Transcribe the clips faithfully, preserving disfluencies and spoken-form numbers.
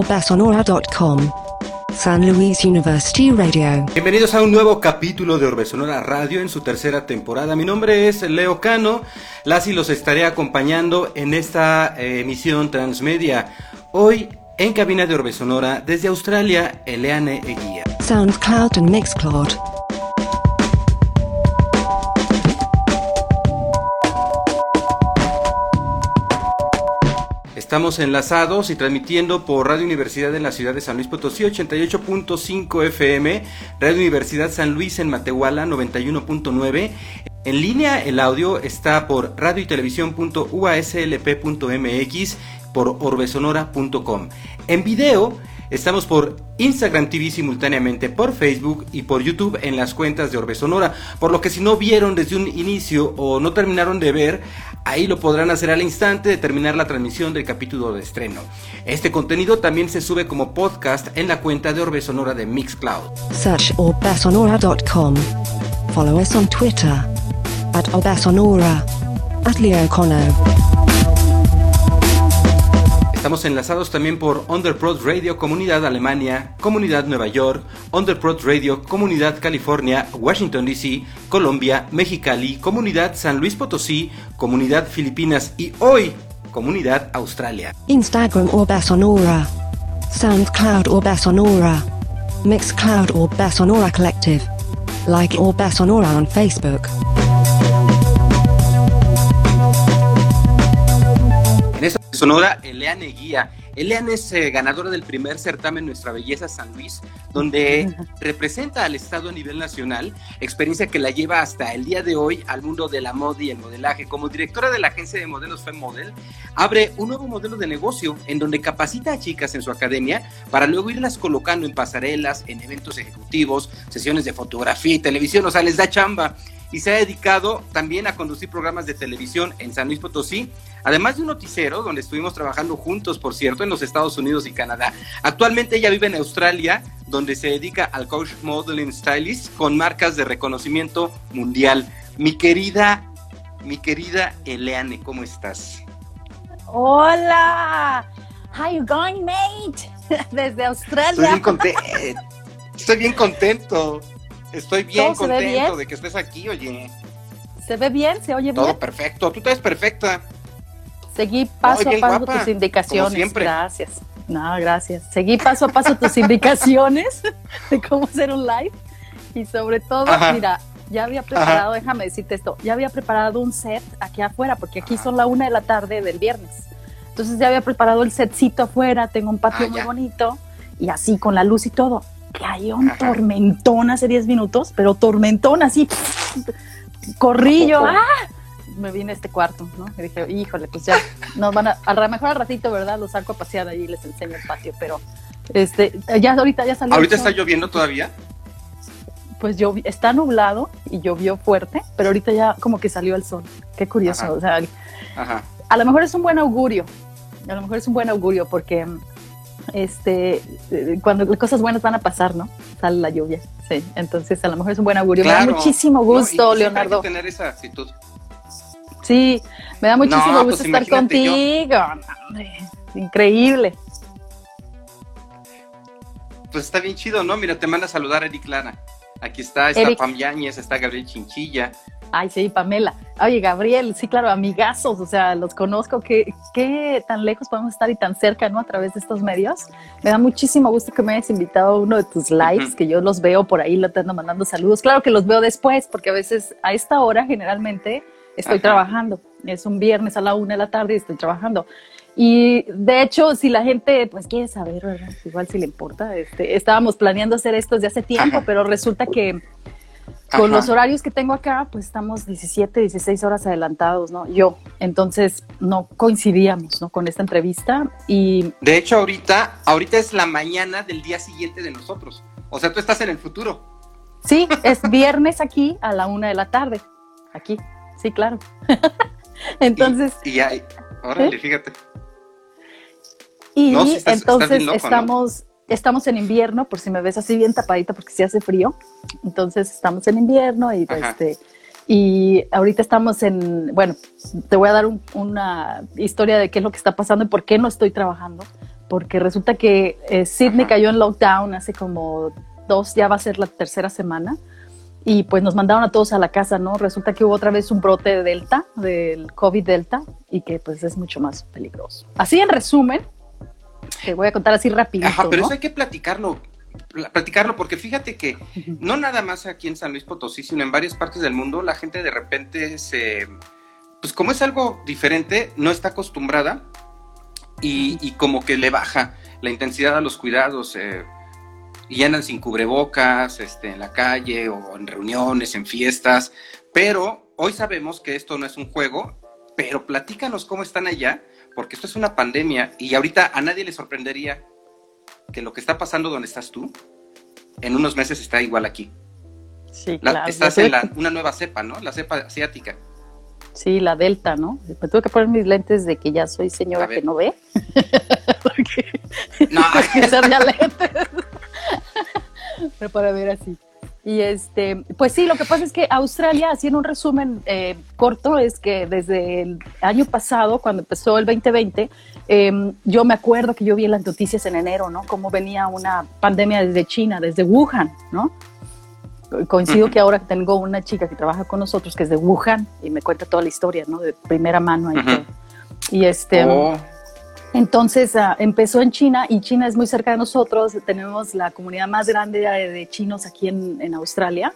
orbe sonora punto com. San Luis University Radio. Bienvenidos a un nuevo capítulo de Orbe Sonora Radio en su tercera temporada. Mi nombre es Leo Cano, las y los estaré acompañando en esta eh, emisión transmedia. Hoy en cabina de Orbe Sonora desde Australia, Eleane Eguía. SoundCloud and Mixcloud. Estamos enlazados y transmitiendo por Radio Universidad en la ciudad de San Luis Potosí, ochenta y ocho punto cinco F M, Radio Universidad San Luis en Matehuala, noventa y uno punto nueve. En línea el audio está por radio y televisión punto u a s l p punto m x, por orbe sonora punto com. En video estamos por Instagram T V simultáneamente, por Facebook y por YouTube en las cuentas de Orbe Sonora, por lo que si no vieron desde un inicio o no terminaron de ver, ahí lo podrán hacer al instante de terminar la transmisión del capítulo de estreno. Este contenido también se sube como podcast en la cuenta de Orbe Sonora de Mixcloud. Search orbe sonora punto com. Follow us on Twitter at orbe sonora, at Leo Cano. Estamos enlazados también por Underprod Radio Comunidad Alemania, Comunidad Nueva York, Underprod Radio Comunidad California, Washington D C, Colombia, Mexicali, Comunidad San Luis Potosí, Comunidad Filipinas y hoy Comunidad Australia. Instagram Orbe Sonora, SoundCloud Orbe Sonora, Mixcloud Orbe Sonora Collective. Like Orbe Sonora on Facebook. Sonora, Eleane Eguía. Eleane es eh, ganadora del primer certamen Nuestra Belleza San Luis, donde representa al estado a nivel nacional, experiencia que la lleva hasta el día de hoy al mundo de la moda y el modelaje. Como directora de la agencia de modelos FemModel, abre un nuevo modelo de negocio en donde capacita a chicas en su academia para luego irlas colocando en pasarelas, en eventos ejecutivos, sesiones de fotografía y televisión, o sea, les da chamba. Y se ha dedicado también a conducir programas de televisión en San Luis Potosí, además de un noticiero donde estuvimos trabajando juntos, por cierto, en los Estados Unidos y Canadá. Actualmente ella vive en Australia, donde se dedica al coach modeling stylist con marcas de reconocimiento mundial. Mi querida, mi querida Eleane, ¿cómo estás? Hola, how you going, mate? Desde Australia. Estoy bien contento. Estoy bien contento. Estoy bien ¿Todo se ve contento bien? de que estés aquí, oye. ¿Se ve bien? ¿Se oye Todo bien? perfecto. Tú te ves perfecta. Seguí paso Muy bien, a paso guapa, tus indicaciones. como siempre. Gracias. No, gracias. Seguí paso a paso tus indicaciones de cómo hacer un live. Y sobre todo, Ajá. mira, ya había preparado, Ajá. déjame decirte esto, ya había preparado un set aquí afuera, porque aquí son la una de la tarde del viernes. Entonces ya había preparado el setcito afuera, tengo un patio Ah, muy ya. bonito, y así con la luz y todo. Cayó un Ajá. tormentón hace diez minutos, pero tormentón así, corrí yo, ¡ah! Me vine a este cuarto, ¿no? Y dije, híjole, pues ya, nos van a, a lo mejor al ratito, ¿verdad? Los saco a pasear ahí y les enseño el patio, pero, este, ya ahorita ya salió. ¿Ahorita el sol. está lloviendo todavía? Pues llovi- está nublado y llovió fuerte, pero ahorita ya como que salió el sol. Qué curioso, Ajá. o sea, Ajá. a lo mejor es un buen augurio, a lo mejor es un buen augurio porque este, eh, cuando cosas buenas van a pasar, ¿no? Sale la lluvia, sí, entonces a lo mejor es un buen augurio. Claro. Me da muchísimo No, gusto, y siempre Leonardo. hay que tener esa actitud. Sí, me da muchísimo No, gusto pues estar imagínate yo. contigo. No, hombre, increíble. Pues está bien chido, ¿no? Mira, te manda a saludar a Eric Lara. Aquí está, está Eric. Pam Yáñez, está Gabriel Chinchilla. Ay, sí, Pamela. Oye, Gabriel, sí, claro, amigazos, o sea, los conozco. ¿Qué, qué tan lejos podemos estar y tan cerca, ¿no? A través de estos medios. Me da muchísimo gusto que me hayas invitado a uno de tus lives, Uh-huh. que yo los veo por ahí, lo te ando mandando saludos. Claro que los veo después, porque a veces a esta hora generalmente estoy Ajá. trabajando. Es un viernes a la una de la tarde y estoy trabajando. Y de hecho, si la gente pues quiere saber, ¿verdad? Igual si le importa, este, estábamos planeando hacer esto desde hace tiempo, Ajá. pero resulta que Ajá. con los horarios que tengo acá, pues estamos diecisiete, dieciséis horas adelantados, ¿no? Yo, entonces no coincidíamos, ¿no? Con esta entrevista y De hecho, ahorita, ahorita es la mañana del día siguiente de nosotros. O sea, tú estás en el futuro. sí, es viernes aquí a la una de la tarde, aquí, sí, claro. Entonces, Y, y ahí, órale, ¿eh? fíjate. y No, sí estás- entonces estás bien loco, estamos, estamos en invierno, por si me ves así bien tapadita porque sí hace frío. Entonces estamos en invierno y Ajá. este y ahorita estamos en, bueno, te voy a dar un- una historia de qué es lo que está pasando y por qué no estoy trabajando. porque resulta que eh, Sydney cayó en lockdown hace como dos, ya va a ser la tercera semana, y pues nos mandaron a todos a la casa, ¿no? Resulta que hubo otra vez un brote de Delta, del COVID Delta, y que pues es mucho más peligroso. Así en resumen, te voy a contar así rapidito, Ajá, pero ¿no? eso hay que platicarlo, platicarlo, porque fíjate que uh-huh. no nada más aquí en San Luis Potosí, sino en varias partes del mundo, la gente de repente se, pues como es algo diferente, no está acostumbrada y, y como que le baja la intensidad a los cuidados, eh, y andan sin cubrebocas, este, en la calle o en reuniones, en fiestas, pero hoy sabemos que esto no es un juego, pero platícanos cómo están allá, porque esto es una pandemia y ahorita a nadie le sorprendería que lo que está pasando donde estás tú, en unos meses está igual aquí. Sí, la, claro. Estás en la, una nueva cepa, ¿no? La cepa asiática. Sí, la Delta, ¿no? Me tuve que poner mis lentes de que ya soy señora que no ve. Porque no. que usar ya lentes. Pero para ver así. Y este, pues sí, lo que pasa es que Australia, así en un resumen eh, corto, es que desde el año pasado, cuando empezó el veinte veinte, eh, yo me acuerdo que yo vi en las noticias en enero, ¿no? Cómo venía una pandemia desde China, desde Wuhan, ¿no? Coincido que ahora tengo una chica que trabaja con nosotros que es de Wuhan y me cuenta toda la historia, ¿no? De primera mano. Ahí uh-huh. Y este... Oh. Entonces uh, empezó en China y China es muy cerca de nosotros, tenemos la comunidad más grande de, de chinos aquí en, en Australia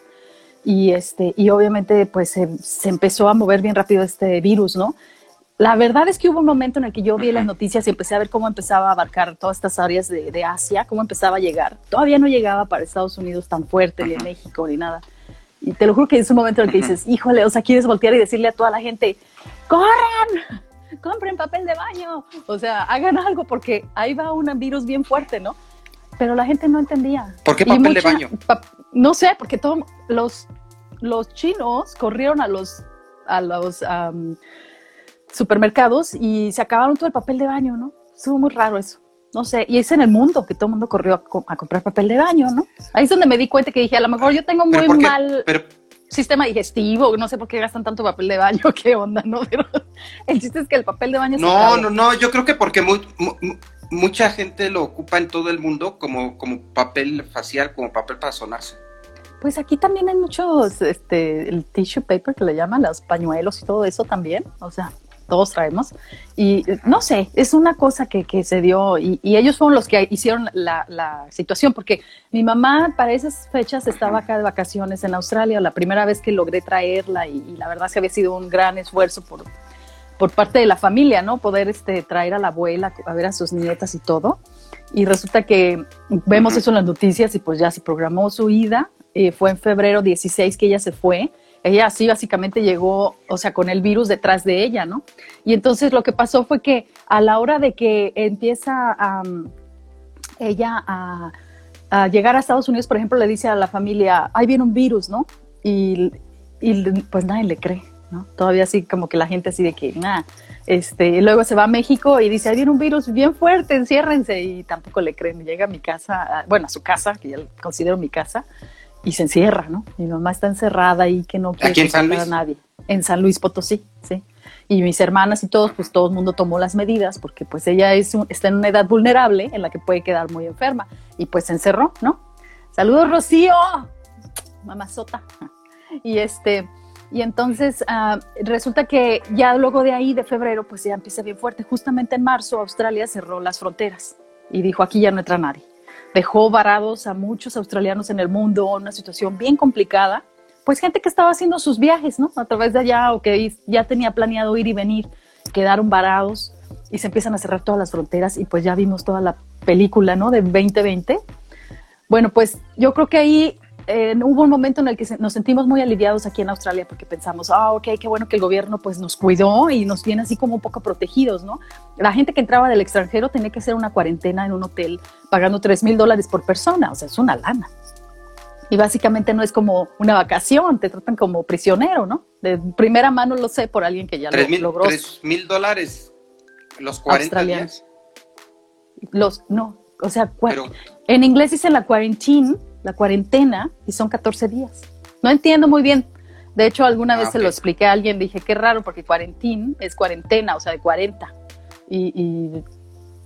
y, este, y obviamente pues se, se empezó a mover bien rápido este virus, ¿no? La verdad es que hubo un momento en el que yo vi las noticias y empecé a ver cómo empezaba a abarcar todas estas áreas de, de Asia, cómo empezaba a llegar. Todavía no llegaba para Estados Unidos tan fuerte, ni en México, ni nada. Y te lo juro que es un momento en el que dices, híjole, o sea, quieres voltear y decirle a toda la gente, ¡corran! Compren papel de baño, o sea, hagan algo porque ahí va un virus bien fuerte, ¿no? Pero la gente no entendía. ¿Por qué papel mucha, de baño? Pa, no sé, porque todos los, los chinos corrieron a los, a los um, supermercados y se acabaron todo el papel de baño, ¿no? Estuvo muy raro eso. No sé, y es en el mundo que todo el mundo corrió a, a comprar papel de baño, ¿no? Ahí es donde me di cuenta que dije, a lo mejor yo tengo muy mal... Pero... sistema digestivo, no sé por qué gastan tanto papel de baño, qué onda, ¿no? Pero el chiste es que el papel de baño no, se No, no, no, yo creo que porque muy, mu, mucha gente lo ocupa en todo el mundo como, como papel facial, como papel para sonarse. Pues aquí también hay muchos, este, el tissue paper que le llaman, los pañuelos y todo eso también, o sea, todos traemos, y no sé, es una cosa que, que se dio, y, y ellos fueron los que hicieron la, la situación, porque mi mamá para esas fechas estaba acá de vacaciones en Australia, la primera vez que logré traerla, y, y la verdad es que había sido un gran esfuerzo por, por parte de la familia, ¿no? Poder este, traer a la abuela a ver a sus nietas y todo, y resulta que vemos eso en las noticias, y pues ya se programó su ida, eh, fue en febrero dieciséis que ella se fue. Ella así básicamente llegó, o sea, con el virus detrás de ella, ¿no? Y entonces lo que pasó fue que a la hora de que empieza um, ella a, a llegar a Estados Unidos, por ejemplo, le dice a la familia, ahí viene un virus, ¿no? Y, y pues nadie le cree, ¿no? Todavía así como que la gente así de que, nada. Este, y luego se va a México y dice, ahí viene un virus bien fuerte, enciérrense. Y tampoco le creen. Llega a mi casa, bueno, a su casa, que ya considero mi casa, y se encierra, ¿no? Mi mamá está encerrada y que no quiere encontrar a nadie. En San Luis Potosí, sí. Y mis hermanas y todos, pues todo el mundo tomó las medidas porque pues ella es un, está en una edad vulnerable en la que puede quedar muy enferma. Y pues se encerró, ¿no? ¡Saludos, Rocío! Mamazota. Y este... Y entonces uh, resulta que ya luego de ahí, de febrero, pues ya empieza bien fuerte. Justamente en marzo, Australia cerró las fronteras y dijo, aquí ya no entra nadie. Dejó varados a muchos australianos en el mundo, una situación bien complicada. Pues gente que estaba haciendo sus viajes, ¿no? A través de allá o que ya tenía planeado ir y venir, quedaron varados y se empiezan a cerrar todas las fronteras y pues ya vimos toda la película, ¿no? De veinte veinte. Bueno, pues yo creo que ahí eh, hubo un momento en el que se, nos sentimos muy aliviados aquí en Australia porque pensamos, ah, ok, qué bueno que el gobierno pues nos cuidó y nos tiene así como un poco protegidos, ¿no? La gente que entraba del extranjero tenía que hacer una cuarentena en un hotel pagando tres mil dólares por persona, o sea, es una lana. Y básicamente no es como una vacación, te tratan como prisionero, ¿no? De primera mano lo sé por alguien que ya lo logró. tres mil dólares los cuarenta días. Los, no, o sea, Pero, en inglés dicen la quarantine, la cuarentena, y son catorce días. No entiendo muy bien. De hecho, alguna vez ah, okay. se lo expliqué a alguien, dije, qué raro, porque quarantine es cuarentena, o sea, de cuarenta. Y, y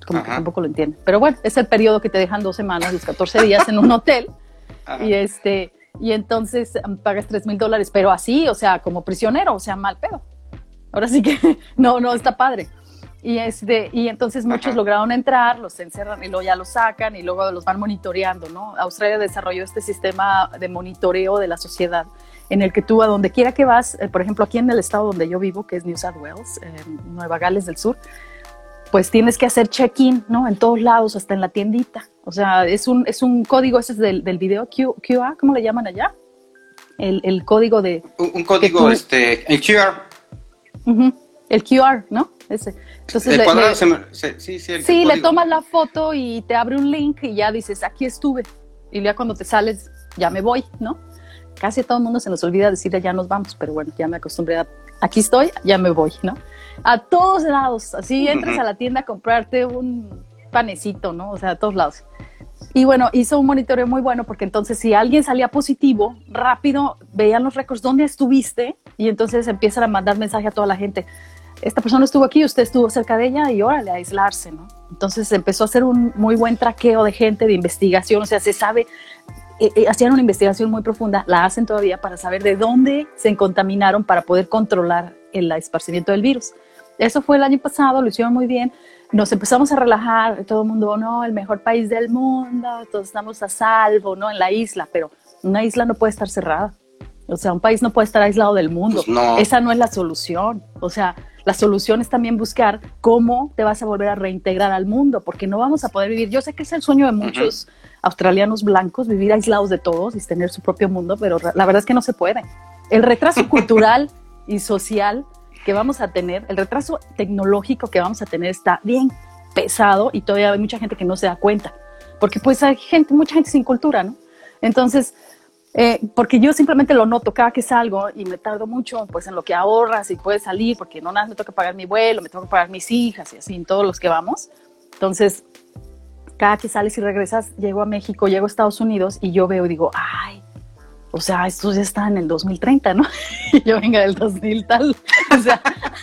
como Ajá. que tampoco lo entienden. Pero bueno, es el periodo que te dejan dos semanas, los catorce días en un hotel. Ajá. Y este y entonces um, pagas tres mil dólares, pero así, o sea, como prisionero, o sea, mal pedo. Ahora sí que no, no está padre. Y, este, y entonces muchos Ajá. lograron entrar, los encerran y luego ya los sacan y luego los van monitoreando, ¿no? Australia desarrolló este sistema de monitoreo de la sociedad en el que tú a donde quiera que vas, eh, por ejemplo, aquí en el estado donde yo vivo, que es New South Wales, eh, Nueva Gales del Sur, pues tienes que hacer check-in, ¿no? En todos lados, hasta en la tiendita. O sea, es un, es un código, ese es del, del video Q, Q R, ¿cómo le llaman allá? El, el código de... Un, un código, tú, este, el Q R. Uh-huh, el Q R, ¿no? Ese. Entonces, el le, cuadrado, le, se me, se, sí, sí, el sí, código. le tomas la foto y te abre un link y ya dices, aquí estuve. Y ya cuando te sales, ya me voy, ¿no? Casi a todo el mundo se nos olvida decir, ya nos vamos, pero bueno, ya me acostumbré a, aquí estoy, ya me voy, ¿no? A todos lados, así entras uh-huh. a la tienda a comprarte un panecito, ¿no? O sea, a todos lados. Y bueno, hizo un monitoreo muy bueno porque entonces si alguien salía positivo, rápido veían los récords, ¿dónde estuviste? Y entonces empiezan a mandar mensaje a toda la gente. Esta persona estuvo aquí, usted estuvo cerca de ella y órale, a aislarse, ¿no? Entonces empezó a hacer un muy buen traqueo de gente, de investigación, o sea, se sabe, eh, eh, hacían una investigación muy profunda, la hacen todavía para saber de dónde se contaminaron para poder controlar el esparcimiento del virus. Eso fue el año pasado, lo hicieron muy bien, nos empezamos a relajar, todo el mundo, no, el mejor país del mundo, todos estamos a salvo, ¿no? En la isla, pero una isla no puede estar cerrada. O sea, un país no puede estar aislado del mundo. Pues no. Esa no es la solución. O sea, la solución es también buscar cómo te vas a volver a reintegrar al mundo, porque no vamos a poder vivir. Yo sé que es el sueño de muchos uh-huh. australianos blancos, vivir aislados de todos y tener su propio mundo, pero la verdad es que no se puede. El retraso cultural y social que vamos a tener, el retraso tecnológico que vamos a tener está bien pesado y todavía hay mucha gente que no se da cuenta, porque pues hay gente, mucha gente sin cultura, ¿no? Entonces... Eh, porque yo simplemente lo noto cada que salgo y me tardo mucho pues en lo que ahorras y puedes salir porque no nada me toca pagar mi vuelo, me tengo que pagar mis hijas y así en todos los que vamos. Entonces cada que sales y regresas, llego a México, llego a Estados Unidos y yo veo y digo, ay, o sea, esto ya está en el dos mil treinta, ¿no? Y yo venga del dos mil tal, o sea,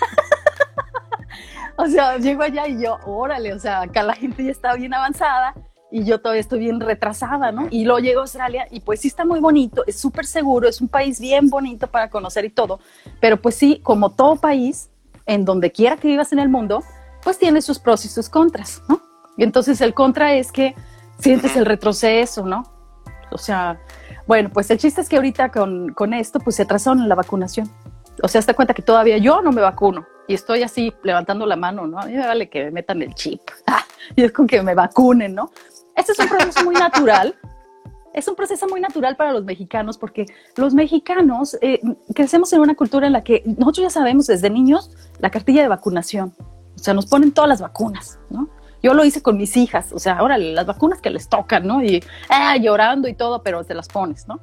o sea, llego allá y yo, órale, o sea, acá la gente ya está bien avanzada y yo todavía estoy bien retrasada, ¿no? Y luego llego a Australia y pues sí está muy bonito, es súper seguro, es un país bien bonito para conocer y todo, pero pues sí, como todo país, en donde quiera que vivas en el mundo, pues tiene sus pros y sus contras, ¿no? Y entonces el contra es que sientes el retroceso, ¿no? O sea, bueno, pues el chiste es que ahorita con, con esto, pues se atrasaron en la vacunación. O sea, hasta cuenta que todavía yo no me vacuno y estoy así levantando la mano, ¿no? A mí me vale que me metan el chip ah, y es con que me vacunen, ¿no? Este es un proceso muy natural, es un proceso muy natural para los mexicanos porque los mexicanos eh, crecemos en una cultura en la que nosotros ya sabemos desde niños la cartilla de vacunación, o sea, nos ponen todas las vacunas, ¿no? Yo lo hice con mis hijas, o sea, órale, las vacunas que les tocan, ¿no? Y ah, llorando y todo, pero te las pones, ¿no?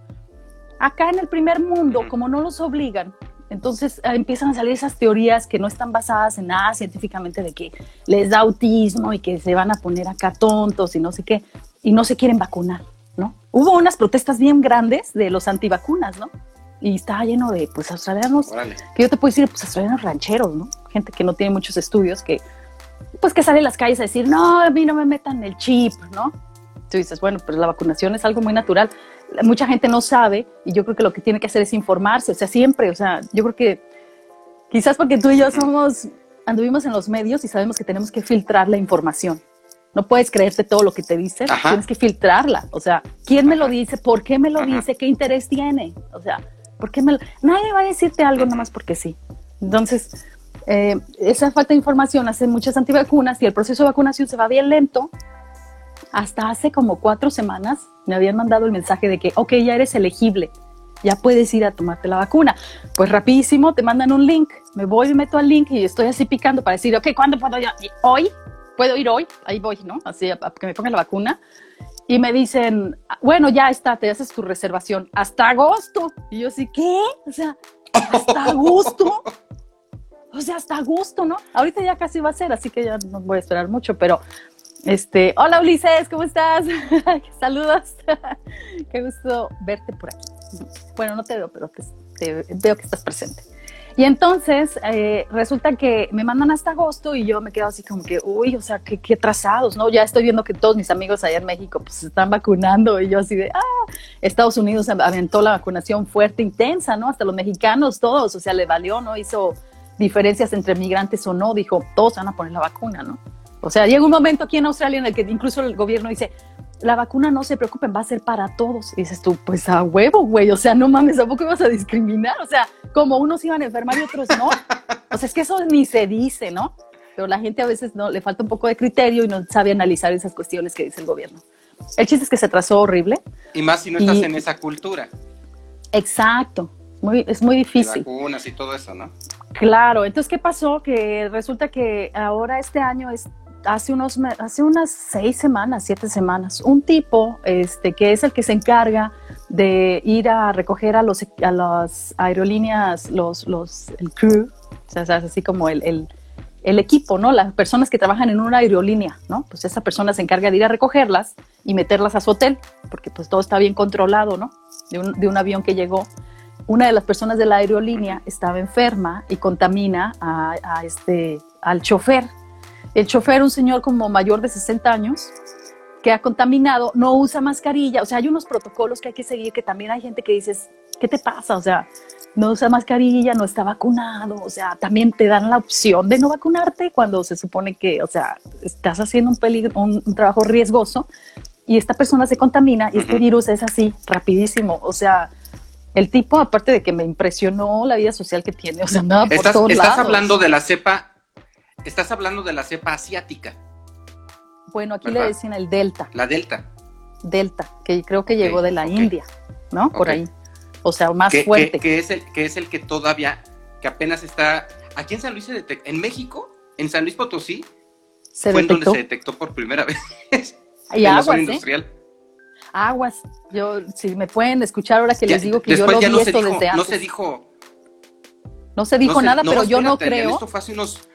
Acá en el primer mundo, como no los obligan, entonces eh, empiezan a salir esas teorías que no están basadas en nada científicamente de que les da autismo y que se van a poner acá tontos y no sé qué, y no se quieren vacunar, ¿no? Hubo unas protestas bien grandes de los antivacunas, ¿no? Y estaba lleno de, pues, australianos, Orale. que yo te puedo decir, pues, australianos rancheros, ¿no? Gente que no tiene muchos estudios, que, pues, que sale a las calles a decir, no, a mí no me metan el chip, ¿no? Tú dices, bueno, pero la vacunación es algo muy natural. Mucha gente no sabe y yo creo que lo que tiene que hacer es informarse, o sea, siempre, o sea, yo creo que quizás porque tú y yo somos, anduvimos en los medios y sabemos que tenemos que filtrar la información. No puedes creerte todo lo que te dicen, Ajá. tienes que filtrarla, o sea, ¿quién me lo dice? ¿Por qué me lo Ajá. dice? ¿Qué interés tiene? O sea, ¿por qué me lo... Nadie va a decirte algo nada más porque sí. Entonces, eh, esa falta de información hace muchas antivacunas y el proceso de vacunación se va bien lento. Hasta hace como cuatro semanas me habían mandado el mensaje de que, ok, ya eres elegible, ya puedes ir a tomarte la vacuna. Pues rapidísimo te mandan un link, me voy y meto al link y estoy así picando para decir, ok, ¿cuándo puedo ir? ¿Hoy? ¿Puedo ir hoy? Ahí voy, ¿no? Así, a, a que me pongan la vacuna. Y me dicen, bueno, ya está, te haces tu reservación hasta agosto. Y yo así, ¿qué? O sea, hasta agosto. O sea, hasta agosto, ¿no? Ahorita ya casi va a ser, así que ya no voy a esperar mucho, pero... Este, hola Ulises, ¿cómo estás? Saludos. Qué gusto verte por aquí. Bueno, no te veo, pero te, te veo que estás presente. Y entonces eh, resulta que me mandan hasta agosto y yo me quedo así como que, uy, o sea, qué, qué atrasados, ¿no? Ya estoy viendo que todos mis amigos allá en México pues se están vacunando y yo así de, ah, Estados Unidos aventó la vacunación fuerte, intensa, ¿no? Hasta los mexicanos, todos, o sea, le valió, ¿no? Hizo diferencias entre migrantes o no, dijo, todos van a poner la vacuna, ¿no? O sea, llega un momento aquí en Australia en el que incluso el gobierno dice, la vacuna no se preocupen, va a ser para todos. Y dices tú, pues a huevo, güey, o sea, no mames, ¿tampoco ibas a discriminar? O sea, como unos iban a enfermar y otros no. O sea, es que eso ni se dice, ¿no? Pero la gente a veces no le falta un poco de criterio y no sabe analizar esas cuestiones que dice el gobierno. El chiste es que se trazó horrible. Y más si no estás y, en esa cultura. Exacto, muy, es muy difícil. De vacunas y todo eso, ¿no? Claro, entonces, ¿qué pasó? Que resulta que ahora este año es Hace, unos, hace unas seis semanas, siete semanas, un tipo este, que es el que se encarga de ir a recoger a, los, a las aerolíneas, los, los, el crew, o sea, así como el, el, el equipo, ¿no? Las personas que trabajan en una aerolínea, ¿no? Pues esa persona se encarga de ir a recogerlas y meterlas a su hotel, porque pues todo está bien controlado, ¿no? De un, de un avión que llegó. Una de las personas de la aerolínea estaba enferma y contamina a, a este, al chofer. El chofer, un señor como mayor de sesenta años, que ha contaminado, no usa mascarilla. O sea, hay unos protocolos que hay que seguir, que también hay gente que dices, ¿qué te pasa? O sea, no usa mascarilla, no está vacunado. O sea, también te dan la opción de no vacunarte cuando se supone que, o sea, estás haciendo un, peligro, un, un trabajo riesgoso y esta persona se contamina y este virus es así, rapidísimo. O sea, el tipo, aparte de que me impresionó la vida social que tiene, o sea, andaba por estás, todos estás lados. hablando de la cepa... Estás hablando de la cepa asiática. Bueno, aquí ¿verdad? le decían el Delta. La Delta. Delta, que creo que llegó okay, de la okay. India, ¿no? Por okay. ahí. O sea, más que, fuerte. Que, que, es el, que es el que todavía, que apenas está... Aquí en San Luis se detectó, en México, en San Luis Potosí, ¿Se fue detectó? en donde se detectó por primera vez. Y en aguas, la zona ¿eh? industrial. Aguas. Yo, si me pueden escuchar ahora que Ya, les digo que yo lo ya vi no esto se dijo, desde antes. No se dijo... No se dijo no se, nada, no, pero yo no espérate, creo... Esto fue hace unos...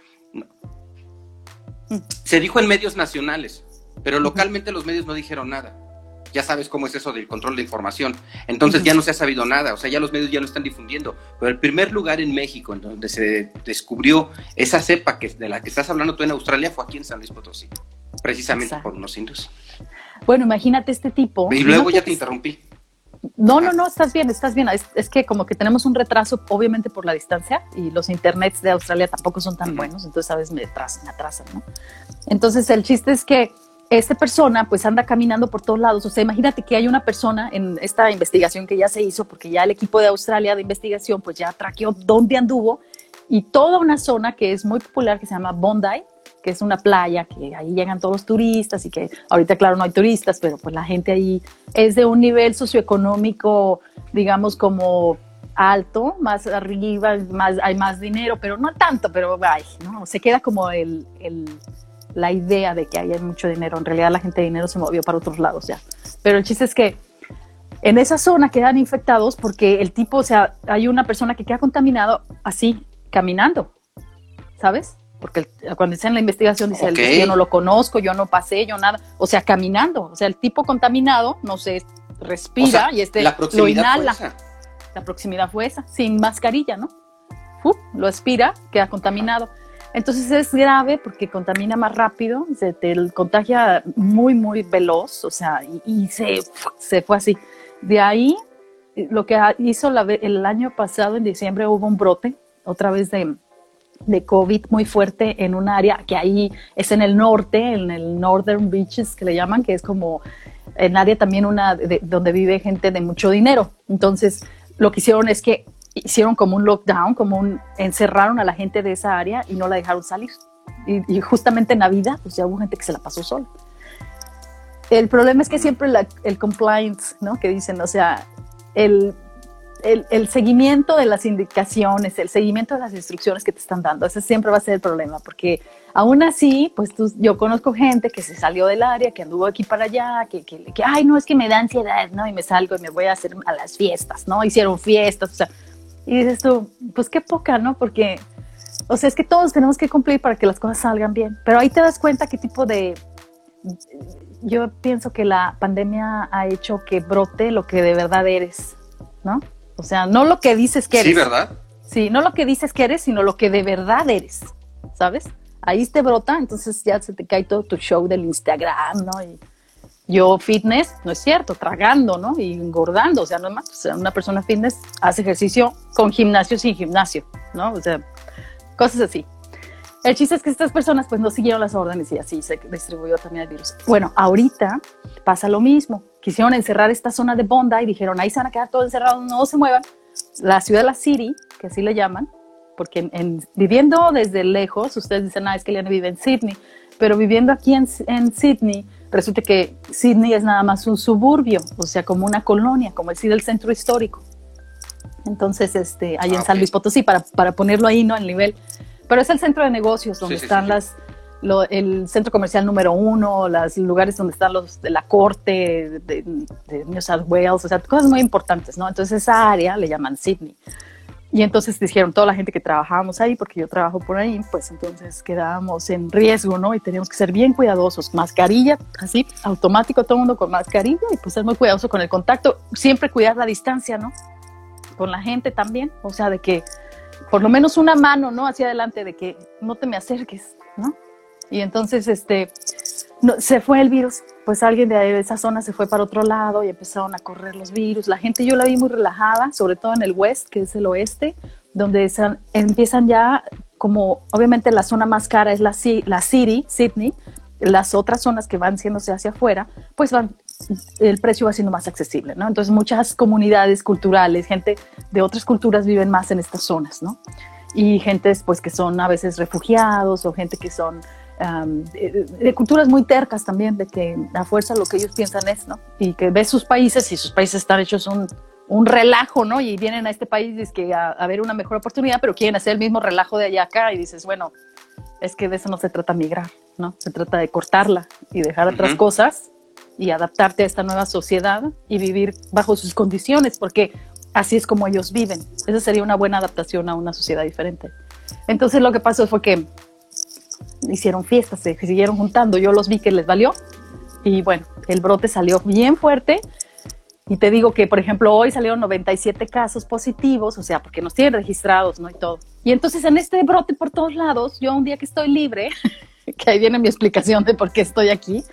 Se dijo en medios nacionales, pero localmente los medios no dijeron nada. Ya sabes cómo es eso del control de información. Entonces uh-huh. ya no se ha sabido nada, o sea, ya los medios ya no están difundiendo. Pero el primer lugar en México en donde se descubrió esa cepa que, de la que estás hablando tú en Australia fue aquí en San Luis Potosí, precisamente Exacto. por unos indios. Bueno, imagínate este tipo. Y luego ¿no ya te... te interrumpí. No, no, no, estás bien, estás bien. Es, es que como que tenemos un retraso, obviamente por la distancia, y los internets de Australia tampoco son tan uh-huh. buenos, entonces a veces me atrasan, me atrasan, ¿no? Entonces el chiste es que esta persona pues anda caminando por todos lados. O sea, imagínate que hay una persona en esta investigación que ya se hizo, porque ya el equipo de Australia de investigación pues ya traqueó dónde anduvo, y toda una zona que es muy popular que se llama Bondi, que es una playa que ahí llegan todos los turistas y que ahorita claro no hay turistas, pero pues la gente ahí es de un nivel socioeconómico, digamos como alto, más arriba, más, hay más dinero, pero no tanto, pero ay, ¿no? Se queda como el, el, la idea de que hay mucho dinero. En realidad la gente de dinero se movió para otros lados ya. Pero el chiste es que en esa zona quedan infectados porque el tipo, o sea, hay una persona que queda contaminado así, caminando, ¿sabes? Porque el, cuando dicen la investigación dice, okay. yo no lo conozco, yo no pasé, yo nada, o sea, caminando, o sea, el tipo contaminado, no sé, respira, o sea, y este la lo inhala. Fue esa. La proximidad fue esa, sin mascarilla, ¿no? Uh, lo expira, queda contaminado. Entonces es grave porque contamina más rápido, se te contagia muy, muy veloz, o sea, y, y se, se fue así. De ahí, lo que hizo la, el año pasado, en diciembre, hubo un brote, otra vez de... de COVID muy fuerte en un área que ahí es en el norte, en el Northern Beaches que le llaman, que es como en área también una de, donde vive gente de mucho dinero. Entonces lo que hicieron es que hicieron como un lockdown, como un encerraron a la gente de esa área y no la dejaron salir. Y, y justamente en Navidad pues ya hubo gente que se la pasó sola. El problema es que siempre la, el compliance, ¿no? Que dicen, o sea, el El, el seguimiento de las indicaciones, el seguimiento de las instrucciones que te están dando, ese siempre va a ser el problema, porque aún así, pues tú, yo conozco gente que se salió del área, que anduvo aquí para allá, que, que, que, ay, no, es que me da ansiedad, ¿no? Y me salgo y me voy a hacer a las fiestas, ¿no? Hicieron fiestas, o sea, y dices tú, pues qué poca, ¿no? Porque, o sea, es que todos tenemos que cumplir para que las cosas salgan bien, pero ahí te das cuenta qué tipo de... Yo pienso que la pandemia ha hecho que brote lo que de verdad eres, ¿no? O sea, no lo que dices que eres. Sí, ¿verdad? Sí, no lo que dices que eres, sino lo que de verdad eres, ¿sabes? Ahí te brota, entonces ya se te cae todo tu show del Instagram, ¿no? Y yo fitness, no es cierto, tragando, ¿no? Y engordando, o sea, no es más, o sea, una persona fitness hace ejercicio con gimnasio sin gimnasio, ¿no? O sea, cosas así. El chiste es que estas personas pues no siguieron las órdenes y así se distribuyó también el virus. Bueno, ahorita pasa lo mismo. Quisieron encerrar esta zona de Bondi y dijeron, ahí se van a quedar todos encerrados, no se muevan. La ciudad de la City, que así le llaman, porque en, en, viviendo desde lejos, ustedes dicen, ah, es que Eliane vive en Sydney, pero viviendo aquí en, en Sydney, resulta que Sydney es nada más un suburbio, o sea, como una colonia, como decir el centro histórico. Entonces, este, ahí ah, en okay. San Luis Potosí, para, para ponerlo ahí, ¿no? El nivel. Pero es el centro de negocios donde sí, están sí, sí. las, lo, el centro comercial número uno, los lugares donde están los de la corte de, de New South Wales, o sea, cosas muy importantes, ¿no? Entonces esa área le llaman Sydney. Y entonces dijeron toda la gente que trabajábamos ahí, porque yo trabajo por ahí, pues entonces quedábamos en riesgo, ¿no? Y teníamos que ser bien cuidadosos. Mascarilla, así, automático, todo el mundo con mascarilla, y pues ser muy cuidadoso con el contacto. Siempre cuidar la distancia, ¿no? Con la gente también, o sea, de que por lo menos una mano, ¿no? Hacia adelante, de que no te me acerques, ¿no? Y entonces, este, no, se fue el virus, pues alguien de esa zona se fue para otro lado y empezaron a correr los virus. La gente yo la vi muy relajada, sobre todo en el West, que es el oeste, donde se, empiezan ya, como obviamente la zona más cara es la, la City, Sydney, las otras zonas que van siéndose hacia afuera, pues van, el precio va siendo más accesible, ¿no? Entonces muchas comunidades culturales, gente de otras culturas viven más en estas zonas, ¿no? Y gentes pues que son a veces refugiados o gente que son um, de, de culturas muy tercas también, de que a fuerza lo que ellos piensan es, ¿no? Y que ves sus países y sus países están hechos un, un relajo, ¿no? Y vienen a este país es que a, a ver una mejor oportunidad, pero quieren hacer el mismo relajo de allá acá y dices, bueno, es que de eso no se trata migrar, ¿no? Se trata de cortarla y dejar uh-huh. otras cosas y adaptarte a esta nueva sociedad y vivir bajo sus condiciones, porque así es como ellos viven. Esa sería una buena adaptación a una sociedad diferente. Entonces lo que pasó fue que hicieron fiestas, se siguieron juntando, yo los vi que les valió y bueno, el brote salió bien fuerte y te digo que por ejemplo hoy salieron noventa y siete casos positivos, o sea, porque nos tienen registrados, ¿no? Y todo. Y entonces en este brote por todos lados, yo un día que estoy libre, que ahí viene mi explicación de por qué estoy aquí,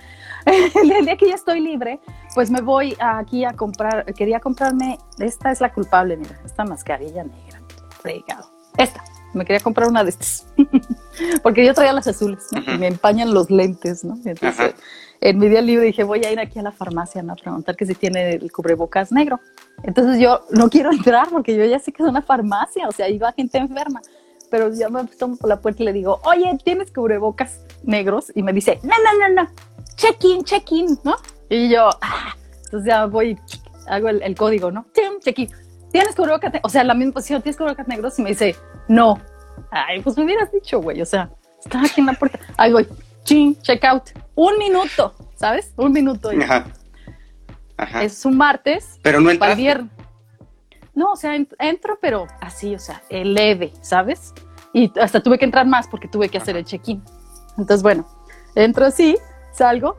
el día que ya estoy libre, pues me voy aquí a comprar, quería comprarme, esta es la culpable, mira, esta mascarilla negra, fregado, esta, me quería comprar una de estas, porque yo traía las azules, ¿no? Uh-huh. Y me empañan los lentes, ¿no? Entonces, uh-huh. en mi día libre dije, voy a ir aquí a la farmacia, ¿no? A preguntar que si tiene el cubrebocas negro. Entonces yo no quiero entrar porque yo ya sé que es una farmacia, o sea, ahí va gente enferma. Pero ya me tomo por la puerta y le digo, oye, ¿tienes cubrebocas negros? Y me dice, no, no, no, no, check-in, check-in, ¿no? Y yo, ah, entonces ya voy, hago el, el código, ¿no? Check-in, ¿tienes cubrebocas negros? O sea, la misma posición, ¿tienes cubrebocas negros? Y me dice, no. Ay, pues me hubieras dicho, güey, o sea, estaba aquí en la puerta. Ahí voy, ching, check out. Un minuto, ¿sabes? Un minuto. Y Ajá. Ajá. Es un martes. Pero no entraste. Para el viernes. No, o sea, entro, pero así, o sea, leve, ¿sabes? Y hasta tuve que entrar más porque tuve que hacer el check-in. Entonces, bueno, entro así, salgo.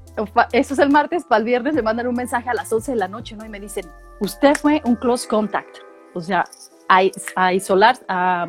Eso es el martes, para el viernes me mandan un mensaje a las once de la noche, ¿no? Y me dicen, usted fue un close contact. O sea, a, a isolar, a,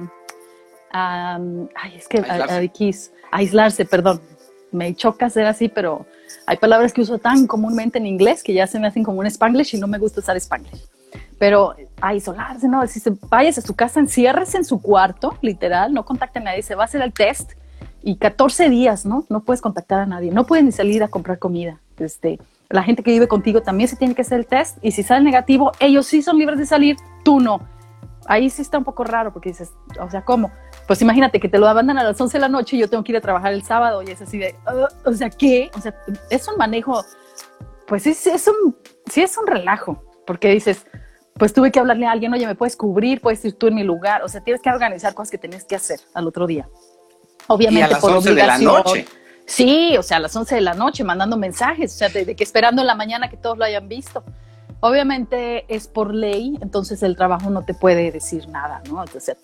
a, ay, es que aislarse. A, a, aislarse, perdón. Me choca ser así, pero hay palabras que uso tan comúnmente en inglés que ya se me hacen como un Spanglish y no me gusta usar Spanglish. Pero a isolarse, ¿no? Si se vayas a su casa, enciérrese en su cuarto, literal, no contacte a nadie, se va a hacer el test y catorce días, ¿no? No puedes contactar a nadie, no puedes ni salir a comprar comida. Este, la gente que vive contigo también se tiene que hacer el test y si sale negativo, ellos sí son libres de salir, tú no. Ahí sí está un poco raro porque dices, o sea, ¿cómo? Pues imagínate que te lo mandan a las once de la noche y yo tengo que ir a trabajar el sábado y es así de, uh, o sea, ¿qué? O sea, es un manejo, pues es, es un, sí es un relajo, porque dices, pues tuve que hablarle a alguien, oye, ¿me puedes cubrir? ¿Puedes ir tú en mi lugar? O sea, tienes que organizar cosas que tenías que hacer al otro día. Obviamente y a las por once obligación. De la noche. Sí, o sea, a las once de la noche mandando mensajes, o sea, de, de que esperando en la mañana que todos lo hayan visto. Obviamente es por ley, entonces el trabajo no te puede decir nada, ¿no? Entonces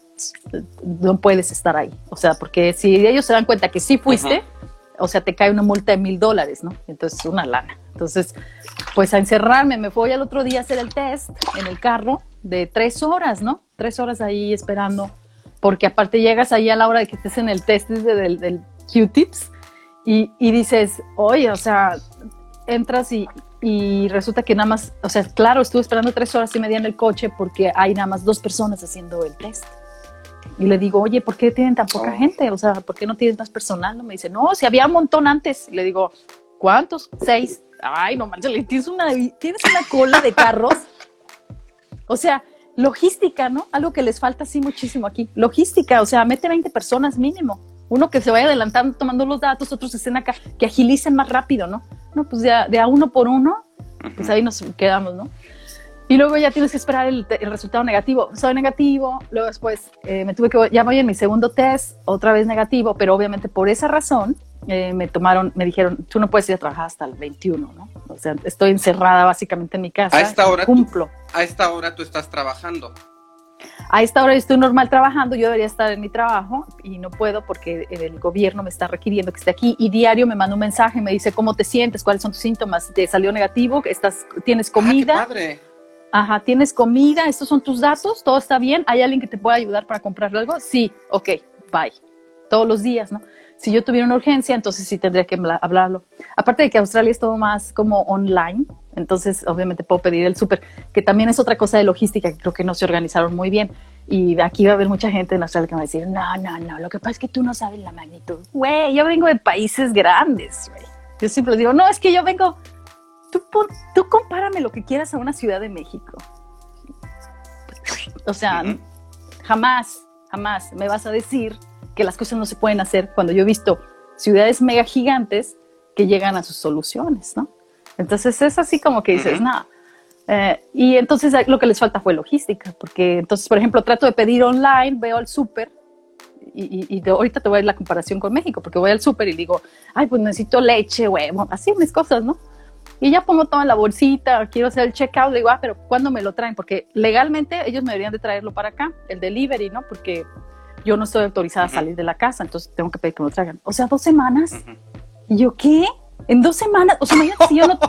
no puedes estar ahí. O sea, porque si ellos se dan cuenta que sí fuiste, uh-huh. o sea, te cae una multa de mil dólares, ¿no? Entonces una lana. Entonces, pues a encerrarme, me fui al otro día a hacer el test en el carro de tres horas, ¿no? Tres horas ahí esperando, porque aparte llegas ahí a la hora de que estés en el test del, del Q-Tips y, y dices, oye, o sea, entras y, y resulta que nada más, o sea, claro, estuve esperando tres horas y media en el coche porque hay nada más dos personas haciendo el test. Y le digo, oye, ¿por qué tienen tan poca oh. gente? O sea, ¿por qué no tienes más personal? No, me dice, no, si había un montón antes. Y le digo, ¿cuántos? Seis. Ay, no manches, tienes una, tienes una cola de carros. O sea, logística, ¿no? Algo que les falta así muchísimo aquí. Logística, o sea, mete veinte personas mínimo. Uno que se vaya adelantando, tomando los datos, otros estén acá, que agilicen más rápido, ¿no? No, pues de a, de a uno por uno, pues ahí nos quedamos, ¿no? Y luego ya tienes que esperar el, el resultado negativo. Soy negativo, luego después eh, me tuve que, ya voy en mi segundo test, otra vez negativo, pero obviamente por esa razón eh, me tomaron, me dijeron, tú no puedes ir a trabajar hasta el veintiuno, ¿no? O sea, estoy encerrada básicamente en mi casa. A esta hora cumplo. Tú, a esta hora tú estás trabajando. A esta hora estoy normal trabajando, yo debería estar en mi trabajo y no puedo porque el gobierno me está requiriendo que esté aquí y diario me manda un mensaje, me dice cómo te sientes, cuáles son tus síntomas, te salió negativo, estás, tienes comida. Ah, qué padre. Ajá, tienes comida, estos son tus datos, todo está bien, ¿hay alguien que te pueda ayudar para comprarle algo? Sí, ok, bye. Todos los días, ¿no? Si yo tuviera una urgencia, entonces sí tendría que hablarlo. Aparte de que Australia es todo más como online, entonces obviamente puedo pedir el súper, que también es otra cosa de logística que creo que no se organizaron muy bien. Y aquí va a haber mucha gente en Australia que me va a decir, no, no, no, lo que pasa es que tú no sabes la magnitud. Güey, yo vengo de países grandes, güey. Yo siempre les digo, no, es que yo vengo... Tú, tú compárame lo que quieras a una Ciudad de México. O sea, uh-huh. jamás, jamás me vas a decir que las cosas no se pueden hacer cuando yo he visto ciudades mega gigantes que llegan a sus soluciones, ¿no? Entonces es así como que dices, uh-huh. no. Eh, y entonces lo que les falta fue logística, porque entonces, por ejemplo, trato de pedir online, veo al súper, y, y, y de, ahorita te voy a ir la comparación con México, porque voy al súper y digo, ay, pues necesito leche, huevo, así mis cosas, ¿no? Y ya pongo todo en la bolsita, quiero hacer el checkout, le digo, ah, pero ¿cuándo me lo traen? Porque legalmente ellos me deberían de traerlo para acá, el delivery, ¿no? Porque yo no estoy autorizada uh-huh. a salir de la casa, entonces tengo que pedir que me lo traigan. O sea, dos semanas. Uh-huh. Y yo, ¿qué? ¿En dos semanas? O sea, imagínate si yo no...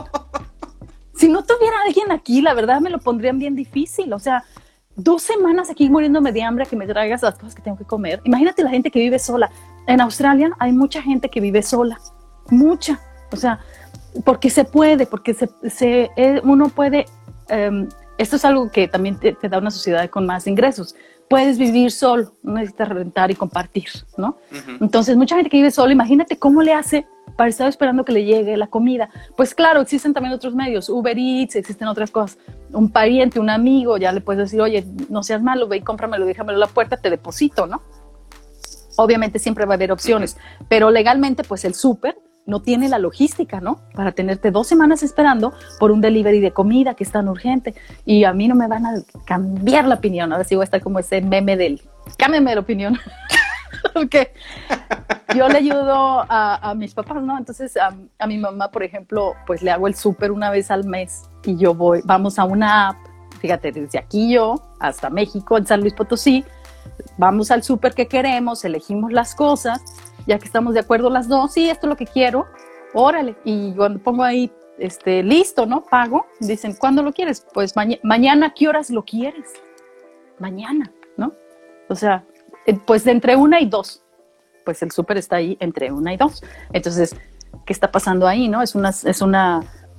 si no tuviera alguien aquí, la verdad me lo pondrían bien difícil. O sea, dos semanas aquí muriéndome de hambre, que me traigas las cosas que tengo que comer. Imagínate la gente que vive sola. En Australia hay mucha gente que vive sola. Mucha. O sea... porque se puede, porque se, se, uno puede, um, esto es algo que también te, te da una sociedad con más ingresos, puedes vivir solo, no necesitas rentar y compartir, ¿no? Uh-huh. Entonces, mucha gente que vive solo, imagínate cómo le hace para estar esperando que le llegue la comida. Pues claro, existen también otros medios, Uber Eats, existen otras cosas, un pariente, un amigo, ya le puedes decir, oye, no seas malo, ve y cómpramelo, déjamelo a la puerta, te deposito, ¿no? Obviamente siempre va a haber opciones, uh-huh. pero legalmente, pues el súper no tiene la logística, ¿no? Para tenerte dos semanas esperando por un delivery de comida que es tan urgente. Y a mí no me van a cambiar la opinión. Ahora sí voy a estar como ese meme del cámbiame la opinión. Porque yo le ayudo a, a mis papás, ¿no? Entonces a, a mi mamá, por ejemplo, pues le hago el súper una vez al mes y yo voy, vamos a una app, fíjate, desde aquí yo hasta México, en San Luis Potosí, vamos al súper que queremos, elegimos las cosas, ya que estamos de acuerdo las dos, sí, esto es lo que quiero, órale, y cuando pongo ahí, este, listo, ¿no? Pago, dicen, ¿cuándo lo quieres? Pues ma- mañana, ¿qué horas lo quieres? Mañana, ¿no? O sea, eh, pues de entre una y dos, pues el súper está ahí entre una y dos, entonces, ¿qué está pasando ahí, no? Es una, es una,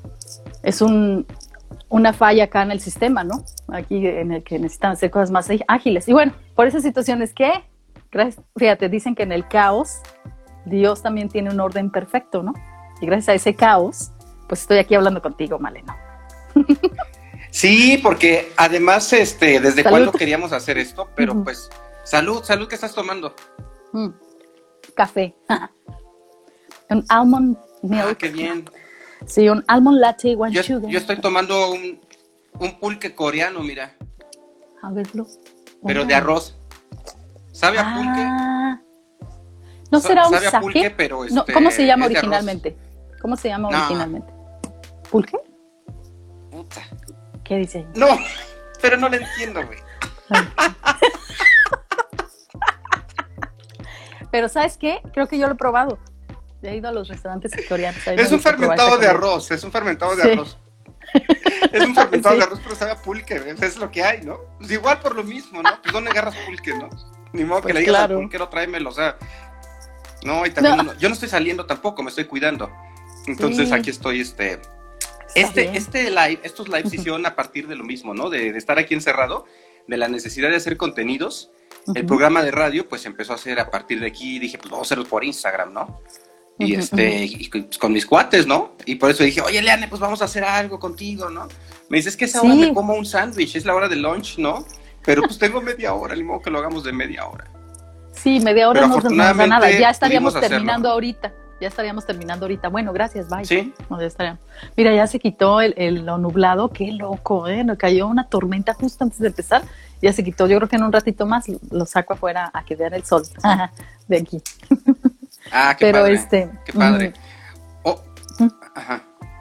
es un, una falla acá en el sistema, ¿no? Aquí en el que necesitan hacer cosas más ágiles, y bueno, por esas situaciones, ¿qué? Gracias, fíjate, dicen que en el caos Dios también tiene un orden perfecto, ¿no? Y gracias a ese caos, pues estoy aquí hablando contigo, Maleno. Sí, porque además, este, desde Salud. cuándo queríamos hacer esto, pero Uh-huh. pues, salud, salud, ¿qué estás tomando? Mm, café. Un almond milk. Ah, qué bien. Sí, un almond latte, one Yo, sugar. yo estoy tomando un, un pulque coreano, mira, A verlo. pero Oh. de arroz. ¿Sabe a Ah, ¿no Sa- será un sabe a sake? pulque, pero, No, este, ¿cómo se llama es de originalmente? ¿Cómo se llama No. originalmente? ¿Pulque? pulque? Puta. ¿Qué dice ahí? No, pero no lo entiendo, güey. Pero ¿sabes qué? Creo que yo lo he probado. He ido a los restaurantes coreanos. ahí me Es un gusta probar fermentado esa de comida. arroz, es un fermentado de Sí. arroz. Es un fermentado Sí. de arroz, pero sabe a pulque, ¿ves? Es lo que hay, ¿no? Pues igual por lo mismo, ¿no? Pues ¿dónde agarras pulque, no? Ni modo Pues que le digas claro. al pulquero, tráemelo, o sea... No, y también... No. no- yo no estoy saliendo tampoco, me estoy cuidando. Entonces Sí. aquí estoy, este... Está Este, bien. este live, estos lives se hicieron a partir de lo mismo, ¿no? De, de estar aquí encerrado, de la necesidad de hacer contenidos. El Ujú. programa de radio, pues empezó a hacer a partir de aquí, dije, pues vamos a hacerlo por Instagram, ¿no? Y Ujú, este, y con, con mis cuates, ¿no? Y por eso dije, oye, Leane, pues vamos a hacer algo contigo, ¿no? Me dices que esa hora Sí. me como un sándwich, es la hora del lunch, ¿no? Pero pues tengo media hora, ni modo que lo hagamos de media hora. Sí, media hora Pero no nos da afortunadamente nada. Ya estaríamos pudimos hacerlo. terminando ahorita. Ya estaríamos terminando ahorita. Bueno, gracias, bye. Sí. No, ya estaríamos. Mira, ya se quitó el, el- lo nublado. Qué loco, ¿eh? Nos cayó una tormenta justo antes de empezar. Ya se quitó. Yo creo que en un ratito más lo saco afuera a que vea el sol de aquí. Ah, qué Pero padre, este. qué padre. mm, Oh, Mm. ajá.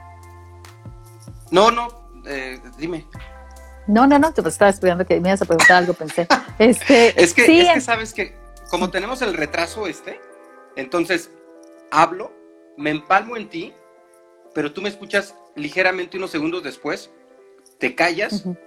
No, no, eh, dime. No, no, no. Te estaba esperando que me ibas a preguntar algo, pensé. Este, Es que, sí, es que sabes que como tenemos el retraso este, entonces hablo, me empalmo en ti, pero tú me escuchas ligeramente unos segundos después, te callas Ujú.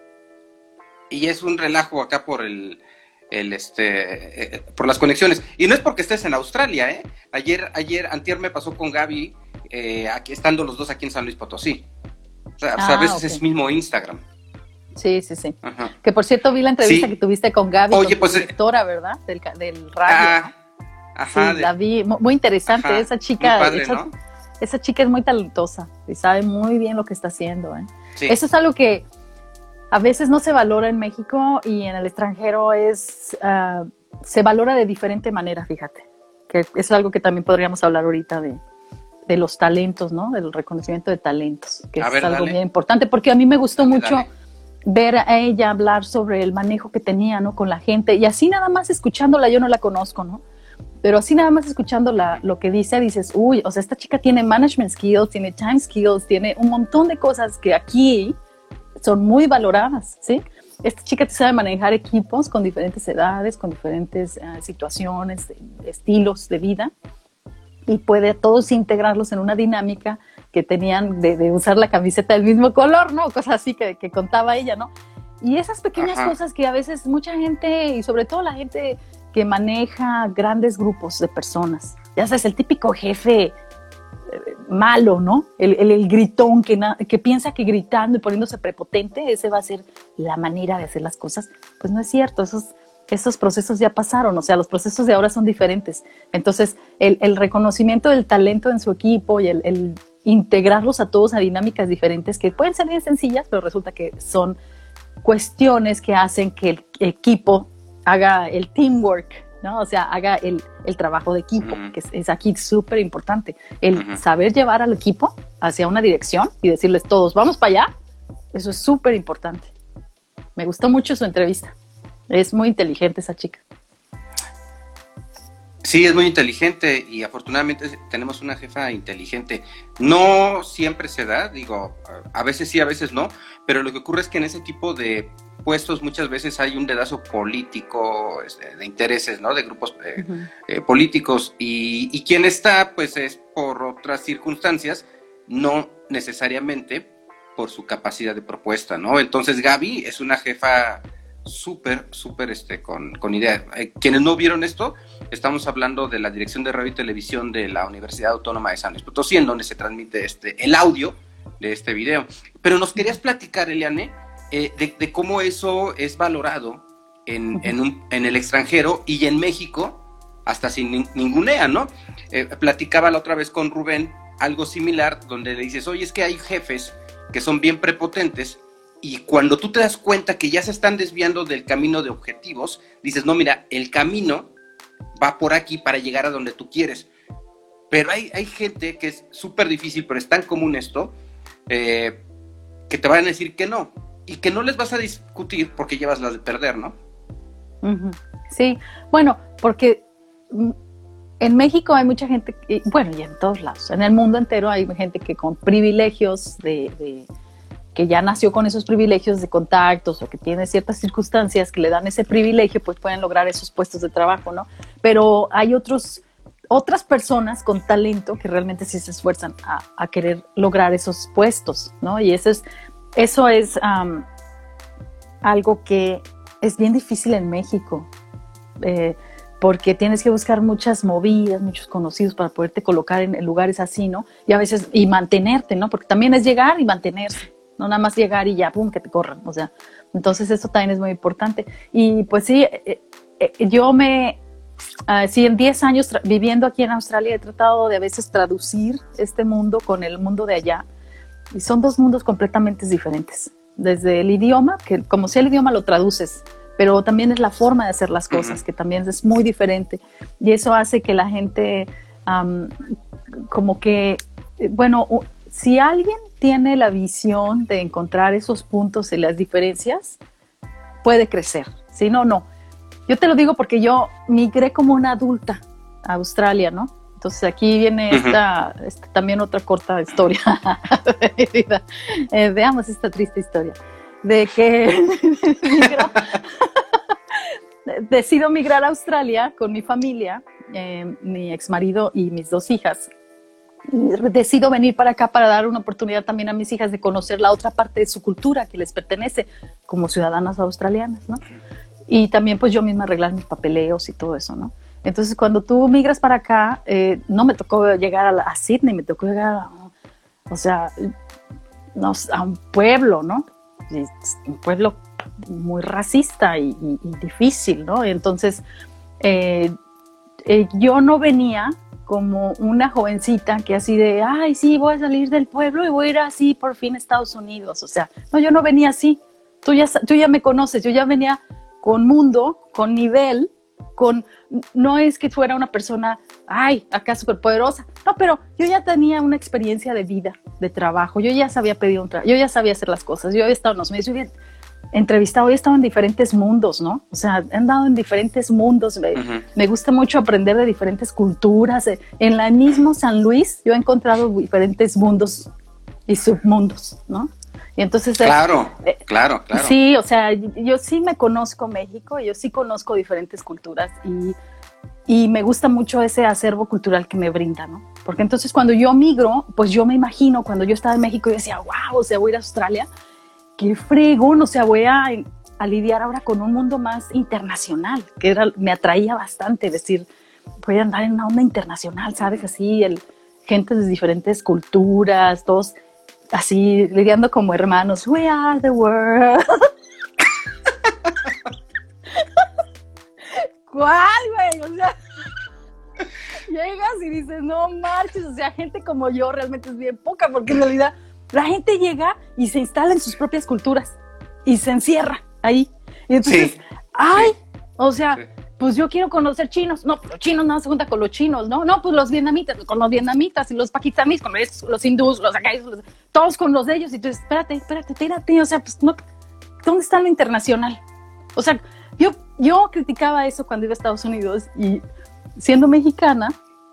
y es un relajo acá por el, el este, eh, por las conexiones. Y no es porque estés en Australia, ¿eh? Ayer, ayer, antier me pasó con Gaby, eh, aquí, estando los dos aquí en San Luis Potosí. O sea, Ah, a veces ok. es mismo Instagram. Sí, sí, sí. Ajá. Que por cierto vi la entrevista Sí. que tuviste con Gaby, Oye, con tu pues, eh, directora, ¿verdad? Del, ca- del radio. Ah, ajá, Sí, de- la vi, mu- muy interesante. Ajá, Esa chica, muy padre, esa, ¿no? esa chica es muy talentosa y sabe muy bien lo que está haciendo. ¿eh? Sí. Eso es algo que a veces no se valora en México y en el extranjero es ah, se valora de diferente manera, fíjate. Que es algo que también podríamos hablar ahorita de, de los talentos, ¿no? Del reconocimiento de talentos, que A es ver, algo dale. bien importante, porque a mí me gustó Dale, mucho dale. ver a ella hablar sobre el manejo que tenía, ¿no? Con la gente, y así nada más escuchándola, yo no la conozco, ¿no? Pero así nada más escuchándola, lo que dice, dices, uy, o sea, esta chica tiene management skills, tiene time skills, tiene un montón de cosas que aquí son muy valoradas, ¿sí? Esta chica te sabe manejar equipos con diferentes edades, con diferentes uh, situaciones, estilos de vida, y puede a todos integrarlos en una dinámica que tenían de, de usar la camiseta del mismo color, ¿no? Cosas así que, que contaba ella, ¿no? Y esas pequeñas Ajá. cosas que a veces mucha gente, y sobre todo la gente que maneja grandes grupos de personas, ya sabes, el típico jefe eh, malo, ¿no? El, el, el gritón que, na, que piensa que gritando y poniéndose prepotente, ese va a ser la manera de hacer las cosas. Pues no es cierto, esos, esos procesos ya pasaron, o sea, los procesos de ahora son diferentes. Entonces, el, el reconocimiento del talento en su equipo y el, el integrarlos a todos a dinámicas diferentes que pueden ser bien sencillas, pero resulta que son cuestiones que hacen que el equipo haga el teamwork, ¿no? O sea, haga el, el trabajo de equipo, Uh-huh. que es, es aquí súper importante. El Uh-huh. saber llevar al equipo hacia una dirección y decirles todos, vamos para allá, eso es súper importante. Me gustó mucho su entrevista. Es muy inteligente esa chica. Sí, es muy inteligente y afortunadamente tenemos una jefa inteligente. No siempre se da, digo, a veces sí, a veces no, pero lo que ocurre es que en ese tipo de puestos muchas veces hay un dedazo político, este, de intereses, ¿no? De grupos eh, Uh-huh. eh, políticos y, y quien está, pues es por otras circunstancias, no necesariamente por su capacidad de propuesta, ¿no? Entonces Gaby es una jefa súper, súper este, con, con idea. Eh, quienes no vieron esto, estamos hablando de la Dirección de Radio y Televisión de la Universidad Autónoma de San Luis Potosí, en donde se transmite este, el audio de este video. Pero nos querías platicar, Eliane, eh, de, de cómo eso es valorado en, uh-huh. en, un, en el extranjero y en México, hasta sin ni, ningunea, ¿no? Eh, platicaba la otra vez con Rubén algo similar, donde le dices, oye, es que hay jefes que son bien prepotentes, y cuando tú te das cuenta que ya se están desviando del camino de objetivos, dices, no, mira, el camino va por aquí para llegar a donde tú quieres. Pero hay, hay gente que es súper difícil, pero es tan común esto, eh, que te van a decir que no, y que no les vas a discutir porque llevas las de perder, ¿no? Uh-huh. Sí, bueno, porque en México hay mucha gente, que, bueno, y en todos lados, en el mundo entero hay gente que con privilegios de... de que ya nació con esos privilegios de contactos o que tiene ciertas circunstancias que le dan ese privilegio, pues pueden lograr esos puestos de trabajo, ¿no? Pero hay otros, otras personas con talento que realmente sí se esfuerzan a, a querer lograr esos puestos, ¿no? Y eso es, eso es um, algo que es bien difícil en México, eh, porque tienes que buscar muchas movidas, muchos conocidos para poderte colocar en, en lugares así, ¿no? Y a veces, y mantenerte, ¿no? Porque también es llegar y mantenerse, no nada más llegar y ya, pum, que te corran, o sea, entonces eso también es muy importante. Y pues sí, eh, eh, yo me, uh, sí, en diez años tra- viviendo aquí en Australia he tratado de a veces traducir este mundo con el mundo de allá, y son dos mundos completamente diferentes. Desde el idioma, que como sea el idioma lo traduces, pero también es la forma de hacer las cosas, uh-huh. que también es muy diferente. Y eso hace que la gente, um, como que, bueno, si alguien tiene la visión de encontrar esos puntos y las diferencias, puede crecer. Si no, no. Yo te lo digo porque yo migré como una adulta a Australia, ¿no? Entonces aquí viene esta, uh-huh. esta también otra corta historia de mi vida. Eh, veamos esta triste historia de que migro, decido migrar a Australia con mi familia, eh, mi exmarido y mis dos hijas. Y decido venir para acá para dar una oportunidad también a mis hijas de conocer la otra parte de su cultura que les pertenece como ciudadanas australianas, ¿no? Y también pues yo misma arreglar mis papeleos y todo eso, ¿no? Entonces, cuando tú migras para acá, eh, no me tocó llegar a, la, a Sydney, me tocó llegar a, o sea, no, a un pueblo, ¿no? Un pueblo muy racista y, y, y difícil, ¿no? Entonces, eh, eh, yo no venía como una jovencita que así de, ay, sí, voy a salir del pueblo y voy a ir así por fin a Estados Unidos. O sea, no, yo no venía así. Tú ya, tú ya me conoces, yo ya venía con mundo, con nivel, con, no es que fuera una persona, ay, acá súper poderosa, no, pero yo ya tenía una experiencia de vida, de trabajo, yo ya sabía pedir un trabajo, yo ya sabía hacer las cosas, yo había estado en los medios, yo había entrevistado, he estado en diferentes mundos, ¿no? O sea, he andado en diferentes mundos, me, uh-huh. me gusta mucho aprender de diferentes culturas, en la mismo San Luis yo he encontrado diferentes mundos y submundos, ¿no? Y entonces, claro, eh, claro, claro. Sí, o sea, yo sí me conozco México, yo sí conozco diferentes culturas y, y me gusta mucho ese acervo cultural que me brinda, ¿no? Porque entonces cuando yo migro, pues yo me imagino, cuando yo estaba en México, yo decía, wow, o sea, voy a ir a Australia, qué fregón, o sea, voy a, a lidiar ahora con un mundo más internacional, que era, me atraía bastante, decir, voy a andar en una onda internacional, ¿sabes? Así, el, gente de diferentes culturas, todos así lidiando como hermanos. We are the world. ¿Cuál, güey? O sea, llegas y dices, no marches, o sea, gente como yo realmente es bien poca, porque en realidad la gente llega y se instala en sus propias culturas y se encierra ahí. Y entonces, sí, ay, sí, o sea, sí, pues yo quiero conocer chinos. No, los chinos no se juntan con los chinos, ¿no? No, pues los vietnamitas, con los vietnamitas y los pakistaníes, con los, los hindús, los acá, los, todos con los de ellos. Y tú dices, espérate, espérate, espérate, o sea, pues no, ¿dónde está lo internacional? O sea, yo, yo criticaba eso cuando iba a Estados Unidos y siendo mexicana,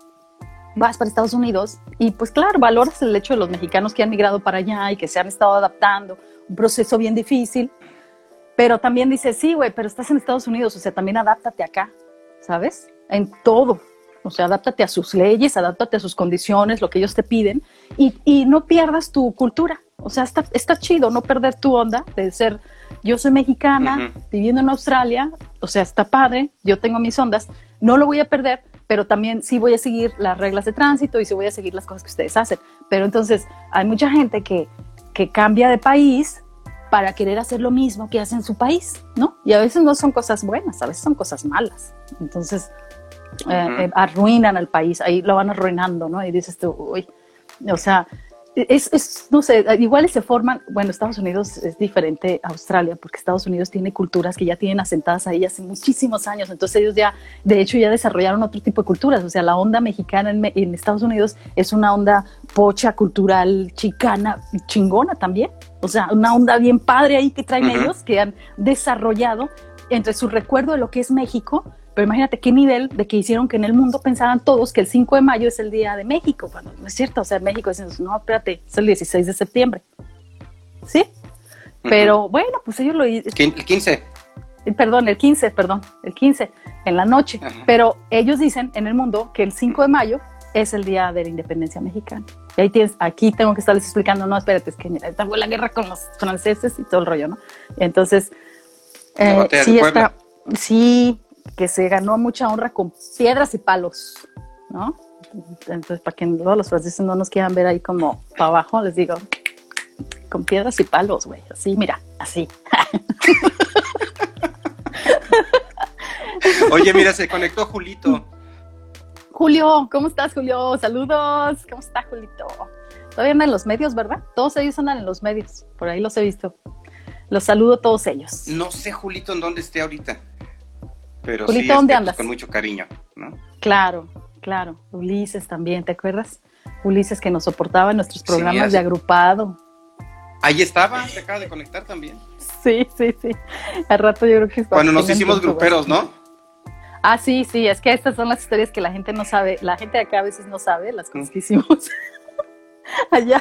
vas para Estados Unidos y pues claro, valoras el hecho de los mexicanos que han migrado para allá y que se han estado adaptando, un proceso bien difícil. Pero también dices, sí, güey, pero estás en Estados Unidos, o sea, también adáptate acá, ¿sabes? En todo. O sea, adáptate a sus leyes, adáptate a sus condiciones, lo que ellos te piden, y, y no pierdas tu cultura. O sea, está, está chido no perder tu onda de ser, yo soy mexicana, uh-huh, viviendo en Australia, o sea, está padre, yo tengo mis ondas, no lo voy a perder, pero también sí voy a seguir las reglas de tránsito y sí voy a seguir las cosas que ustedes hacen. Pero entonces, hay mucha gente que, que cambia de país para querer hacer lo mismo que hace en su país, ¿no? Y a veces no son cosas buenas, a veces son cosas malas. Entonces, uh-huh, eh, eh, arruinan al país, ahí lo van arruinando, ¿no? Y dices tú, uy, o sea, es, es, no sé, igual se forman, bueno, Estados Unidos es diferente a Australia, porque Estados Unidos tiene culturas que ya tienen asentadas ahí hace muchísimos años, entonces ellos ya, de hecho, ya desarrollaron otro tipo de culturas, o sea, la onda mexicana en, en Estados Unidos es una onda pocha, cultural, chicana, chingona también, o sea, una onda bien padre ahí que traen, uh-huh, ellos, que han desarrollado entre su recuerdo de lo que es México. Pero imagínate qué nivel de que hicieron que en el mundo pensaran todos que el cinco de mayo es el Día de México, cuando no es cierto. O sea, en México dicen, no, espérate, es el dieciséis de septiembre. ¿Sí? Uh-huh. Pero bueno, pues ellos lo... El quince. Perdón, el quince, perdón, el quince, en la noche. Uh-huh. Pero ellos dicen en el mundo que el cinco de mayo es el día de la independencia mexicana. Y ahí tienes, aquí tengo que estarles explicando, no, espérate, es que mira, esta fue la guerra con los franceses y todo el rollo, ¿no? Entonces, eh, sí, está, sí, que se ganó mucha honra con piedras y palos, ¿no? Entonces, para que todos los franceses no nos quieran ver ahí como para abajo, les digo, con piedras y palos, güey, así, mira, así. Oye, mira, se conectó Julito. Julio, ¿cómo estás, Julio? Saludos. ¿Cómo está, Julito? Todavía andan en los medios, ¿verdad? Todos ellos andan en los medios. Por ahí los he visto. Los saludo a todos ellos. No sé, Julito, en dónde esté ahorita. Pero Julito, sí, ¿dónde este, andas? pues, con mucho cariño, ¿no? Claro, claro. Ulises también, ¿te acuerdas? Ulises que nos soportaba en nuestros programas Sí, de agrupado. Ahí estaba, se acaba de conectar también. Sí, sí, sí. Al rato yo creo que... Cuando nos hicimos gruperos, ¿no? Ah, sí, sí, es que estas son las historias que la gente no sabe, la gente de acá a veces no sabe, las cosas que hicimos allá.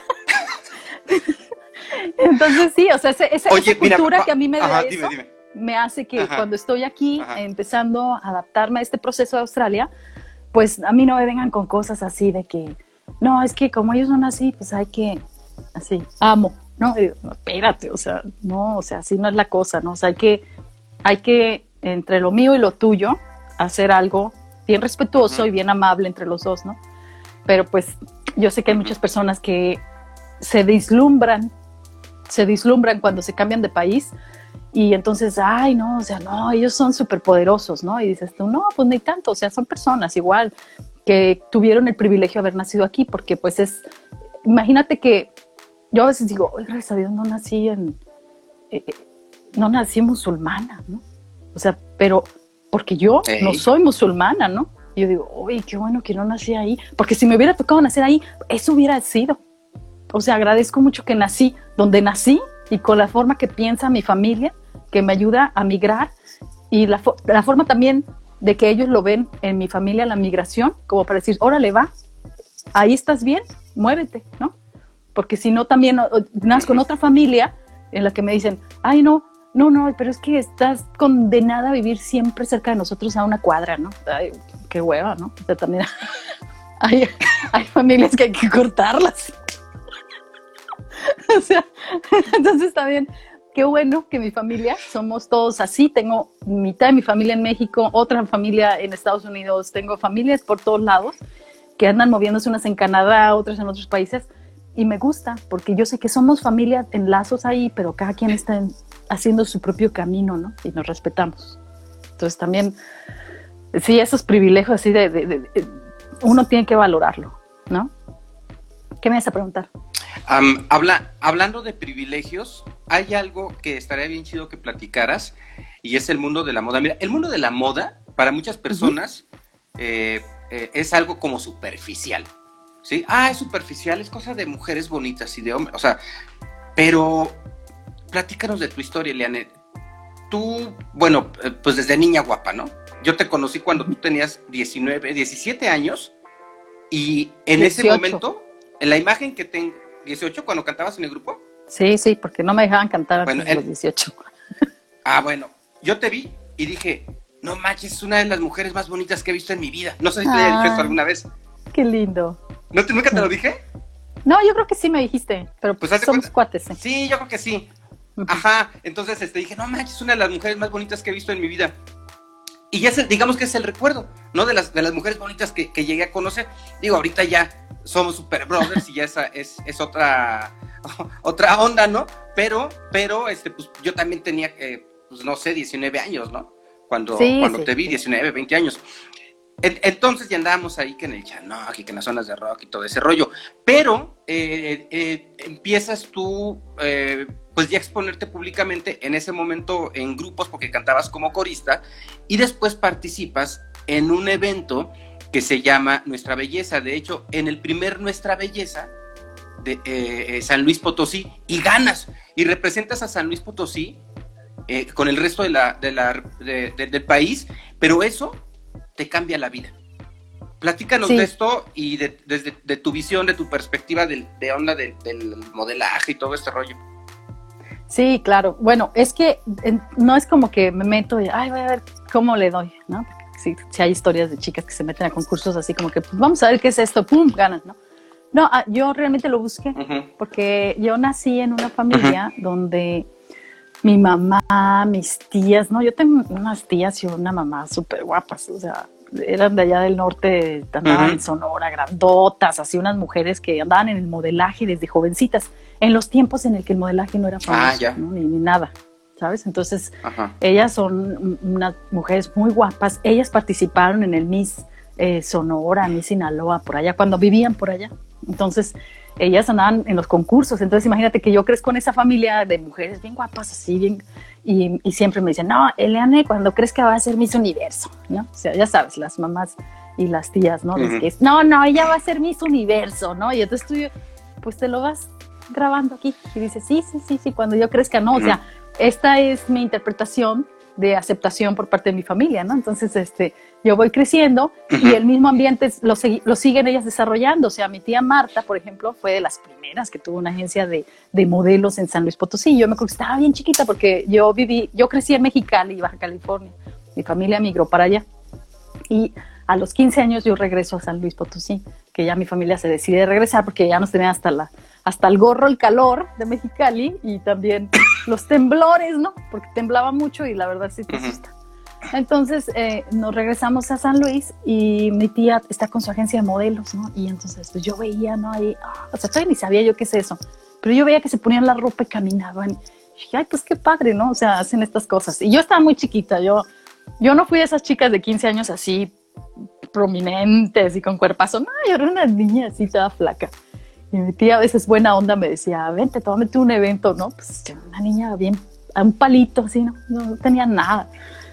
Entonces sí, o sea, ese, esa, Oye, esa mira, cultura pa, que a mí me da ajá, eso, dime, dime. me hace que ajá. cuando estoy aquí ajá. empezando a adaptarme a este proceso de Australia, pues a mí no me vengan con cosas así de que, no, es que como ellos son así, pues hay que, así, amo, ¿no? Y, no espérate, o sea, no, o sea, así no es la cosa, ¿no? O sea, hay que, hay que, entre lo mío y lo tuyo, hacer algo bien respetuoso uh-huh. y bien amable entre los dos, ¿no? Pero pues yo sé que hay muchas personas que se deslumbran, se deslumbran cuando se cambian de país y entonces, ay, no, o sea, no, ellos son súper poderosos, ¿no? Y dices tú, no, pues ni tanto, o sea, son personas igual que tuvieron el privilegio de haber nacido aquí, porque pues es, imagínate que yo a veces digo, oye, gracias a Dios no nací en, eh, no nací musulmana, ¿no? O sea, pero porque yo Ey. no soy musulmana, ¿no? Y yo digo, uy, qué bueno que no nací ahí, porque si me hubiera tocado nacer ahí, eso hubiera sido. O sea, agradezco mucho que nací donde nací y con la forma que piensa mi familia, que me ayuda a migrar, y la, fo- la forma también de que ellos lo ven en mi familia, la migración, como para decir, órale, va, ahí estás bien, muévete, ¿no? Porque si no, también nazco con otra familia en la que me dicen, ay, no, No, no, pero es que estás condenada a vivir siempre cerca de nosotros a una cuadra, ¿no? Ay, qué hueva, ¿no? O sea, también hay, hay familias que hay que cortarlas. O sea, entonces también, qué bueno que mi familia, somos todos así. Tengo mitad de mi familia en México, otra familia en Estados Unidos, tengo familias por todos lados que andan moviéndose, unas en Canadá, otras en otros países. Y me gusta, porque yo sé que somos familia en lazos ahí, pero cada quien está en, haciendo su propio camino, ¿no? Y nos respetamos. Entonces también, sí, esos privilegios así de, de, de, de uno tiene que valorarlo, ¿no? ¿Qué me vas a preguntar? Um, habla, hablando de privilegios, hay algo que estaría bien chido que platicaras, y es el mundo de la moda. Mira, el mundo de la moda, para muchas personas, uh-huh. eh, eh, es algo como superficial. ¿Sí? Ah, es superficial, es cosa de mujeres bonitas y de hombres, o sea, pero platícanos de tu historia, Eliane. Tú, bueno, pues desde niña guapa, ¿no? Yo te conocí cuando tú tenías diecinueve, diecisiete años, y en dieciocho. Ese momento, en la imagen que tengo, dieciocho, cuando cantabas en el grupo. Sí, sí, porque no me dejaban cantar antes bueno, de los dieciocho. Ah, bueno, yo te vi y dije, no manches, es una de las mujeres más bonitas que he visto en mi vida. No sé si te ah, haya dicho esto alguna vez. Qué lindo. ¿No te, ¿Nunca te lo dije? No, yo creo que sí me dijiste, pero pues, pues somos cuenta? cuates. ¿eh? Sí, yo creo que sí. Uh-huh. Ajá, entonces este, dije, no manches, es una de las mujeres más bonitas que he visto en mi vida. Y ya es, digamos que es el recuerdo, ¿no? De las, de las mujeres bonitas que, que llegué a conocer. Digo, ahorita ya somos super brothers y ya esa es, es otra, otra onda, ¿no? Pero, pero este, pues yo también tenía, eh, pues no sé, diecinueve años, ¿no? Cuando, sí, cuando sí, te vi, sí. diecinueve, veinte años. Entonces ya andábamos ahí que en el Chanoc y que en las zonas de rock y todo ese rollo, pero eh, eh, empiezas tú eh, pues ya a exponerte públicamente en ese momento en grupos porque cantabas como corista y después participas en un evento que se llama Nuestra Belleza. De hecho, en el primer Nuestra Belleza de eh, San Luis Potosí, y ganas y representas a San Luis Potosí eh, con el resto de la, de la, de, de, del país, pero eso te cambia la vida. Platícanos sí. de esto y de, desde de tu visión, de tu perspectiva de, de onda de, del modelaje y todo este rollo. Sí, claro. Bueno, es que en, no es como que me meto y, ay, voy a ver cómo le doy, ¿no? sí, sí hay historias de chicas que se meten a concursos así como que, pues vamos a ver qué es esto, pum, ganan, ¿no? No, ah, yo realmente lo busqué, uh-huh. porque yo nací en una familia uh-huh. donde mi mamá, mis tías, ¿no? Yo tengo unas tías y una mamá súper guapas, o sea, eran de allá del norte, andaban uh-huh. en Sonora, grandotas, así unas mujeres que andaban en el modelaje desde jovencitas, en los tiempos en el que el modelaje no era famoso, ah, ¿no? ni, ni nada, ¿sabes? Entonces, uh-huh. ellas son unas mujeres muy guapas, ellas participaron en el Miss eh, Sonora, Miss Sinaloa, por allá, cuando vivían por allá. Entonces, ellas andaban en los concursos. Entonces, imagínate que yo crezco en esa familia de mujeres bien guapas, así, bien. Y, y siempre me dicen, no, Eliane, cuando crezca va a ser Miss Universo, ¿no? O sea, ya sabes, las mamás y las tías, ¿no? Uh-huh. Que es, no, no, ella va a ser Miss Universo, ¿no? Y entonces tú, pues te lo vas grabando aquí. Y dices, sí, sí, sí, sí, cuando yo crezca, no. Uh-huh. O sea, esta es mi interpretación de aceptación por parte de mi familia, ¿no? Entonces, este, yo voy creciendo uh-huh. y el mismo ambiente lo, lo siguen ellas desarrollando. O sea, mi tía Marta, por ejemplo, fue de las primeras que tuvo una agencia de, de modelos en San Luis Potosí. Yo me acuerdo que estaba bien chiquita porque yo viví, yo crecí en Mexicali, Baja California. Mi familia migró para allá. Y a los quince años yo regreso a San Luis Potosí, que ya mi familia se decide regresar porque ya nos tenía hasta la hasta el gorro, el calor de Mexicali y también los temblores, ¿no? Porque temblaba mucho y la verdad sí te asusta. Entonces eh, nos regresamos a San Luis y mi tía está con su agencia de modelos, ¿no? Y entonces pues yo veía, ¿no? Ahí, oh, o sea, todavía ni sabía yo qué es eso, pero yo veía que se ponían la ropa y caminaban. Y dije, ay, pues qué padre, ¿no? O sea, hacen estas cosas. Y yo estaba muy chiquita, yo, yo no fui de esas chicas de quince años así prominentes y con cuerpazo. No, yo era una niña así toda flaca. Y mi tía a veces buena onda me decía, vente, tómate un evento, ¿no? Pues una niña bien, a un palito así, ¿no? No tenía nada.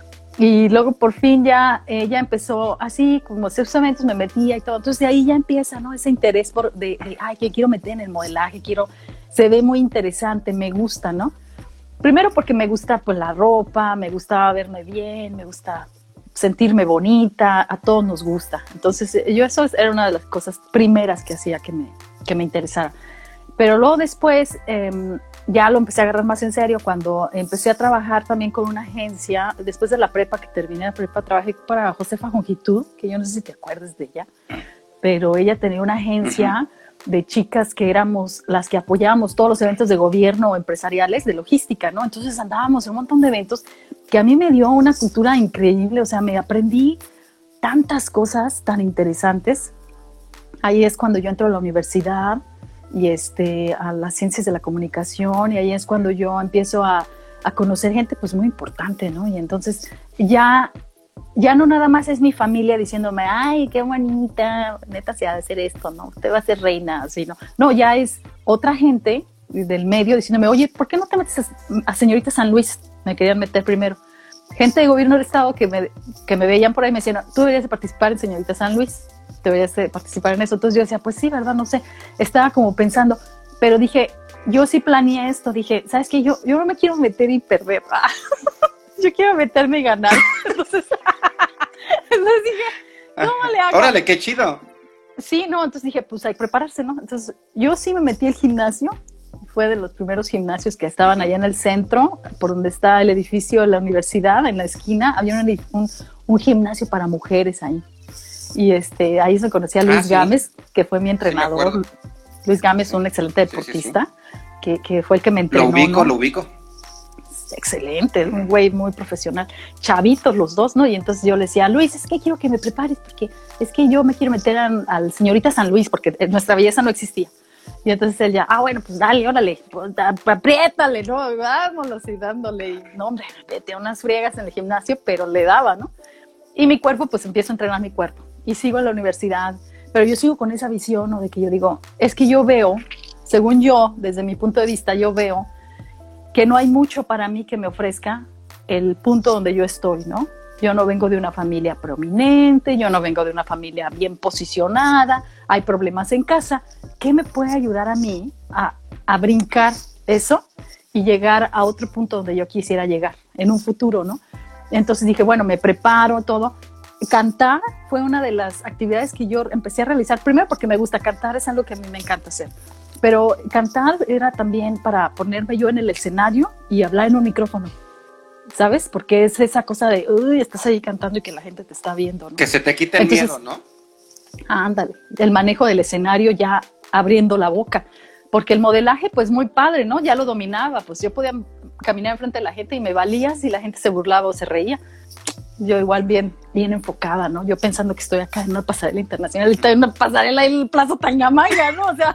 Y luego por fin ya ella empezó así, como esos eventos me metía y todo. Entonces de ahí ya empieza, ¿no? Ese interés por, de, de, ay, que quiero meter en el modelaje, quiero, se ve muy interesante, me gusta, ¿no? Primero porque me gusta pues la ropa, me gusta verme bien, me gusta sentirme bonita, a todos nos gusta. Entonces yo eso era una de las cosas primeras que hacía que me, que me interesara. Pero luego después eh, ya lo empecé a agarrar más en serio cuando empecé a trabajar también con una agencia. Después de la prepa, que terminé la prepa, trabajé para Josefa Jongitud, que yo no sé si te acuerdas de ella, pero ella tenía una agencia de chicas que éramos las que apoyábamos todos los eventos de gobierno empresariales, de logística, ¿no? Entonces andábamos en un montón de eventos que a mí me dio una cultura increíble, o sea, me aprendí tantas cosas tan interesantes. Ahí es cuando yo entro a la universidad y este, a las ciencias de la comunicación, y ahí es cuando yo empiezo a, a conocer gente pues muy importante, ¿no? Y entonces ya, ya no nada más es mi familia diciéndome, ay, qué bonita, neta se ha de hacer esto, ¿no? Usted va a ser reina, así, ¿no? No, ya es otra gente del medio diciéndome, oye, ¿por qué no te metes a, a señorita San Luis? Me querían meter primero. Gente de gobierno del estado que me, que me veían por ahí me decían, tú deberías de participar en señorita San Luis, deberías de participar en eso. Entonces yo decía, pues sí, ¿verdad? No sé. Estaba como pensando, pero dije, yo sí planeé esto. Dije, ¿sabes qué? Yo, yo no me quiero meter y perder. Yo quiero meterme y ganar. Entonces, entonces dije, ¿cómo le hago? Órale, qué chido. Sí, no, entonces dije, pues hay que prepararse, ¿no? Entonces yo sí me metí al gimnasio. Fue de los primeros gimnasios que estaban allá en el centro, por donde está el edificio de la universidad, en la esquina, había un, un, un gimnasio para mujeres ahí. Y este, ahí se conocía a Luis ah, ¿sí? Gámez, que fue mi entrenador. Sí, Luis Gámez, un excelente deportista, sí, sí, sí. Que, que fue el que me entrenó. Lo ubico, ¿no? lo ubico. Excelente, un güey muy profesional. Chavitos los dos, ¿no? Y entonces yo le decía, Luis, es que quiero que me prepares, porque es que yo me quiero meter a, al señorita San Luis, porque nuestra belleza no existía. Y entonces él ya, ah, bueno, pues dale, órale, pues, apriétale, ¿no? Vámonos y dándole. Y, no, hombre, vete unas friegas en el gimnasio, pero le daba, ¿no? Y mi cuerpo, pues empiezo a entrenar mi cuerpo. Y sigo en la universidad, pero yo sigo con esa visión, ¿no? De que yo digo, es que yo veo, según yo, desde mi punto de vista, yo veo que no hay mucho para mí que me ofrezca el punto donde yo estoy, ¿no? Yo no vengo de una familia prominente, yo no vengo de una familia bien posicionada, hay problemas en casa. ¿Qué me puede ayudar a mí a, a brincar eso y llegar a otro punto donde yo quisiera llegar en un futuro, ¿no? Entonces dije, bueno, me preparo todo. Cantar fue una de las actividades que yo empecé a realizar, primero porque me gusta cantar, es algo que a mí me encanta hacer. Pero cantar era también para ponerme yo en el escenario y hablar en un micrófono. ¿sabes? Porque es esa cosa de, uy, estás ahí cantando y que la gente te está viendo, ¿no? Que se te quite el Entonces, miedo, ¿no? Ándale, el manejo del escenario ya abriendo la boca, porque el modelaje, pues muy padre, ¿no? Ya lo dominaba, pues yo podía caminar enfrente de la gente y me valía si la gente se burlaba o se reía. Yo igual bien, bien enfocada, ¿no? Yo pensando que estoy acá en una pasarela internacional, y estoy en una pasarela en el Plaza Tangamanga, ¿no? O sea,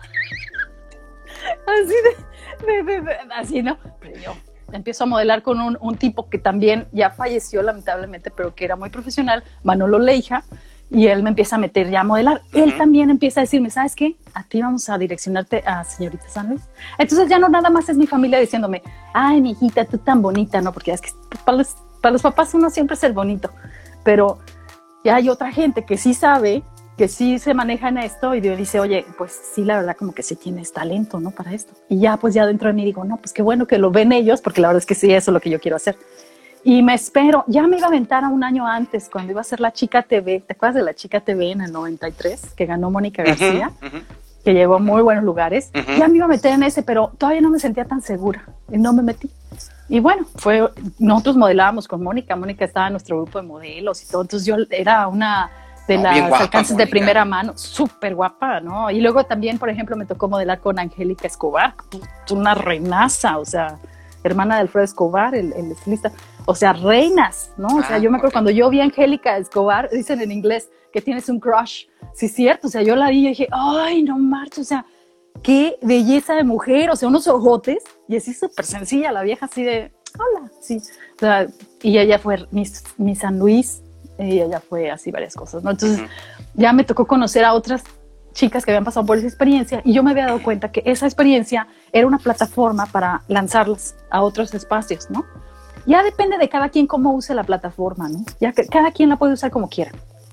así de, de, de, de así, ¿no? Pero yo empiezo a modelar con un, un tipo que también ya falleció lamentablemente, pero que era muy profesional, Manolo Leija, y él me empieza a meter ya a modelar. Uh-huh. Él también empieza a decirme, ¿sabes qué? A ti vamos a direccionarte a Señorita San Luis. Entonces ya no nada más es mi familia diciéndome, ay, mi hijita, tú tan bonita, ¿no? Porque es que para los, para los papás uno siempre es el bonito, pero ya hay otra gente que sí sabe, que sí se maneja en esto y dice, oye, pues sí, la verdad como que sí tienes talento, ¿no? Para esto. Y ya pues ya dentro de mí digo, no, pues qué bueno que lo ven ellos, porque la verdad es que sí, eso es lo que yo quiero hacer. Y me espero, ya me iba a aventar a un año antes, cuando iba a hacer la Chica T V. ¿Te acuerdas de la Chica T V en el noventa y tres? Que ganó Mónica García, uh-huh, uh-huh. que llegó a muy buenos lugares. Uh-huh. Ya me iba a meter en ese, pero todavía no me sentía tan segura y no me metí. Y bueno, fue, nosotros modelábamos con Mónica. Mónica estaba en nuestro grupo de modelos y todo. Entonces yo era una de no, las guapa, alcances Mónica. De primera mano, súper guapa, ¿no? Y luego también, por ejemplo, me tocó modelar con Angélica Escobar, una reinaza, o sea, hermana de Alfredo Escobar, el, el estilista. O sea, reinas, ¿no? O sea, ah, yo me acuerdo okay. cuando yo vi a Angélica Escobar, dicen en inglés que tienes un crush. Sí, es cierto. O sea, yo la vi y dije, ay, no marcho. O sea, qué belleza de mujer. O sea, unos ojotes. Y así súper sencilla, la vieja así de, hola, sí. O sea, y ella fue mi, mi San Luis. Y ella fue así varias cosas, ¿no? Entonces, uh-huh. ya me tocó conocer a otras chicas que habían pasado por esa experiencia. Y yo me había dado cuenta que esa experiencia era una plataforma para lanzarlas a otros espacios, ¿no? Ya depende de cada quien cómo use la plataforma, ¿no? Ya que cada quien la puede usar como quiera.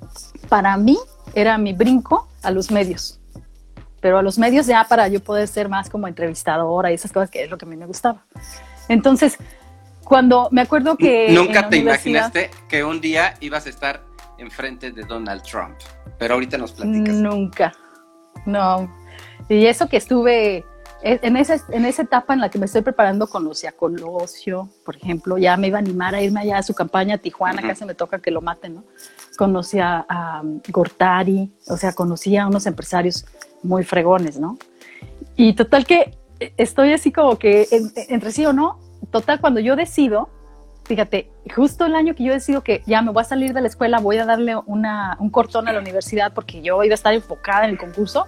Para mí era mi brinco a los medios, pero a los medios ya para yo poder ser más como entrevistadora y esas cosas que es lo que a mí me gustaba. Entonces, cuando me acuerdo que... Nunca te imaginaste que un día ibas a estar enfrente de Donald Trump, pero ahorita nos platicas. Nunca, no. Y eso que estuve... En esa, en esa etapa en la que me estoy preparando, conocí a Colosio, por ejemplo, ya me iba a animar a irme allá a su campaña a Tijuana, uh-huh. casi me toca que lo maten, ¿no? Conocí a, a Gortari, o sea, conocí a unos empresarios muy fregones, ¿no? Y total que estoy así como que en, entre sí o no, total cuando yo decido, fíjate, justo el año que yo decido que ya me voy a salir de la escuela, voy a darle una, un cortón a la universidad porque yo iba a estar enfocada en el concurso,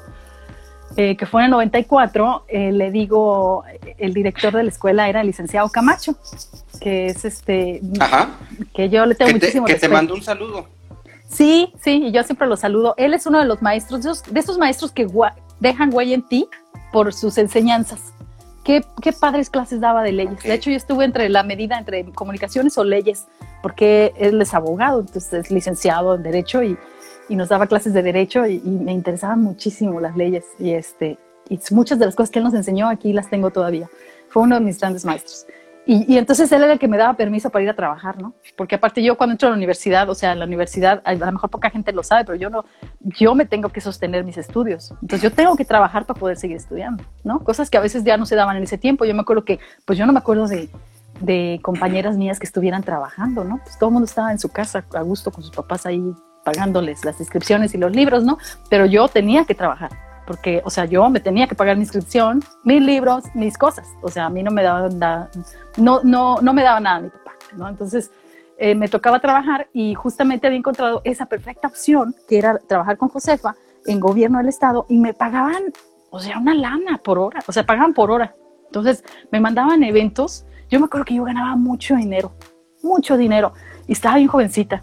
Eh, que fue en el noventa y cuatro, eh, le digo, el director de la escuela era el licenciado Camacho, que es este, Ajá. que yo le tengo que muchísimo te, respeto. Que te mando un saludo. Sí, sí, y yo siempre lo saludo. Él es uno de los maestros, de esos, de esos maestros que gua- dejan huella en ti por sus enseñanzas. Qué, qué padres clases daba de leyes. Okay. De hecho, yo estuve entre la medida entre comunicaciones o leyes, porque él es abogado, entonces es licenciado en Derecho y y nos daba clases de derecho y, y me interesaban muchísimo las leyes y, este, y muchas de las cosas que él nos enseñó aquí las tengo todavía. Fue uno de mis grandes maestros. Y, y entonces él era el que me daba permiso para ir a trabajar, ¿no? Porque aparte yo cuando entro a la universidad, o sea, en la universidad, a lo mejor poca gente lo sabe, pero yo no, yo me tengo que sostener mis estudios. Entonces yo tengo que trabajar para poder seguir estudiando, ¿no? Cosas que a veces ya no se daban en ese tiempo. Yo me acuerdo que, pues yo no me acuerdo de, de compañeras mías que estuvieran trabajando, ¿no? Pues todo el mundo estaba en su casa a gusto con sus papás ahí pagándoles las inscripciones y los libros, ¿no? Pero yo tenía que trabajar, porque, o sea, yo me tenía que pagar mi inscripción, mis libros, mis cosas. O sea, a mí no me daban nada, no, no, no me daba nada mi papá, ¿no? Entonces, eh, me tocaba trabajar y justamente había encontrado esa perfecta opción, que era trabajar con Josefa en gobierno del estado y me pagaban, o sea, una lana por hora, o sea, pagaban por hora. Entonces, me mandaban eventos. Yo me acuerdo que yo ganaba mucho dinero, mucho dinero, y estaba bien jovencita.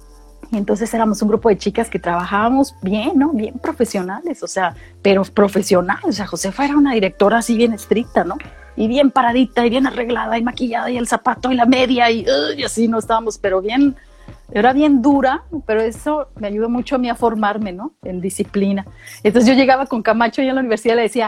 Y entonces éramos un grupo de chicas que trabajábamos bien, ¿no? Bien profesionales, o sea, pero profesionales. O sea, Josefa era una directora así bien estricta, ¿no? Y bien paradita, y bien arreglada, y maquillada, y el zapato, y la media, y, uh, y así no estábamos, pero bien, era bien dura, pero eso me ayudó mucho a mí a formarme, ¿no? En disciplina. Entonces yo llegaba con Camacho y en la universidad le decía,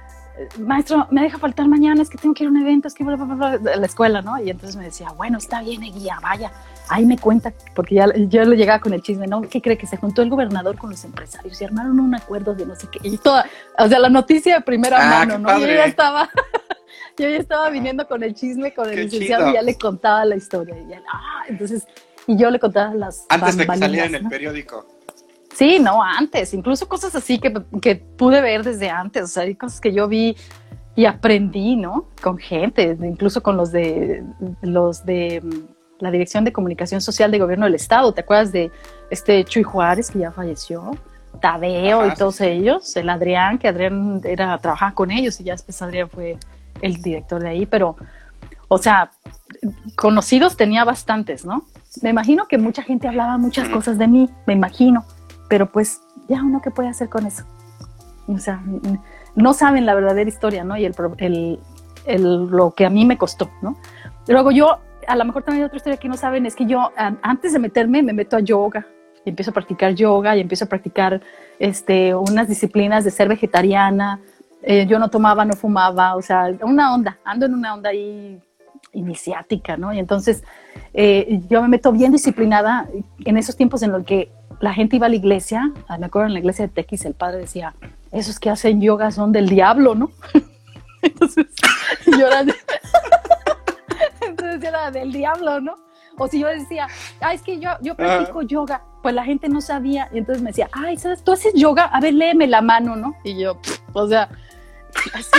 maestro, me deja faltar mañana, es que tengo que ir a un evento, es que bla, bla, bla, bla, a la escuela, ¿no? Y entonces me decía, bueno, está bien, guía, vaya. Ahí me cuenta, porque ya yo le llegaba con el chisme, ¿no? ¿Qué cree? Que se juntó el gobernador con los empresarios y armaron un acuerdo de no sé qué. Y toda, o sea, la noticia de primera ah, mano, ¿no? Padre. Y yo ya estaba, yo ya estaba viniendo con el chisme con el Qué licenciado chido. y ya le contaba la historia. Y, ya, ah, entonces, y yo le contaba las Antes de que bambalinas, saliera en el ¿no? periódico. Sí, no, antes, incluso cosas así que, que pude ver desde antes, o sea, hay cosas que yo vi y aprendí, ¿no? Con gente, incluso con los de los de la Dirección de Comunicación Social de Gobierno del Estado. ¿Te acuerdas de este Chuy Juárez, que ya falleció? Tadeo Ajá, y todos sí, sí. ellos, el Adrián, que Adrián era trabajaba con ellos y ya después Adrián fue el director de ahí, pero, o sea, conocidos tenía bastantes, ¿no? Me imagino que mucha gente hablaba muchas cosas de mí, me imagino, pero pues ya uno qué puede hacer con eso. O sea, no saben la verdadera historia, ¿no? Y el, el, el, lo que a mí me costó, ¿no? Luego yo, a lo mejor también otra historia que no saben es que yo, antes de meterme, me meto a yoga y empiezo a practicar yoga y empiezo a practicar este, unas disciplinas de ser vegetariana. Eh, yo no tomaba, no fumaba, o sea, una onda, ando en una onda ahí iniciática, ¿no? Y entonces eh, yo me meto bien disciplinada en esos tiempos en los que la gente iba a la iglesia. Me acuerdo en la iglesia de Tequis el padre decía, esos que hacen yoga son del diablo, ¿no? Entonces yo era, entonces yo era del diablo, ¿no? O si yo decía, ah, es que yo, yo practico uh-huh. yoga, pues la gente no sabía, y entonces me decía, ay, ¿sabes? ¿Tú haces yoga? A ver, léeme la mano, ¿no? Y yo, pff, o sea, así.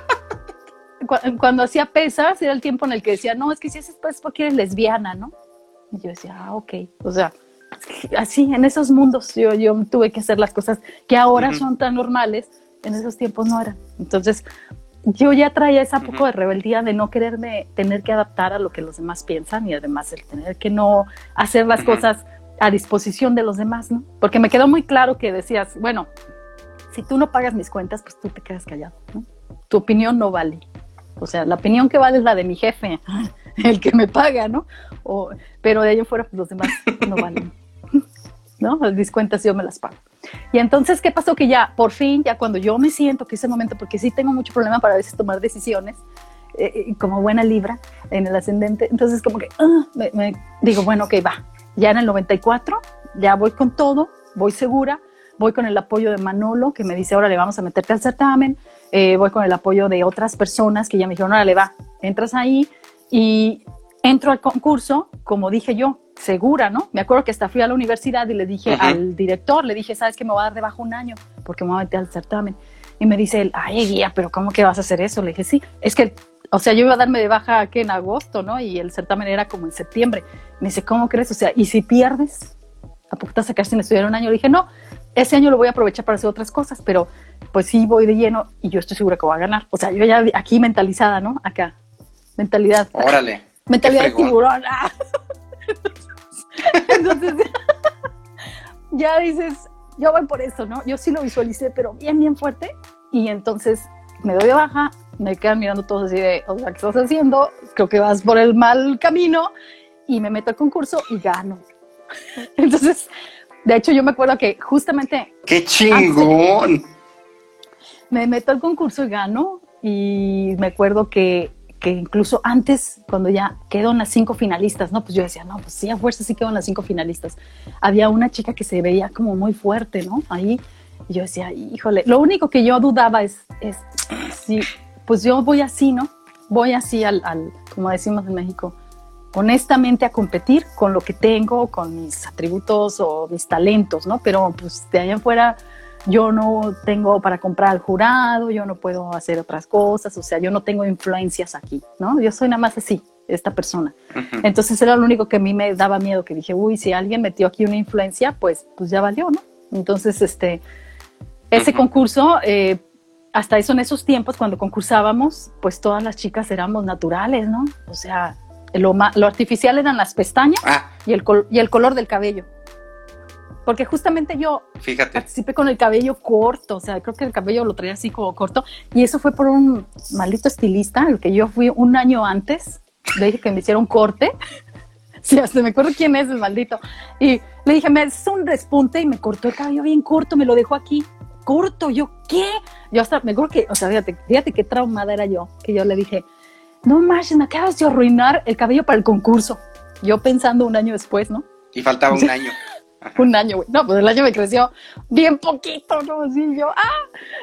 Cuando hacía pesas, era el tiempo en el que decía, no, es que si haces pesas porque eres lesbiana, ¿no? Y yo decía, ah, ok, o sea, así, en esos mundos yo, yo tuve que hacer las cosas que ahora uh-huh. son tan normales, en esos tiempos no eran. Entonces, yo ya traía esa poco uh-huh. de rebeldía de no quererme tener que adaptar a lo que los demás piensan y además el tener que no hacer las uh-huh. cosas a disposición de los demás, ¿no? Porque me quedó muy claro que decías, bueno, si tú no pagas mis cuentas, pues tú te quedas callado, ¿no? Tu opinión no vale. O sea, la opinión que vale es la de mi jefe, el que me paga, ¿no? O, pero de ahí en fuera, pues los demás no valen, ¿no? Mis cuentas yo me las pago. Y entonces, ¿qué pasó? Que ya, por fin, ya cuando yo me siento que ese momento, porque sí tengo mucho problema para a veces tomar decisiones, eh, como buena Libra en el ascendente, entonces como que, uh, me, me digo, bueno, ok, va. Ya en el noventa y cuatro, ya voy con todo, voy segura, voy con el apoyo de Manolo, que me dice, órale, vamos a meterte al certamen, eh, voy con el apoyo de otras personas que ya me dijeron, órale, va, entras ahí y entro al concurso, como dije yo, segura, ¿no? Me acuerdo que hasta fui a la universidad y le dije uh-huh. al director, le dije, ¿sabes qué? Me voy a dar de baja un año porque me voy a meter al certamen. Y me dice él, ay, guía, pero ¿cómo que vas a hacer eso? Le dije, sí, es que, o sea, yo iba a darme de baja aquí en agosto, ¿no? Y el certamen era como en septiembre. Me dice, ¿cómo crees? O sea, ¿y si pierdes? ¿A poco te vas a sacar sin estudiar un año? Le dije, no, ese año lo voy a aprovechar para hacer otras cosas, pero pues sí voy de lleno y yo estoy segura que voy a ganar. O sea, yo ya aquí mentalizada, ¿no? Acá, mentalidad. Órale. Mentalidad de tiburón. ¡Ah! Entonces, ya dices, yo voy por eso, ¿no? Yo sí lo visualicé, pero bien, bien fuerte. Y entonces me doy de baja, me quedan mirando todos así de, o sea, ¿qué estás haciendo? Creo que vas por el mal camino. Y me meto al concurso y gano. Entonces, de hecho, yo me acuerdo que justamente... ¡Qué chingón! Me meto al concurso y gano. Y me acuerdo que, que incluso antes, cuando ya quedan las cinco finalistas, ¿no? Pues yo decía, no, pues sí, a fuerza sí quedan las cinco finalistas. Había una chica que se veía como muy fuerte, ¿no? Ahí. Y yo decía, híjole. Lo único que yo dudaba es, es sí, pues yo voy así, ¿no? Voy así al, al, como decimos en México, honestamente a competir con lo que tengo, con mis atributos o mis talentos, ¿no? Pero pues de allá afuera yo no tengo para comprar al jurado, yo no puedo hacer otras cosas, o sea, yo no tengo influencias aquí, ¿no? Yo soy nada más así, esta persona. Uh-huh. Entonces era lo único que a mí me daba miedo, que dije, uy, si alguien metió aquí una influencia, pues, pues ya valió, ¿no? Entonces, este, ese uh-huh. concurso, eh, hasta eso en esos tiempos, cuando concursábamos, pues todas las chicas éramos naturales, ¿no? O sea, Lo, lo artificial eran las pestañas ah. y, el col- y el color del cabello. Porque justamente yo Fíjate. participé con el cabello corto, o sea, creo que el cabello lo traía así como corto, y eso fue por un maldito estilista, al que yo fui un año antes, le dije que me hiciera un corte, sí, hasta me acuerdo quién es el maldito, y le dije, me haces un despunte, y me cortó el cabello bien corto, me lo dejó aquí, corto, yo, ¿qué? Yo hasta, me acuerdo que, o sea, fíjate, fíjate qué traumada era yo, que yo le dije, no manches, me acabas de arruinar el cabello para el concurso. Yo pensando un año después, ¿no? Y faltaba un año. Un año, güey. No, pues el año me creció bien poquito, ¿no? Así yo, ¡ah!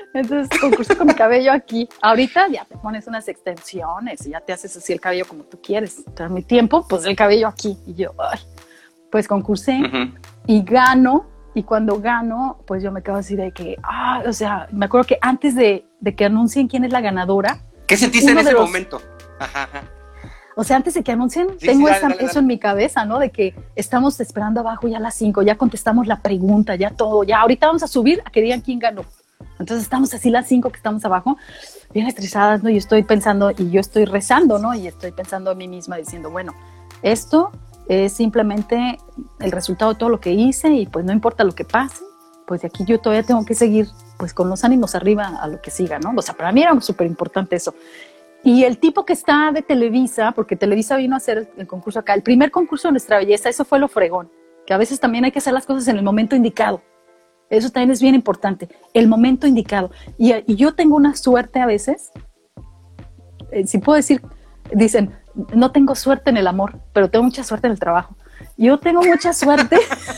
Entonces concursé con mi cabello aquí. Ahorita ya te pones unas extensiones y ya te haces así el cabello como tú quieres. Entonces, mi tiempo, pues el cabello aquí. Y yo, ay, pues concursé uh-huh. y gano. Y cuando gano, pues yo me quedo así de que, ah, o sea, me acuerdo que antes de, de que anuncien quién es la ganadora. ¿Qué sentiste en ese los, momento? Ajá, ajá. O sea, antes de que anuncien, sí, tengo sí, dale, esa, dale, dale. eso en mi cabeza, ¿no? De que estamos esperando abajo ya a las cinco, ya contestamos la pregunta, ya todo, ya ahorita vamos a subir a que digan quién ganó. Entonces estamos así las cinco que estamos abajo, bien estresadas, ¿no? Y estoy pensando, y yo estoy rezando, ¿no? Y estoy pensando a mí misma diciendo, bueno, esto es simplemente el resultado de todo lo que hice y pues no importa lo que pase, pues de aquí yo todavía tengo que seguir pues con los ánimos arriba a lo que siga, ¿no? O sea, para mí era súper importante eso. Y el tipo que está de Televisa, porque Televisa vino a hacer el, el concurso acá, el primer concurso de Nuestra Belleza, eso fue lo fregón, que a veces también hay que hacer las cosas en el momento indicado. Eso también es bien importante, el momento indicado. Y, y yo tengo una suerte a veces, eh, si puedo decir, dicen, no tengo suerte en el amor, pero tengo mucha suerte en el trabajo. Yo tengo mucha suerte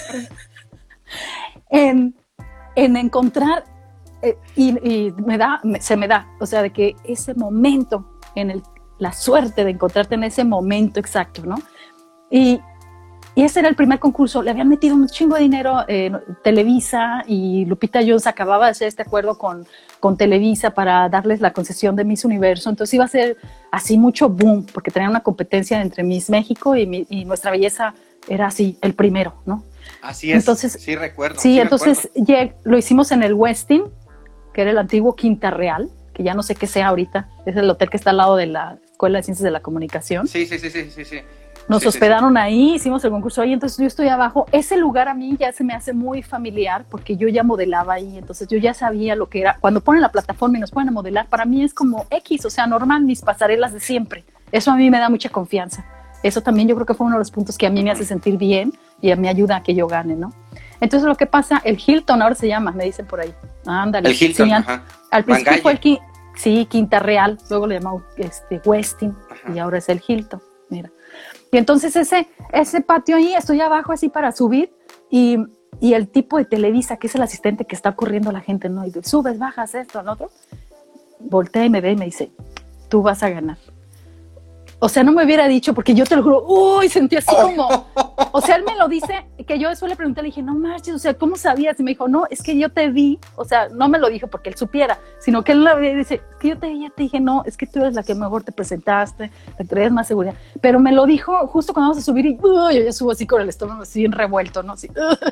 en, en encontrar, eh, y, y me da, me, se me da, o sea, de que ese momento, en el, la suerte de encontrarte en ese momento exacto, ¿no? Y, y ese era el primer concurso, le habían metido un chingo de dinero eh, Televisa, y Lupita Jones acababa de hacer este acuerdo con, con Televisa para darles la concesión de Miss Universo, entonces iba a ser así mucho boom, porque tenían una competencia entre Miss México y, y Nuestra Belleza era así, el primero, ¿no? Así es, entonces, sí recuerdo. Sí, sí entonces recuerdo. Ya, lo hicimos en el Westin, que era el antiguo Quinta Real, que ya no sé qué sea ahorita, es el hotel que está al lado de la Escuela de Ciencias de la Comunicación. Sí, sí, sí, sí, sí, sí. Nos sí, hospedaron sí, sí. ahí, hicimos el concurso ahí, entonces yo estoy abajo. Ese lugar a mí ya se me hace muy familiar porque yo ya modelaba ahí, entonces yo ya sabía lo que era. Cuando ponen la plataforma y nos ponen a modelar, para mí es como X, o sea, normal, mis pasarelas de siempre. Eso a mí me da mucha confianza. Eso también yo creo que fue uno de los puntos que a mí me hace sentir bien y me ayuda a que yo gane, ¿no? Entonces lo que pasa, el Hilton ahora se llama, me dicen por ahí. Ándale. El Hilton, sí, ajá. Al principio Mangalle. Fue el sí, Quinta Real, luego le llamamos este, Westin, ajá. Y ahora es el Hilton, mira. Y entonces ese, ese patio ahí, estoy abajo así para subir y, y el tipo de Televisa, que es el asistente que está corriendo a la gente, ¿no? Y subes, bajas esto, al otro, voltea y me ve y me dice, tú vas a ganar. O sea, no me hubiera dicho, porque yo te lo juro, uy, sentí así como, o sea, él me lo dice, que yo después le pregunté, le dije, no marches, o sea, ¿cómo sabías? Y me dijo, no, es que yo te vi, o sea, no me lo dijo porque él supiera, sino que él la ve y dice, que yo te vi, ya te dije, no, es que tú eres la que mejor te presentaste, te traías más seguridad, pero me lo dijo justo cuando vamos a subir y uy, yo ya subo así con el estómago así bien revuelto, ¿no? Así,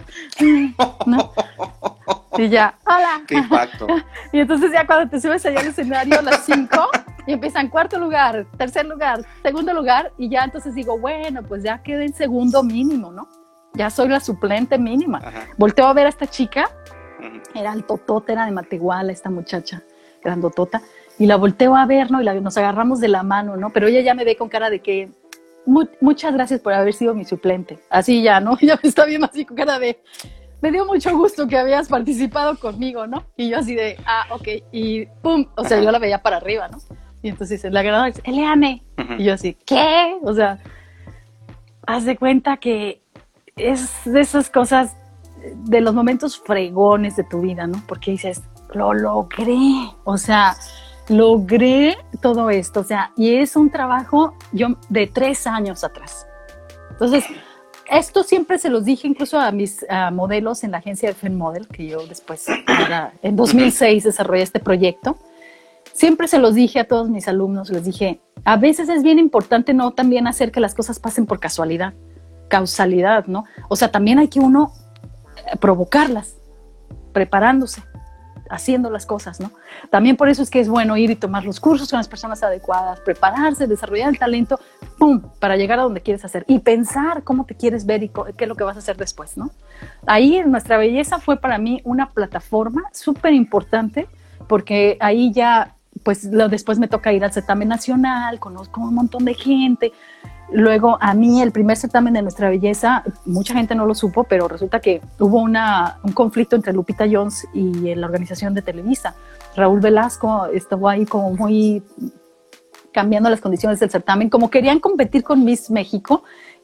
¿no? Y ya, hola. Qué impacto. Y entonces ya cuando te subes allá al escenario a las cinco y empiezan cuarto lugar, tercer lugar, segundo lugar, y ya entonces digo, bueno, pues ya quedé en segundo mínimo, ¿no? Ya soy la suplente mínima. Ajá. Volteo a ver a esta chica, uh-huh. Era altotota, era de Matehuala, esta muchacha, grandotota, y la volteo a ver, ¿no? Y la, nos agarramos de la mano, ¿no? Pero ella ya me ve con cara de que, mu- muchas gracias por haber sido mi suplente. Así ya, ¿no? Ya me está viendo así con cara de, me dio mucho gusto que habías participado conmigo, ¿no? Y yo así de, ah, ok, y pum, o sea, yo la veía para arriba, ¿no? Y entonces la ganadora dice, Eliane, uh-huh. Y yo así, ¿qué? O sea, haz de cuenta que es de esas cosas, de los momentos fregones de tu vida, ¿no? Porque dices, lo logré, o sea, logré todo esto, o sea, y es un trabajo yo de tres años atrás. Entonces, esto siempre se los dije incluso a mis a modelos en la agencia de FemModel, que yo después, era, en dos mil seis desarrollé este proyecto. Siempre se los dije a todos mis alumnos, les dije, a veces es bien importante no también hacer que las cosas pasen por casualidad, causalidad, ¿no? O sea, también hay que uno provocarlas, preparándose, haciendo las cosas, ¿no? También por eso es que es bueno ir y tomar los cursos con las personas adecuadas, prepararse, desarrollar el talento, ¡pum!, para llegar a donde quieres hacer y pensar cómo te quieres ver y qué es lo que vas a hacer después, ¿no? Ahí Nuestra Belleza fue para mí una plataforma súper importante porque ahí ya, pues lo, después me toca ir al certamen nacional, conozco un montón de gente. Luego a mí el primer certamen de Nuestra Belleza, mucha gente no lo supo, pero resulta que hubo una, un conflicto entre Lupita Jones y la organización de Televisa. Raúl Velasco estuvo ahí como muy cambiando las condiciones del certamen, como querían competir con Miss México,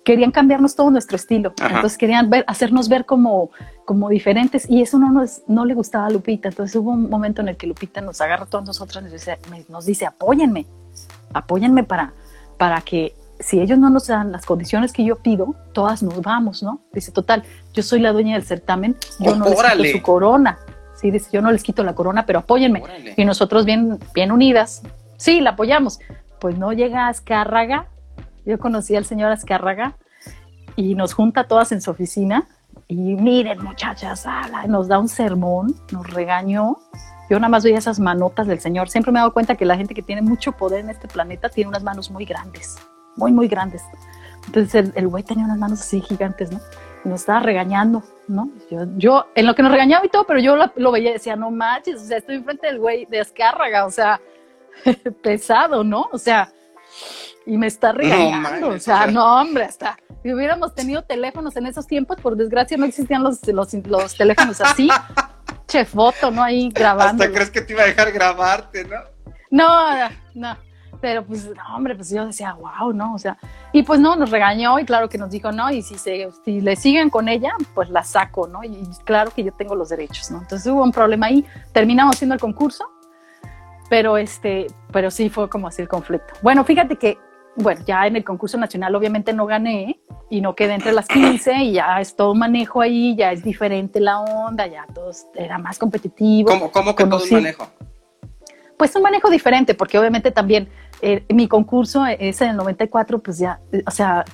querían cambiarnos todo nuestro estilo. Ajá. Entonces querían ver, hacernos ver como, como diferentes, y eso no nos, no le gustaba a Lupita. Entonces hubo un momento en el que Lupita nos agarra a todos nosotros y nos dice, nos dice apóyenme, apóyenme para, para que si ellos no nos dan las condiciones que yo pido, todas nos vamos, ¿no? Dice, total, yo soy la dueña del certamen, yo Oh, no les órale. quito su corona. Sí, dice, yo no les quito la corona, pero apóyenme. Órale. Y nosotros bien, bien unidas, sí, la apoyamos. Pues no llega Azcárraga, yo conocí al señor Azcárraga y nos junta a todas en su oficina y miren muchachas, habla, nos da un sermón, nos regañó. Yo nada más veía esas manotas del señor. Siempre me he dado cuenta que la gente que tiene mucho poder en este planeta tiene unas manos muy grandes, muy, muy grandes. Entonces el, el güey tenía unas manos así gigantes, ¿no? Y nos estaba regañando, ¿no? Yo, yo en lo que nos regañaba y todo, pero yo lo, lo veía y decía, no manches, o sea, estoy enfrente del güey de Azcárraga, o sea, pesado, ¿no? O sea, y me está regañando, No, o sea, no, hombre, hasta si hubiéramos tenido teléfonos en esos tiempos, por desgracia no existían los, los, los teléfonos así, che foto, ¿no? Ahí grabando. Hasta crees que te iba a dejar grabarte, ¿no? No, no, pero pues, no, hombre, pues yo decía, wow, ¿no? O sea, y pues no, nos regañó y claro que nos dijo, no, y si, se, si le siguen con ella, pues la saco, ¿no? Y claro que yo tengo los derechos, ¿no? Entonces hubo un problema ahí, terminamos haciendo el concurso, pero este, pero sí fue como así el conflicto. Bueno, fíjate que, bueno, ya en el concurso nacional obviamente no gané y no quedé entre las quince y ya es todo un manejo ahí, ya es diferente la onda, ya todo era más competitivo. ¿Cómo, cómo que todo un manejo? Pues un manejo diferente, porque obviamente también eh, mi concurso es en el noventa y cuatro, pues ya, eh, o sea,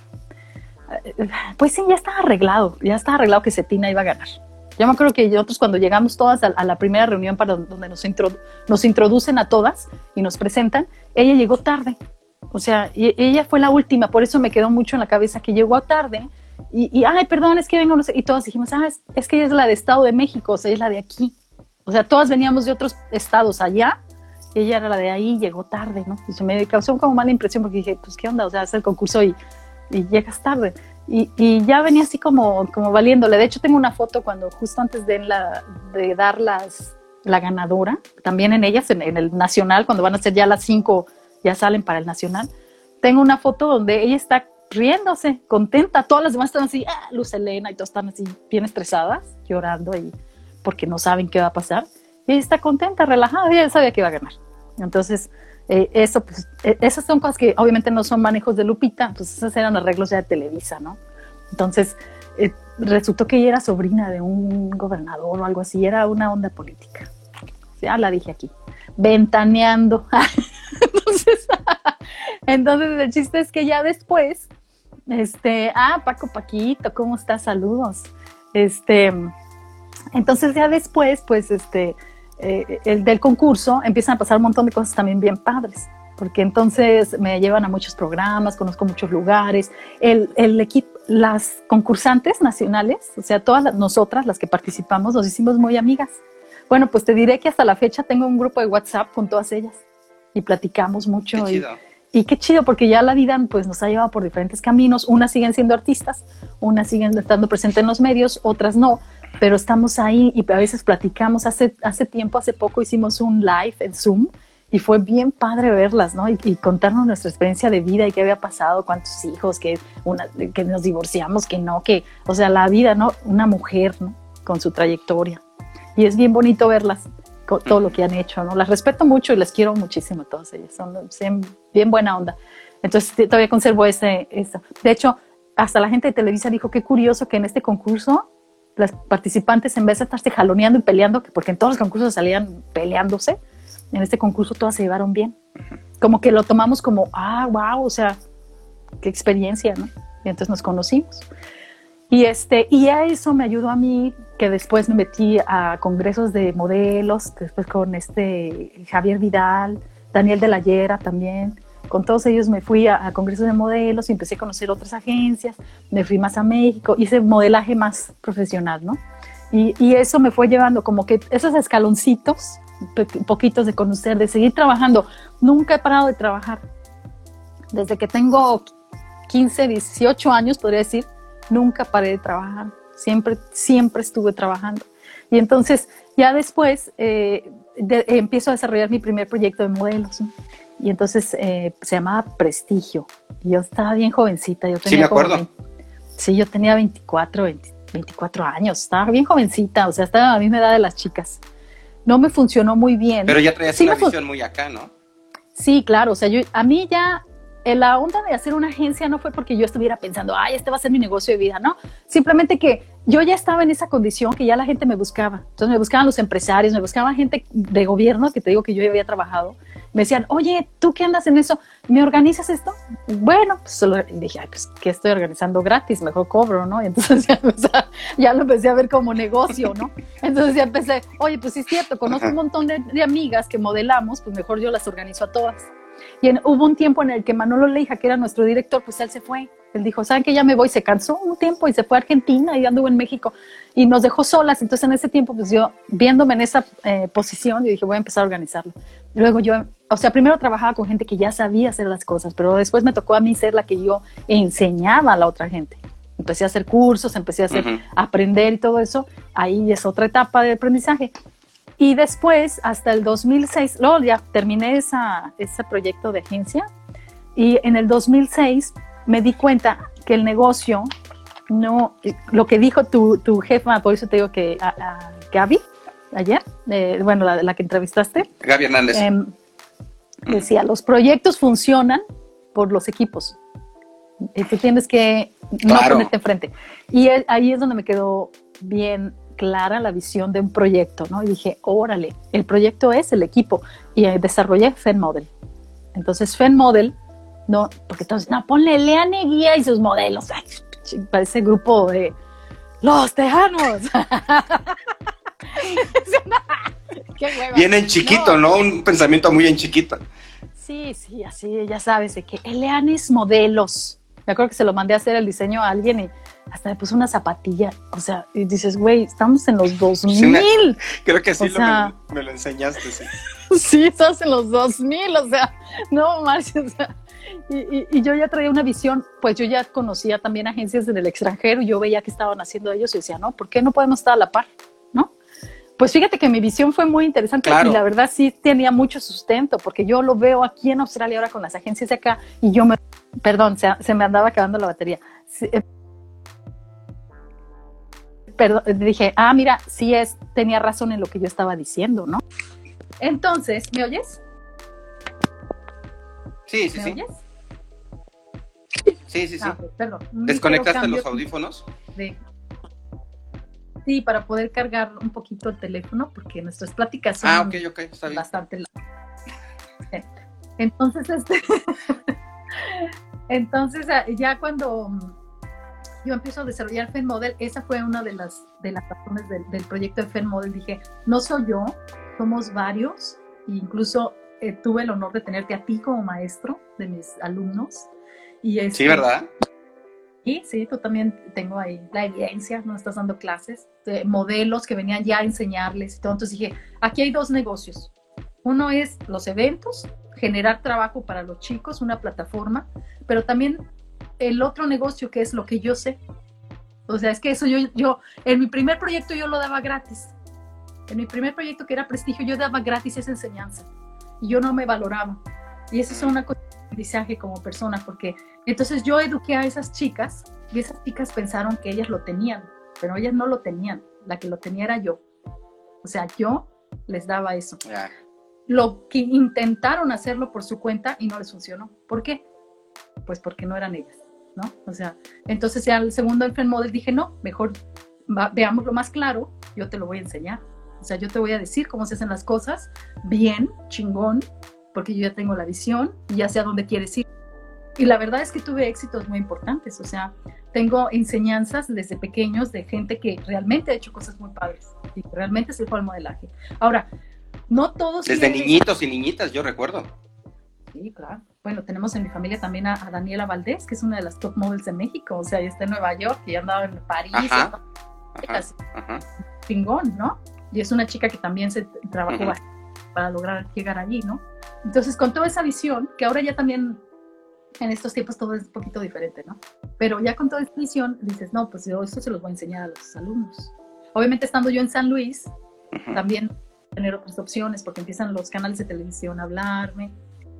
eh, pues sí, ya estaba arreglado, ya estaba arreglado que Cetina iba a ganar. Yo me acuerdo que nosotros cuando llegamos todas a, a la primera reunión para donde nos, introdu- nos introducen a todas y nos presentan, ella llegó tarde. O sea, y, ella fue la última, por eso me quedó mucho en la cabeza que llegó tarde y, y ay, perdón, es que vengo, no sé, y todas dijimos, ah, es, es que ella es la de Estado de México, o sea, es la de aquí. O sea, todas veníamos de otros estados allá, ella era la de ahí, llegó tarde, ¿no? Y se me causó como mala impresión porque dije, pues, ¿qué onda? O sea, hace el concurso y, y llegas tarde. Y, y ya venía así como, como valiéndole. De hecho, tengo una foto cuando justo antes de, la, de dar las, la ganadora, también en ellas, en, en el nacional, cuando van a ser ya las cinco, ya salen para el nacional. Tengo una foto donde ella está riéndose, contenta. Todas las demás están así, ah, Luz Helena, y todas están así bien estresadas, llorando ahí, porque no saben qué va a pasar. Y ella está contenta, relajada, ella sabía que iba a ganar. Entonces, eh, eso, pues, eh, esas son cosas que obviamente no son manejos de Lupita, pues esos eran arreglos ya de Televisa, ¿no? Entonces, eh, resultó que ella era sobrina de un gobernador o algo así, era una onda política. Ya la dije aquí, ventaneando. entonces, entonces, el chiste es que ya después, este, ah, Paco Paquito, ¿cómo estás? Saludos. Este, entonces ya después, pues, este, eh, el del concurso empiezan a pasar un montón de cosas también bien padres, porque entonces me llevan a muchos programas, conozco muchos lugares, el, el equipo, las concursantes nacionales, o sea, todas las, nosotras, las que participamos, nos hicimos muy amigas. Bueno, pues te diré que hasta la fecha tengo un grupo de WhatsApp con todas ellas y platicamos mucho. Qué chido. Y, y qué chido, porque ya la vida pues, nos ha llevado por diferentes caminos. Unas siguen siendo artistas, unas siguen estando presentes en los medios, otras no, pero estamos ahí y a veces platicamos. Hace, hace tiempo, hace poco hicimos un live en Zoom y fue bien padre verlas, ¿no? Y, y contarnos nuestra experiencia de vida y qué había pasado, cuántos hijos, que, una, que nos divorciamos, que no, que, o sea, la vida, ¿no? Una mujer, ¿no? Con su trayectoria. Y es bien bonito verlas, con todo lo que han hecho, ¿no? Las respeto mucho y les quiero muchísimo a todas ellas, son bien, bien buena onda. Entonces todavía conservo ese, eso. De hecho, hasta la gente de Televisa dijo, qué curioso que en este concurso las participantes, en vez de estarse jaloneando y peleando, porque en todos los concursos salían peleándose, en este concurso todas se llevaron bien. Como que lo tomamos como, ah, wow, o sea, qué experiencia, ¿no? Y entonces nos conocimos. Y, este, y a eso me ayudó a mí, que después me metí a congresos de modelos, después con este Javier Vidal, Daniel de la Llera también. Con todos ellos me fui a, a congresos de modelos y empecé a conocer otras agencias, me fui más a México, hice modelaje más profesional, ¿no? Y, y eso me fue llevando como que esos escaloncitos, poquitos de conocer, de seguir trabajando. Nunca he parado de trabajar. Desde que tengo quince, dieciocho años, podría decir, nunca paré de trabajar, siempre, siempre estuve trabajando. Y entonces ya después eh, de, eh, empiezo a desarrollar mi primer proyecto de modelos, ¿no? y entonces eh, se llamaba Prestigio. Y yo estaba bien jovencita. Yo tenía sí, me acuerdo. veinte, sí, yo tenía veinticuatro, veinte, veinticuatro años, estaba bien jovencita, o sea, estaba a la misma edad de las chicas. No me funcionó muy bien. Pero ya traías sí una fun- visión muy acá, ¿no? Sí, claro, o sea, yo, a mí ya eh, la onda de hacer una agencia no fue porque yo estuviera pensando, ay, este va a ser mi negocio de vida, no, simplemente que yo ya estaba en esa condición que ya la gente me buscaba, entonces me buscaban los empresarios, me buscaban gente de gobierno, que te digo que yo ya había trabajado, me decían, oye, ¿tú qué andas en eso? ¿Me organizas esto? Bueno, pues solo, y dije, ay, pues, ¿qué estoy organizando gratis? Mejor cobro, ¿no? Y entonces ya, empecé, ya lo empecé a ver como negocio, ¿no? Entonces ya empecé, oye, pues sí es cierto, conozco un montón de, de amigas que modelamos, pues mejor yo las organizo a todas. Y en, hubo un tiempo en el que Manolo Leija, que era nuestro director, pues él se fue. Él dijo, ¿saben qué? Ya me voy. Se cansó un tiempo y se fue a Argentina y anduvo en México y nos dejó solas. Entonces en ese tiempo, pues yo, viéndome en esa eh, posición, yo dije, voy a empezar a organizarlo. Luego yo, o sea, primero trabajaba con gente que ya sabía hacer las cosas, pero después me tocó a mí ser la que yo enseñaba a la otra gente. Empecé a hacer cursos, empecé a hacer, uh-huh. aprender y todo eso. Ahí es otra etapa de aprendizaje. Y después, hasta el dos mil seis, luego ya terminé esa, ese proyecto de agencia y en el dos mil seis me di cuenta que el negocio, no, lo que dijo tu, tu jefa, por eso te digo que a, a Gaby, ayer, eh, bueno, la, la que entrevistaste. Gaby Hernández. Eh, decía, los proyectos funcionan por los equipos. Y tú tienes que no claro. ponerte enfrente. Y él, ahí es donde me quedó bien clara la visión de un proyecto, ¿no? Y dije, órale, el proyecto es el equipo. Y eh, desarrollé FemModel. Entonces, FemModel, no, porque entonces, no, ponle Leane Guía y sus modelos. Ay, parece grupo de Los Tejanos. Qué hueva. Bien en chiquito, ¿no? ¿no? Un pensamiento muy en chiquito. Sí, sí, así, ya sabes, de que Leanes Modelos. Me acuerdo que se lo mandé a hacer el diseño a alguien y hasta me puso una zapatilla. O sea, y dices, güey, estamos en los dos mil. Sí, me, creo que sí, o lo sea, me, me lo enseñaste, sí. Sí, estamos en los dos mil, o sea, no más. O sea, y, y, y yo ya traía una visión, pues yo ya conocía también agencias en el extranjero y yo veía que estaban haciendo ellos y decía, no, ¿por qué no podemos estar a la par? ¿No? Pues fíjate que mi visión fue muy interesante claro. y la verdad sí tenía mucho sustento, porque yo lo veo aquí en Australia ahora con las agencias de acá y yo me, perdón, se, se me andaba acabando la batería. Sí, eh, perdón, dije, ah, mira, sí es, tenía razón en lo que yo estaba diciendo, ¿no? Entonces, ¿me oyes? Sí, sí, ¿Me sí. oyes? Sí, sí, sí. Ah, perdón. ¿Desconectaste los audífonos? De... Sí, para poder cargar un poquito el teléfono, porque nuestras pláticas son ah, okay, okay, está bien. bastante largas. Entonces, este, entonces ya cuando yo empiezo a desarrollar FemModel, esa fue una de las, de las razones del, del proyecto de FemModel. Dije, no soy yo, somos varios, e incluso eh, tuve el honor de tenerte a ti como maestro de mis alumnos. Y este, sí, ¿verdad? Y sí, tú también tengo ahí la evidencia, no estás dando clases, de modelos que venían ya a enseñarles y todo. Entonces dije, aquí hay dos negocios. Uno es los eventos, generar trabajo para los chicos, una plataforma, pero también el otro negocio que es lo que yo sé. O sea, es que eso yo, yo, en mi primer proyecto yo lo daba gratis. En mi primer proyecto que era Prestigio, yo daba gratis esa enseñanza y yo no me valoraba. Y eso es una cosa de aprendizaje como persona, porque entonces yo eduqué a esas chicas y esas chicas pensaron que ellas lo tenían, pero ellas no lo tenían, la que lo tenía era yo. O sea, yo les daba eso. Yeah. Lo que intentaron hacerlo por su cuenta y no les funcionó. ¿Por qué? Pues porque no eran ellas, ¿no? O sea, entonces ya el segundo FemModel dije, no, mejor va, veámoslo más claro, yo te lo voy a enseñar. O sea, yo te voy a decir cómo se hacen las cosas bien, chingón, porque yo ya tengo la visión y ya sé a dónde quieres ir. Y la verdad es que tuve éxitos muy importantes, o sea, tengo enseñanzas desde pequeños de gente que realmente ha hecho cosas muy padres y que realmente se fue al modelaje. Ahora, no todos... Desde niñitos y niñitas, yo recuerdo. Sí, claro. Bueno, tenemos en mi familia también a, a Daniela Valdés, que es una de las top models de México, o sea, ella está en Nueva York y ya andaba en París. Ajá, ajá, ajá. Chingón, ¿no? Y es una chica que también se trabajó uh-huh. para lograr llegar allí, ¿no? Entonces, con toda esa visión, que ahora ya también en estos tiempos todo es un poquito diferente, ¿no? Pero ya con toda esta visión, dices, no, pues yo esto se los voy a enseñar a los alumnos. Obviamente, estando yo en San Luis, uh-huh. también tener otras opciones, porque empiezan los canales de televisión a hablarme,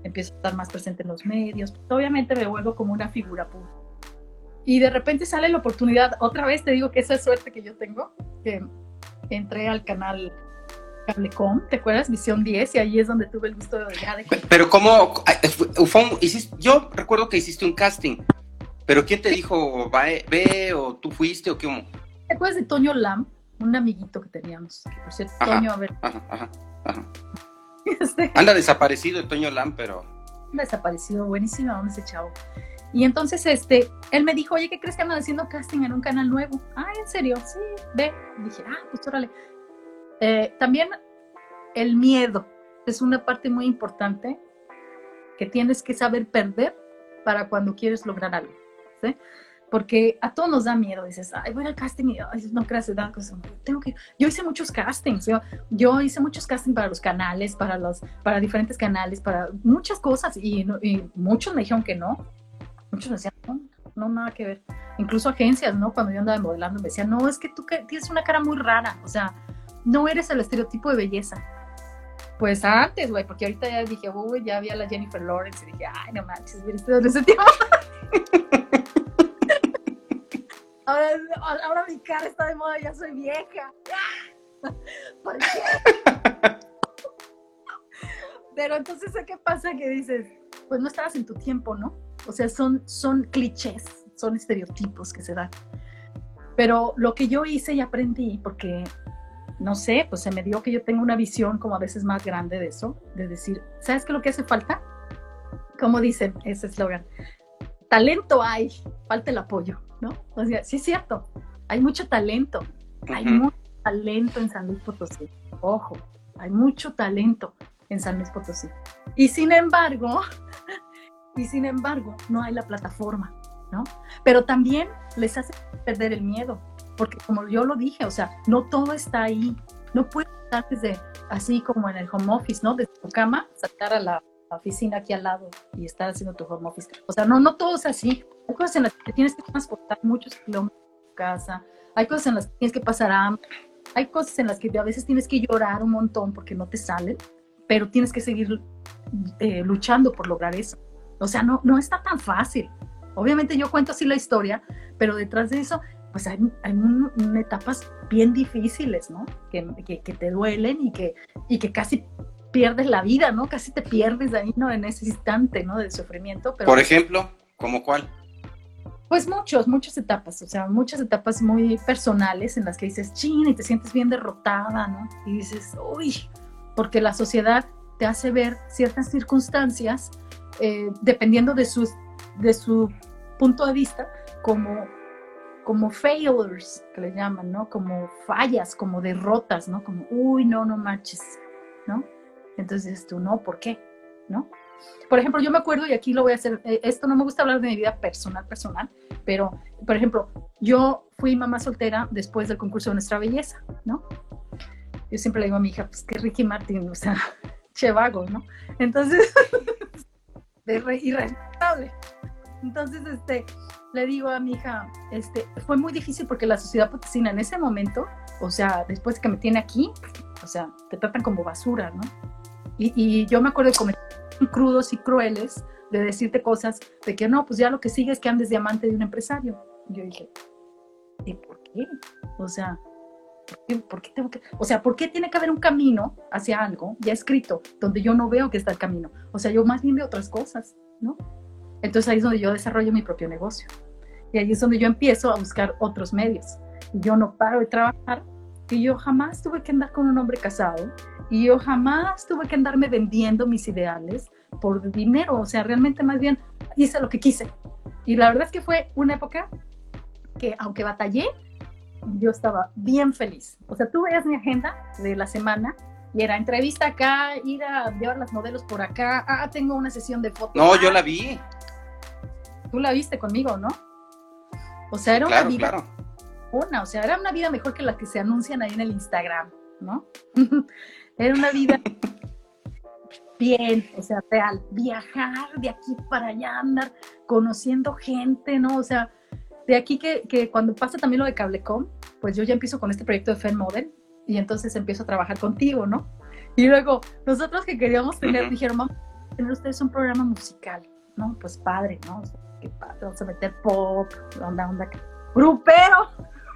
empiezo a estar más presente en los medios, obviamente me vuelvo como una figura pública. Y de repente sale la oportunidad, otra vez te digo que esa es suerte que yo tengo, que entré al canal Cablecom, ¿te acuerdas? Visión diez, y ahí es donde tuve el gusto de... de... Pero ¿cómo? Fue un, hiciste, yo recuerdo que hiciste un casting, pero ¿quién te dijo, ve, ve o tú fuiste o qué? ¿Te acuerdas de Toño Lam? Un amiguito que teníamos, que por cierto, ajá, Toño, a ver... Ajá, ajá, ajá. Este... Anda desaparecido el Toño Lam, pero... Desaparecido, buenísimo, ¿dónde ese chavo? Y entonces, este, él me dijo, oye, ¿qué crees que andan haciendo casting en un canal nuevo? Ah, ¿en serio? Sí, ve. Y dije, ah, pues órale. Eh, también el miedo es una parte muy importante que tienes que saber perder para cuando quieres lograr algo, ¿sí? Porque a todos nos da miedo, dices, ay, voy al casting y ay, no creas, da cosa, tengo que... Yo hice muchos castings, yo, yo hice muchos castings para los canales, para los, para diferentes canales, para muchas cosas, y, y muchos me dijeron que no, muchos me decían, no, no, nada que ver, incluso agencias, ¿no? Cuando yo andaba modelando me decían, no, es que tú tienes una cara muy rara, o sea, no eres el estereotipo de belleza. Pues antes, güey, porque ahorita ya dije, uy, ya había la Jennifer Lawrence, y dije, ay, no manches, mira, estoy en ese tiempo. Ahora, ahora mi cara está de moda, ya soy vieja. ¿Por qué? Pero entonces, ¿qué pasa? Que dices, pues no estabas en tu tiempo, ¿no? O sea, son, son clichés, son estereotipos que se dan. Pero lo que yo hice y aprendí, porque, no sé, pues se me dio que yo tengo una visión como a veces más grande de eso, de decir, ¿sabes qué es lo que hace falta? Como dicen ese eslogan, talento hay, falta el apoyo, ¿no? O sea, sí es cierto, hay mucho talento, uh-huh. Hay mucho talento en San Luis Potosí, ojo, hay mucho talento en San Luis Potosí. Y sin embargo, y sin embargo, no hay la plataforma, ¿no? Pero también les hace perder el miedo, porque como yo lo dije, o sea, no todo está ahí, no puedes estar desde, así como en el home office, ¿no? Desde tu cama, sacar a la oficina aquí al lado y estar haciendo tu home office. O sea, no, no todo es así. Hay cosas en las que tienes que transportar muchos kilómetros de tu casa, hay cosas en las que tienes que pasar hambre, hay cosas en las que a veces tienes que llorar un montón porque no te salen, pero tienes que seguir eh, luchando por lograr eso. O sea, no, no está tan fácil. Obviamente yo cuento así la historia, pero detrás de eso, pues hay, hay un, un etapas bien difíciles, ¿no? Que, que, que te duelen y que, y que casi pierdes la vida, ¿no? Casi te pierdes ahí, ¿no? En ese instante, ¿no? De sufrimiento. Pero, por ejemplo, ¿cómo cuál? Pues muchos, muchas etapas, o sea, muchas etapas muy personales en las que dices, chin, y te sientes bien derrotada, ¿no? Y dices, uy, porque la sociedad te hace ver ciertas circunstancias, eh, dependiendo de, sus, de su punto de vista, como, como failures, que le llaman, ¿no? Como fallas, como derrotas, ¿no? Como, uy, no, no manches, ¿no? Entonces dices tú, no, ¿por qué? ¿No? Por ejemplo, yo me acuerdo, y aquí lo voy a hacer, eh, esto no me gusta hablar de mi vida personal, personal, pero, por ejemplo, yo fui mamá soltera después del concurso de Nuestra Belleza, ¿no? Yo siempre le digo a mi hija, pues que Ricky Martin, o sea, che vago, ¿no? Entonces, irresponsable. Entonces, este, le digo a mi hija, este, fue muy difícil porque la sociedad potosina en ese momento, o sea, después que me tiene aquí, o sea, te tratan como basura, ¿no? Y, y yo me acuerdo de comentarios crudos y crueles, de decirte cosas, de que no, pues ya lo que sigue es que andes de amante de un empresario. Y yo dije, ¿y por qué? O sea, ¿por qué, por qué tengo que, o sea, ¿por qué tiene que haber un camino hacia algo ya escrito, donde yo no veo que está el camino? O sea, yo más bien veo otras cosas, ¿no? Entonces ahí es donde yo desarrollo mi propio negocio. Y ahí es donde yo empiezo a buscar otros medios. Y yo no paro de trabajar. Y yo jamás tuve que andar con un hombre casado. Y yo jamás tuve que andarme vendiendo mis ideales por dinero. O sea, realmente más bien hice lo que quise. Y la verdad es que fue una época que, aunque batallé, yo estaba bien feliz. O sea, tú veías mi agenda de la semana y era entrevista acá, ir a llevar las modelos por acá. Ah, tengo una sesión de fotos. No, ah, yo la vi. Tú la viste conmigo, ¿no? O sea, era claro, una vida... Claro. Una, o sea, era una vida mejor que la que se anuncian ahí en el Instagram, ¿no? Era una vida bien, o sea, real, viajar de aquí para allá, andar conociendo gente, ¿no? O sea, de aquí que, que cuando pasa también lo de Cablecom, pues yo ya empiezo con este proyecto de Fan Model y entonces empiezo a trabajar contigo, ¿no? Y luego, nosotros que queríamos tener, uh-huh. dijeron, vamos, tener ustedes un programa musical, ¿no? Pues padre, ¿no? O sea, qué padre, vamos a meter pop, onda, onda, grupero.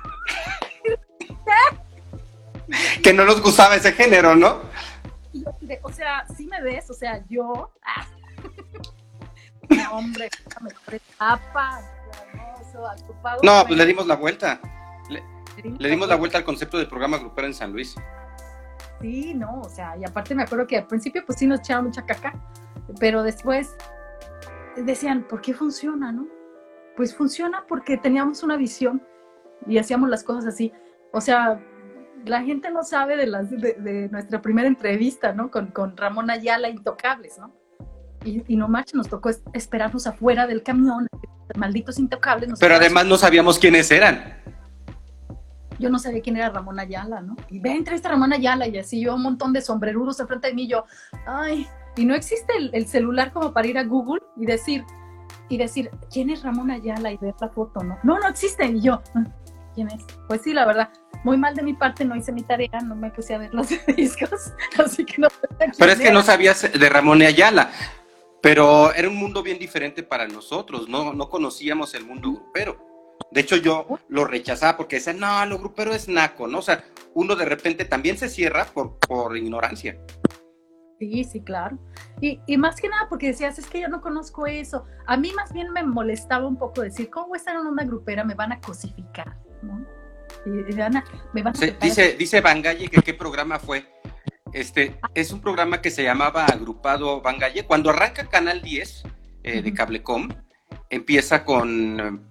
Que no nos gustaba ese género, ¿no? O sea, sí me ves, o sea, yo, ah, no, hombre, me etapa, hermoso, ocupado. No, pues le dimos la vuelta. Le, Sí, le dimos la vuelta al concepto del programa grupero en San Luis. Sí, no, o sea, y aparte me acuerdo que al principio pues sí nos echaban mucha caca, pero después decían, ¿por qué funciona, no? Pues funciona porque teníamos una visión y hacíamos las cosas así. O sea, la gente no sabe de, las, de, de nuestra primera entrevista, ¿no? Con, con Ramón Ayala, Intocables, ¿no? Y, y no manches, nos tocó esperarnos afuera del camión, malditos Intocables. Nos Pero además no sabíamos quiénes eran. Yo no sabía quién era Ramón Ayala, ¿no? Y ve, entrevista a Ramón Ayala y así yo un montón de sombrerudos enfrente de mí, yo, ay, y no existe el, el celular como para ir a Google y decir, y decir, ¿quién es Ramón Ayala? Y ver la foto, ¿no? No, no existe. Y yo, ¿quién es? Pues sí, la verdad, muy mal de mi parte, no hice mi tarea, no me puse a ver los discos, así que no sé Pero es que era. no sabías de Ramón Ayala, pero era un mundo bien diferente para nosotros, no, no conocíamos el mundo grupero. De hecho, yo lo rechazaba porque decía, no, lo grupero es naco, ¿no? O sea, uno de repente también se cierra por, por ignorancia. Sí, sí, claro. Y, y más que nada porque decías, es que yo no conozco eso. A mí más bien me molestaba un poco decir, ¿cómo voy a estar en una grupera? Me van a cosificar, ¿no? Y, y van a, me van a Se, dice, dice Bangalle que qué programa fue. Este, es un programa que se llamaba Agrupado Bangalle. Cuando arranca Canal diez eh, de Cablecom, empieza con...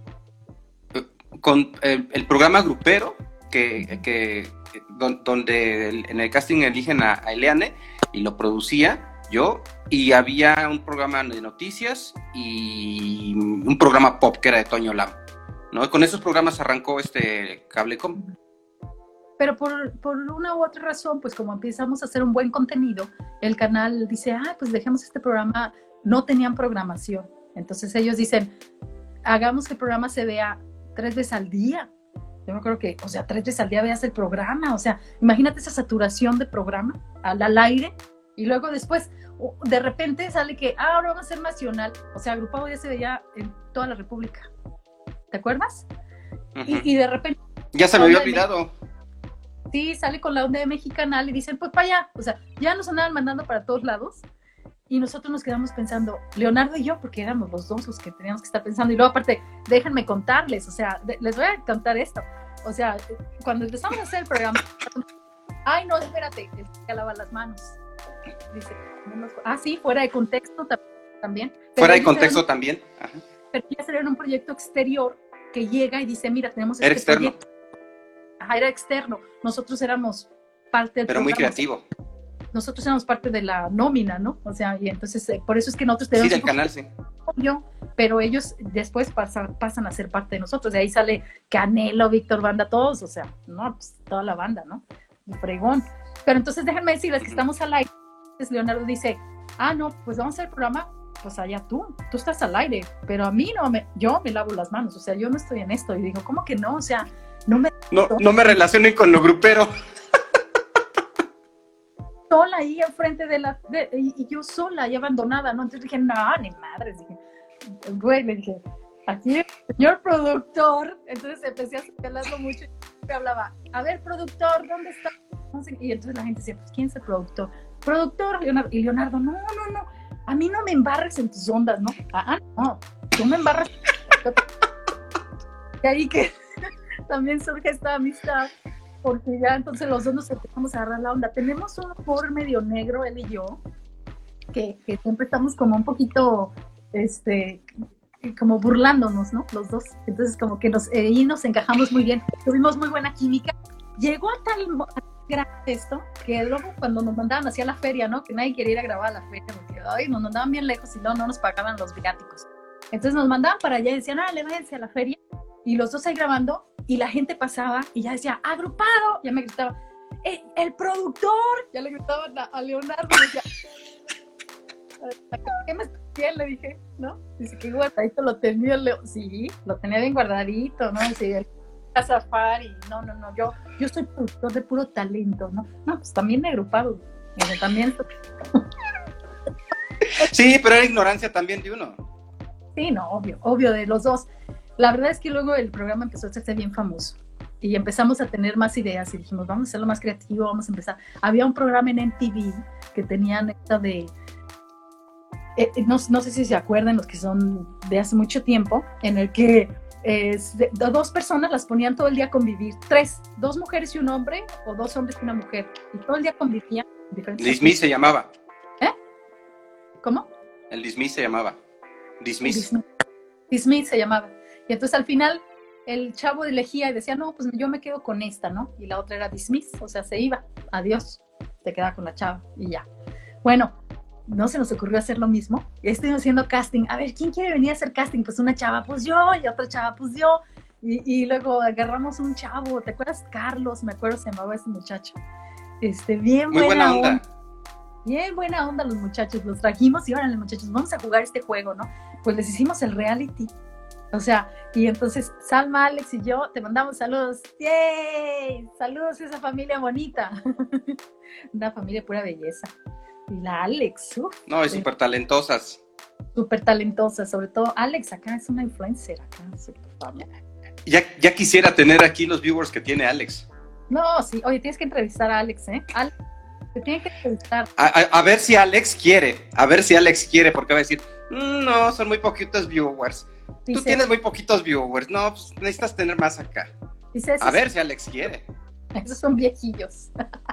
con el, el programa grupero que, que don, donde el, en el casting eligen a, a Eliane y lo producía yo, y había un programa de noticias y un programa pop que era de Toño Lam, ¿no? Y con esos programas arrancó este Cablecom. Pero por, por una u otra razón, pues como empezamos a hacer un buen contenido, el canal dice, ah, pues dejemos este programa, no tenían programación. Entonces ellos dicen, hagamos que el programa se vea tres veces al día. Yo me acuerdo que, o sea, tres veces al día veas el programa, o sea, imagínate esa saturación de programa al, al aire, y luego después, de repente sale que, ah, ahora vamos a ser nacional, o sea, Agrupado ya se veía en toda la República, ¿te acuerdas? Uh-huh. y, y de repente... Ya se me había olvidado. Sí, sale con la onda de Mexicanal y dicen, pues para allá, o sea, ya nos andaban mandando para todos lados, y nosotros nos quedamos pensando, Leonardo y yo, porque éramos los dos los que teníamos que estar pensando, y luego aparte, déjenme contarles, o sea, de, les voy a contar esto, o sea, cuando empezamos a hacer el programa, ay, no, espérate, es que lava las manos, dice, ah, sí, fuera de contexto también. Fuera de contexto eran, también. Ajá. Pero ya era un proyecto exterior que llega y dice, mira, tenemos este era externo. proyecto. Ajá, era externo, nosotros éramos parte del Pero programa, muy creativo. Nosotros éramos parte de la nómina, ¿no? O sea, y entonces, eh, por eso es que nosotros tenemos... Sí, del canal, sí. Yo, pero ellos después pasan, pasan a ser parte de nosotros. De ahí sale Canelo, Víctor Banda, todos, o sea, no, pues toda la banda, ¿no? El fregón. Pero entonces déjenme decirles que estamos al aire. Entonces Leonardo dice, ah, no, pues vamos a hacer el programa, pues allá tú, tú estás al aire, pero a mí no, me, yo me lavo las manos, o sea, yo no estoy en esto. Y digo, ¿cómo que no? O sea, no me... No, no me relacionen con lo grupero. Sola ahí enfrente de la, de, y, y yo sola y abandonada, ¿no? Entonces dije, no, ni madres, dije, güey, le dije, aquí el señor productor, entonces empecé a señalarlo mucho y me hablaba, a ver, productor, ¿dónde está? Y entonces la gente decía, pues, ¿quién es el productor? Productor, Leonardo, y Leonardo, no, no, no, a mí no me embarres en tus ondas, ¿no? Ah, no, tú me embarras. Y ahí que también surge esta amistad, porque ya entonces los dos nos empezamos a agarrar la onda. Tenemos un humor medio negro, él y yo, que, que siempre estamos como un poquito, este, como burlándonos, ¿no? Los dos. Entonces como que nos, eh, y nos encajamos muy bien. Tuvimos muy buena química. Llegó a tal grado esto, que luego cuando nos mandaban hacia la feria, ¿no? Que nadie quería ir a grabar a la feria, porque ay, nos mandaban bien lejos y no, no nos pagaban los viáticos. Entonces nos mandaban para allá y decían, ah, le váyanse a la feria. Y los dos ahí grabando, y la gente pasaba y ya decía, agrupado, ya me gritaba, ¡Eh, el productor, ya le gritaban a, a Leonardo, y decía, ¿qué me estás bien? Le dije, ¿no? Dice, qué guardadito lo tenía, Leo. Sí, lo tenía bien guardadito, ¿no? Dice, a safari, no, no, no, yo, yo soy productor de puro talento, ¿no? No, pues también he agrupado, dice, también. Sí, pero era ignorancia también de uno. Sí, no, obvio, obvio, de los dos. La verdad es que luego el programa empezó a hacerse bien famoso y empezamos a tener más ideas y dijimos, vamos a hacerlo más creativo, vamos a empezar. Había un programa en M T V que tenían esta de, eh, no, no sé si se acuerdan los que son de hace mucho tiempo, en el que eh, de, de dos personas las ponían todo el día a convivir, tres, dos mujeres y un hombre o dos hombres y una mujer, y todo el día convivían. Dismiss se llamaba. ¿Eh? ¿Cómo? El Dismiss se llamaba. Dismiss. Dismiss se llamaba. Y entonces al final el chavo elegía y decía, no, pues yo me quedo con esta, ¿no? Y la otra era Dismiss, o sea, se iba, adiós, te quedaba con la chava y ya. Bueno, no se nos ocurrió hacer lo mismo. Y estuvimos haciendo casting. A ver, ¿quién quiere venir a hacer casting? Pues una chava, pues yo, y otra chava, pues yo. Y, y luego agarramos un chavo, ¿te acuerdas? Carlos, me acuerdo, se llamaba ese muchacho. Este, bien Muy buena, buena onda. onda. Bien buena onda los muchachos, los trajimos y órale muchachos, vamos a jugar este juego, ¿no? Pues les hicimos el reality. O sea, y entonces Salma, Alex y yo te mandamos saludos. ¡Yay! Saludos a esa familia bonita. Una familia pura belleza. Y la Alex, uff. No, es súper talentosas. Súper talentosas, sobre todo Alex acá es una influencer acá, súper famosa. Ya, ya quisiera tener aquí los viewers que tiene Alex. No, sí, oye, tienes que entrevistar a Alex, ¿eh? Alex, te tiene que entrevistar. A, a, a ver si Alex quiere, a ver si Alex quiere, porque va a decir, mm, no, son muy poquitos viewers. Dice, tú tienes muy poquitos viewers, no, pues necesitas tener más acá. Dice, a ver si Alex quiere. Esos son viejillos.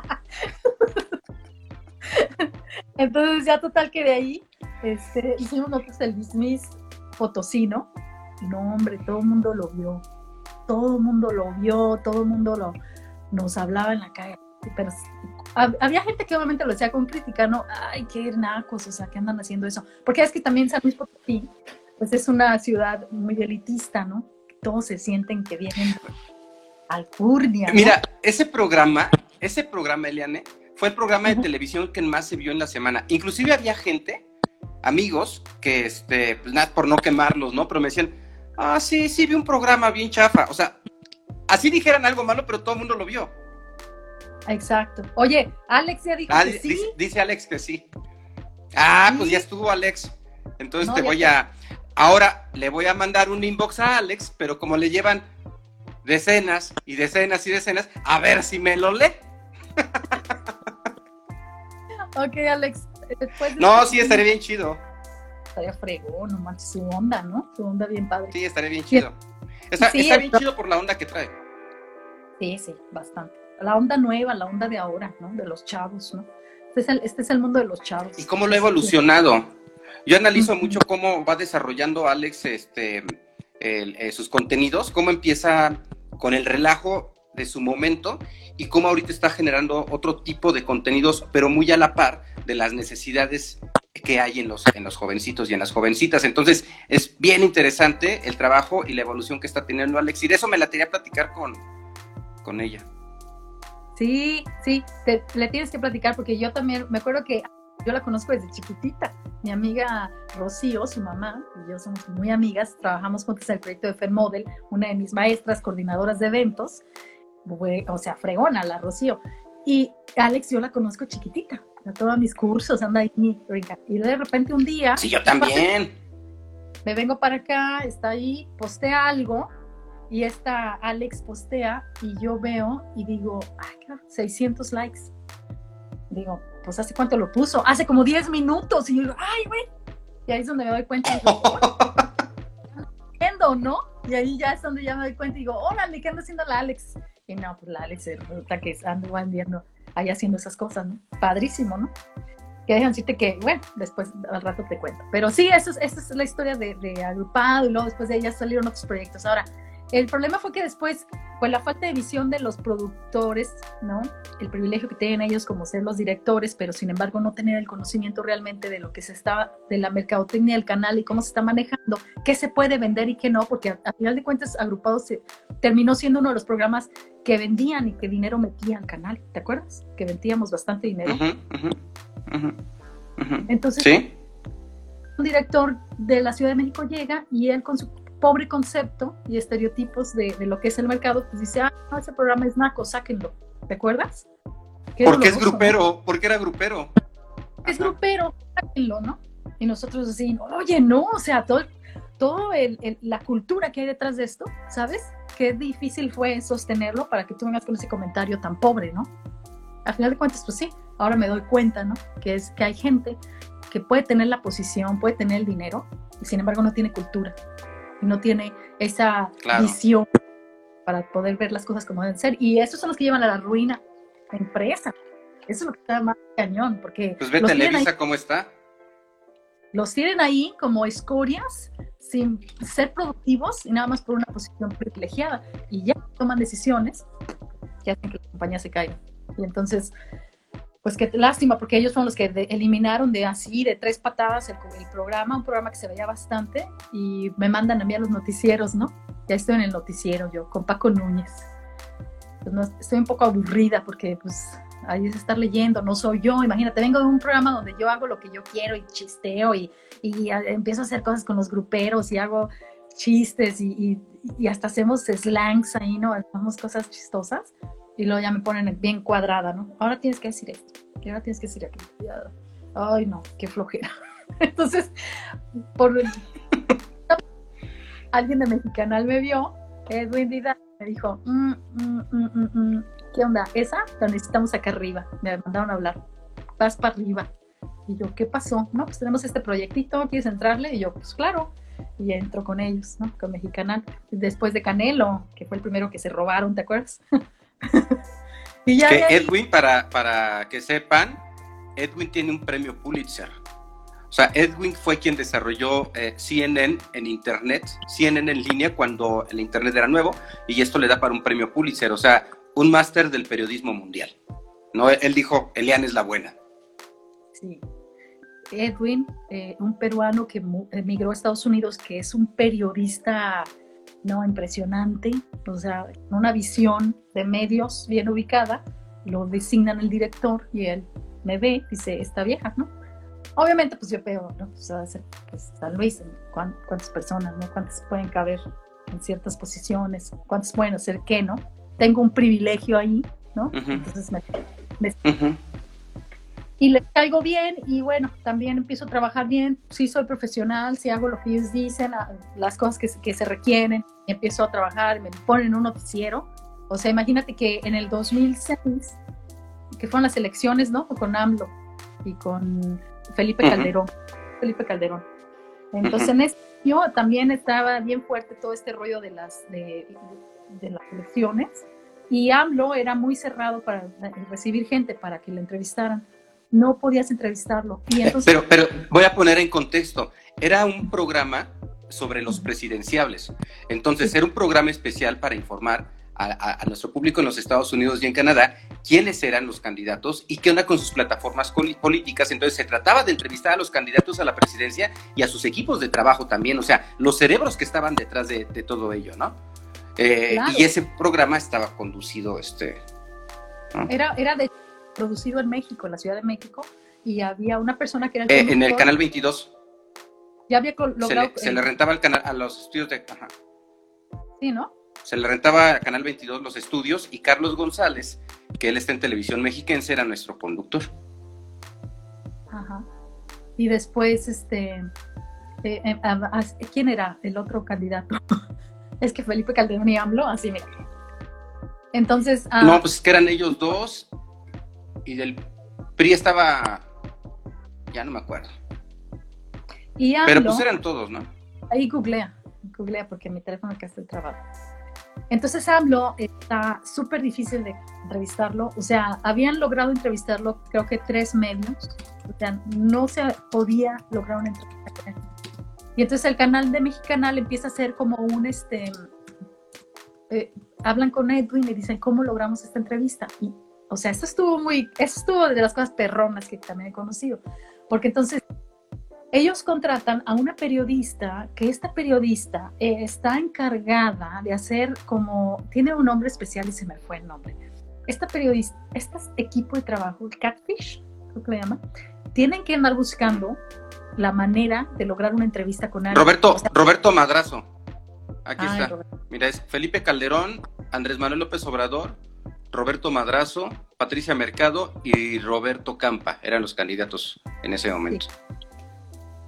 Entonces ya total que de ahí este, hicimos nosotros el Dismiss Potosí, ¿no? No, hombre, todo el mundo lo vio. Todo el mundo lo vio, todo el mundo lo, nos hablaba en la calle. Pero había gente que obviamente lo decía con crítica, ¿no? Ay, qué nacos, o sea, ¿qué andan haciendo eso? Porque es que también San Luis Potosí, pues es una ciudad muy elitista, ¿no? Todos se sienten que vienen alcurnia, ¿no? Mira, ese programa, ese programa, Eliane, fue el programa de uh-huh. televisión que más se vio en la semana. Inclusive había gente, amigos, que, este, pues nada, por no quemarlos, ¿no? Pero me decían, ah, sí, sí, vi un programa bien chafa. O sea, así dijeran algo malo, pero todo el mundo lo vio. Exacto. Oye, Alex ya dijo ah, que sí. Dice, dice Alex que sí. Ah, sí. Pues ya estuvo Alex. Entonces no, te voy te... a... Ahora le voy a mandar un inbox a Alex, pero como le llevan decenas y decenas y decenas, a ver si me lo lee. Ok, Alex. Después de no, sí, estaría bien chido. Estaría fregón, no manches, su onda, ¿no? Su onda bien padre. Sí, estaría bien chido. Está, sí, está bien chido por la onda que trae. Sí, sí, bastante. La onda nueva, la onda de ahora, ¿no? De los chavos, ¿no? Este es el, este es el mundo de los chavos. ¿Y cómo lo ha evolucionado? Yo analizo mucho cómo va desarrollando Alex este, el, eh, sus contenidos, cómo empieza con el relajo de su momento y cómo ahorita está generando otro tipo de contenidos, pero muy a la par de las necesidades que hay en los, en los jovencitos y en las jovencitas. Entonces, es bien interesante el trabajo y la evolución que está teniendo Alex, y de eso me la quería platicar con, con ella. Sí, sí, te, le tienes que platicar porque yo también, me acuerdo que yo la conozco desde chiquitita. Mi amiga Rocío, su mamá, y yo somos muy amigas, trabajamos juntas en el proyecto de Fermodel, una de mis maestras, coordinadoras de eventos, o sea, fregona la Rocío. Y Alex yo la conozco chiquitita, a todos mis cursos, anda ahí, y de repente un día... Sí, yo también. Me vengo para acá, está ahí, postea algo, y esta Alex postea, y yo veo, y digo, ay, seiscientos likes. Digo, pues ¿hace cuánto lo puso? Hace como diez minutos, y yo digo, ay, güey. Y ahí es donde me doy cuenta, y digo, ¿entiendo, no? Y ahí ya es donde ya me doy cuenta, y digo, órale, ¿qué anda haciendo la Alex? Y no, pues la Alex resulta que ando viendo ahí haciendo esas cosas, ¿no? Padrísimo, ¿no? Que dejan decirte que, bueno, después al rato te cuento. Pero sí, eso es, esa es la historia de, de Agrupado, y luego después de ella salieron otros proyectos. Ahora, el problema fue que después, pues la falta de visión de los productores, ¿no? El privilegio que tienen ellos como ser los directores, pero sin embargo no tener el conocimiento realmente de lo que se está, de la mercadotecnia del canal y cómo se está manejando, qué se puede vender y qué no, porque a, a final de cuentas Agrupados se, terminó siendo uno de los programas que vendían y que dinero metía al canal, ¿te acuerdas? Que vendíamos bastante dinero. Uh-huh, uh-huh, uh-huh, uh-huh. Entonces, ¿sí? Un director de la Ciudad de México llega y él con su pobre concepto y estereotipos de, de lo que es el mercado, pues dice, ah, no, ese programa es naco, sáquenlo. ¿Te acuerdas? Porque es grupero, ¿no? Porque era grupero. Es Ajá. grupero, sáquenlo, ¿no? Y nosotros así, oye, no, o sea, todo, todo el, el, la cultura que hay detrás de esto, ¿sabes? Qué difícil fue sostenerlo para que tú vengas con ese comentario tan pobre, ¿no? Al final de cuentas, pues sí, ahora me doy cuenta, ¿no? Que es que hay gente que puede tener la posición, puede tener el dinero, y sin embargo no tiene cultura, y no tiene esa claro. visión para poder ver las cosas como deben ser. Y esos son los que llevan a la ruina la empresa. Eso es lo que está más cañón, porque... Pues ve los Televisa ahí, cómo está. Los tienen ahí como escorias, sin ser productivos, y nada más por una posición privilegiada, y ya toman decisiones que hacen que la compañía se caiga. Y entonces... pues qué lástima, porque ellos fueron los que de, eliminaron de así, de tres patadas el, el programa, un programa que se veía bastante, y me mandan a mí a los noticieros, ¿no? Ya estoy en el noticiero yo, con Paco Núñez. Pues no, estoy un poco aburrida porque pues ahí es estar leyendo, no soy yo, imagínate, vengo de un programa donde yo hago lo que yo quiero y chisteo y, y a, empiezo a hacer cosas con los gruperos y hago chistes y, y, y hasta hacemos slangs ahí, ¿no? Hacemos cosas chistosas. Y luego ya me ponen bien cuadrada, ¿no? Ahora tienes que decir esto, y ahora tienes que decir aquello. Ay, no, qué flojera. Entonces, por alguien de Mexicanal me vio, Edwin Vidal, me dijo, mm, mm, mm, mm, mm. ¿Qué onda? Esa la necesitamos acá arriba. Me mandaron a hablar. Vas para arriba. Y yo, ¿qué pasó? No, pues tenemos este proyectito, ¿quieres entrarle? Y yo, pues claro. Y entro con ellos, ¿no? Con Mexicanal. Después de Canelo, que fue el primero que se robaron, ¿te acuerdas? Y ya que ahí... Edwin, para, para que sepan, Edwin tiene un premio Pulitzer. O sea, Edwin fue quien desarrolló eh, C N N en internet, C N N en línea cuando el internet era nuevo, y esto le da para un premio Pulitzer, o sea, un máster del periodismo mundial. No, él dijo, Eliane es la buena. Sí. Edwin, eh, un peruano que emigró a Estados Unidos, que es un periodista, no, impresionante, o sea, una visión de medios bien ubicada, lo designan el director y él me ve, dice, esta vieja, ¿no? Obviamente, pues yo veo, ¿no? Pues, pues San Luis, ¿cuántas personas, ¿no? ¿Cuántas pueden caber en ciertas posiciones? ¿Cuántas pueden hacer qué, no? Tengo un privilegio ahí, ¿no? Uh-huh. Entonces me... me uh-huh. Y les caigo bien y bueno, también empiezo a trabajar bien, sí soy profesional, sí hago lo que ellos dicen, las cosas que, que se requieren, empiezo a trabajar, me ponen en un noticiero. O sea, imagínate que en el dos mil seis, que fueron las elecciones, ¿no? Con AMLO y con Felipe Calderón. Uh-huh. Felipe Calderón. Entonces, uh-huh. en este año también estaba bien fuerte todo este rollo de las, de, de las elecciones, y AMLO era muy cerrado para recibir gente para que le entrevistaran. No podías entrevistarlo. Y entonces... pero, pero voy a poner en contexto. Era un programa sobre los presidenciables. Entonces, sí. Era un programa especial para informar a, a, a nuestro público en los Estados Unidos y en Canadá quiénes eran los candidatos y qué onda con sus plataformas políticas. Entonces, se trataba de entrevistar a los candidatos a la presidencia y a sus equipos de trabajo también. O sea, los cerebros que estaban detrás de, de todo ello, ¿no? Eh, claro. Y ese programa estaba conducido, este... ¿no? Era, era de... producido en México, en la Ciudad de México, y había una persona que era el eh, en el Canal veintidós. Ya había logrado... Se le, se le rentaba el canal a los estudios de... Ajá. Sí, ¿no? Se le rentaba a Canal veintidós los estudios, y Carlos González, que él está en Televisión Mexiquense, era nuestro conductor. Ajá. Y después, este... Eh, eh, a, a, ¿quién era el otro candidato? Es que Felipe Calderón y AMLO, así, mira. Entonces... Uh, no, pues es que eran ellos dos... Y del P R I estaba, ya no me acuerdo. Y AMLO, pero pues eran todos, ¿no? Ahí googlea, googlea porque mi teléfono acá está trabado. Entonces AMLO está súper difícil de entrevistarlo, o sea, habían logrado entrevistarlo creo que tres medios, o sea, no se podía lograr una entrevista con él. Y entonces el canal de Mexicanal empieza a hacer como un, este, eh, hablan con Edwin y dicen, ¿cómo logramos esta entrevista? Y o sea, esto estuvo muy, esto estuvo de las cosas perronas que también he conocido. Porque entonces, ellos contratan a una periodista, que esta periodista eh, está encargada de hacer como, tiene un nombre especial y se me fue el nombre. Esta periodista, este equipo de trabajo, el Catfish, creo que le llaman, tienen que andar buscando la manera de lograr una entrevista con alguien. Roberto, o sea, Roberto Madrazo. Aquí ay, está. Roberto. Mira, es Felipe Calderón, Andrés Manuel López Obrador, Roberto Madrazo, Patricia Mercado y Roberto Campa eran los candidatos en ese momento. Sí.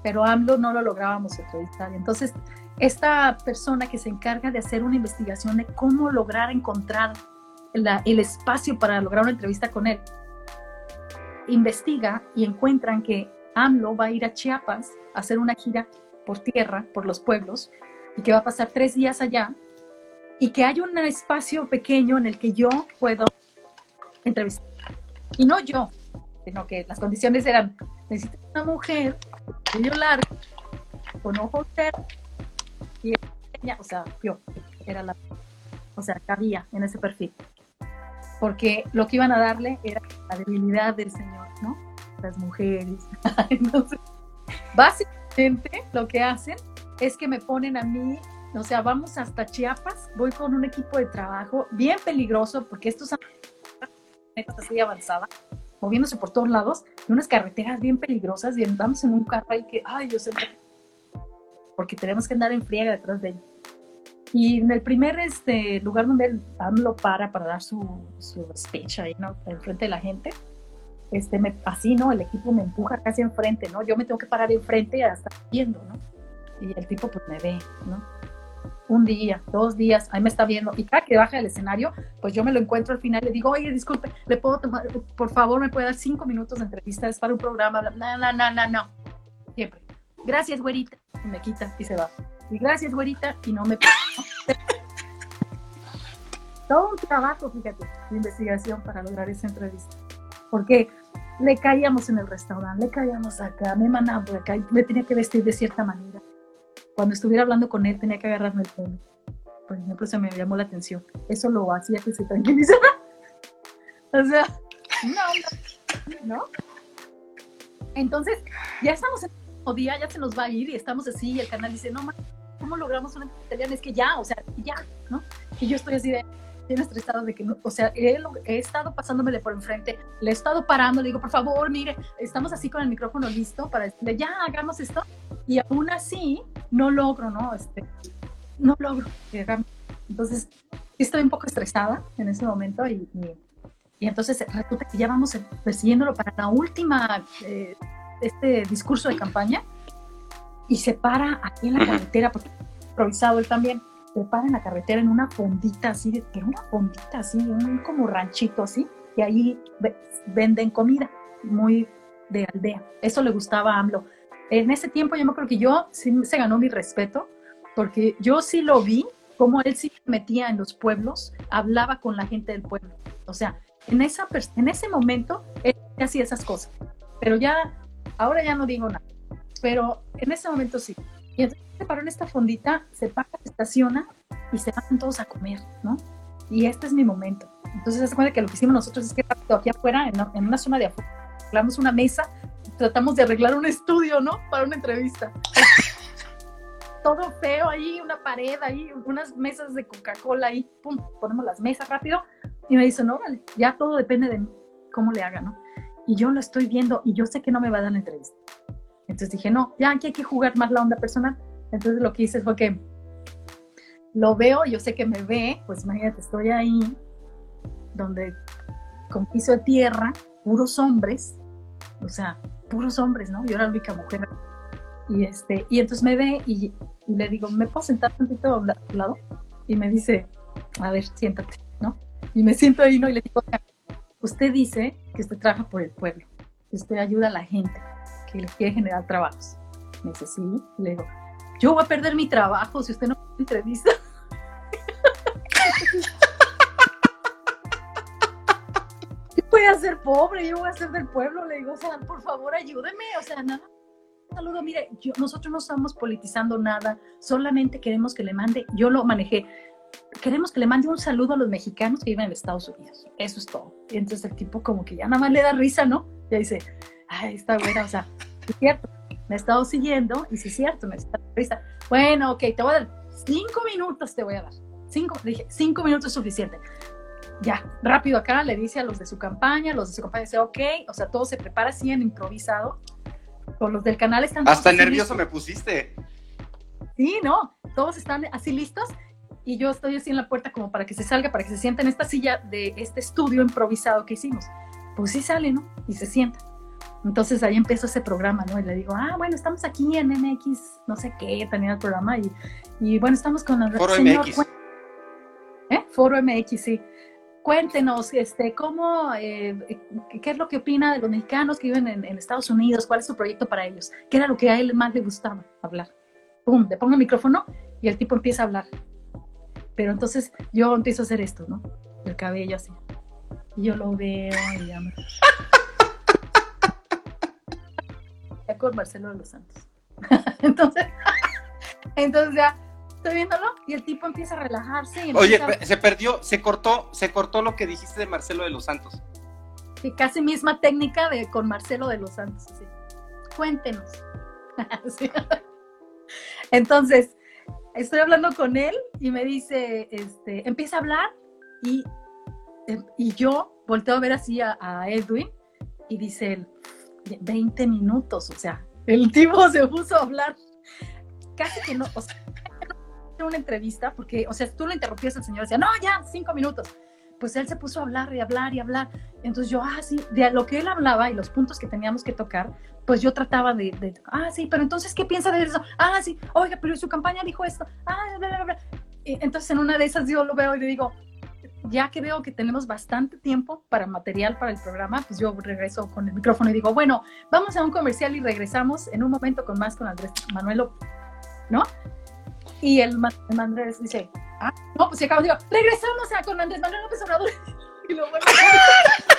pero a AMLO no lo lográbamos entrevistar. Entonces, esta persona que se encarga de hacer una investigación de cómo lograr encontrar la, el espacio para lograr una entrevista con él, investiga y encuentran que AMLO va a ir a Chiapas a hacer una gira por tierra, por los pueblos, y que va a pasar tres días allá, y que hay un espacio pequeño en el que yo puedo entrevistar. Y no yo, sino que las condiciones eran, necesito una mujer, cuello largo, con ojos verdes, y ella, o sea, yo, era la, o sea, cabía en ese perfil. Porque lo que iban a darle era la debilidad del señor, ¿no? Las mujeres. Entonces, básicamente lo que hacen es que me ponen a mí, o sea, vamos hasta Chiapas, voy con un equipo de trabajo bien peligroso, porque estos son así avanzada, moviéndose por todos lados, y unas carreteras bien peligrosas, y andamos en un carro ahí que, ay, yo sé, porque tenemos que andar en friega detrás de ellos. Y en el primer este, lugar donde él AMLO para para dar su, su speech ahí, ¿no? Enfrente de la gente, este, me, así, ¿no? El equipo me empuja casi enfrente, ¿no? Yo me tengo que parar enfrente y ya estar viendo, ¿no? Y el tipo pues me ve, ¿no? Un día, dos días, ahí me está viendo. Y cada que baja del escenario, pues yo me lo encuentro al final y le digo, oye, disculpe, ¿le puedo tomar, por favor, me puede dar cinco minutos de entrevista? Es para un programa. No, no, no, no, no. Siempre. Gracias, güerita. Y me quita y se va. Y gracias, güerita. Y no me... Todo un trabajo, fíjate, de investigación para lograr esa entrevista. Porque le caíamos en el restaurante, le caíamos acá, me mandaban por acá, y me tenía que vestir de cierta manera. Cuando estuviera hablando con él, tenía que agarrarme el pelo. Por ejemplo, se me llamó la atención. Eso lo hacía que se tranquilizara. O sea, no, no, ¿no? Entonces, ya estamos en el mismo día, ya se nos va a ir y estamos así, y el canal dice, no, man, ¿cómo logramos una entrevista italiana? Es que ya, o sea, ya, ¿no? Y yo estoy así de, bien estresada de que, no, o sea, he, he estado pasándomele por enfrente, le he estado parando, le digo, por favor, mire, estamos así con el micrófono listo para decirle, ya, hagamos esto, y aún así, no logro, ¿no? Este, no logro. Entonces, estoy un poco estresada en ese momento, y, y, y entonces resulta que ya vamos persiguiéndolo para la última, eh, este discurso de campaña, y se para aquí en la carretera, porque improvisado él también, se para en la carretera en una fondita así, de, pero una fondita así, un como ranchito así, y ahí ve, venden comida, muy de aldea. Eso le gustaba a AMLO. En ese tiempo yo me acuerdo que yo sí se ganó mi respeto, porque yo sí lo vi, como él sí se metía en los pueblos, hablaba con la gente del pueblo. O sea, en, esa, en ese momento él hacía esas cosas, pero ya, ahora ya no digo nada, pero en ese momento sí. Y entonces se paró en esta fondita, se para, se estaciona y se van todos a comer, ¿no? Y este es mi momento. Entonces se hace cuenta que lo que hicimos nosotros es que rápido aquí afuera, en, en una zona de afuera, arreglamos una mesa, tratamos de arreglar un estudio, ¿no? Para una entrevista. Todo feo ahí, una pared ahí, unas mesas de Coca-Cola ahí, pum, ponemos las mesas rápido. Y me dice, no, vale, ya todo depende de cómo le haga, ¿no? Y yo lo estoy viendo y yo sé que no me va a dar la entrevista. Entonces dije, no, ya aquí hay que jugar más la onda personal. Entonces lo que hice fue que lo veo, yo sé que me ve, pues imagínate, estoy ahí, donde con piso de tierra, puros hombres, o sea, puros hombres, ¿no? Yo era la única mujer. Y, este, y entonces me ve y, y le digo, ¿me puedo sentar tantito a un lado? Y me dice, a ver, siéntate, ¿no? Y me siento ahí, ¿no? Y le digo, usted dice que usted trabaja por el pueblo, que usted ayuda a la gente, que le quiere generar trabajos. Me dice, sí. Le digo, yo voy a perder mi trabajo si usted no me entrevista. Yo voy a ser pobre, yo voy a ser del pueblo. Le digo, o sea, por favor, ayúdeme. O sea, nada. Saludo, mire, yo, nosotros no estamos politizando nada, solamente queremos que le mande, yo lo manejé, queremos que le mande un saludo a los mexicanos que viven en Estados Unidos. Eso es todo. Y entonces el tipo como que ya nada más le da risa, ¿no? Ya dice, ay, está buena, o sea, es cierto, me he estado siguiendo y sí es cierto, me está dando risa. Bueno, ok, te voy a dar cinco minutos, te voy a dar. Cinco, le dije, cinco minutos es suficiente. Ya, rápido acá, le dice a los de su campaña, los de su campaña dice, ok, o sea, todo se prepara así en improvisado. Por los del canal están hasta todos nervioso listos. Me pusiste. Sí, no, todos están así listos y yo estoy así en la puerta como para que se salga, para que se sienta en esta silla de este estudio improvisado que hicimos. Pues sí sale, ¿no? Y se sienta. Entonces ahí empezó ese programa, ¿no? Y le digo, ah, bueno, estamos aquí en M X, no sé qué, tenía el programa, y, y bueno, estamos con el Foro señor... M X. ¿Eh? Foro M X, sí. Cuéntenos, este, cómo, eh, qué es lo que opina de los mexicanos que viven en, en Estados Unidos, cuál es su proyecto para ellos, qué era lo que a él más le gustaba hablar. Pum, le pongo el micrófono y el tipo empieza a hablar. Pero entonces yo empiezo a hacer esto, ¿no? El cabello así. Y yo lo veo y ya me... Ya con Marcelo de los Santos. entonces, entonces ya estoy viéndolo y el tipo empieza a relajarse. Y Oye, a... se perdió, se cortó, se cortó lo que dijiste de Marcelo de los Santos. Sí, casi misma técnica de con Marcelo de los Santos. Sí. Cuéntenos. sí. Entonces, estoy hablando con él y me dice, este, empieza a hablar y, y yo volteo a ver así a, a Edwin y dice él, veinte minutos, o sea, el tipo se puso a hablar. Casi que no, o sea, una entrevista, porque, o sea, tú lo interrumpías al señor, decía, no, ya, cinco minutos. Pues él se puso a hablar y hablar y hablar. Entonces yo, ah, sí, de lo que él hablaba y los puntos que teníamos que tocar, pues yo trataba de, de ah, sí, pero entonces, ¿qué piensa de eso? Ah, sí, oiga, pero su campaña dijo esto. Ah, bla, bla, bla. Y entonces en una de esas yo lo veo y le digo, ya que veo que tenemos bastante tiempo para material para el programa, pues yo regreso con el micrófono y digo, bueno, vamos a un comercial y regresamos en un momento con más con Andrés Manuel, ¿no? Y el Andrés dice, ah, no, pues se acabó, digo, regresamos a con Andrés Manuel López Obrador. Y lo vuelvo a...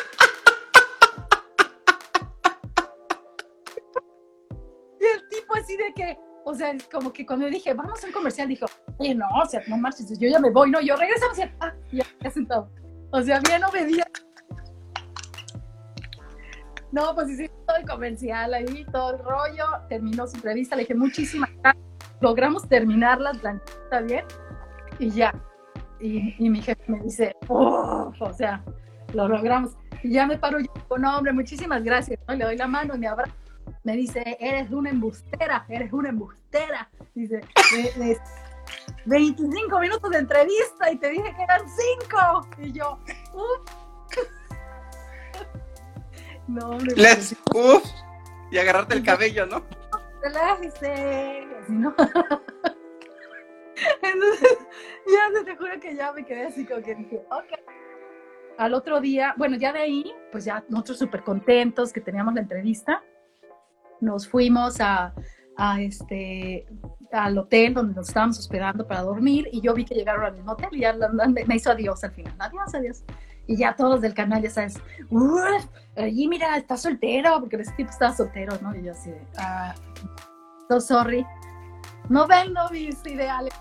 Y el tipo así de que, o sea, como que cuando dije, vamos a un comercial, dijo, oye, no, o sea, no marches, yo ya me voy, no, yo regresamos y, ah, ya, ya sentado. O sea, bien obediente. No, pues hicimos todo el comercial ahí, todo el rollo, terminó su entrevista, le dije, muchísimas gracias. Logramos terminarlas, Blanquita, bien, y ya. Y, y mi jefe me dice, oh, o sea, lo logramos. Y ya me paro yo, no, hombre, muchísimas gracias, ¿no? Le doy la mano y me abrazo. Me dice, eres una embustera, eres una embustera. Dice, veinticinco minutos de entrevista y te dije que eran cinco. Y yo, uff. No, hombre. Let's, uff. Y agarrarte el cabello, ¿no? Relájese, así, ¿no? Entonces, ya te juro que ya me quedé así como que dije, ok. Al otro día, bueno, ya de ahí, pues ya nosotros súper contentos que teníamos la entrevista, nos fuimos a, a este, al hotel donde nos estábamos hospedando para dormir y yo vi que llegaron al mismo hotel y ya me hizo adiós al final, adiós, adiós. Y ya todos del canal, ya sabes, uff, allí mira, está soltero, porque ese tipo estaba soltero, ¿no? Y yo así, ah, so sorry, no ven mis ideales.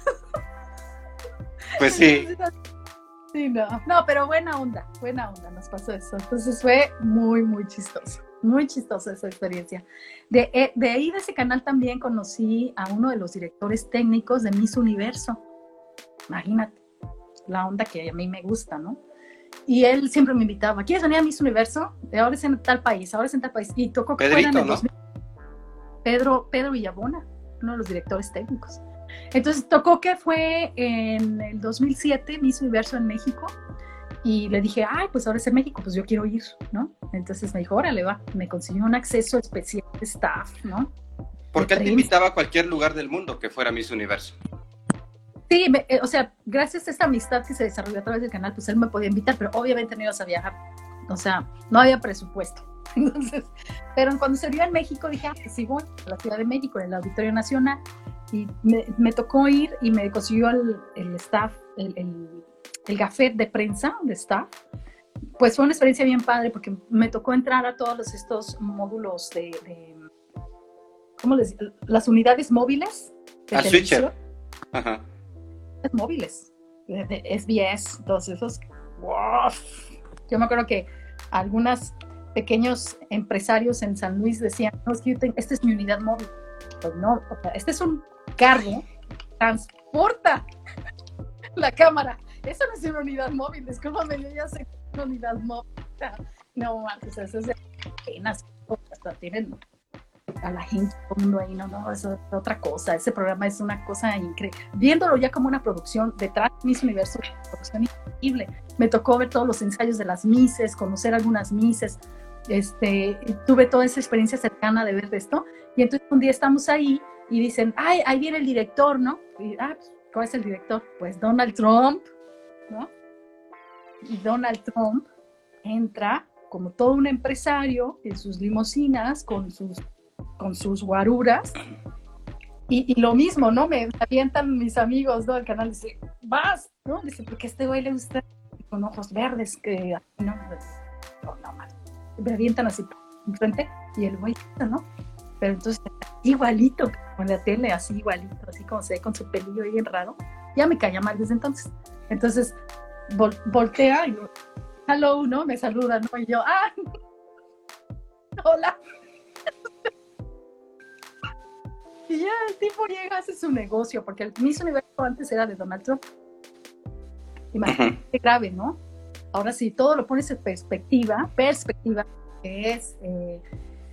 Pues sí. Sí, no, no, pero buena onda, buena onda, nos pasó eso. Entonces fue muy, muy chistoso, muy chistosa esa experiencia. De, de ahí, de ese canal también conocí a uno de los directores técnicos de Miss Universo. Imagínate, la onda que a mí me gusta, ¿no? Y él siempre me invitaba, ¿quieres venir a Miss Universo? Ahora es en tal país, ahora es en tal país. Y tocó que Pedrito, fuera en el ¿no? dos mil. Pedro, Pedro Villabona, uno de los directores técnicos. Entonces tocó que fue en el dos mil siete Miss Universo en México y le dije, ay, pues ahora es en México, pues yo quiero ir, ¿no? Entonces me dijo, órale, va, me consiguió un acceso especial de staff, ¿no? Porque él te invitaba a cualquier lugar del mundo que fuera Miss Universo. Sí, me, eh, o sea, gracias a esta amistad que se desarrolló a través del canal, pues él me podía invitar, pero obviamente no ibas a viajar, o sea, no había presupuesto. Entonces, pero cuando se dio en México dije, ah, pues sí voy a la Ciudad de México, en el Auditorio Nacional, y me, me tocó ir y me consiguió el, el staff, el, el, el gafet de prensa de staff. Pues fue una experiencia bien padre porque me tocó entrar a todos estos módulos de, de ¿cómo les digo? Las unidades móviles de a televisión. Switcher. Ajá. Móviles, de, de S B S, todos esos. Wow. Yo me acuerdo que algunos pequeños empresarios en San Luis decían, no, es que yo tengo, esta es mi unidad móvil. Pues no, o sea, este es un carro, transporta la cámara. Eso no es una unidad móvil, discúlpame, yo ya sé que es una unidad móvil. No, antes eso es de apenas, hasta tienen a la gente, todo el mundo ahí, no, no, eso es otra cosa, ese programa es una cosa increíble, viéndolo ya como una producción detrás de Miss Universo, una producción increíble, me tocó ver todos los ensayos de las misses, conocer algunas misses, este, tuve toda esa experiencia cercana de ver de esto, y entonces un día estamos ahí y dicen, ay, ahí viene el director, ¿no? Y, ah, ¿cuál es el director? Pues Donald Trump, ¿no? Y Donald Trump entra como todo un empresario en sus limusinas, con sus, con sus guaruras, y, y lo mismo, ¿no? Me avientan mis amigos, ¿no? El canal dice, vas, ¿no? Dice, porque a este güey le gusta con ojos verdes, que no, no, no, mal. Me avientan así enfrente, y el güey, ¿no? Pero entonces, igualito, con la tele, así igualito, así como se ve con su pelillo bien raro, ya me caía mal desde entonces. Entonces, vol- voltea y yo, hello, ¿no? Me saluda, ¿no? Y yo, ah, hola. Y ya el tipo llega, hace su negocio, porque el Miss Universo antes era de Donald Trump. Imagínate qué grave, ¿no? Ahora sí, todo lo pones en perspectiva, perspectiva, que es eh,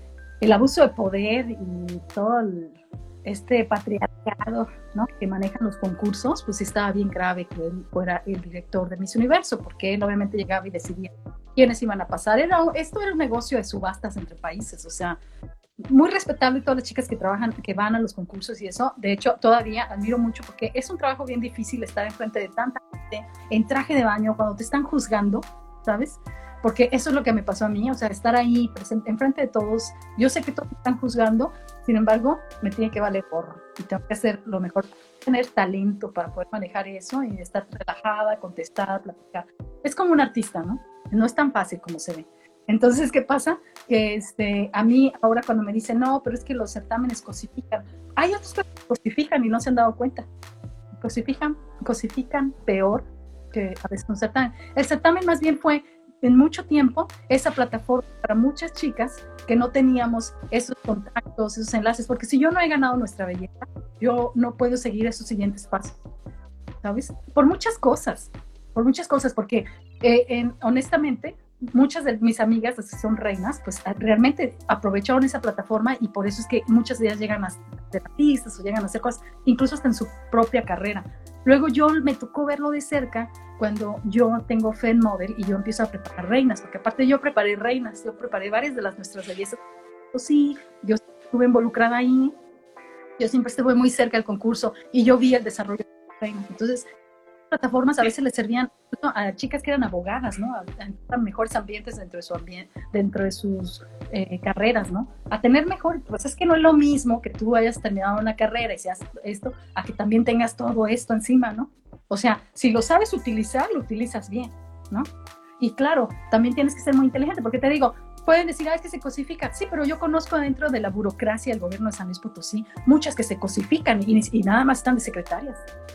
el abuso de poder y todo el, este patriarcado, ¿no? Que manejan los concursos, pues sí estaba bien grave que él fuera el director de Miss Universo, porque él obviamente llegaba y decidía quiénes iban a pasar. Era, esto era un negocio de subastas entre países, o sea, muy respetable todas las chicas que trabajan, que van a los concursos y eso. De hecho, todavía admiro mucho porque es un trabajo bien difícil estar enfrente de tanta gente en traje de baño cuando te están juzgando, ¿sabes? Porque eso es lo que me pasó a mí, o sea, estar ahí presente, enfrente de todos. Yo sé que todos me están juzgando, sin embargo, me tiene que valer porro y tengo que hacer lo mejor, tener talento para poder manejar eso y estar relajada, contestar, platicar. Es como un artista, ¿no? No es tan fácil como se ve. Entonces, ¿qué pasa? Que este, a mí ahora cuando me dicen, no, pero es que los certámenes cosifican, hay otros que cosifican y no se han dado cuenta. Cosifican, cosifican peor que a veces un certamen. El certamen más bien fue, en mucho tiempo, esa plataforma para muchas chicas que no teníamos esos contactos, esos enlaces, porque si yo no he ganado Nuestra Belleza, yo no puedo seguir esos siguientes pasos, ¿sabes? Por muchas cosas, por muchas cosas, porque eh, en, honestamente, muchas de mis amigas, las que son reinas, pues realmente aprovecharon esa plataforma y por eso es que muchas de ellas llegan a ser artistas o llegan a hacer cosas, incluso hasta en su propia carrera. Luego yo me tocó verlo de cerca cuando yo tengo Fan Model y yo empiezo a preparar reinas, porque aparte yo preparé reinas, yo preparé varias de las nuestras bellezas. Pues sí, yo estuve involucrada ahí, yo siempre estuve muy cerca del concurso y yo vi el desarrollo de las reinas. Entonces, plataformas a veces les servían a chicas que eran abogadas, ¿no? A, a mejores ambientes dentro de su ambiente, dentro de sus eh, carreras, ¿no? A tener mejor, pues es que no es lo mismo que tú hayas terminado una carrera y seas esto, a que también tengas todo esto encima, ¿no? O sea, si lo sabes utilizar, lo utilizas bien, ¿no? Y claro, también tienes que ser muy inteligente, porque te digo, pueden decir, ah, es que se cosifica. Sí, pero yo conozco dentro de la burocracia del gobierno de San Luis Potosí muchas que se cosifican y, y nada más están de secretarias.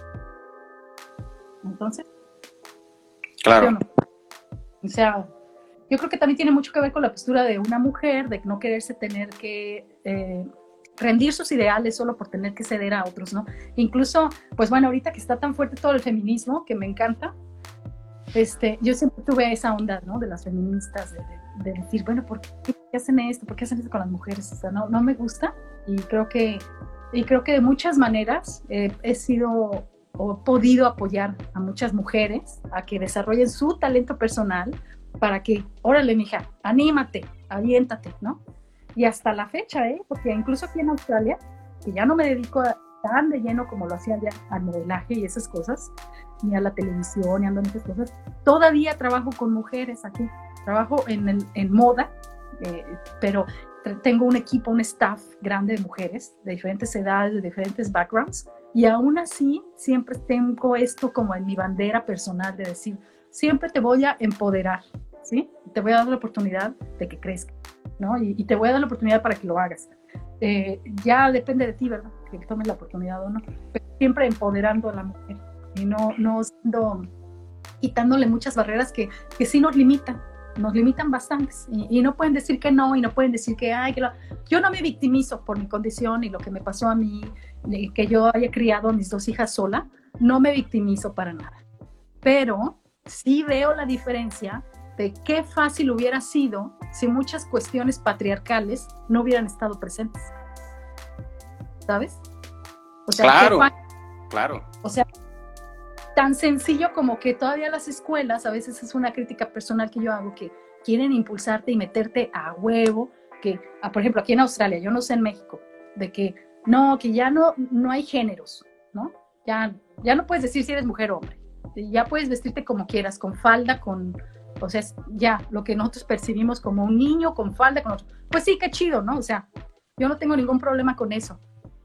Entonces, claro. ¿sí o no? O sea, yo creo que también tiene mucho que ver con la postura de una mujer, de no quererse tener que eh, rendir sus ideales solo por tener que ceder a otros, ¿no? Incluso, pues bueno, ahorita que está tan fuerte todo el feminismo, que me encanta, este, yo siempre tuve esa onda, ¿no? De las feministas, de, de, de decir, bueno, ¿por qué, qué hacen esto? ¿Por qué hacen esto con las mujeres? O sea, no, no me gusta y creo que, y creo que de muchas maneras eh, he sido... o he podido apoyar a muchas mujeres a que desarrollen su talento personal para que, órale, mija, anímate, aviéntate, ¿no? Y hasta la fecha, ¿eh? Porque incluso aquí en Australia, que ya no me dedico a, tan de lleno como lo hacía ya al modelaje y esas cosas, ni a la televisión, ni ando en esas cosas, todavía trabajo con mujeres aquí, trabajo en, el, en moda, eh, pero tengo un equipo, un staff grande de mujeres, de diferentes edades, de diferentes backgrounds, y aún así siempre tengo esto como en mi bandera personal de decir, siempre te voy a empoderar, ¿sí? Te voy a dar la oportunidad de que crezca, ¿no? Y, y te voy a dar la oportunidad para que lo hagas. Eh, ya depende de ti, ¿verdad? Que tomes la oportunidad o no, pero siempre empoderando a la mujer y no, no siendo, quitándole muchas barreras que, que sí nos limitan. Nos limitan bastantes y, y no pueden decir que no y no pueden decir que, ay, que lo... yo no me victimizo por mi condición y lo que me pasó a mí, que yo haya criado a mis dos hijas sola, no me victimizo para nada, pero sí veo la diferencia de qué fácil hubiera sido si muchas cuestiones patriarcales no hubieran estado presentes, ¿sabes? O sea, claro, qué claro. O sea, tan sencillo como que todavía las escuelas, a veces es una crítica personal que yo hago, que quieren impulsarte y meterte a huevo, que, ah, por ejemplo, aquí en Australia, yo no sé en México, de que no, que ya no, no hay géneros, ¿no? Ya, ya no puedes decir si eres mujer o hombre, ya puedes vestirte como quieras, con falda, con, o sea, ya, lo que nosotros percibimos como un niño con falda, con otro, pues sí, qué chido, ¿no? O sea, yo no tengo ningún problema con eso,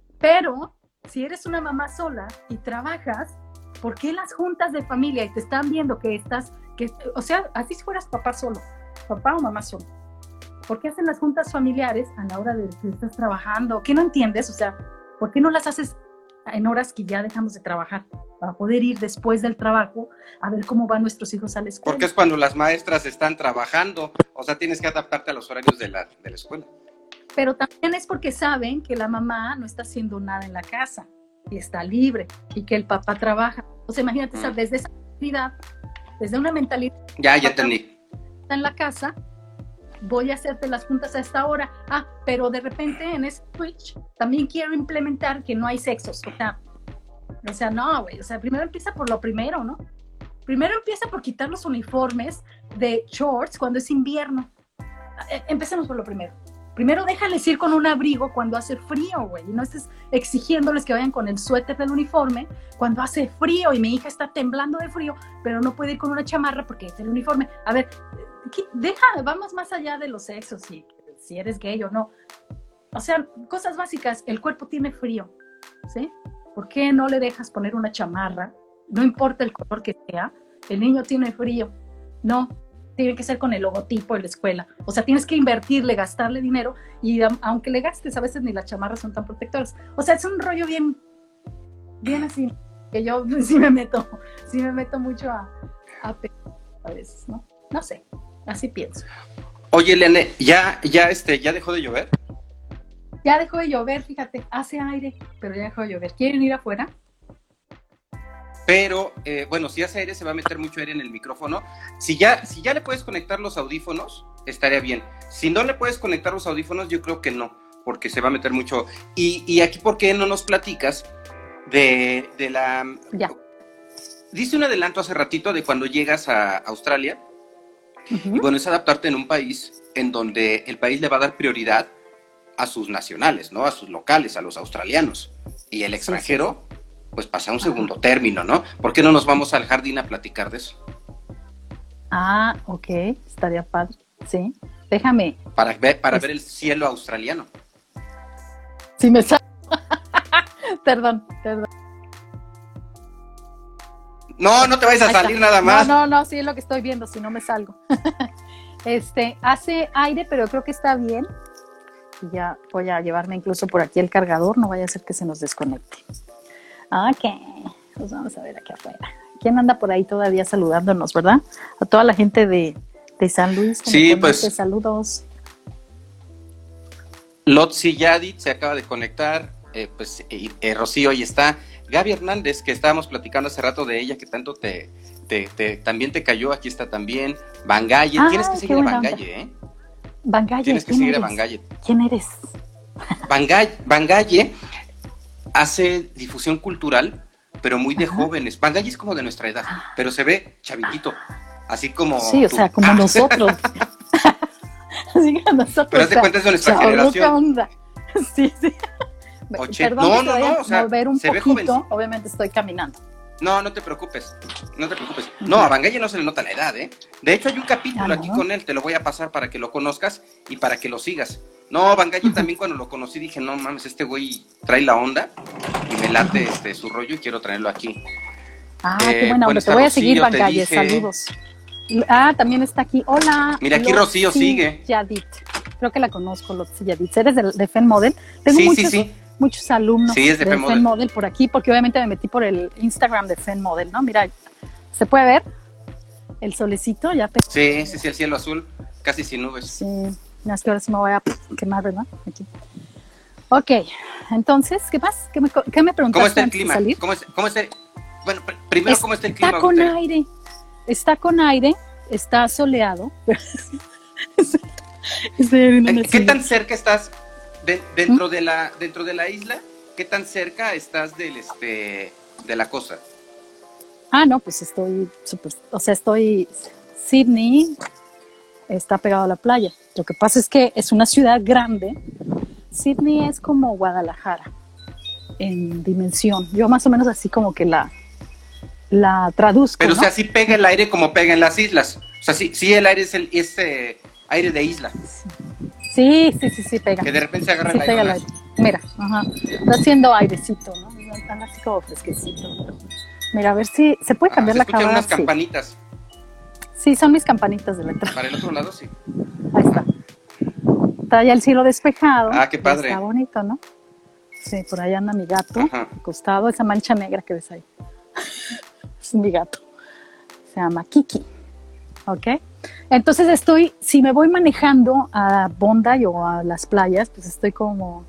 pero si eres una mamá sola y trabajas, ¿por qué las juntas de familia y te están viendo que estás, que, o sea, así si fueras papá solo, papá o mamá solo? ¿Por qué hacen las juntas familiares a la hora de que estás trabajando? ¿Qué no entiendes? O sea, ¿por qué no las haces en horas que ya dejamos de trabajar? Para poder ir después del trabajo a ver cómo van nuestros hijos a la escuela. Porque es cuando las maestras están trabajando, o sea, tienes que adaptarte a los horarios de la, de la escuela. Pero también es porque saben que la mamá no está haciendo nada en la casa y está libre y que el papá trabaja. O sea, imagínate, mm. desde esa mentalidad, desde una mentalidad. Ya, ya entendí. Está en la casa, voy a hacerte las juntas a esta hora. Ah, pero de repente en ese switch también quiero implementar que no hay sexos. O sea, o sea no, güey. O sea, primero empieza por lo primero, ¿no? Primero empieza por quitar los uniformes de shorts cuando es invierno. Empecemos por lo primero. Primero déjales ir con un abrigo cuando hace frío, güey. Y no estés exigiéndoles que vayan con el suéter del uniforme cuando hace frío y mi hija está temblando de frío, pero no puede ir con una chamarra porque es el uniforme. A ver, deja, vamos más allá de los sexos, si, si eres gay o no. O sea, cosas básicas. El cuerpo tiene frío, ¿sí? ¿Por qué no le dejas poner una chamarra? No importa el color que sea, el niño tiene frío. No, tiene que ser con el logotipo de la escuela. O sea, tienes que invertirle, gastarle dinero, y um, aunque le gastes, a veces ni las chamarras son tan protectoras. O sea, es un rollo bien, bien así, que yo sí me meto, sí me meto mucho a, a, a veces, ¿no? No sé, así pienso. Oye, Lene, ¿ya, ya, este, ¿ya dejó de llover? Ya dejó de llover, fíjate, hace aire, pero ya dejó de llover. ¿Quieren ir afuera? Pero, eh, bueno, si hace aire, se va a meter mucho aire en el micrófono. Si ya, si ya le puedes conectar los audífonos, estaría bien. Si no le puedes conectar los audífonos, yo creo que no, porque se va a meter mucho. Y, y aquí, ¿por qué no nos platicas de, de la... Ya. Diste un adelanto hace ratito de cuando llegas a Australia. Uh-huh. Y bueno, es adaptarte en un país en donde el país le va a dar prioridad a sus nacionales, ¿no? A sus locales, a los australianos. Y el extranjero... Sí, sí, sí. Pues pasa un segundo ah. término, ¿no? ¿Por qué no nos vamos al jardín a platicar de eso? Ah, ok, estaría padre, sí. Déjame. Para ver, para es... ver el cielo australiano. Sí, me sale. perdón, perdón. No, no te vayas a salir nada más. No, no, no, sí es lo que estoy viendo, si no me salgo. este, hace aire, pero creo que está bien. Y ya voy a llevarme incluso por aquí el cargador, no vaya a ser que se nos desconecte. Ok, pues vamos a ver aquí afuera. ¿Quién anda por ahí todavía saludándonos, verdad? A toda la gente de, de San Luis. Sí, pues. Saludos. Lotzi Yadit se acaba de conectar. Eh, pues eh, eh, Rocío ahí está. Gaby Hernández, que estábamos platicando hace rato de ella, que tanto te, te, te también te cayó. Aquí está también. Bangalle. Ah, tienes que seguir a Bangalle, ¿eh? Bangalle. Tienes que seguir eres? a Bangalle. ¿Quién eres? Bangalle. Bangalle hace difusión cultural, pero muy de Ajá. jóvenes. Bangalle es como de nuestra edad, pero se ve chavitito, así como... Sí, o tú. sea, como ah. nosotros. Así que nosotros. Pero haz de cuenta es de nuestra chao, generación. Onda. Sí, sí. Oche... Perdón, no, no, no, o sea, mover un se poquito, ve joven. Obviamente estoy caminando. No, no te preocupes, no te preocupes. Uh-huh. No, a Bangalle no se le nota la edad, ¿eh? De hecho, hay un capítulo ah, ¿no? aquí con él, te lo voy a pasar para que lo conozcas y para que lo sigas. No, Bangalle uh-huh. también cuando lo conocí dije, no mames, este güey trae la onda y me late uh-huh. este, su rollo y quiero traerlo aquí. Ah, eh, qué buena onda, te voy a seguir, Bangalle, dije... saludos. Ah, también está aquí, hola. Mira, aquí Lotzi Rocío sigue. Yadit, creo que la conozco, Lotzi Yadit. ¿Eres de, de Fen Model? Tengo sí, muchos, sí, sí. muchos alumnos sí, es de, de Fen, Fen Model. Model por aquí, porque obviamente me metí por el Instagram de Fen Model, ¿no? Mira, ¿se puede ver el solecito? Ya sí, sí, sí, el cielo azul, casi sin nubes. Sí, no, es que ahora sí me voy a quemar, ¿verdad? Aquí. Ok, entonces, ¿qué más? ¿Qué me, qué me preguntaste? ¿Cómo está el clima? ¿Cómo, es, ¿Cómo está el... Bueno, primero, es, ¿cómo está el clima? Está con usted? aire, está con aire, está soleado. ¿Qué tan cerca estás de, dentro, ¿Mm? de la, dentro de la isla? ¿Qué tan cerca estás del, este, de la costa? Ah, no, pues estoy, super, o sea, estoy Sydney, está pegado a la playa. Lo que pasa es que es una ciudad grande. Sydney es como Guadalajara en dimensión. Yo más o menos así como que la, la traduzco. Pero ¿no? o sea, sí pega el aire como pega en las islas. O sea, sí, sí el aire es el es, eh, aire de isla. Sí, sí, sí, sí pega. Que de repente se agarra Sí el pega aire. el aire. Mira, ajá. Está haciendo airecito, ¿no? Está así como fresquecito. Mira, a ver si se puede cambiar Ah, la se escuchan cámara. unas campanitas. Sí. Sí, son mis campanitas de la entrada. Para el otro lado, sí. Ahí está. Está ya el cielo despejado. Ah, qué padre. Está bonito, ¿no? Sí, por allá anda mi gato, Ajá. acostado, esa mancha negra que ves ahí. Es mi gato. Se llama Kiki. ¿Ok? Entonces estoy, si me voy manejando a Bondi o a las playas, pues estoy como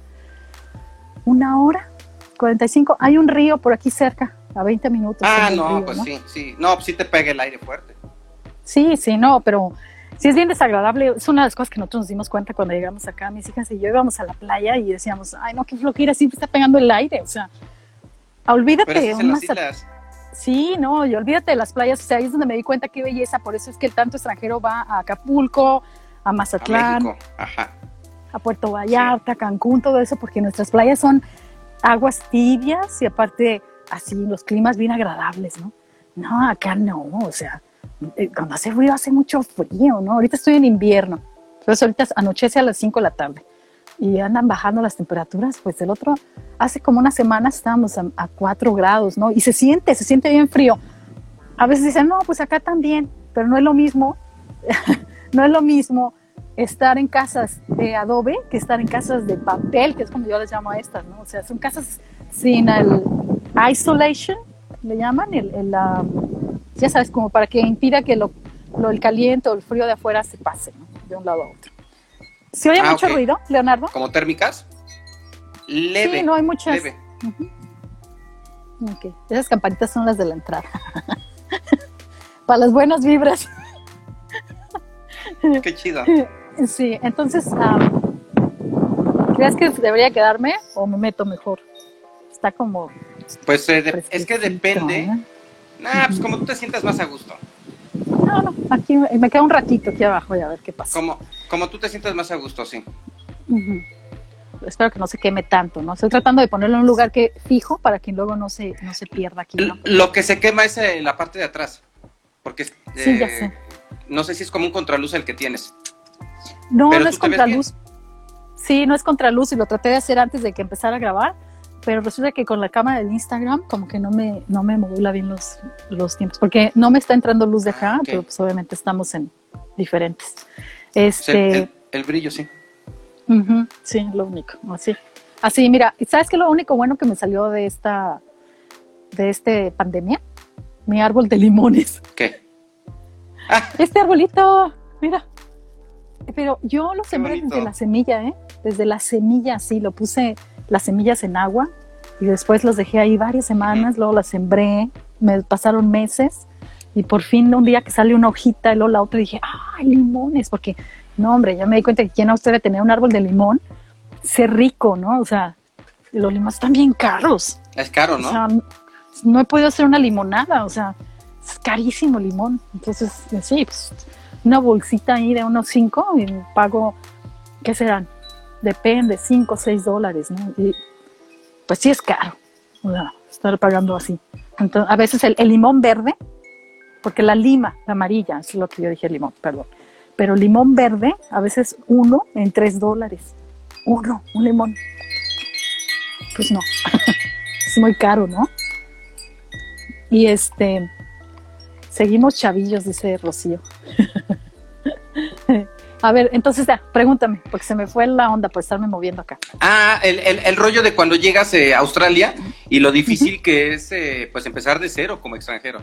una hora, cuarenta y cinco. Hay un río por aquí cerca, a veinte minutos. Ah, en el no, río, pues ¿no? sí, sí. No, pues sí te pega el aire fuerte. Sí, sí, no, pero sí es bien desagradable. Es una de las cosas que nosotros nos dimos cuenta cuando llegamos acá. Mis hijas y yo íbamos a la playa y decíamos, ay, no, qué flojera, siempre está pegando el aire. O sea, olvídate Pero de eso es en las unas... islas. Sí, no, y olvídate de las playas. O sea, ahí es donde me di cuenta qué belleza. Por eso es que tanto extranjero va a Acapulco, a A Mazatlán, México. Ajá. a Puerto Vallarta, Cancún, todo eso, porque nuestras playas son aguas tibias y aparte así los climas bien agradables, ¿no? No, acá no, o sea, eh, cuando hace frío hace mucho frío, ¿no? Ahorita estoy en invierno, entonces ahorita anochece a las cinco de la tarde y andan bajando las temperaturas, pues el otro, hace como una semana estábamos a, a cuatro grados, ¿no? Y se siente, se siente bien frío. A veces dicen, no, pues acá también, pero no es lo mismo, no es lo mismo estar en casas de adobe que estar en casas de papel, que es como yo les llamo a estas, ¿no? O sea, son casas sin el isolation, le llaman, el, el um, ya sabes, como para que impida que lo, lo, el caliente o el frío de afuera se pase, ¿no? De un lado a otro. ¿Se oye Ah, mucho ok. ruido, Leonardo? ¿Como térmicas? Leve. Sí, no hay muchas. Leve. Uh-huh. Ok, esas campanitas son las de la entrada. Para las buenas vibras. Qué chido. Sí, entonces, um, ¿crees que debería quedarme o me meto mejor? Está como... Pues eh, de- es que fresquecito, depende. ¿eh? Nah, pues como tú te sientas más a gusto. No, no, aquí me, me quedo un ratito aquí abajo y a ver qué pasa. Como, como tú te sientas más a gusto, sí. Uh-huh. Espero que no se queme tanto, ¿no? Estoy tratando de ponerlo en un lugar que fijo para que luego no se, no se pierda aquí, ¿no? L- Lo que se quema es eh, la parte de atrás. Porque eh, Sí, ya sé. no sé si es como un contraluz el que tienes. No, Pero no tú es te ves contraluz. Sí, no es contraluz y lo traté de hacer antes de que empezara a grabar, pero resulta que con la cámara del Instagram como que no me, no me modula bien los, los tiempos, porque no me está entrando luz de acá, Ah, ok. pero pues obviamente estamos en diferentes. O sea, Este, el, el brillo, sí. ujú, sí, lo único, así. Así, mira, ¿sabes qué es lo único bueno que me salió de esta, de este pandemia? Mi árbol de limones. ¿Qué? Ah, Este arbolito, mira. Pero yo lo Qué sembré bonito. desde la semilla, ¿eh? Desde la semilla, sí, lo puse las semillas en agua y después los dejé ahí varias semanas, luego las sembré, me pasaron meses y por fin un día que sale una hojita y luego la otra dije, ¡ay, limones! Porque, no, hombre, ya me di cuenta que quien a usted debe tener un árbol de limón, ser rico, ¿no? O sea, los limones están bien caros. es caro, ¿no? O sea, no he podido hacer una limonada, o sea, es carísimo el limón. Entonces, sí, pues, una bolsita ahí de unos cinco y pago, ¿qué serán? Depende, cinco o seis dólares, ¿no? Y pues sí es caro, o sea, estar pagando así. Entonces, a veces el, el limón verde, porque la lima, la amarilla, es lo que yo dije limón, perdón. Pero el limón verde, a veces uno en tres dólares. Uno, un limón. Pues no, es muy caro, ¿no? Y este, seguimos chavillos, dice Rocío. A ver, entonces ya, pregúntame, porque se me fue la onda por estarme moviendo acá. Ah, el, el, el rollo de cuando llegas eh, a Australia y lo difícil que es eh, pues empezar de cero como extranjero.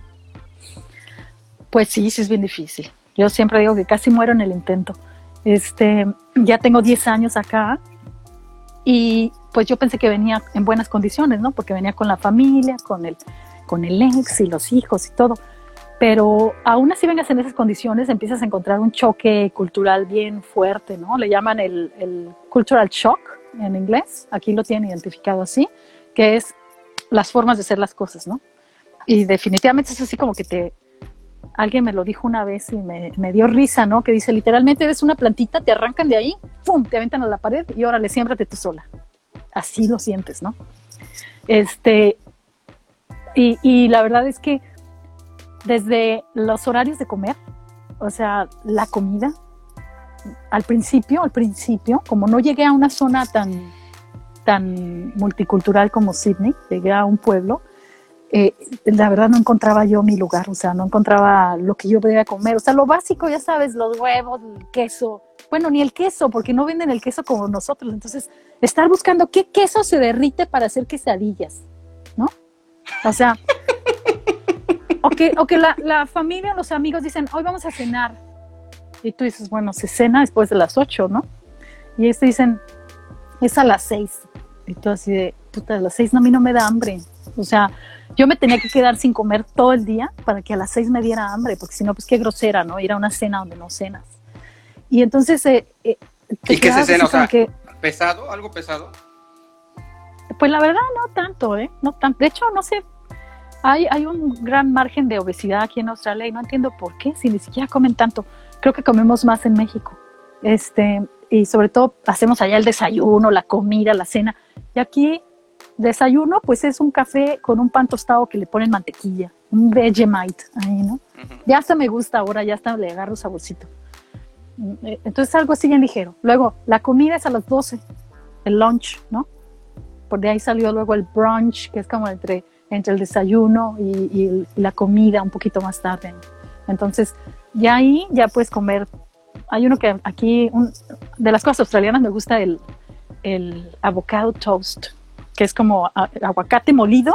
Pues sí, sí es bien difícil. Yo siempre digo que casi muero en el intento. Este, ya tengo diez años acá y pues yo pensé que venía en buenas condiciones, ¿no? Porque venía con la familia, con el, con el ex y los hijos y todo. Pero aún así vengas en esas condiciones, empiezas a encontrar un choque cultural bien fuerte, ¿no? Le llaman el, el cultural shock en inglés, aquí lo tienen identificado así, que es las formas de hacer las cosas, ¿no? Y definitivamente es así como que te, alguien me lo dijo una vez y me, me dio risa, ¿no? Que dice, literalmente eres una plantita, te arrancan de ahí, ¡pum!, te aventan a la pared y órale, siémbrate tú sola. Así lo sientes, ¿no? Este, y, y la verdad es que desde los horarios de comer, o sea, la comida, al principio, al principio, como no llegué a una zona tan, tan multicultural como Sydney, llegué a un pueblo, eh, la verdad no encontraba yo mi lugar, o sea, no encontraba lo que yo podía comer, o sea, lo básico, ya sabes, los huevos, el queso, bueno, ni el queso, porque no venden el queso como nosotros, entonces, estar buscando qué queso se derrite para hacer quesadillas, ¿no? O sea, o que, o que la, la familia, los amigos dicen, hoy vamos a cenar, y tú dices, bueno, se cena después de las ocho, ¿no? Y ellos te dicen, es a las seis, y tú así de, puta, a las seis no, a mí no me da hambre, o sea, yo me tenía que quedar sin comer todo el día para que a las seis me diera hambre, porque si no, pues qué grosera, ¿no? Ir a una cena donde no cenas. Y entonces... Eh, eh, ¿Y qué se cena? O sea, que, ¿pesado? ¿Algo pesado? Pues la verdad no tanto, ¿eh? No tanto. De hecho, no sé, hay, hay un gran margen de obesidad aquí en Australia y no entiendo por qué, si ni siquiera comen tanto. Creo que comemos más en México. Este, y sobre todo hacemos allá el desayuno, la comida, la cena. Y aquí... desayuno, pues es un café con un pan tostado que le ponen mantequilla, un Vegemite ahí, ¿no? Uh-huh. Ya hasta me gusta ahora, ya hasta le agarro saborcito. Entonces algo así bien ligero. Luego, la comida es a las doce, el lunch, ¿no? Por de ahí salió luego el brunch, que es como entre, entre el desayuno y, y, el, y la comida un poquito más tarde. Entonces, ya ahí ya puedes comer. Hay uno que aquí, un, de las cosas australianas me gusta el, el avocado toast, que es como aguacate molido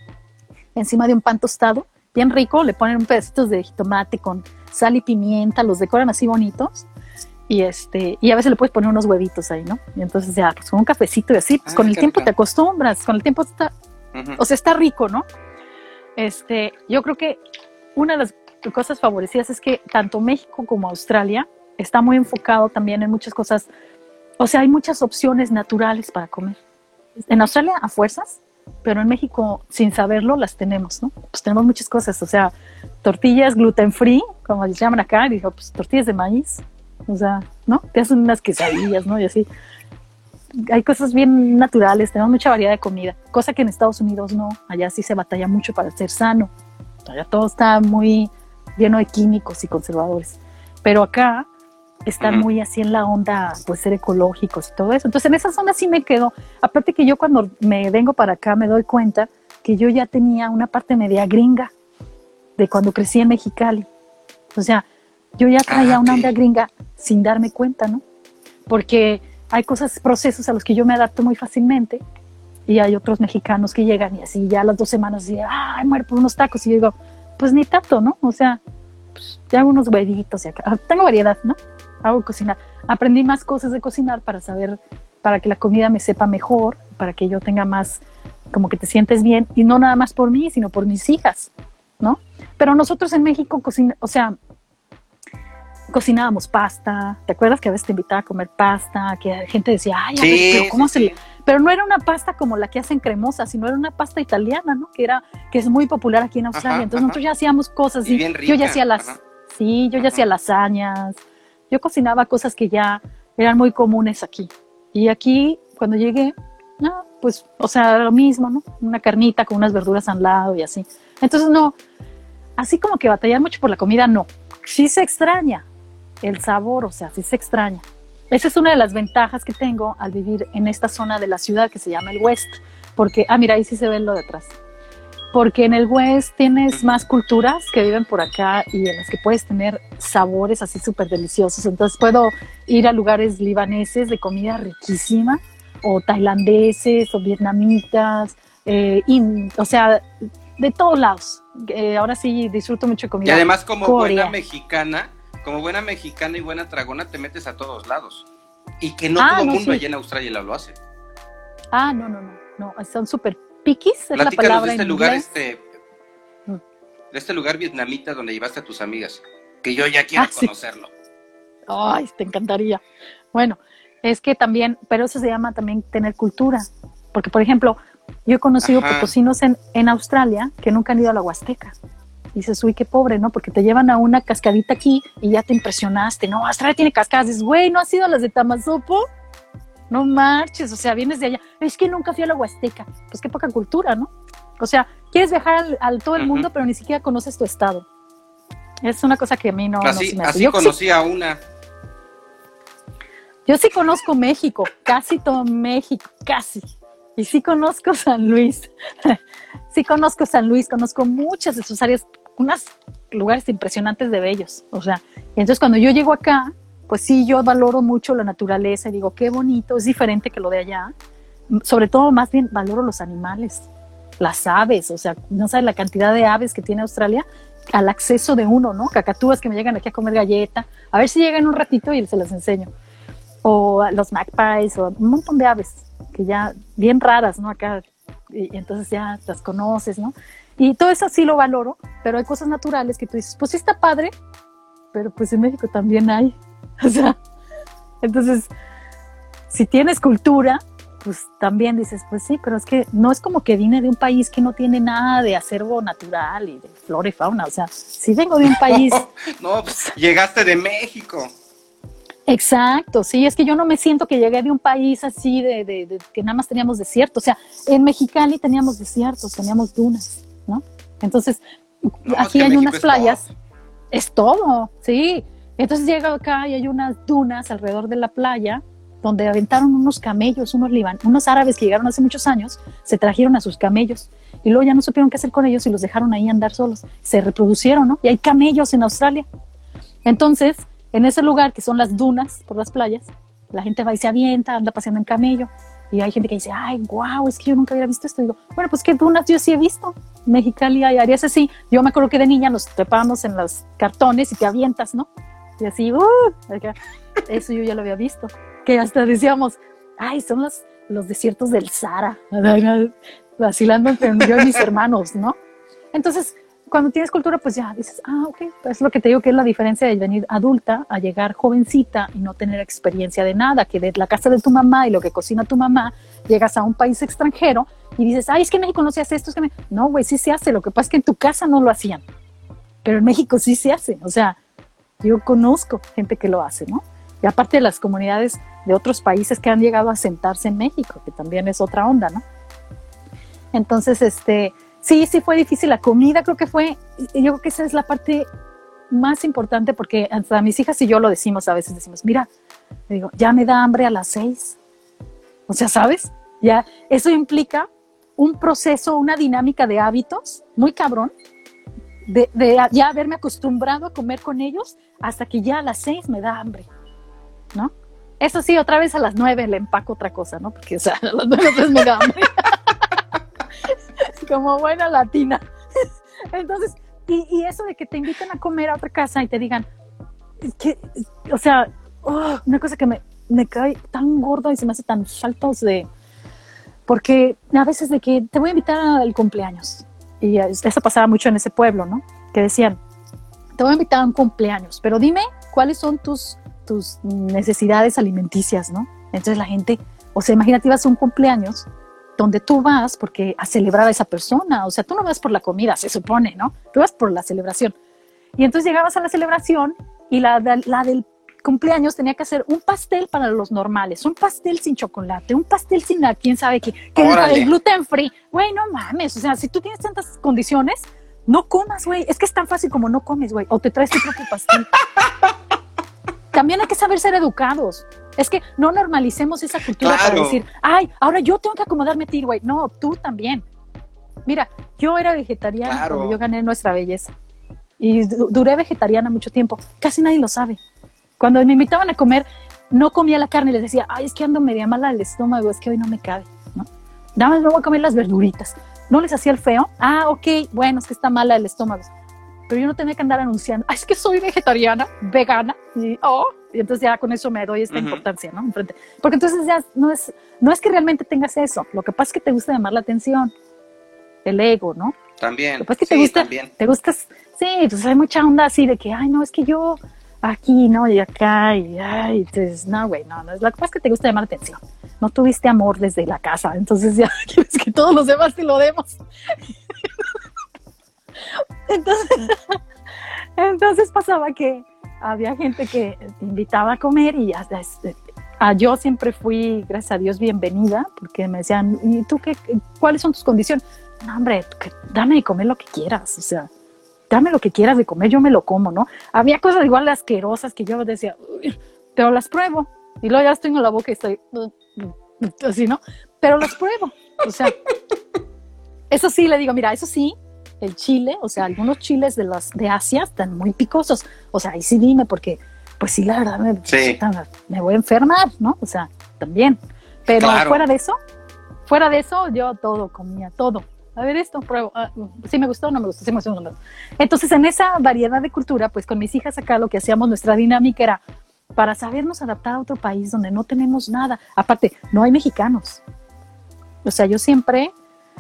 encima de un pan tostado, bien rico, le ponen un pedacito de jitomate con sal y pimienta, los decoran así bonitos, y este y a veces le puedes poner unos huevitos ahí, ¿no? Y entonces ya, pues con un cafecito y así, pues ah, con el tiempo rico. Te acostumbras, con el tiempo está, uh-huh. o sea, está rico, ¿no? Este, yo creo que una de las cosas favorecidas es que tanto México como Australia está muy enfocado también en muchas cosas, o sea, hay muchas opciones naturales para comer. En Australia a fuerzas, pero en México sin saberlo las tenemos, ¿no? Pues tenemos muchas cosas, o sea, tortillas gluten free, como les llaman acá, y digo, pues tortillas de maíz, o sea, ¿no? Te hacen unas quesadillas, ¿no? Y así. Hay cosas bien naturales, tenemos mucha variedad de comida, cosa que en Estados Unidos no, allá sí se batalla mucho para ser sano, allá todo está muy lleno de químicos y conservadores, pero acá están muy así en la onda, pues ser ecológicos y todo eso. Entonces en esa zona sí me quedo. Aparte que yo cuando me vengo para acá me doy cuenta que yo ya tenía una parte media gringa de cuando crecí en Mexicali. O sea, yo ya traía ah, okay. una onda gringa sin darme cuenta, ¿no? Porque hay cosas, procesos a los que yo me adapto muy fácilmente y hay otros mexicanos que llegan y así ya a las dos semanas y ay, muero por unos tacos. Y yo digo, pues ni tanto, ¿no? O sea, pues, ya hago unos huevitos y acá. Tengo variedad, ¿no? Hago cocinar. Aprendí más cosas de cocinar para saber, para que la comida me sepa mejor, para que yo tenga más, como que te sientes bien, y no nada más por mí, sino por mis hijas, ¿no? Pero nosotros en México, cocina, o sea, cocinábamos pasta. ¿Te acuerdas que a veces te invitaba a comer pasta? Que la gente decía, ay, a ver, sí, pero ¿cómo sí, se sí. le...? Pero no era una pasta como la que hacen cremosa, sino era una pasta italiana, ¿no? Que era, que es muy popular aquí en Australia. Ajá, Entonces ajá. nosotros ya hacíamos cosas así. Bien rica. Yo ya hacía las, ajá. sí, yo ya Ajá. hacía lasañas. Yo cocinaba cosas que ya eran muy comunes aquí. Y aquí, cuando llegué, no, pues, o sea, lo mismo, ¿no? Una carnita con unas verduras al lado y así. Entonces, no, así como que batallar mucho por la comida, no. Sí se extraña el sabor, o sea, sí se extraña. Esa es una de las ventajas que tengo al vivir en esta zona de la ciudad que se llama el West. Porque, ah, mira, ahí sí se ve lo de atrás. Porque en el West tienes más culturas que viven por acá y en las que puedes tener sabores así súper deliciosos. Entonces puedo ir a lugares libaneses de comida riquísima, o tailandeses, o vietnamitas, eh, y, o sea, de todos lados. Eh, ahora sí disfruto mucho de comida. Y además como Corea. buena mexicana, como buena mexicana y buena tragona te metes a todos lados. Y que no ah, todo el no, mundo sí. allá en Australia lo hace. Ah, no, no, no, no, son súper piquis, es la Platícanos palabra de este en lugar, inglés. este, de este lugar vietnamita donde llevaste a tus amigas, que yo ya quiero ah, sí. conocerlo. Ay, te encantaría. Bueno, es que también, pero eso se llama también tener cultura, porque por ejemplo, yo he conocido Ajá. potosinos en, en Australia que nunca han ido a la Huasteca. Y dices, uy, qué pobre, ¿no? Porque te llevan a una cascadita aquí y ya te impresionaste. No, Australia tiene cascadas. Dices, güey, ¿no has ido a las de Tamazopo? No marches, o sea, vienes de allá. Es que nunca fui a la Huasteca. Pues qué poca cultura, ¿no? O sea, quieres viajar al, al todo el mundo, uh-huh. pero ni siquiera conoces tu estado. Es una cosa que a mí no, así, no se me hace. Así yo conocí sí, a una. Yo sí conozco México, casi todo México, casi. Y sí conozco San Luis. Sí conozco San Luis, conozco muchas de sus áreas, unos lugares impresionantes de bellos. O sea, y entonces cuando yo llego acá, pues sí, yo valoro mucho la naturaleza y digo, qué bonito, es diferente que lo de allá. Sobre todo, más bien, valoro los animales, las aves, o sea, no sabes la cantidad de aves que tiene Australia al acceso de uno, ¿no? Cacatúas que me llegan aquí a comer galleta, a ver si llegan un ratito y se las enseño. O los magpies, o un montón de aves que ya, bien raras, ¿no? Acá, y, y entonces ya las conoces, ¿no? Y todo eso sí lo valoro, pero hay cosas naturales que tú dices, pues sí está padre, pero pues en México también hay. O sea, entonces, si tienes cultura, pues también dices, pues sí, pero es que no es como que vine de un país que no tiene nada de acervo natural y de flora y fauna. O sea, sí vengo de un país. No, pues llegaste de México. Exacto, sí, es que yo no me siento que llegué de un país así de, de, de que nada más teníamos desierto. O sea, en Mexicali teníamos desiertos, teníamos dunas, ¿no? Entonces, no, aquí es hay unas playas, todo. Es todo, sí. Entonces llego acá y hay unas dunas alrededor de la playa donde aventaron unos camellos, unos liban, unos árabes que llegaron hace muchos años, se trajeron a sus camellos y luego ya no supieron qué hacer con ellos y los dejaron ahí andar solos. Se reproducieron, ¿no? Y hay camellos en Australia. Entonces, en ese lugar que son las dunas por las playas, la gente va y se avienta, anda paseando en camello y hay gente que dice, ay, wow, es que yo nunca había visto esto. Y digo, bueno, pues qué dunas yo sí he visto. Mexicali hay áreas así. Yo me acuerdo que de niña nos trepábamos en los cartones y te avientas, ¿no? Y así, uh, eso yo ya lo había visto. Que hasta decíamos, ay, son los, los desiertos del Sahara, vacilando entre yo y mis hermanos, ¿no? Entonces, cuando tienes cultura, pues ya dices, ah, ok, es lo que te digo que es la diferencia de venir adulta a llegar jovencita y no tener experiencia de nada, que de la casa de tu mamá y lo que cocina tu mamá, llegas a un país extranjero y dices, ay, es que en México no se hace esto, es que me... No, güey, sí se hace, lo que pasa es que en tu casa no lo hacían, pero en México sí se hace, o sea, yo conozco gente que lo hace, ¿no? Y aparte de las comunidades de otros países que han llegado a asentarse en México, que también es otra onda, ¿no? Entonces, este, sí, sí fue difícil. La comida creo que fue, yo creo que esa es la parte más importante porque hasta mis hijas y yo lo decimos, a veces decimos, mira, digo, ya me da hambre a las seis. O sea, ¿sabes? Ya, eso implica un proceso, una dinámica de hábitos muy cabrón, de, de ya haberme acostumbrado a comer con ellos hasta que ya a las seis me da hambre, ¿no? Eso sí, otra vez a las nueve le empaco otra cosa, ¿no? Porque, o sea, a las nueve otra vez me da hambre. Como buena latina. Entonces, y, y eso de que te inviten a comer a otra casa y te digan, que, o sea, oh, una cosa que me, me cae tan gordo y se me hace tan faltos de... Porque a veces de que te voy a invitar al cumpleaños. Y eso pasaba mucho en ese pueblo, ¿no? Que decían, te voy a invitar a un cumpleaños, pero dime cuáles son tus, tus necesidades alimenticias, ¿no? Entonces la gente, o sea, imagínate, ibas a un cumpleaños donde tú vas porque a celebrar a esa persona, o sea, tú no vas por la comida, se supone, ¿no? Tú vas por la celebración. Y entonces llegabas a la celebración y la, la, la del cumpleaños tenía que hacer un pastel para los normales, un pastel sin chocolate, un pastel sin la, quién sabe qué, que el gluten free. Güey, no mames, o sea, si tú tienes tantas condiciones, no comas, güey. Es que es tan fácil como no comes, güey, o te traes tu propio pastel. También hay que saber ser educados. Es que no normalicemos esa cultura claro. Para decir, ay, ahora yo tengo que acomodarme a ti, güey. No, tú también. Mira, yo era vegetariana claro. Cuando yo gané Nuestra Belleza. Y duré vegetariana mucho tiempo. Casi nadie lo sabe. Cuando me invitaban a comer, no comía la carne y les decía, ay, es que ando media mala del estómago, es que hoy no me cabe, ¿no? Nada más me voy a comer las verduritas. ¿No les hacía el feo? Ah, ok, bueno, es que está mala el estómago. Pero yo no tenía que andar anunciando, ay, es que soy vegetariana, vegana, y, oh, y entonces ya con eso me doy esta uh-huh. importancia, ¿no? Enfrente. Porque entonces ya no es, no es que realmente tengas eso, lo que pasa es que te gusta llamar la atención, el ego, ¿no? También, lo que pasa es que sí, te gusta, también. Te gustas, sí, entonces hay mucha onda así de que, ay, no, es que yo aquí, ¿no? Y acá, y ay, entonces, no, güey, no, no, lo que pasa es que te gusta llamar la atención, no tuviste amor desde la casa, entonces ya quieres que todos los demás te lo demos. Entonces, entonces pasaba que había gente que te invitaba a comer y ya, este, a yo siempre fui, gracias a Dios, bienvenida, porque me decían, ¿y tú qué, cuáles son tus condiciones? No, hombre, que, dame de comer lo que quieras, o sea, dame lo que quieras de comer, yo me lo como, ¿no? Había cosas igual asquerosas que yo decía, pero las pruebo, y luego ya las tengo en la boca y estoy así, ¿no? Pero las pruebo, o sea, eso sí, le digo, mira, eso sí, el chile, o sea, algunos chiles de, las, de Asia están muy picosos, o sea, ahí sí dime, porque pues sí, la verdad, me, sí. me voy a enfermar, ¿no? O sea, también. Pero claro. fuera de eso, fuera de eso, yo todo comía, todo. A ver esto, pruebo. Ah, sí me gustó, no me gustó, sí me gustó, no me gustó. Entonces, en esa variedad de cultura, pues con mis hijas acá lo que hacíamos, nuestra dinámica era para sabernos adaptar a otro país donde no tenemos nada. Aparte, no hay mexicanos. O sea, yo siempre,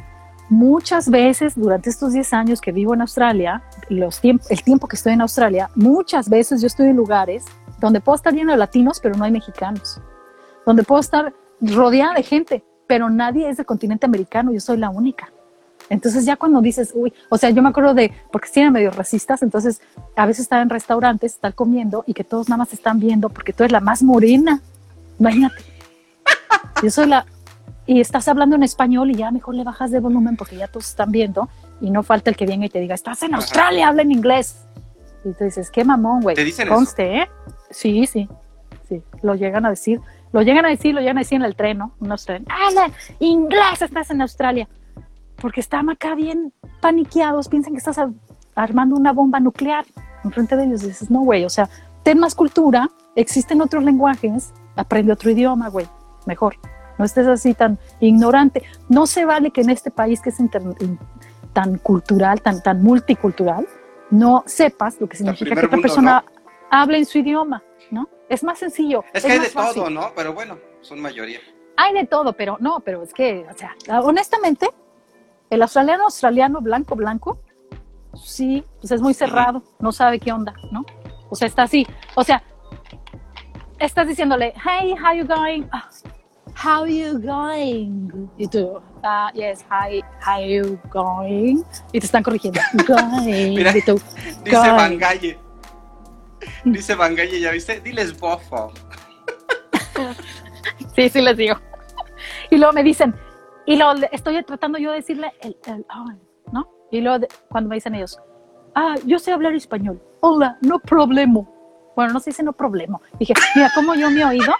muchas veces durante estos diez años que vivo en Australia, los tiemp- el tiempo que estoy en Australia, muchas veces yo estoy en lugares donde puedo estar lleno de latinos, pero no hay mexicanos. Donde puedo estar rodeada de gente, pero nadie es del continente americano, yo soy la única. Entonces ya cuando dices, uy, o sea, yo me acuerdo de, porque tienen medio racistas, entonces a veces estar en restaurantes, estar comiendo y que todos nada más están viendo porque tú eres la más morena. Imagínate. Yo soy la... Y estás hablando en español y ya mejor le bajas de volumen porque ya todos están viendo y no falta el que venga y te diga, estás en Australia, habla en inglés. Y tú dices, qué mamón, güey. ¿Te dicen Conste, eso? ¿eh? Sí, sí, sí, lo llegan a decir. Lo llegan a decir, lo llegan a decir en el tren, ¿no? Unos trenes. ¡Habla inglés! Estás en Australia. Porque están acá bien paniqueados, piensan que estás a, armando una bomba nuclear enfrente de ellos. Y dices, no, güey, o sea, ten más cultura, existen otros lenguajes, aprende otro idioma, güey, mejor. No estés así tan ignorante. No se vale que en este país que es inter, in, tan cultural, tan, tan multicultural, no sepas lo que significa que otra mundo, persona ¿no? hable en su idioma, ¿no? Es más sencillo. Es que hay más de fácil. todo, ¿no? Pero bueno, son mayoría. Hay de todo, pero no, pero es que, o sea, honestamente, el australiano, australiano, blanco, blanco, sí, pues es muy cerrado, no sabe qué onda, ¿no? O sea, está así, o sea, estás diciéndole, hey, how you going? Ah, how you going? Y tú, ah, uh, yes, hi, how you going? Y te están corrigiendo, going. Mira, y tú, dice going. Bangalle. Dice Bangalle, ¿ya viste? Diles bofo. Sí, sí les digo. Y luego me dicen, y lo estoy tratando yo de decirle el, el oh, ¿no? Y luego de, cuando me dicen ellos, ah, yo sé hablar español. Hola, no problema. Bueno, no se dice no problema. Dije, mira, ¿cómo yo mi oído?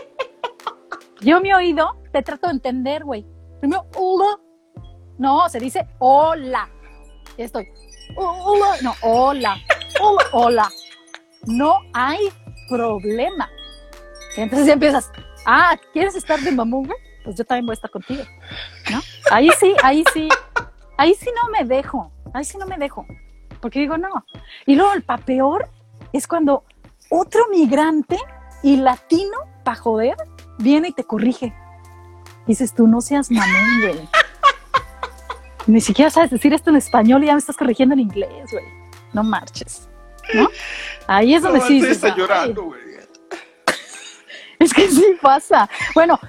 Yo mi oído te trato de entender, güey. Primero, hola. No, se dice hola. Y estoy, hola. No, hola. Hola, hola. No hay problema. Y entonces ya empiezas, ah, ¿quieres estar de mamón, güey? Pues yo también voy a estar contigo, ¿no? Ahí sí, ahí sí, ahí sí no me dejo, ahí sí no me dejo, porque digo no. Y luego el pa' peor es cuando otro migrante y latino, pa' joder, viene y te corrige. Dices tú, no seas mamón, güey. Ni siquiera sabes decir esto en español y ya me estás corrigiendo en inglés, güey. No marches, ¿no? Ahí es donde No, sí sí dices, está llorando, güey. Es que sí pasa. Bueno,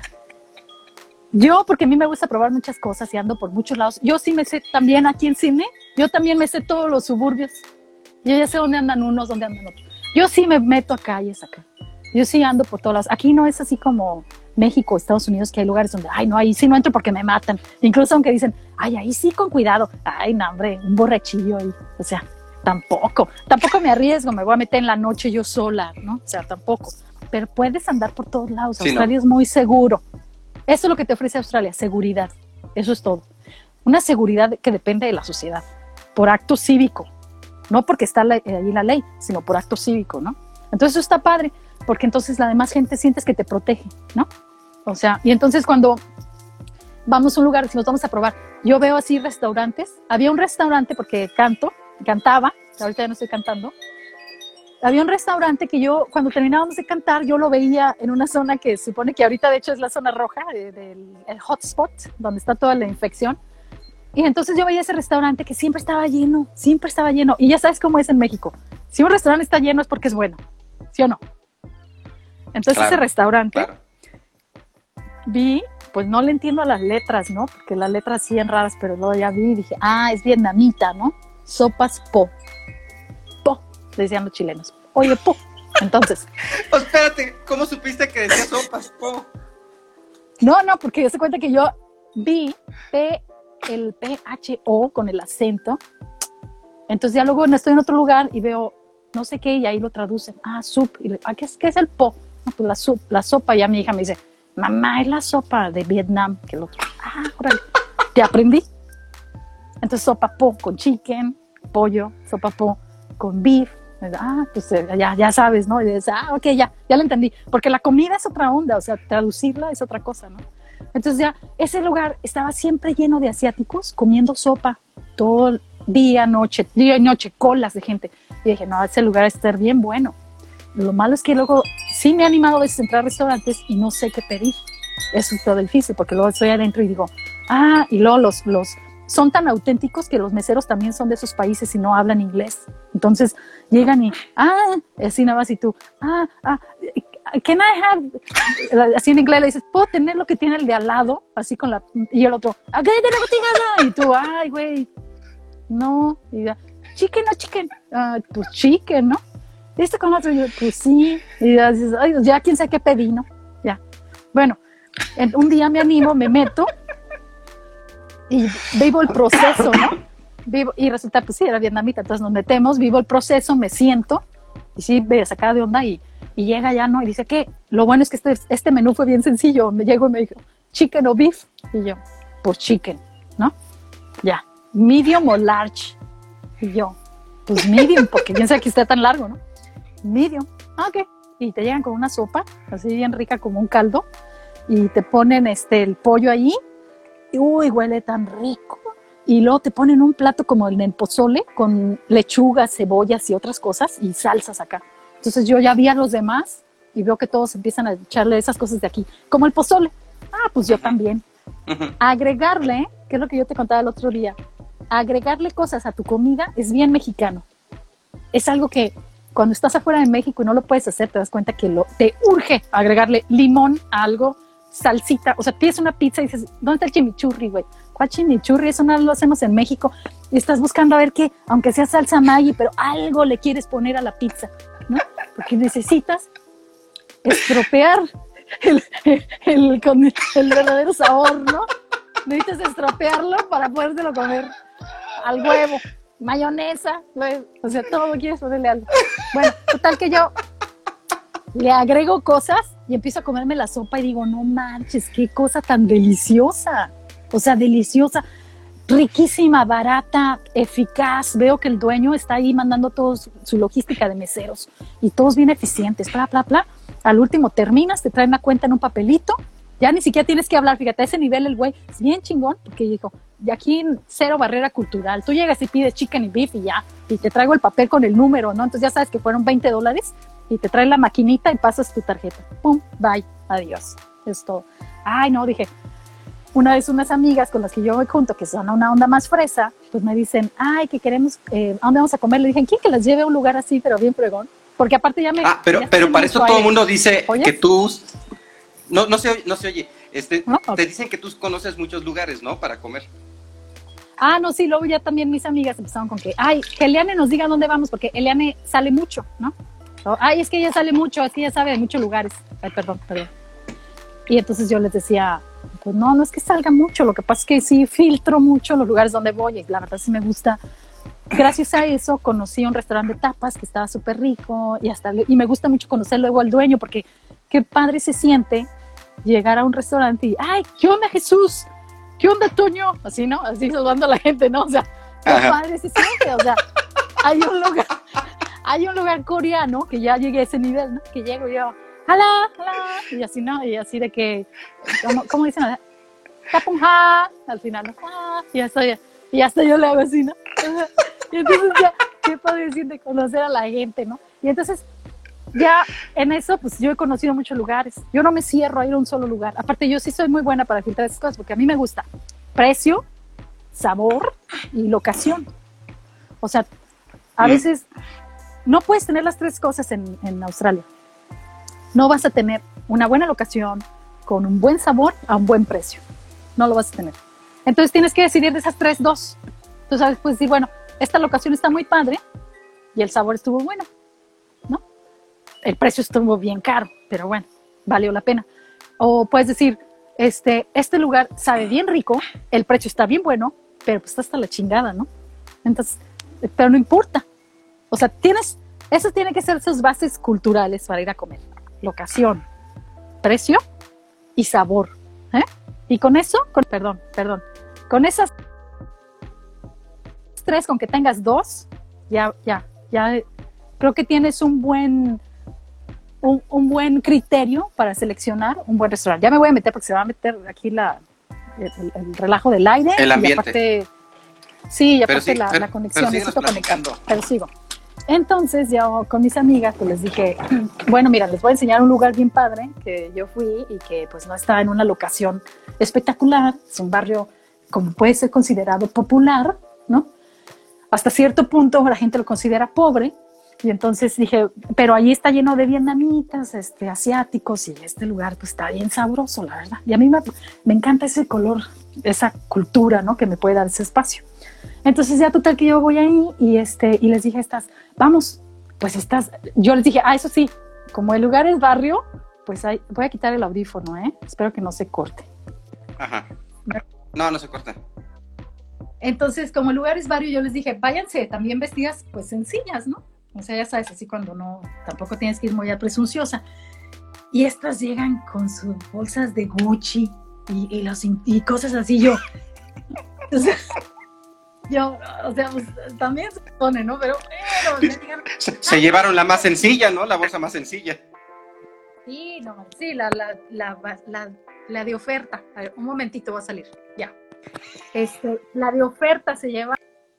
yo, porque a mí me gusta probar muchas cosas y ando por muchos lados, yo sí me sé también aquí en cine, yo también me sé todos los suburbios. Yo ya sé dónde andan unos, dónde andan otros. Yo sí me meto a calles acá. Yo sí ando por todos lados. Aquí no es así como México, Estados Unidos, que hay lugares donde, ay, no, ahí sí no entro porque me matan. Incluso aunque dicen, ay, ahí sí con cuidado. Ay, no, hombre, un borrachillo ahí. O sea, tampoco. Tampoco me arriesgo, me voy a meter en la noche yo sola, ¿no? O sea, tampoco. Pero puedes andar por todos lados. Sí, Australia ¿no? es muy seguro. Eso es lo que te ofrece Australia, seguridad. Eso es todo. Una seguridad que depende de la sociedad, por acto cívico. No porque está la, ahí la ley, sino por acto cívico, ¿no? Entonces eso está padre, porque entonces la demás gente sientes que te protege, ¿no? O sea, y entonces cuando vamos a un lugar, si nos vamos a probar, yo veo así restaurantes. Había un restaurante, porque canto, cantaba, ahorita ya no estoy cantando. Había un restaurante que yo, cuando terminábamos de cantar, yo lo veía en una zona que se supone que ahorita de hecho es la zona roja, del de, el hotspot, donde está toda la infección. Y entonces yo veía ese restaurante que siempre estaba lleno, siempre estaba lleno. Y ya sabes cómo es en México. Si un restaurante está lleno es porque es bueno, ¿sí o no? Entonces claro, ese restaurante, claro. Vi, pues no le entiendo a las letras, ¿no? Porque las letras sí eran raras, pero luego ya vi y dije, ah, es vietnamita, ¿no? sopas po. Po, decían los chilenos. Oye, po. Entonces. Oh, espérate, ¿cómo supiste que decía sopas po? No, no, porque yo se cuenta que yo vi P, el P H O con el acento. Entonces ya luego estoy en otro lugar y veo no sé qué y ahí lo traducen. Ah, soup. Y le, ah, ¿qué, es, ¿Qué es el po? No, pues la, soup, la sopa. Ya mi hija me dice, mamá, es la sopa de Vietnam. Que el otro, ah, órale. Ya aprendí. Entonces sopa po con chicken, pollo, sopa po con beef. Ah, pues ya, ya sabes, ¿no? Y dices, ah, ok, ya, ya lo entendí. Porque la comida es otra onda, o sea, traducirla es otra cosa, ¿no? Entonces ya, ese lugar estaba siempre lleno de asiáticos comiendo sopa todo día, noche, día y noche, colas de gente. Y dije, no, ese lugar está bien bueno. Lo malo es que luego sí me he animado a veces a entrar a restaurantes y no sé qué pedir. Eso es lo difícil, porque luego estoy adentro y digo, ah, y luego los, los son tan auténticos que los meseros también son de esos países y no hablan inglés. Entonces llegan y, ah, así nada más y tú, ah, ah, can I have, así en inglés le dices, ¿puedo tener lo que tiene el de al lado? Así con la, y el otro, ¿a qué te lo y tú, ay, güey, no, y ya, chicken, no chicken, uh, pues chicken, ¿no? ¿Viste con otro? Yo, pues sí, y ya dices, ay, ya quién sabe qué pedí, ¿no? Ya, bueno, en, un día me animo, me meto, y vivo el proceso, ¿no? Vivo, y resulta, pues sí, era vietnamita, entonces nos metemos, vivo el proceso, me siento, y sí, me sacaba de onda, y, y llega ya, ¿no? Y dice que lo bueno es que este, este menú fue bien sencillo, me llego y me dijo, chicken o beef, y yo, pues chicken, ¿no? Ya, medium o large, y yo, pues medium, porque quién sabe que está tan largo, ¿no? Medium, ah, ok, y te llegan con una sopa, así bien rica como un caldo, y te ponen este, el pollo ahí, uy, huele tan rico. Y luego te ponen un plato como el del pozole con lechuga, cebollas y otras cosas y salsas acá. Entonces yo ya vi a los demás y veo que todos empiezan a echarle esas cosas de aquí, como el pozole. Ah, pues yo también. Agregarle, que es lo que yo te contaba el otro día, agregarle cosas a tu comida es bien mexicano. Es algo que cuando estás afuera de México y no lo puedes hacer, te das cuenta que lo, te urge agregarle limón a algo, salsita, o sea, pides una pizza y dices, ¿dónde está el chimichurri, güey? ¿Cuál chimichurri? Eso no lo hacemos en México. Y estás buscando a ver qué, aunque sea salsa Maggi, pero algo le quieres poner a la pizza, ¿no? Porque necesitas estropear el, el, el, con el verdadero sabor, ¿no? Necesitas estropearlo para podérselo comer al huevo, mayonesa, o sea, todo quieres ponerle algo. Bueno, total que yo le agrego cosas y empiezo a comerme la sopa y digo, no manches, qué cosa tan deliciosa. O sea, deliciosa, riquísima, barata, eficaz. Veo que el dueño está ahí mandando todo su, su logística de meseros y todos bien eficientes, bla, bla, bla. Al último terminas, te traen la cuenta en un papelito, ya ni siquiera tienes que hablar. Fíjate, a ese nivel el güey es bien chingón, porque dijo, de aquí cero barrera cultural. Tú llegas y pides chicken y beef y ya, y te traigo el papel con el número, ¿no? Entonces ya sabes que fueron veinte dólares y te traen la maquinita y pasas tu tarjeta. Pum, bye, adiós. Es todo. Ay, no, dije, una vez unas amigas con las que yo voy junto, que son una onda más fresa, pues me dicen, ay, que queremos, eh, ¿a dónde vamos a comer? Le dije, ¿quién que las lleve a un lugar así, pero bien fregón? Porque aparte ya me... Ah, pero, pero para eso todo el mundo dice que tú... No, no se oye, no se oye. Este, ¿No? Okay. Te dicen que tú conoces muchos lugares, ¿no? Para comer. Ah, no, sí, luego ya también mis amigas empezaron con que, ay, que Eliane nos diga dónde vamos, porque Eliane sale mucho, ¿no? O, ay, es que ella sale mucho, es que ella sabe de muchos lugares. Ay, perdón, perdón. Y entonces yo les decía, pues no, no es que salga mucho, lo que pasa es que sí filtro mucho los lugares donde voy, y la verdad sí me gusta. Gracias a eso conocí un restaurante de tapas que estaba súper rico, y hasta y me gusta mucho conocer luego al dueño, porque qué padre se siente llegar a un restaurante y, ay, ¿qué onda, Jesús? ¿Qué onda, Toño? Así, ¿no? Así saludando a la gente, ¿no? O sea, qué Ajá. padre se siente, o sea, hay un lugar, hay un lugar coreano que ya llegué a ese nivel, ¿no? Que llego yo, ¡hala! ¡hala! Y así, ¿no? Y así de que, ¿cómo, cómo dicen? ¡Tapunja! Al final, ¿no? ¡Ah! Y hasta, y hasta yo le hago así, ¿no? Y entonces ya, qué padre decir de conocer a la gente, ¿no? Y entonces, ya en eso, pues yo he conocido muchos lugares. Yo no me cierro a ir a un solo lugar. Aparte, yo sí soy muy buena para filtrar esas cosas, porque a mí me gusta precio, sabor y locación. O sea, a mm. veces no puedes tener las tres cosas en, en Australia. No vas a tener una buena locación con un buen sabor a un buen precio. No lo vas a tener. Entonces tienes que decidir de esas tres, dos. Tú sabes, pues decir, bueno, esta locación está muy padre y el sabor estuvo bueno, ¿no? El precio estuvo bien caro, pero bueno, valió la pena. O puedes decir, este, este lugar sabe bien rico, el precio está bien bueno, pero pues está hasta la chingada, ¿no? Entonces, pero no importa. O sea, tienes, eso tiene que ser sus bases culturales para ir a comer. Locación, precio y sabor. ¿eh? Y con eso, con, perdón, perdón, con esas tres, con que tengas dos, ya, ya, ya creo que tienes un buen, un, un buen criterio para seleccionar un buen restaurante. Ya me voy a meter porque se va a meter aquí la, el, el relajo del aire. El ambiente. Y aparte, sí, y aparte sí, la, pero, la conexión, pero necesito conectar, pero sigo. Entonces yo con mis amigas pues les dije, bueno, mira, les voy a enseñar un lugar bien padre que yo fui y que pues no está en una locación espectacular, es un barrio como puede ser considerado popular, ¿no? Hasta cierto punto la gente lo considera pobre y entonces dije, pero allí está lleno de vietnamitas, este, asiáticos y este lugar pues está bien sabroso, la verdad. Y a mí me, me encanta ese color, esa cultura, ¿no? Que me puede dar ese espacio. Entonces ya total que yo voy ahí y, este, y les dije a estas, vamos, pues estas, yo les dije, ah, eso sí, como el lugar es barrio, pues ahí, voy a quitar el audífono, ¿eh? Espero que no se corte. Ajá. No, no se corta. Entonces, como el lugar es barrio, yo les dije, váyanse también vestidas, pues sencillas, ¿no? O sea, ya sabes, así cuando no, tampoco tienes que ir muy a presunciosa. Y estas llegan con sus bolsas de Gucci y, y, los, y cosas así, yo. Entonces, yo, o sea, pues, también se pone, ¿no? Pero, pero ya llegaron. Se, se llevaron la más sencilla, ¿no? La bolsa más sencilla. Sí, no, sí, la, la, la, la, la de oferta. A ver, un momentito va a salir, ya. Este, la de oferta se lleva,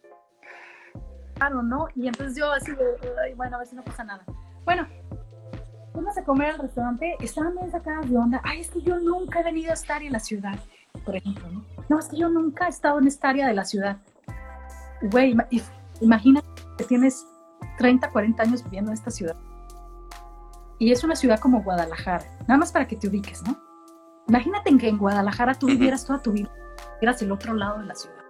¿no? Y entonces yo así de, ay, bueno, a ver si no pasa nada. Bueno, fuimos a comer al restaurante, estaban bien sacadas de onda. Ay, es que yo nunca he venido a esta área de la ciudad, por ejemplo, ¿no? No, es que yo nunca he estado en esta área de la ciudad. Güey, imagina que tienes treinta, cuarenta años viviendo en esta ciudad. Y es una ciudad como Guadalajara, nada más para que te ubiques, ¿no? Imagínate que en Guadalajara tú vivieras toda tu vida, vivieras el otro lado de la ciudad.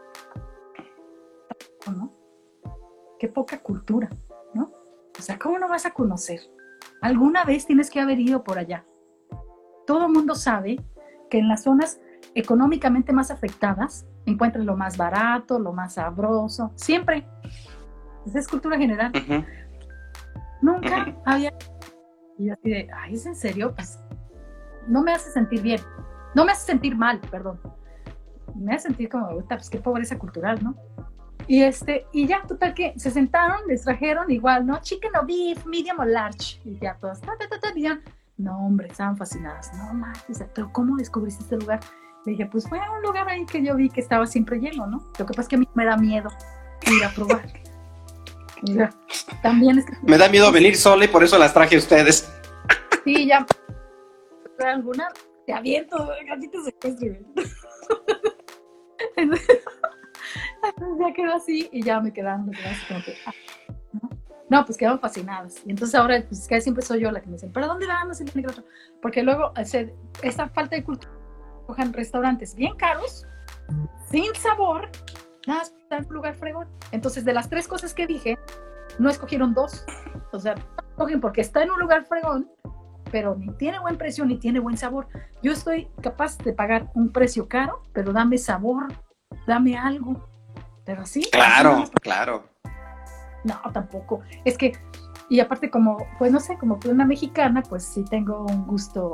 ¿No? Qué poca cultura, ¿no? O sea, ¿cómo no vas a conocer? Alguna vez tienes que haber ido por allá. Todo el mundo sabe que en las zonas económicamente más afectadas encuentras lo más barato, lo más sabroso, siempre. Esa es cultura general. Uh-huh. Nunca uh-huh. había... Y yo así de, ay, ¿es en serio? Pues no me hace sentir bien. No me hace sentir mal, perdón. Me hace sentir como, pues qué pobreza cultural, ¿no? Y este, y ya, total que se sentaron, les trajeron igual, ¿no? Chicken o beef, medium o large. Y ya todas, ta, ta, ta, ta, y ya, no, hombre, estaban fascinadas. No, manches, pero ¿cómo descubriste este lugar? Le dije, pues fue a un lugar ahí que yo vi que estaba siempre lleno, ¿no? Lo que pasa es que a mí me da miedo ir a probar. Y ya, también es que... Me da miedo venir sola y por eso las traje a ustedes. Sí, ya. ¿Alguna? Te aviento, así te secuestro. Entonces, ya quedó así y ya me quedaron, me quedaron así como que, ah, ¿no? No, pues quedaron fascinadas. Y entonces ahora, pues casi siempre soy yo la que me dicen, ¿pero dónde van? No sé qué otro. Porque luego, o sea, esta falta de cultura, cojan restaurantes bien caros, sin sabor, nada, está en un lugar fregón. Entonces, de las tres cosas que dije, no escogieron dos. O sea, no escogen porque está en un lugar fregón, pero ni tiene buen precio ni tiene buen sabor. Yo estoy capaz de pagar un precio caro, pero dame sabor, dame algo. Pero así. Claro, así no, claro. No, tampoco. Es que, y aparte como, pues no sé, como una mexicana, pues sí tengo un gusto.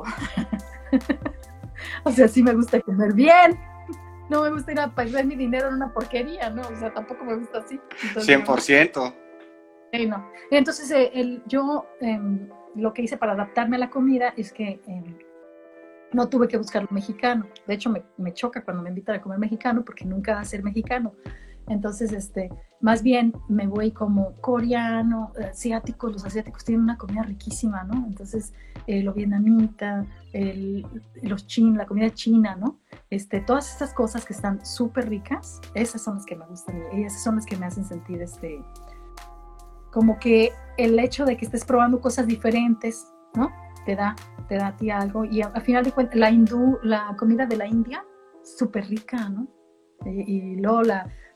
O sea, sí me gusta comer bien. No me gusta ir a perder mi dinero en una porquería, ¿no? O sea, tampoco me gusta así. Entonces, cien por ciento. Eh, no. Entonces, eh, el, yo eh, lo que hice para adaptarme a la comida es que eh, no tuve que buscar lo mexicano. De hecho, me, me choca cuando me invitan a comer mexicano porque nunca va a ser mexicano. Entonces, este, más bien me voy como coreano, asiático. Los asiáticos tienen una comida riquísima, ¿no? Entonces, eh, lo vietnamita, el, los chin, la comida china, ¿no? Este, todas estas cosas que están súper ricas, esas son las que me gustan y esas son las que me hacen sentir, este, como que el hecho de que estés probando cosas diferentes, ¿no? Te da, te da a ti algo. Y al final de cuentas, la hindú, la comida de la India, súper rica, ¿no? Y, y luego la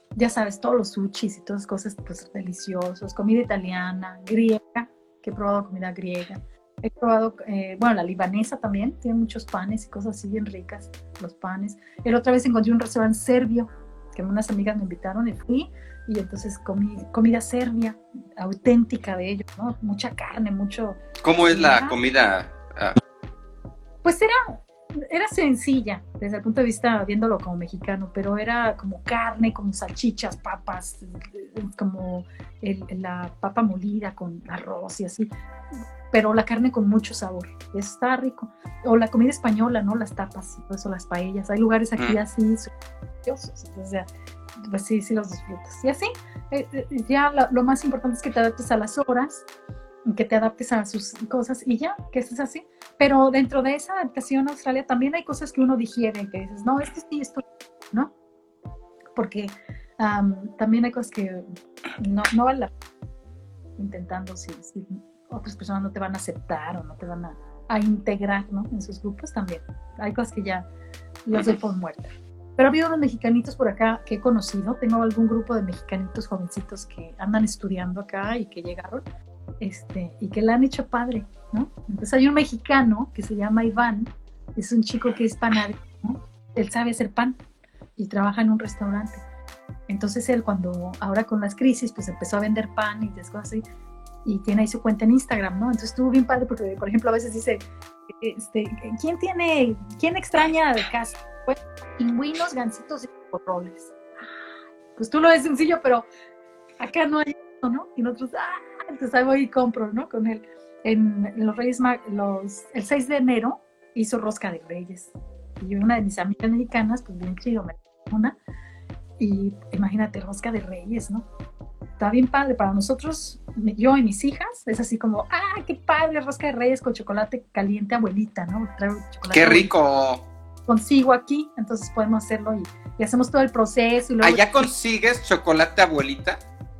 ya sabes, todos los sushis y todas cosas pues deliciosos, comida italiana, griega, que he probado comida griega. He probado, eh, bueno, la libanesa también, tiene muchos panes y cosas así bien ricas, los panes. El otra vez encontré un restaurante serbio, que unas amigas me invitaron y fui, y entonces comí comida serbia, auténtica de ellos, ¿no? Mucha carne, mucho... ¿Cómo es la comida? Ah. Pues era, era sencilla, desde el punto de vista viéndolo como mexicano, pero era como carne, como salchichas, papas, como el, la papa molida con arroz y así, pero la carne con mucho sabor, está rico. O la comida española, ¿no? Las tapas y todo eso, las paellas, hay lugares aquí mm. así, deliciosos, entonces pues sí, sí los disfrutas. Y así, eh, ya lo, lo más importante es que te adaptes a las horas, que te adaptes a sus cosas y ya, que eso es así. Pero dentro de esa adaptación a Australia también hay cosas que uno digiere, que dices, no, es que sí, esto, ¿no? Porque um, también hay cosas que no, no vale la pena intentando si, si otras personas no te van a aceptar o no te van a, a integrar, ¿no? En sus grupos también. Hay cosas que ya las doy por muertas. Pero ha habido unos mexicanitos por acá que he conocido. Tengo algún grupo de mexicanitos jovencitos que andan estudiando acá y que llegaron este, y que la han hecho padre, ¿no? Entonces hay un mexicano que se llama Iván, es un chico que es panadero, ¿no? Él sabe hacer pan y trabaja en un restaurante. Entonces él cuando, ahora con las crisis, pues empezó a vender pan y cosas así, y tiene ahí su cuenta en Instagram, ¿no? Entonces estuvo bien padre porque, por ejemplo, a veces dice, este, ¿quién tiene, quién extraña de casa? Pues, pingüinos, gansitos y porroles. Pues tú lo ves sencillo, pero acá no hay eso, ¿no? Y nosotros, ah, entonces ahí voy y compro, ¿no? Con él. En, en los Reyes, los, el seis de enero hizo rosca de Reyes. Y una de mis amigas mexicanas, pues bien chido, me dio una. Y imagínate, rosca de Reyes, ¿no? Está bien padre para nosotros, yo y mis hijas, es así como, ah, qué padre, rosca de Reyes con chocolate caliente, abuelita, ¿no? Traigo chocolate ¡qué rico! Consigo aquí, entonces podemos hacerlo y, y hacemos todo el proceso. Y luego... ¿Allá consigues chocolate abuelita?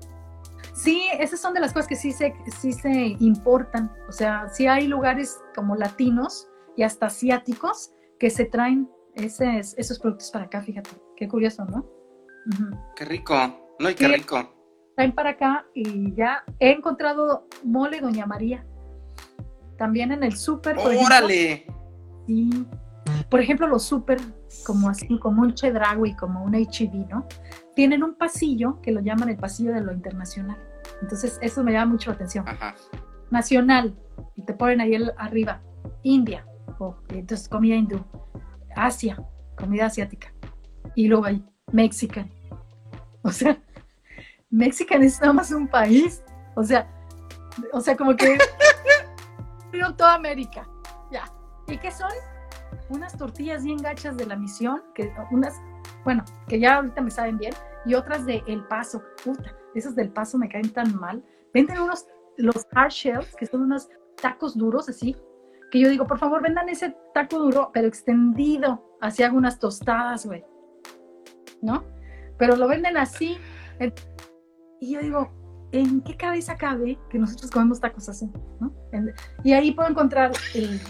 Sí, esas son de las cosas que sí se, sí se importan. O sea, sí hay lugares como latinos y hasta asiáticos que se traen ese, esos productos para acá, fíjate. Qué curioso, ¿no? Uh-huh. Qué rico, no, y qué sí, rico. Traen para acá y ya he encontrado mole Doña María. También en el súper. ¡Órale! Sí. Por ejemplo, los súper, como así, como un Chedraui, como un H E B, ¿no? Tienen un pasillo que lo llaman el pasillo de lo internacional. Entonces, eso me llama mucho la atención. Ajá. Nacional, y te ponen ahí el, arriba, India, o entonces comida hindú, Asia, comida asiática, y luego ahí, Mexican. O sea, Mexican es nada más un país, o sea, o sea, como que toda América, ya. ¿Y qué son? Unas tortillas bien gachas de la Misión, que unas, bueno, que ya ahorita me saben bien, y otras de El Paso. Puta, esas del Paso me caen tan mal. Venden unos, los hard shells, que son unos tacos duros así, que yo digo, por favor, vendan ese taco duro, pero extendido, así hago unas tostadas, güey, ¿no? Pero lo venden así, y yo digo, ¿en qué cabeza cabe que nosotros comemos tacos así, ¿no? Y ahí puedo encontrar el...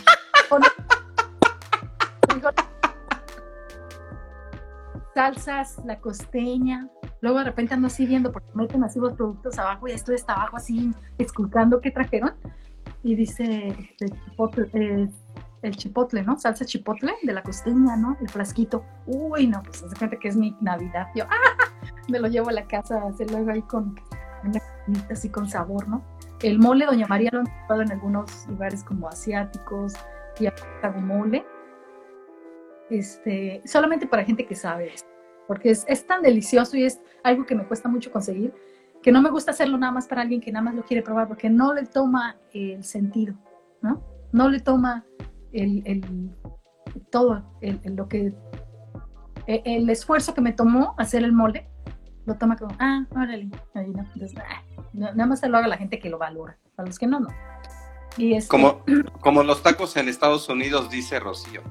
salsas, la costeña, luego de repente ando así viendo porque meten así los productos abajo y estoy hasta abajo así esculcando qué trajeron y dice este, chipotle, eh, el chipotle, ¿no? Salsa chipotle de la costeña, ¿no? El frasquito, uy, no, pues se cuenta que es mi Navidad, yo, ¡ah! Me lo llevo a la casa a hacer luego ahí con una comida así con sabor, ¿no? El mole Doña María lo han encontrado en algunos lugares como asiáticos y hago mole. Este, solamente para gente que sabe esto, porque es, es tan delicioso y es algo que me cuesta mucho conseguir, que no me gusta hacerlo nada más para alguien que nada más lo quiere probar, porque no le toma el sentido, ¿no? No le toma el, el todo, el, el, lo que, el, el esfuerzo que me tomó hacer el mole, lo toma como, ah, órale, ahí no, entonces, ah, nada más se lo haga la gente que lo valora, a los que no, no. Y este, como, como los tacos en Estados Unidos, dice Rocío.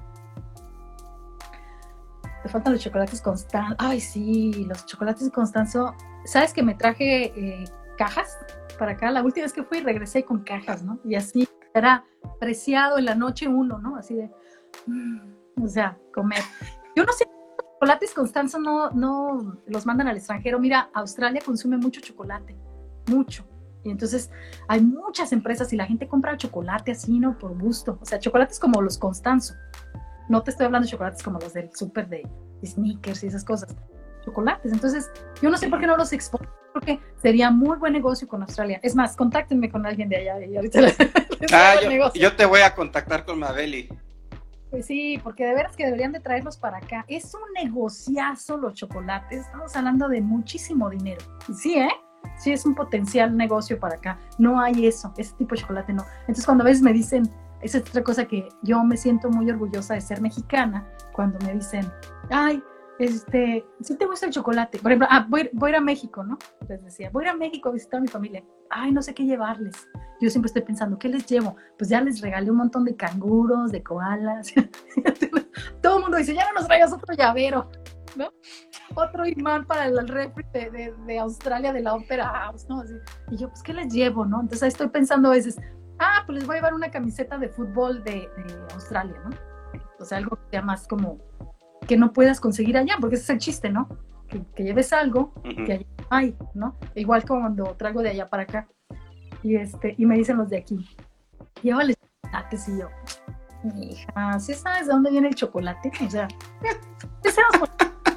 Te faltan los chocolates Constanzo. Ay, sí, los chocolates Constanzo. ¿Sabes que me traje eh, cajas para acá? La última vez que fui regresé con cajas, ¿no? Y así era preciado en la noche uno, ¿no? Así de, mm, o sea, comer. Yo no sé chocolates Constanzo no, no los mandan al extranjero. Mira, Australia consume mucho chocolate, mucho. Y entonces hay muchas empresas y la gente compra chocolate así, ¿no? Por gusto. O sea, chocolates como los Constanzo. No te estoy hablando de chocolates como los del súper de Snickers y esas cosas. Chocolates. Entonces, yo no sé por qué no los exportan, porque sería muy buen negocio con Australia. Es más, contáctenme con alguien de allá y ahorita les, les Ah, hago el yo, negocio. yo te voy a contactar con Mabeli. Pues sí, porque de veras que deberían de traerlos para acá. Es un negociazo los chocolates. Estamos hablando de muchísimo dinero. Y sí, ¿eh? Sí, es un potencial negocio para acá. No hay eso, ese tipo de chocolate no. Entonces, cuando a veces me dicen, esa es otra cosa que yo me siento muy orgullosa de ser mexicana, cuando me dicen, ay, este, sí te gusta el chocolate. Por ejemplo, ah, voy, voy a ir a México, ¿no? Les decía, voy a ir a México a visitar a mi familia. Ay, no sé qué llevarles. Yo siempre estoy pensando, ¿qué les llevo? Pues ya les regalé un montón de canguros, de koalas. Todo el mundo dice, ya no nos traigas otro llavero, ¿no? Otro imán para el refri de, de, de Australia, de la Opera House, ¿no? Así. Y yo, pues, ¿qué les llevo, no? Entonces ahí estoy pensando a veces, ah, pues les voy a llevar una camiseta de fútbol de, de Australia, ¿no? O sea, algo que sea más como que no puedas conseguir allá, porque ese es el chiste, ¿no? Que, que lleves algo uh-huh. que allá hay, ¿no? Igual como cuando traigo de allá para acá. Y, este, y me dicen los de aquí, llévales chocolates, y yo, mi hija, ¿sí sabes de dónde viene el chocolate? O sea, ¿qué sabes?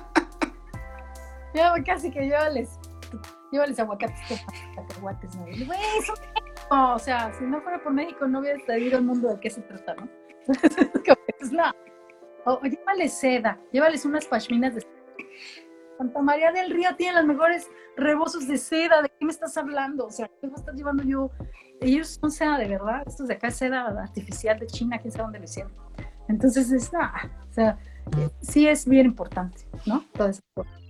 Ya casi que llévales, llévales aguacates con cacahuates, ¿no? Y, güey, eso no, o sea, si no fuera por México no hubiera sabido el mundo de qué se trata, ¿no? Es la, o, o llévales seda, llévales unas pashminas de seda. Santa María del Río tiene los mejores rebozos de seda, ¿de qué me estás hablando? O sea, ¿qué me estás llevando yo? Ellos son seda de verdad, estos de acá es seda artificial de China, quién sabe dónde lo hicieron. Entonces, es nada, o sea, sí es bien importante, ¿no? Todo eso.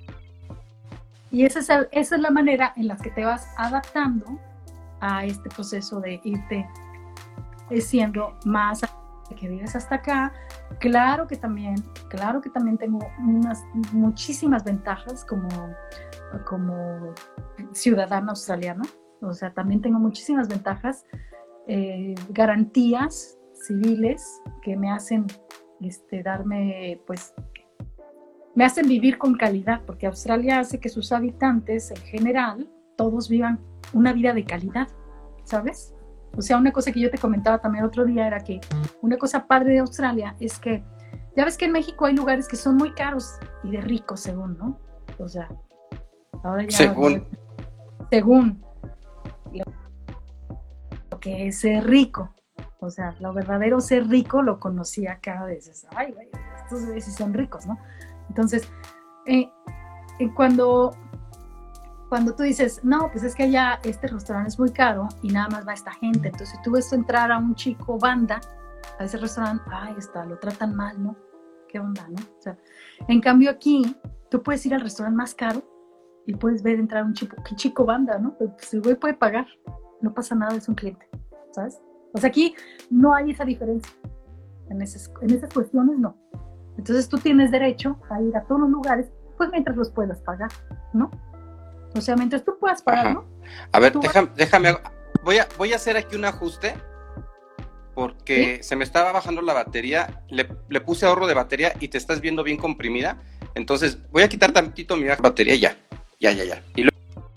Y esa es, el, esa es la manera en la que te vas adaptando a este proceso de irte siendo más que vives hasta acá. Claro que también, claro que también tengo unas muchísimas ventajas como, como ciudadana australiana. O sea, también tengo muchísimas ventajas, eh, garantías civiles que me hacen este, darme, pues, me hacen vivir con calidad, porque Australia hace que sus habitantes, en general, todos vivan una vida de calidad, ¿sabes? O sea, una cosa que yo te comentaba también otro día era que una cosa padre de Australia es que, ya ves que en México hay lugares que son muy caros y de ricos, según, ¿no? O sea, ahora ya... Según. Según lo, lo que es ser rico. O sea, lo verdadero ser rico lo conocí acá, veces. Ay, güey, estos güeyes sí son ricos, ¿no? Entonces, eh, eh, cuando, cuando tú dices, no, pues es que allá este restaurante es muy caro y nada más va esta gente, entonces si tú ves entrar a un chico banda a ese restaurante, ay, está, lo tratan mal, ¿no? ¿Qué onda, no? O sea, en cambio aquí, tú puedes ir al restaurante más caro y puedes ver entrar un chico, ¿qué chico banda, no? Pues el güey puede pagar, no pasa nada, es un cliente, ¿sabes? O sea, aquí no hay esa diferencia, en esas, en esas cuestiones no. Entonces tú tienes derecho a ir a todos los lugares, pues mientras los puedas pagar, ¿no? O sea, mientras tú puedas pagar, Ajá. ¿no? A ver, déjame, déjame, voy a, voy a hacer aquí un ajuste, porque ¿sí? Se me estaba bajando la batería, le, le puse ahorro de batería y te estás viendo bien comprimida, entonces voy a quitar tantito mi batería, ya, ya, ya, ya. Y luego,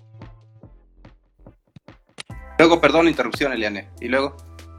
luego perdón la interrupción, Eliane, y luego...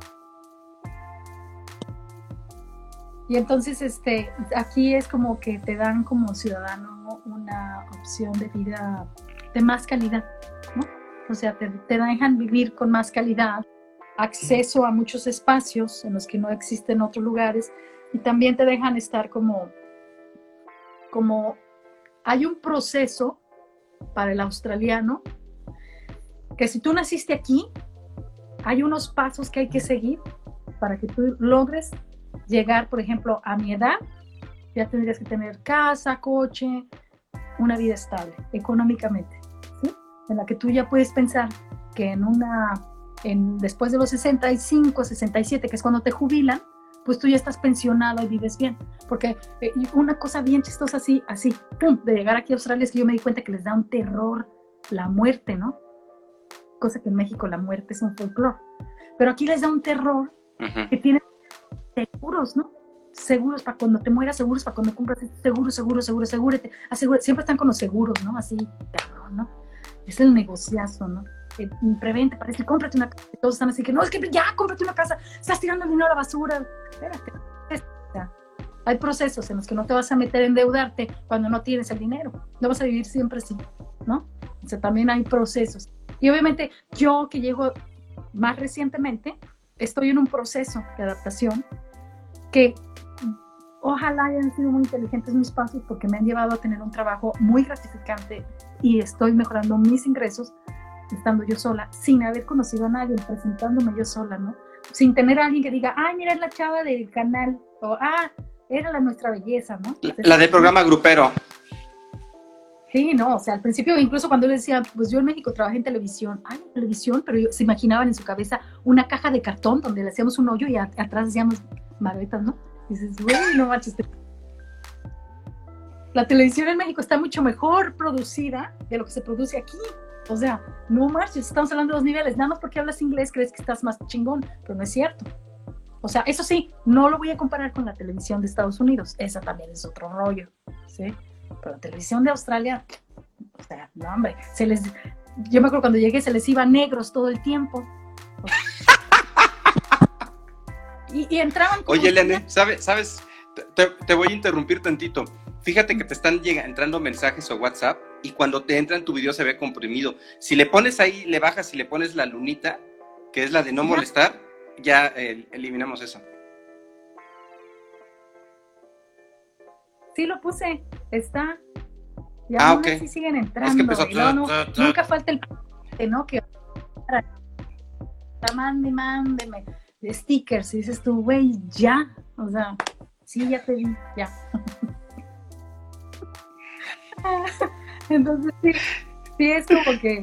Y entonces este, aquí es como que te dan como ciudadano una opción de vida de más calidad, ¿no? O sea, te, te dejan vivir con más calidad, acceso a muchos espacios en los que no existen otros lugares, y también te dejan estar como, como hay un proceso para el australiano que si tú naciste aquí, hay unos pasos que hay que seguir para que tú logres llegar, por ejemplo, a mi edad, ya tendrías que tener casa, coche, una vida estable, económicamente, ¿sí? En la que tú ya puedes pensar que en una, en, después de los sesenta y cinco, sesenta y siete, que es cuando te jubilan, pues tú ya estás pensionado y vives bien. Porque eh, una cosa bien chistosa así, así, pum, de llegar aquí a Australia es que yo me di cuenta que les da un terror la muerte, ¿no? Cosa que en México la muerte es un folclore. Pero aquí les da un terror uh-huh. que tienen seguros, ¿no? seguros para cuando te mueras, seguros para cuando compras, seguro, seguro, seguro, segúrate, asegúrate. Siempre están con los seguros, ¿no? Así, cabrón, ¿no? Es el negociazo, ¿no? Eh, prevente, parece, cómprate una casa. Todos están así que, no, es que ya, cómprate una casa, estás tirando el dinero a la basura. Espérate, o sea, hay procesos en los que no te vas a meter a endeudarte cuando no tienes el dinero. No vas a vivir siempre así, ¿no? O sea, también hay procesos. Y obviamente, yo que llego más recientemente, estoy en un proceso de adaptación que ojalá hayan sido muy inteligentes mis pasos porque me han llevado a tener un trabajo muy gratificante y estoy mejorando mis ingresos estando yo sola, sin haber conocido a nadie, presentándome yo sola, ¿no? Sin tener a alguien que diga, ay, mira, es la chava del canal, o ah, era la nuestra belleza, ¿no? La, la del programa grupero. Sí, no, o sea, al principio, incluso cuando yo les decía, pues yo en México trabajé en televisión, ay, en televisión, pero yo, se imaginaban en su cabeza una caja de cartón donde le hacíamos un hoyo y a, atrás hacíamos maretas, ¿no? Y dices, güey, no manches. La televisión en México está mucho mejor producida de lo que se produce aquí. O sea, no marches, estamos hablando de dos niveles. Nada más porque hablas inglés crees que estás más chingón, pero no es cierto. O sea, eso sí, no lo voy a comparar con la televisión de Estados Unidos. Esa también es otro rollo, ¿sí? Pero la televisión de Australia, o sea, no, hombre, se les... Yo me acuerdo cuando llegué se les iba negros todo el tiempo. O sea, y, y entraban... Oye, Eliane, ¿sabes? ¿sabes? Te, te voy a interrumpir tantito. Fíjate que te están lleg- entrando mensajes o WhatsApp y cuando te entran tu video se ve comprimido. Si le pones ahí, le bajas y le pones la lunita, que es la de no ¿Ya? molestar, ya eh, eliminamos eso. Sí lo puse, está. Y Ah, aún ok. así siguen entrando. Es que empezó... Y luego no, nunca falta el... ¿no? Que... Mande, mándeme stickers. Y dices tú, güey, ya. O sea, sí, ya te vi, ya. Entonces, sí, sí, es como que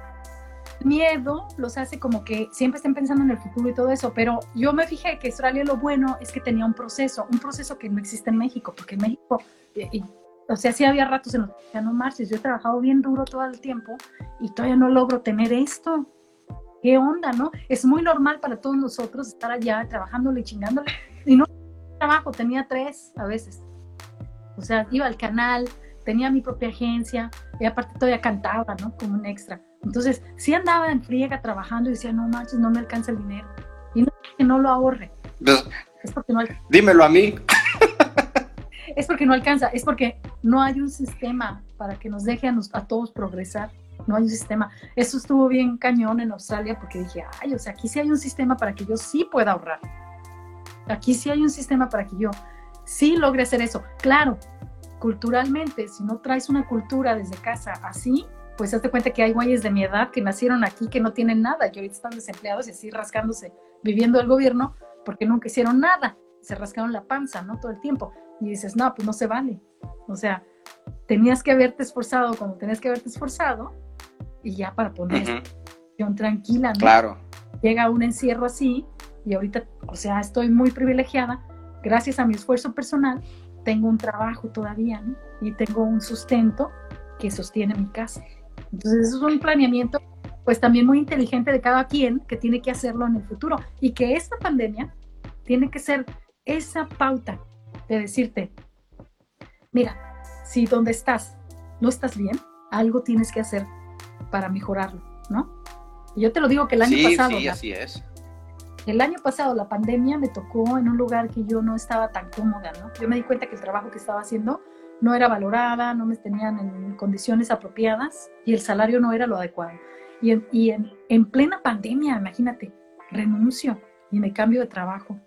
miedo los hace como que siempre estén pensando en el futuro y todo eso, pero yo me fijé que Australia lo bueno es que tenía un proceso, un proceso que no existe en México, porque en México, eh, y, o sea, sí había ratos en los que ya no marches, yo he trabajado bien duro todo el tiempo y todavía no logro tener esto. ¿Qué onda, no? Es muy normal para todos nosotros estar allá trabajándole y chingándole, y no trabajo, tenía tres a veces. O sea, iba al canal, tenía mi propia agencia, y aparte todavía cantaba, ¿no? Como un extra. Entonces, sí andaba en friega trabajando y decía, no manches, no me alcanza el dinero. Y no es que no lo ahorre. Pues, Es porque no alcanza. dímelo a mí. Es porque no alcanza. Es porque no hay un sistema para que nos deje a, nos, a todos progresar. No hay un sistema. Eso estuvo bien cañón en Australia porque dije, ay, o sea, aquí sí hay un sistema para que yo sí pueda ahorrar. Aquí sí hay un sistema para que yo sí logre hacer eso. Claro, culturalmente, si no traes una cultura desde casa así, pues hazte cuenta que hay güeyes de mi edad que nacieron aquí que no tienen nada, que ahorita están desempleados y así rascándose, viviendo el gobierno, porque nunca hicieron nada, se rascaron la panza, ¿no? Todo el tiempo. Y dices, no, pues no se vale. O sea, tenías que haberte esforzado como tenías que haberte esforzado y ya para poner Uh-huh. esta tranquila, ¿no? Claro. Llega un encierro así y ahorita, o sea, estoy muy privilegiada, gracias a mi esfuerzo personal, tengo un trabajo todavía, ¿no? Y tengo un sustento que sostiene mi casa. Entonces, eso es un planeamiento, pues también muy inteligente de cada quien que tiene que hacerlo en el futuro y que esta pandemia tiene que ser esa pauta de decirte, mira, si donde estás no estás bien, algo tienes que hacer para mejorarlo, ¿no? Y yo te lo digo que el año Sí, pasado... sí, la- así es. El año pasado la pandemia me tocó en un lugar que yo no estaba tan cómoda, ¿no? Yo me di cuenta que el trabajo que estaba haciendo no era valorada, no me tenían en condiciones apropiadas y el salario no era lo adecuado. Y en, y en, en plena pandemia, imagínate, renuncio y me cambio de trabajo.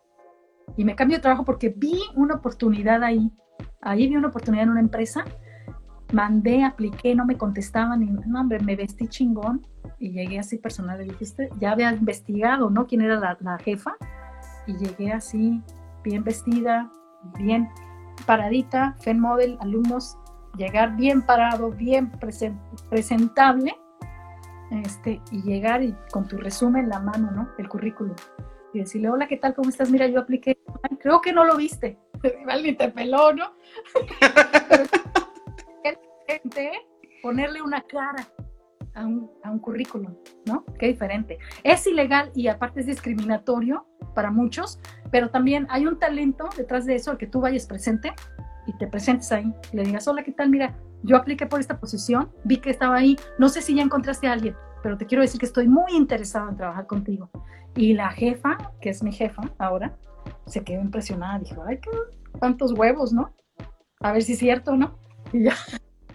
Y me cambio de trabajo porque vi una oportunidad ahí. Ahí vi una oportunidad en una empresa, mandé, apliqué, no me contestaban y no, hombre, me vestí chingón y llegué así personal, le dije, usted ya había investigado, ¿no? Quién era la, la jefa y llegué así, bien vestida, bien paradita, Fen Model, alumnos, llegar bien parado, bien present, presentable, este, y llegar y con tu resumen en la mano, ¿no? El currículum. Y decirle, hola, ¿qué tal? ¿Cómo estás? Mira, yo apliqué. Ay, creo que no lo viste. Igual ni te peló, ¿no? Pero gente, ponerle una cara. a un, a un currículum, ¿no? Qué diferente. Es ilegal y aparte es discriminatorio para muchos, pero también hay un talento detrás de eso, al que tú vayas presente y te presentes ahí y le digas, hola, ¿qué tal? Mira, yo apliqué por esta posición, vi que estaba ahí, no sé si ya encontraste a alguien, pero te quiero decir que estoy muy interesado en trabajar contigo. Y la jefa, que es mi jefa ahora, se quedó impresionada, dijo, ay, qué, cuántos huevos, ¿no? A ver si es cierto, ¿no? Y ya,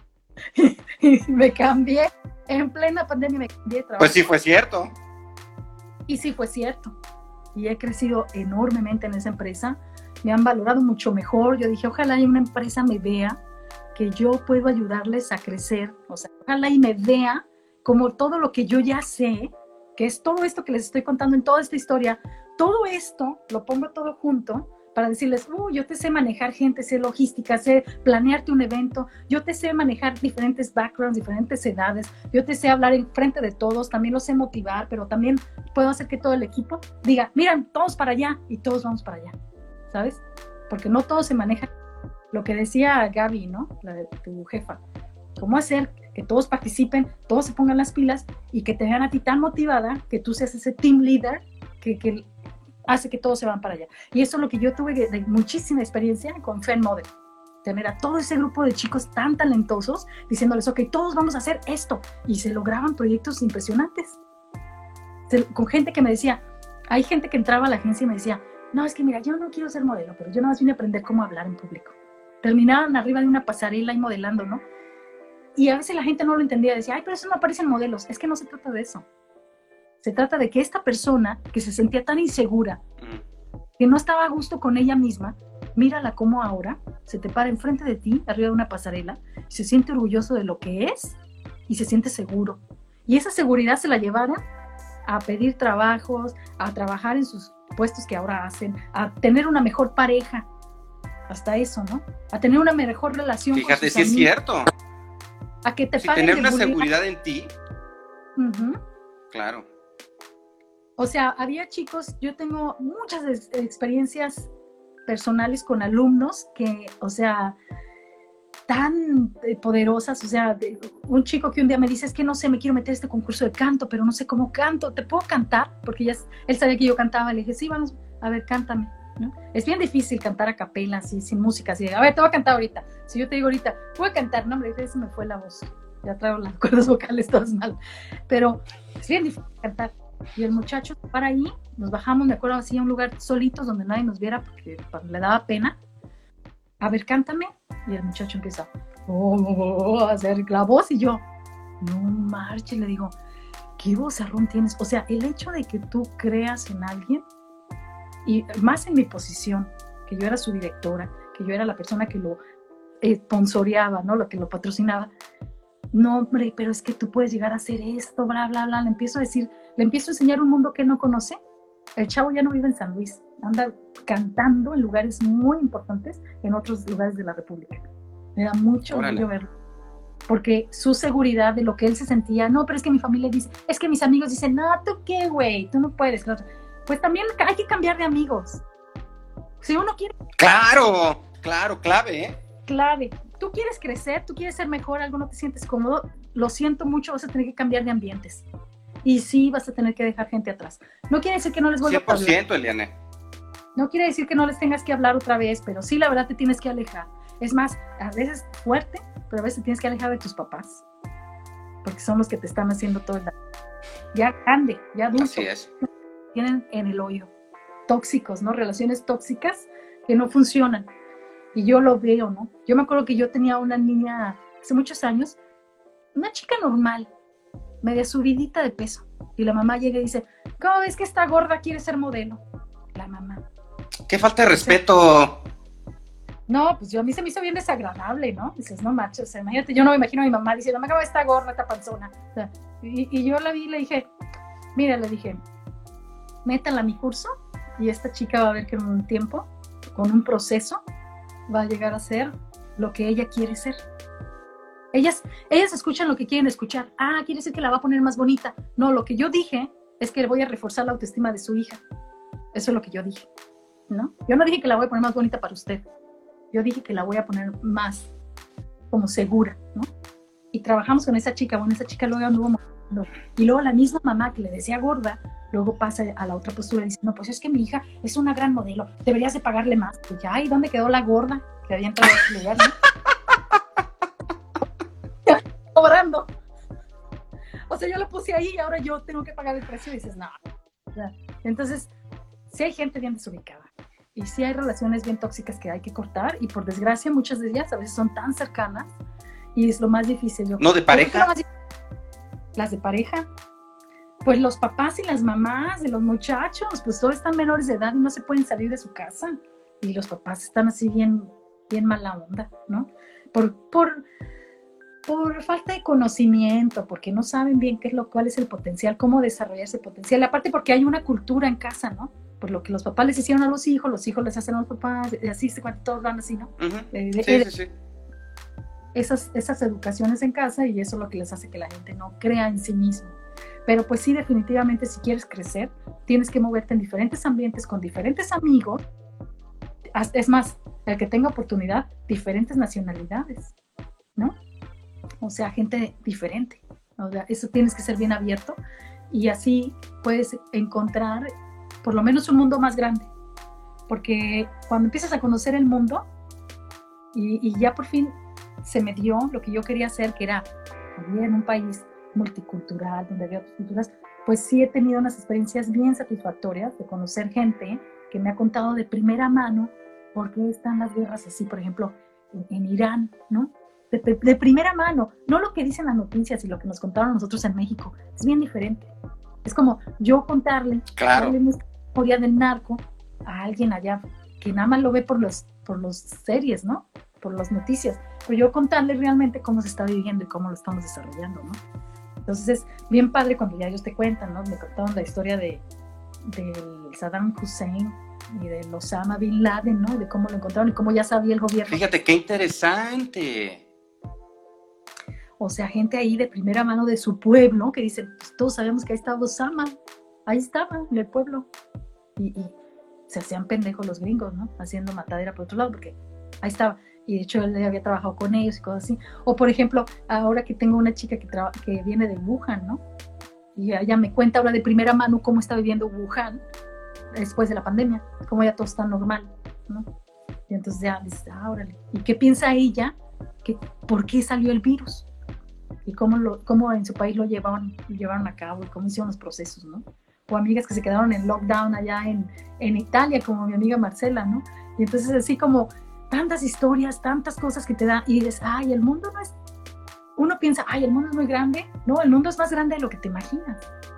y me cambié, en plena pandemia me cambié de trabajo. Pues sí fue cierto. Y sí fue cierto. Y he crecido enormemente en esa empresa, me han valorado mucho mejor. Yo dije, ojalá y una empresa me vea que yo puedo ayudarles a crecer, o sea, ojalá y me vea como todo lo que yo ya sé, que es todo esto que les estoy contando en toda esta historia, todo esto lo pongo todo junto para decirles, uh, yo te sé manejar gente, sé logística, sé planearte un evento, yo te sé manejar diferentes backgrounds, diferentes edades, yo te sé hablar en frente de todos, también lo sé motivar, pero también puedo hacer que todo el equipo diga, miren, todos para allá, y todos vamos para allá, ¿sabes? Porque no todos se manejan. Lo que decía Gaby, ¿no? La de tu jefa. ¿Cómo hacer que todos participen, todos se pongan las pilas y que te vean a ti tan motivada que tú seas ese team leader que, que hace que todos se van para allá? Y eso es lo que yo tuve de, de muchísima experiencia con Fen Model. Tener a todo ese grupo de chicos tan talentosos diciéndoles, ok, todos vamos a hacer esto. Y se lograban proyectos impresionantes. Se, con gente que me decía, hay gente que entraba a la agencia y me decía, no, es que mira, yo no quiero ser modelo, pero yo nada más vine a aprender cómo hablar en público. Terminaban arriba de una pasarela y modelando, ¿no? Y a veces la gente no lo entendía, decía, ay, pero eso no aparecen modelos. Es que no se trata de eso. Se trata de que esta persona que se sentía tan insegura, que no estaba a gusto con ella misma, mírala cómo ahora se te para enfrente de ti, arriba de una pasarela, se siente orgulloso de lo que es y se siente seguro. Y esa seguridad se la llevaron a pedir trabajos, a trabajar en sus puestos que ahora hacen, a tener una mejor pareja, hasta eso, ¿no? A tener una mejor relación. Fíjate, con sus sí es amigos, cierto. a que te Sí, paguen tener de una vulgar. seguridad en ti, Uh-huh. claro. O sea, había chicos, yo tengo muchas ex- experiencias personales con alumnos que, o sea, tan eh, poderosas, o sea, de, un chico que un día me dice, es que no sé, me quiero meter a este concurso de canto, pero no sé cómo canto, ¿te puedo cantar? Porque ya, él sabía que yo cantaba, le dije, sí, vamos, a ver, cántame, ¿no? Es bien difícil cantar a capela, así, sin música, así, a ver, te voy a cantar ahorita, si yo te digo ahorita, voy a cantar, no, hombre, se me fue la voz, ya traigo las cuerdas vocales todas mal, pero es bien difícil cantar. Y el muchacho para ahí, nos bajamos, me acuerdo, así a un lugar solitos donde nadie nos viera porque le daba pena. A ver, cántame. Y el muchacho empieza oh, oh, oh, a hacer la voz y yo, no marches, le digo, ¿qué vozarrón tienes? O sea, el hecho de que tú creas en alguien, y más en mi posición, que yo era su directora, que yo era la persona que lo sponsoreaba, ¿no? Lo que lo patrocinaba. No, hombre, pero es que tú puedes llegar a hacer esto, bla, bla, bla. Le empiezo a decir, le empiezo a enseñar un mundo que él no conoce. El chavo ya no vive en San Luis, anda cantando en lugares muy importantes en otros lugares de la República. Me da mucho orgullo verlo. Porque su seguridad de lo que él se sentía, no, pero es que mi familia dice, es que mis amigos dicen, no, ¿tú qué, güey? Tú no puedes. Pues también hay que cambiar de amigos. Si uno quiere... Claro, claro, clave, ¿eh? Clave. Tú quieres crecer, tú quieres ser mejor, algo no te sientes cómodo, lo siento mucho, vas a tener que cambiar de ambientes. Y sí, vas a tener que dejar gente atrás. No quiere decir que no les vuelva cien por ciento, a hablar. Eliane. No quiere decir que no les tengas que hablar otra vez, pero sí, la verdad, te tienes que alejar. Es más, a veces fuerte, pero a veces te tienes que alejar de tus papás. Porque son los que te están haciendo todo el daño. Ya grande, ya adulto. Así es. Tienen en el hoyo. Tóxicos, ¿no? Relaciones tóxicas que no funcionan. Y yo lo veo, ¿no? Yo me acuerdo que yo tenía una niña hace muchos años, una chica normal, media subidita de peso. Y la mamá llega y dice, ¿cómo ves que esta gorda quiere ser modelo? La mamá. ¡Qué falta de respeto! No, pues yo a mí se me hizo bien desagradable, ¿no? Dices, no manches, o sea, imagínate, yo no me imagino a mi mamá diciendo, me acabo esta gorda, esta panzona. O sea, y, y yo la vi y le dije, mira, le dije, métala a mi curso y esta chica va a ver que en un tiempo, con un proceso, va a llegar a ser lo que ella quiere ser. Ellas, ellas escuchan lo que quieren escuchar. Ah, quiere decir que la va a poner más bonita. No, lo que yo dije es que le voy a reforzar la autoestima de su hija. Eso es lo que yo dije, ¿no? Yo no dije que la voy a poner más bonita para usted. Yo dije que la voy a poner más como segura, ¿no? y trabajamos con esa chica, bueno, esa chica luego anduvo moviendo, y luego la misma mamá que le decía gorda, luego pasa a la otra postura y dice, no, pues es que mi hija es una gran modelo, deberías de pagarle más. Y ya, ¿y dónde quedó la gorda que había entrado a ese lugar, no? Cobrando. O sea, yo lo puse ahí y ahora yo tengo que pagar el precio y dices, no. O sea, entonces, sí hay gente bien desubicada y sí hay relaciones bien tóxicas que hay que cortar y por desgracia muchas de ellas a veces son tan cercanas y es lo más difícil. Yo, ¿No de pareja? Más, las de pareja. Pues los papás y las mamás de los muchachos, pues todos están menores de edad y no se pueden salir de su casa. Y los papás están así bien, bien mala onda, ¿no? Por, por, por falta de conocimiento, porque no saben bien qué es lo, cuál es el potencial, cómo desarrollar ese potencial. Aparte porque hay una cultura en casa, ¿no? Por lo que los papás les hicieron a los hijos, los hijos les hacen a los papás, y así se cuenta, todos van así, ¿no? Uh-huh. Eh, sí, eh, sí, sí. Esas, esas educaciones en casa y eso es lo que les hace que la gente no crea en sí mismo. Pero pues sí, definitivamente si quieres crecer, tienes que moverte en diferentes ambientes, con diferentes amigos. Es más, el que tenga oportunidad, diferentes nacionalidades, ¿no? O sea, gente diferente. O sea, eso tienes que ser bien abierto y así puedes encontrar por lo menos un mundo más grande. Porque cuando empiezas a conocer el mundo y, y ya por fin se me dio lo que yo quería hacer, que era vivir en un país multicultural, donde había otras culturas, pues sí he tenido unas experiencias bien satisfactorias de conocer gente que me ha contado de primera mano por qué están las guerras así, por ejemplo, en, en Irán, ¿no? De, de, de primera mano, no lo que dicen las noticias y lo que nos contaron nosotros en México, es bien diferente. Es como yo contarle, claro, darle una historia del narco a alguien allá que nada más lo ve por los, por los series, ¿no? Por las noticias, pero yo contarle realmente cómo se está viviendo y cómo lo estamos desarrollando, ¿no? Entonces es bien padre cuando ya ellos te cuentan, ¿no? Me contaron la historia de, de Saddam Hussein y de Osama Bin Laden, ¿no? De cómo lo encontraron y cómo ya sabía el gobierno. Fíjate, qué interesante. O sea, gente ahí de primera mano de su pueblo que dicen, pues todos sabemos que ahí estaba Osama, ahí estaba en el pueblo. Y, y se hacían pendejos los gringos, ¿no? Haciendo matadera por otro lado, porque ahí estaba. Y de hecho él había trabajado con ellos y cosas así. O por ejemplo, ahora que tengo una chica que, traba, que viene de Wuhan, ¿no? Y ella me cuenta ahora de primera mano cómo está viviendo Wuhan después de la pandemia, cómo ya todo está normal, ¿no? Y entonces ya dices, ah, órale. ¿Y qué piensa ella? Que, ¿por qué salió el virus? Y cómo, lo, cómo en su país lo llevaron, llevaron a cabo y cómo hicieron los procesos, ¿no? O amigas que se quedaron en lockdown allá en, en Italia, como mi amiga Marcela, ¿no? Y entonces así como tantas historias, tantas cosas que te da y dices, ay, el mundo no es, uno piensa, ay, el mundo es muy grande, no, el mundo es más grande de lo que te imaginas.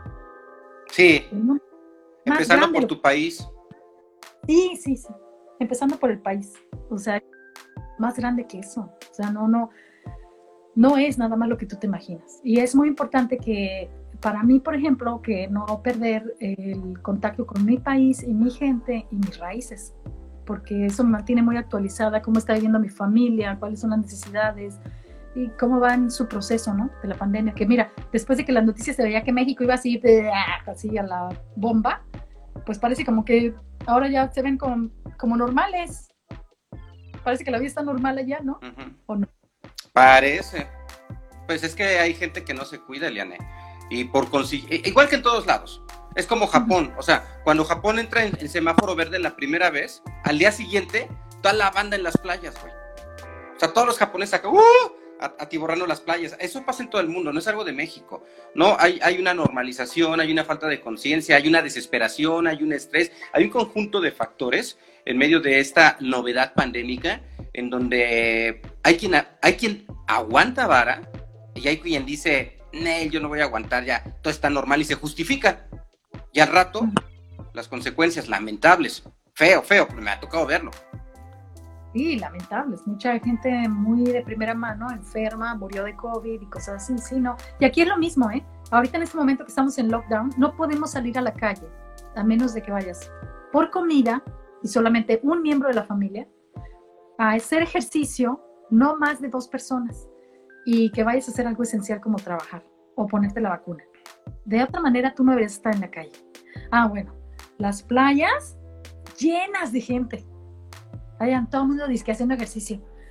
Sí, empezando por tu que... país. Sí, sí, sí, empezando por el país, o sea, más grande que eso, o sea, no, no, no es nada más lo que tú te imaginas. Y es muy importante que, para mí, por ejemplo, que no perder el contacto con mi país y mi gente y mis raíces, porque eso me mantiene muy actualizada, cómo está viviendo mi familia, cuáles son las necesidades y cómo va en su proceso, ¿no? De la pandemia. Que mira, después de que las noticias se veía que México iba así, así a la bomba, pues parece como que ahora ya se ven como, como normales. Parece que la vida está normal allá, ¿no? Uh-huh. ¿O no? Parece. Pues es que hay gente que no se cuida, Eliane. Y por consiguiente, igual que en todos lados. Es como Japón, o sea, cuando Japón entra en el semáforo verde la primera vez, al día siguiente, toda la banda en las playas, güey. O sea, todos los japoneses acá, ¡uh! atiborrando las playas. Eso pasa en todo el mundo, no es algo de México. No, hay, hay una normalización, hay una falta de conciencia, hay una desesperación, hay un estrés, hay un conjunto de factores en medio de esta novedad pandémica, en donde hay quien, hay quien aguanta vara y hay quien dice, Nel, yo no voy a aguantar, ya todo está normal y se justifica. Y al rato, las consecuencias lamentables. Feo, feo, porque me ha tocado verlo. Sí, lamentables. Mucha gente muy de primera mano, enferma, murió de COVID y cosas así, sí, ¿no? Y aquí es lo mismo, ¿eh? Ahorita en este momento que estamos en lockdown, no podemos salir a la calle, a menos de que vayas por comida y solamente un miembro de la familia, a hacer ejercicio, no más de dos personas, y que vayas a hacer algo esencial como trabajar o ponerte la vacuna. De otra manera, tú no deberías estar en la calle. Ah, bueno, las playas llenas de gente. Vayan, todo el mundo dice que haciendo ejercicio.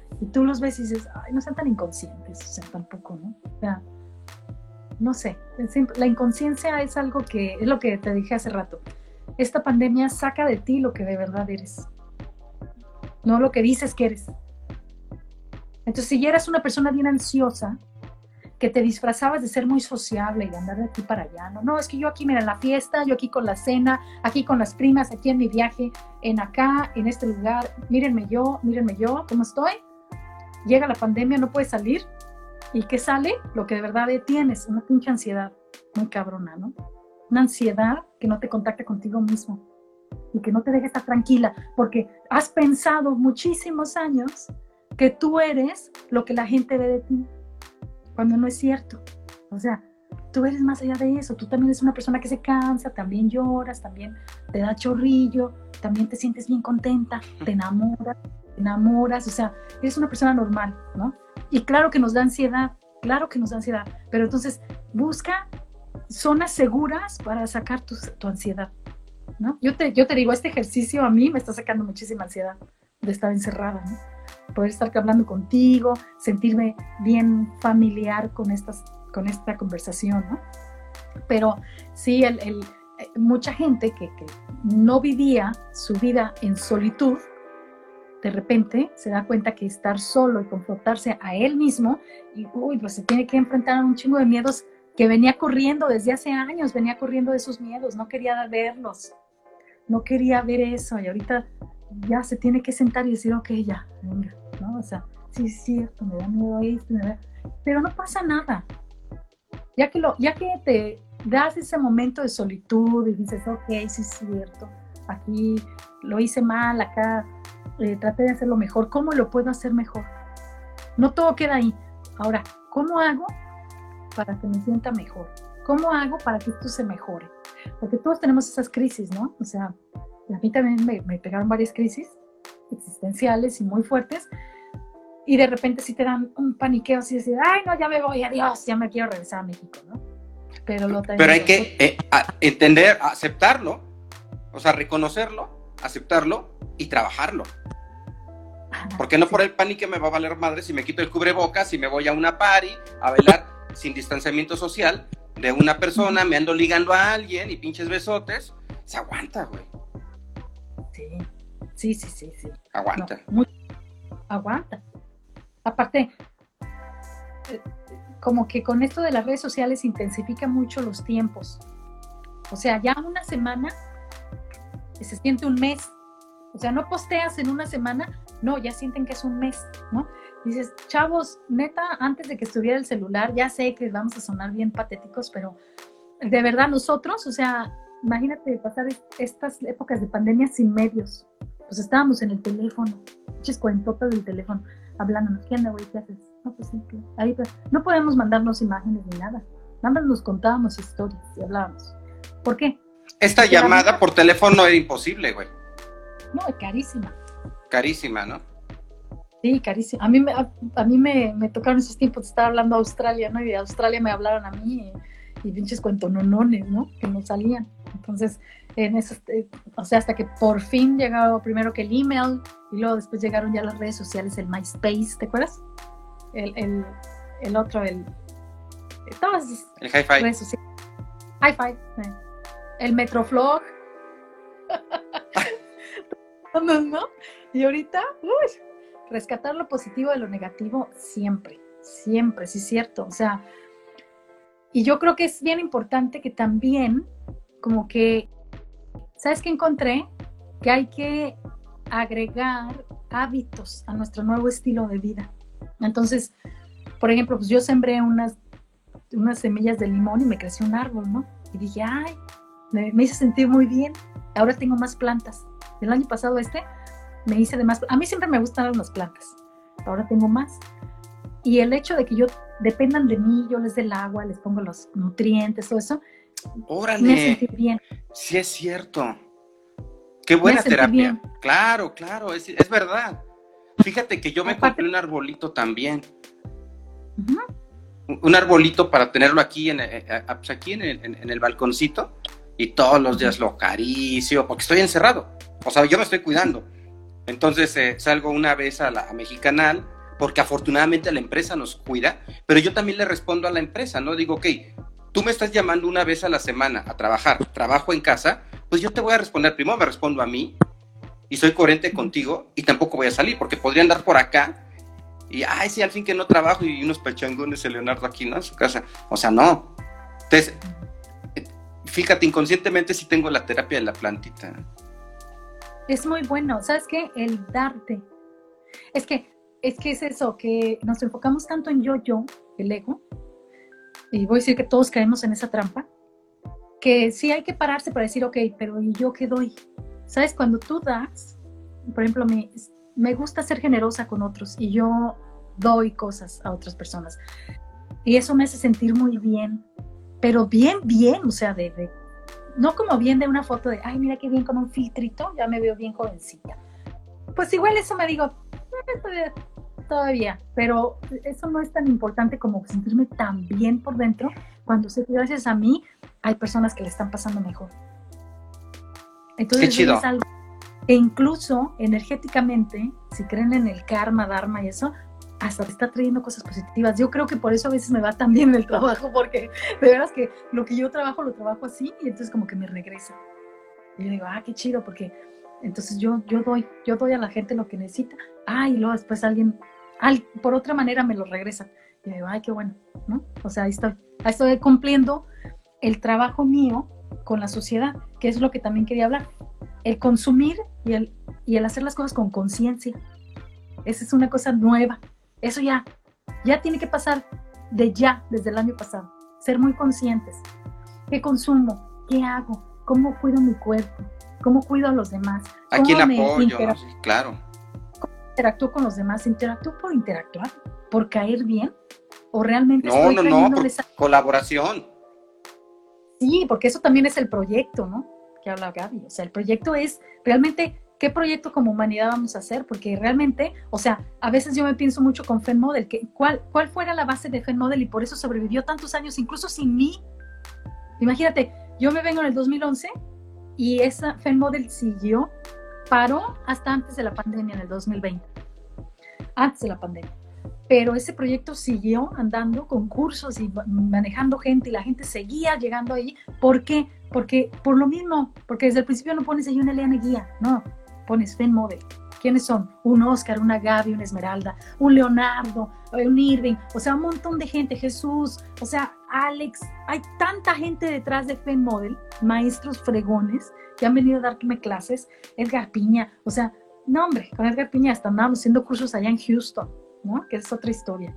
Y tú los ves y dices, ay, no sean tan inconscientes, o sea, tampoco, ¿no? O sea, no sé, la inconsciencia es algo que, es lo que te dije hace rato. Esta pandemia saca de ti lo que de verdad eres, no lo que dices que eres. Entonces, si ya eras una persona bien ansiosa, que te disfrazabas de ser muy sociable y de andar de aquí para allá, no, no, es que yo aquí, mira, en la fiesta, yo aquí con la cena, aquí con las primas, aquí en mi viaje, en acá, en este lugar, mírenme yo, mírenme yo, ¿cómo estoy? Llega la pandemia, no puedes salir, ¿y qué sale? Lo que de verdad tienes, una pinche ansiedad muy cabrona, ¿no? Una ansiedad que no te contacta contigo mismo y que no te deja estar tranquila, porque has pensado muchísimos años que tú eres lo que la gente ve de ti, cuando no es cierto. O sea, tú eres más allá de eso, tú también eres una persona que se cansa, también lloras, también te da chorrillo, también te sientes bien contenta, te enamoras, te enamoras, o sea, eres una persona normal, ¿no? Y claro que nos da ansiedad, claro que nos da ansiedad, pero entonces busca zonas seguras para sacar tu, tu ansiedad, ¿no? Yo te, yo te digo, este ejercicio a mí me está sacando muchísima ansiedad de estar encerrada, ¿no? Poder estar hablando contigo, sentirme bien familiar con, estas, con esta conversación, ¿no? Pero sí, el, el, mucha gente que, que no vivía su vida en solitud, de repente se da cuenta que estar solo y confrontarse a él mismo, y uy, pues se tiene que enfrentar a un chingo de miedos que venía corriendo desde hace años, venía corriendo de esos miedos, no quería verlos, no quería ver eso, y ahorita ya se tiene que sentar y decir, ok, ya, venga, ¿no? O sea, sí es cierto, me da miedo esto, me da... pero no pasa nada. Ya que, lo, ya que te das ese momento de solitud y dices, ok, sí es cierto, aquí lo hice mal, acá eh, traté de hacerlo mejor, ¿cómo lo puedo hacer mejor? No todo queda ahí. Ahora, ¿cómo hago para que me sienta mejor? ¿Cómo hago para que esto se mejore? Porque todos tenemos esas crisis, ¿no? O sea, a mí también me, me pegaron varias crisis existenciales y muy fuertes, y de repente sí te dan un paniqueo así de decir, ay, no, ya me voy, adiós, ya me quiero regresar a México, ¿no? Pero, lo Pero hay que eh, a, entender, aceptarlo, o sea, reconocerlo, aceptarlo y trabajarlo. Porque no sí. Por el pánico me va a valer madre si me quito el cubrebocas y me voy a una party a bailar sin distanciamiento social de una persona, me ando ligando a alguien y pinches besotes. Se aguanta, güey. Sí, sí, sí, sí, sí. Aguanta. No, muy, aguanta. Aparte, eh, como que con esto de las redes sociales intensifica mucho los tiempos. O sea, ya una semana se siente un mes. O sea, no posteas en una semana, no, ya sienten que es un mes, ¿no? Dices, chavos, neta, antes de que estuviera el celular, ya sé que vamos a sonar bien patéticos, pero de verdad nosotros, o sea, imagínate pasar estas épocas de pandemia sin medios. Pues estábamos en el teléfono, pinches cuentotas del teléfono, hablándonos, ¿qué onda, güey? ¿Qué haces? No, pues sí, claro. Ahí, pues, no podemos mandarnos imágenes ni nada. Nada más nos contábamos historias y hablábamos. ¿Por qué? Esta Porque llamada vida... por teléfono era imposible, güey. No, es carísima. Carísima, ¿no? Sí, carísima. A mí, me, a, a mí me, me tocaron esos tiempos de estar hablando a Australia, ¿no? Y de Australia me hablaron a mí y, y pinches cuentononones, ¿no? Que no salían. Entonces, en esos, eh, o sea, hasta que por fin llegó primero que el email y luego después llegaron ya las redes sociales, el MySpace, ¿te acuerdas? El, el, el otro, el... Todas el Hi-Fi. Redes sociales. Hi-Fi. Eh. El Metroflog. ¿No? Y ahorita, uy, rescatar lo positivo de lo negativo siempre, siempre, sí es cierto. O sea, y yo creo que es bien importante que también, como que, ¿sabes qué encontré? Que hay que agregar hábitos a nuestro nuevo estilo de vida. Entonces, por ejemplo, pues yo sembré unas, unas semillas de limón y me creció un árbol, ¿no? Y dije, ay, me, me hice sentir muy bien, ahora tengo más plantas. El año pasado este me hice de más, a mí siempre me gustan las plantas, ahora tengo más. Y el hecho de que yo dependan de mí, yo les dé el agua, les pongo los nutrientes, todo eso, ¡órale! Me hace sentir bien. Sí es cierto. Qué buena terapia. Bien. Claro, claro, es, es verdad. Fíjate que yo me Aparte, compré un arbolito también. Uh-huh. Un arbolito para tenerlo aquí en, aquí en el, en, en el balconcito y todos los días lo acaricio porque estoy encerrado. O sea, yo me estoy cuidando. Entonces eh, salgo una vez a la a Mexicanal porque afortunadamente la empresa nos cuida, pero yo también le respondo a la empresa, ¿no? Digo, ok, tú me estás llamando una vez a la semana a trabajar, trabajo en casa, pues yo te voy a responder, primero me respondo a mí, y soy coherente contigo, y tampoco voy a salir, porque podría andar por acá, y, ay, sí, al fin que no trabajo, y unos pachangones, el Leonardo aquí, ¿no? En su casa. O sea, no. Entonces, fíjate, inconscientemente sí tengo la terapia de la plantita. Es muy bueno, ¿sabes qué? El darte. Es que, es que es eso, que nos enfocamos tanto en yo-yo, el ego, y voy a decir que todos caemos en esa trampa, que sí hay que pararse para decir, ok, pero ¿y yo qué doy? ¿Sabes? Cuando tú das, por ejemplo, me, me gusta ser generosa con otros y yo doy cosas a otras personas. Y eso me hace sentir muy bien, pero bien, bien, o sea, de, de no como bien de una foto de, ay, mira qué bien con un filtrito, ya me veo bien jovencita. Pues igual eso me digo, eh, todavía, pero eso no es tan importante como sentirme tan bien por dentro cuando sé que gracias a mí hay personas que le están pasando mejor. Entonces qué chido. Es algo que incluso energéticamente, si creen en el karma, dharma y eso, hasta te está trayendo cosas positivas. Yo creo que por eso a veces me va tan bien el trabajo, porque de veras que lo que yo trabajo, lo trabajo así, y entonces como que me regresa. Y yo digo, ah, qué chido, porque entonces yo, yo doy, yo doy a la gente lo que necesita, ah, y luego después alguien, al, por otra manera me lo regresa. Y yo digo, ay, qué bueno, ¿no? O sea, ahí estoy, ahí estoy cumpliendo el trabajo mío con la sociedad, que es lo que también quería hablar. El consumir y el, y el hacer las cosas con conciencia. Esa es una cosa nueva. Eso ya, ya tiene que pasar de ya, desde el año pasado. Ser muy conscientes. ¿Qué consumo? ¿Qué hago? ¿Cómo cuido mi cuerpo? ¿Cómo cuido a los demás? ¿A quién me apoyo? interac- Sí, claro. ¿Cómo interactúo con los demás? ¿Interactúo por interactuar? ¿Por caer bien? ¿O realmente No, estoy no, no, cayéndoles por a- colaboración. Sí, porque eso también es el proyecto, ¿no? Que habla Gaby. O sea, el proyecto es realmente qué proyecto como humanidad vamos a hacer, porque realmente, o sea, a veces yo me pienso mucho con FENModel, que cuál, cuál fuera la base de FENModel y por eso sobrevivió tantos años, incluso sin mí. Imagínate, yo me vengo en el dos mil once y esa FENModel siguió, paró hasta antes de la pandemia, en el dos mil veinte. Antes de la pandemia. Pero ese proyecto siguió andando con cursos y manejando gente y la gente seguía llegando ahí. ¿Por qué? Porque por lo mismo, porque desde el principio no pones ahí una Eliane Guía, no, pones FENModel. ¿Quiénes son? Un Oscar, una Gaby, una Esmeralda, un Leonardo, un Irving, o sea, un montón de gente, Jesús, o sea, Alex, hay tanta gente detrás de FENModel, maestros fregones que han venido a darme clases, Edgar Piña, o sea, no hombre, con Edgar Piña hasta andábamos haciendo cursos allá en Houston, ¿no? Que es otra historia.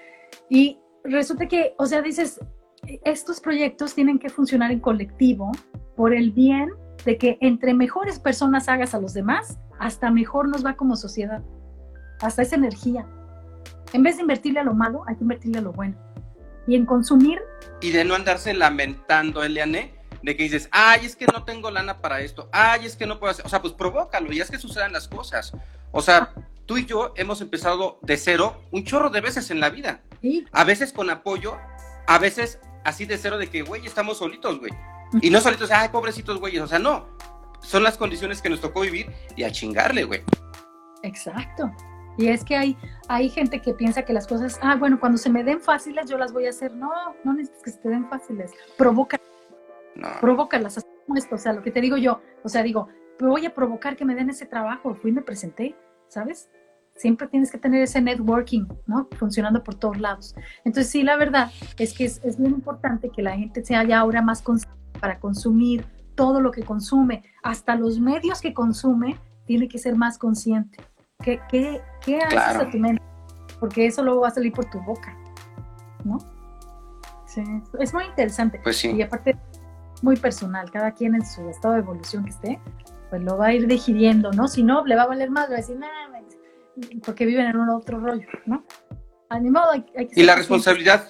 Y resulta que, o sea, dices, estos proyectos tienen que funcionar en colectivo por el bien de que entre mejores personas hagas a los demás, hasta mejor nos va como sociedad, hasta esa energía. En vez de invertirle a lo malo, hay que invertirle a lo bueno. Y en consumir... Y de no andarse lamentando, Eliane, de que dices, ay, es que no tengo lana para esto, ay, es que no puedo hacer, o sea, pues provócalo y haz que sucedan las cosas. O sea, tú y yo hemos empezado de cero un chorro de veces en la vida. Sí. A veces con apoyo, a veces así de cero de que, güey, estamos solitos, güey. Y no solitos, ay, pobrecitos, güeyes, o sea, no. Son las condiciones que nos tocó vivir y a chingarle, güey. Exacto. Y es que hay, hay gente que piensa que las cosas, ah, bueno, cuando se me den fáciles yo las voy a hacer. No, no necesitas que se te den fáciles. Provoca, No. provócalas, haz como esto. O sea, lo que te digo yo, o sea, digo, voy a provocar que me den ese trabajo. Fui y me presenté, ¿sabes? Siempre tienes que tener ese networking, ¿no? Funcionando por todos lados. Entonces, sí, la verdad es que es, es bien importante que la gente sea ya ahora más consciente para consumir todo lo que consume, hasta los medios que consume, tiene que ser más consciente. ¿Qué, qué, qué haces Claro. a tu mente? Porque eso luego va a salir por tu boca, ¿no? Sí, es muy interesante. Pues sí. Y aparte, muy personal, cada quien en su estado de evolución que esté, pues lo va a ir digiriendo, ¿no? Si no, le va a valer más, va a decir, nah, porque viven en un otro rollo, ¿no? Ni modo, hay, hay que Y la ser responsabilidad,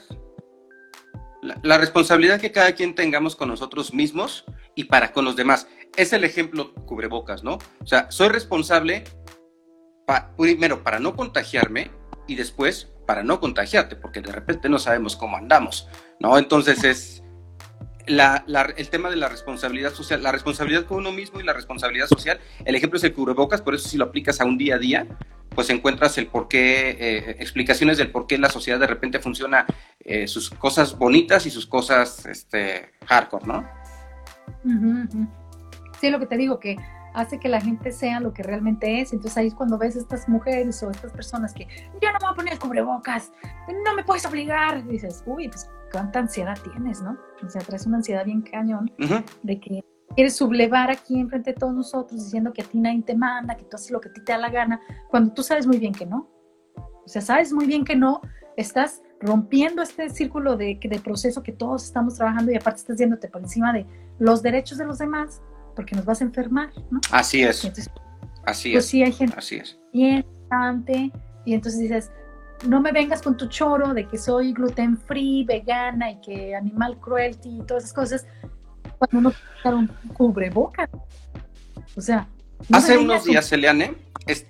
la, la responsabilidad que cada quien tengamos con nosotros mismos y para con los demás. Es el ejemplo cubrebocas, ¿no? O sea, soy responsable pa, primero para no contagiarme y después para no contagiarte, porque de repente no sabemos cómo andamos, ¿no? Entonces es la, la, el tema de la responsabilidad social, la responsabilidad con uno mismo y la responsabilidad social. El ejemplo es el cubrebocas, por eso si lo aplicas a un día a día, pues encuentras el por qué, eh, explicaciones del por qué la sociedad de repente funciona, eh, sus cosas bonitas y sus cosas este, hardcore, ¿no? Uh-huh, uh-huh. Sí, lo que te digo, que hace que la gente sea lo que realmente es. Entonces ahí es cuando ves a estas mujeres o estas personas que yo no me voy a poner el cubrebocas, no me puedes obligar. Y dices, uy, pues cuánta ansiedad tienes, ¿no? O sea, traes una ansiedad bien cañón uh-huh. de que quieres sublevar aquí enfrente de todos nosotros diciendo que a ti nadie te manda, que tú haces lo que a ti te da la gana, cuando tú sabes muy bien que no. O sea, sabes muy bien que no, estás rompiendo este círculo de, de proceso que todos estamos trabajando y aparte estás yéndote por encima de los derechos de los demás porque nos vas a enfermar, ¿no? Así es. Entonces, así pues es. sí hay gente así es. bien bastante, y entonces dices, no me vengas con tu choro de que soy gluten free, vegana y que animal cruelty y todas esas cosas, cuando no te un cubrebocas. O sea, no hace unos días, con... Eliane, es...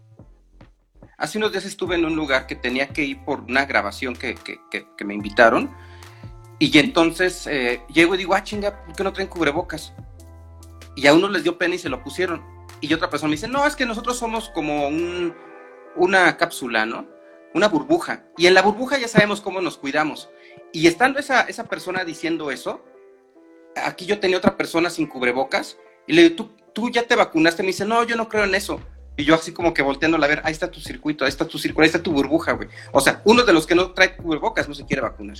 hace unos días estuve en un lugar que tenía que ir por una grabación que, que, que, que me invitaron, y entonces eh, llego y digo, ah, chinga, ¿por qué no traen cubrebocas? Y a unos les dio pena y se lo pusieron. Y otra persona me dice, no, es que nosotros somos como un, una cápsula, ¿no? Una burbuja. Y en la burbuja ya sabemos cómo nos cuidamos. Y estando esa, esa persona diciendo eso, aquí yo tenía otra persona sin cubrebocas, y le digo, ¿tú, tú ya te vacunaste? Me dice, no, yo no creo en eso. Y yo así como que volteándola a ver, ahí está tu circuito, ahí está tu círculo, ahí está tu burbuja, güey. O sea, uno de los que no trae cubrebocas no se quiere vacunar.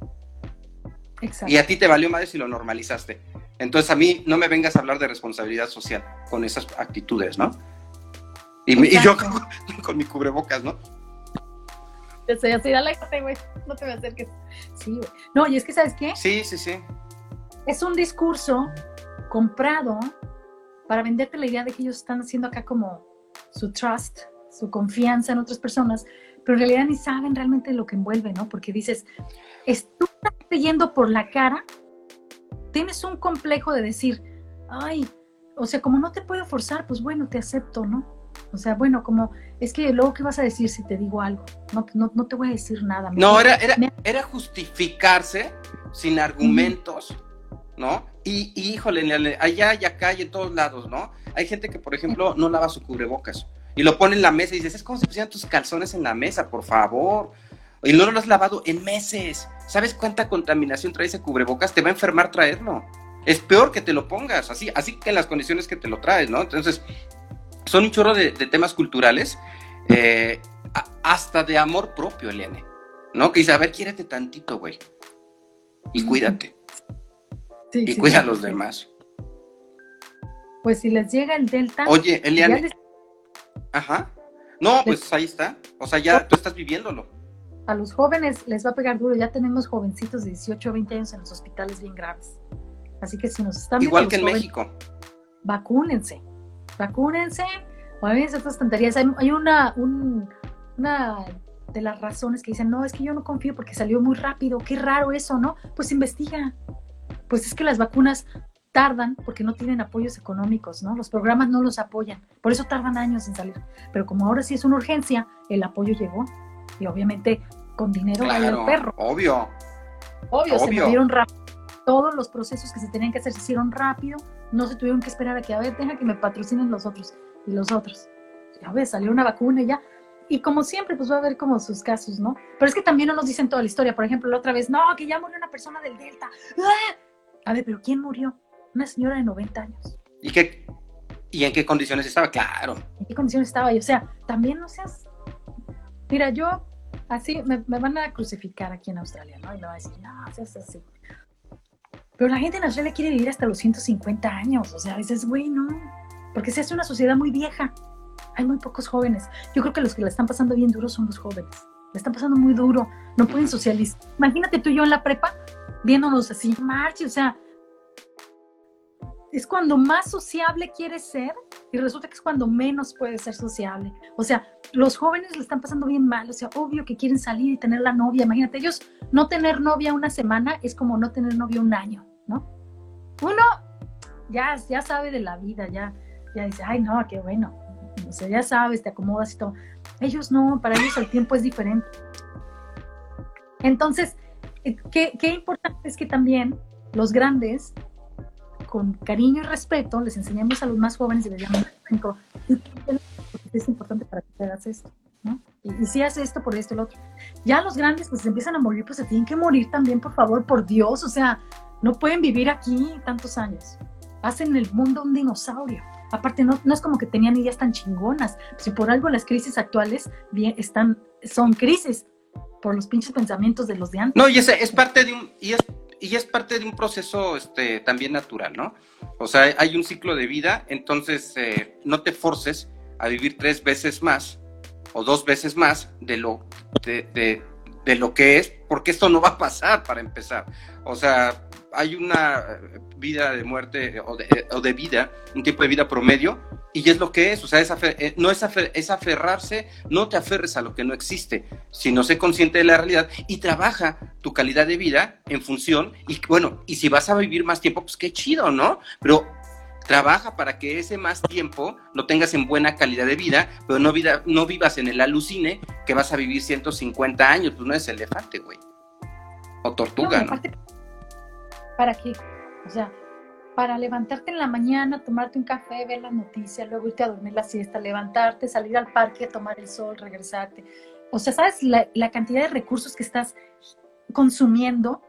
Exacto. Y a ti te valió madre si lo normalizaste. Entonces a mí no me vengas a hablar de responsabilidad social con esas actitudes, ¿no? Y, y yo con, con mi cubrebocas, ¿no? Yo soy así, aléjate, güey, no te me acerques. Sí, güey. No, y es que, ¿sabes qué? Sí, sí, sí. Es un discurso comprado para venderte la idea de que ellos están haciendo acá como su trust, su confianza en otras personas, pero en realidad ni saben realmente lo que envuelve, ¿no? Porque dices, tú estás creyendo por la cara, tienes un complejo de decir, ay, o sea, como no te puedo forzar, pues bueno, te acepto, ¿no? O sea, bueno, como, es que luego, ¿qué vas a decir si te digo algo? No, no, no te voy a decir nada. No, era, era, era justificarse sin argumentos, uh-huh. ¿no? Y, y híjole, allá y acá y en todos lados, ¿no? Hay gente que, por ejemplo, no lava su cubrebocas y lo pone en la mesa y dices, es como si pusieran tus calzones en la mesa, por favor. Y no lo has lavado en meses. ¿Sabes cuánta contaminación trae ese cubrebocas? Te va a enfermar traerlo. Es peor que te lo pongas, así, así que en las condiciones que te lo traes, ¿no? Entonces, son un chorro de, de temas culturales, eh, a, hasta de amor propio, Eliane, ¿no? Que dice, a ver, quiérete tantito, güey, y cuídate. Sí, y sí, cuida sí, a los sí. demás. Pues si les llega el Delta... Oye, Eliane... Les... Ajá. No, pues les... ahí está. O sea, ya tú estás viviéndolo. A los jóvenes les va a pegar duro. Ya tenemos jovencitos de dieciocho o veinte años en los hospitales bien graves. Así que si nos están viendo... Igual que en jóvenes, México. Vacúnense. Vacúnense. Olvídense estas tonterías. Hay, hay una, un, una de las razones que dicen, no, es que yo no confío porque salió muy rápido. Qué raro eso, ¿no? Pues investiga. Pues es que las vacunas tardan porque no tienen apoyos económicos, ¿no? Los programas no los apoyan, por eso tardan años en salir. Pero como ahora sí es una urgencia, el apoyo llegó. Y obviamente con dinero claro, va el perro. Obvio. Obvio, obvio. Se movieron rápido. Todos los procesos que se tenían que hacer se hicieron rápido. No se tuvieron que esperar a que, a ver, deja que me patrocinen los otros y los otros. Ya ves, salió una vacuna y ya. Y como siempre, pues va a haber como sus casos, ¿no? Pero es que también no nos dicen toda la historia. Por ejemplo, la otra vez, no, que ya murió una persona del Delta. ¡Ah! A ver, ¿pero quién murió? Una señora de noventa años. ¿Y qué? ¿Y en qué condiciones estaba? Claro. ¿En qué condiciones estaba? Y, o sea, también no seas... Mira, yo, así, me, me van a crucificar aquí en Australia, ¿no? Y me van a decir, no, seas así. Pero la gente en Australia quiere vivir hasta los ciento cincuenta años. O sea, dices, güey, no. Porque se hace una sociedad muy vieja. Hay muy pocos jóvenes. Yo creo que los que la están pasando bien duro son los jóvenes. La están pasando muy duro. No pueden socializar. Imagínate tú y yo en la prepa, viéndonos así, marche, o sea, es cuando más sociable quieres ser y resulta que es cuando menos puedes ser sociable. O sea, los jóvenes le están pasando bien mal, o sea, obvio que quieren salir y tener la novia. Imagínate, ellos no tener novia una semana es como no tener novia un año, ¿no? Uno ya, ya sabe de la vida, ya, ya dice, ay, no, qué bueno. O sea, ya sabes, te acomodas y todo. Ellos no, para ellos el tiempo es diferente. Entonces, Qué, qué importante es que también los grandes, con cariño y respeto, les enseñemos a los más jóvenes y les llamamos es importante para que te hagas esto, ¿no? Y, y si haces esto por esto y lo otro. Ya los grandes, pues se empiezan a morir, pues se tienen que morir también, por favor, por Dios, o sea, no pueden vivir aquí tantos años. Hacen el mundo un dinosaurio. Aparte, no, no es como que tenían ideas tan chingonas. Si por algo las crisis actuales bien, están, son crisis por los pinches pensamientos de los de antes. No, y ese es parte de un, y es, y es parte de un proceso este, también natural, ¿no? O sea, hay un ciclo de vida, entonces eh, no te forces a vivir tres veces más o dos veces más de lo, de, de, de lo que es, porque esto no va a pasar para empezar. O sea, hay una vida de muerte o de, o de vida, un tiempo de vida promedio, y es lo que es. O sea, es afer, no es, afer, es aferrarse, no te aferres a lo que no existe, sino sé consciente de la realidad y trabaja tu calidad de vida en función, y bueno, y si vas a vivir más tiempo, pues qué chido, ¿no? Pero trabaja para que ese más tiempo lo tengas en buena calidad de vida, pero no, vida, no vivas en el alucine que vas a vivir ciento cincuenta años, pues no es elefante, güey. O tortuga, ¿no? ¿no? ¿Para qué? O sea, para levantarte en la mañana, tomarte un café, ver las noticias, luego irte a dormir la siesta, levantarte, salir al parque, tomar el sol, regresarte. O sea, ¿sabes la, la cantidad de recursos que estás consumiendo?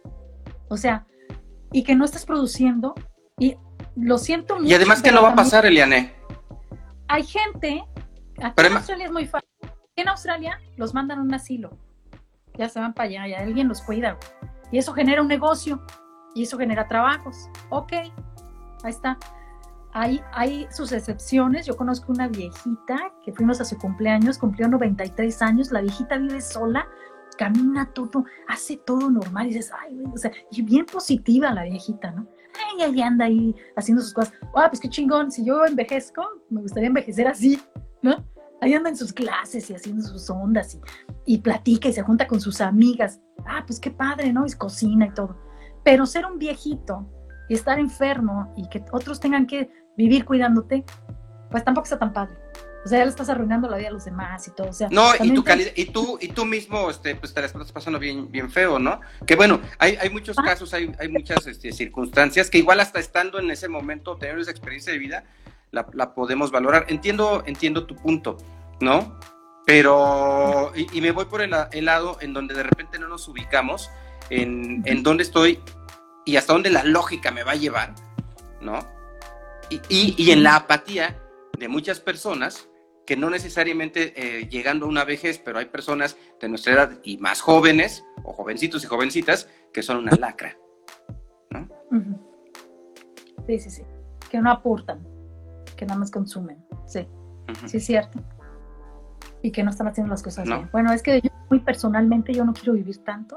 O sea, y que no estás produciendo. Y lo siento mucho. Y además que no va a pasar, Eliane. Hay gente, aquí pero en Australia es muy fácil. En Australia los mandan a un asilo. Ya se van para allá, ya alguien los cuida. Y eso genera un negocio. Y eso genera trabajos. Ok, ahí está. Hay, hay sus excepciones. Yo conozco una viejita que fuimos a su cumpleaños, cumplió noventa y tres años. La viejita vive sola, camina todo, hace todo normal. Y dices, ay, güey, o sea, y bien positiva la viejita, ¿no? Ay, ahí anda ahí haciendo sus cosas. Ah, pues qué chingón, si yo envejezco, me gustaría envejecer así, ¿no? Ahí anda en sus clases y haciendo sus ondas y, y platica y se junta con sus amigas. Ah, pues qué padre, ¿no? Y cocina y todo. Pero ser un viejito y estar enfermo y que otros tengan que vivir cuidándote, pues tampoco está tan padre. O sea, ya le estás arruinando la vida a los demás y todo. O sea, no, y tu te... calidad, y tú, y tú mismo, este, pues te la estás pasando bien, bien feo, ¿no? Que bueno, hay, hay muchos ah. casos, hay, hay muchas este, circunstancias que igual hasta estando en ese momento, tener esa experiencia de vida, la, la podemos valorar. Entiendo, entiendo tu punto, ¿no? Pero, y, y me voy por el, el lado en donde de repente no nos ubicamos en, en dónde estoy y hasta dónde la lógica me va a llevar, ¿no? Y, y, y en la apatía de muchas personas que no necesariamente eh, llegando a una vejez, pero hay personas de nuestra edad y más jóvenes, o jovencitos y jovencitas, que son una lacra, ¿no? Uh-huh. Sí, sí, sí. Que no aportan, que nada más consumen, sí. Uh-huh. Sí, es cierto. Y que no están haciendo las cosas no. bien. Bueno, es que yo muy personalmente yo no quiero vivir tanto.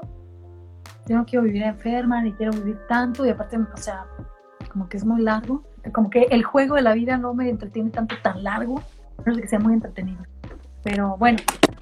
Yo no quiero vivir enferma, ni quiero vivir tanto, y aparte, o sea, como que es muy largo, como que el juego de la vida no me entretiene tanto tan largo, no es que sea muy entretenido. Pero bueno,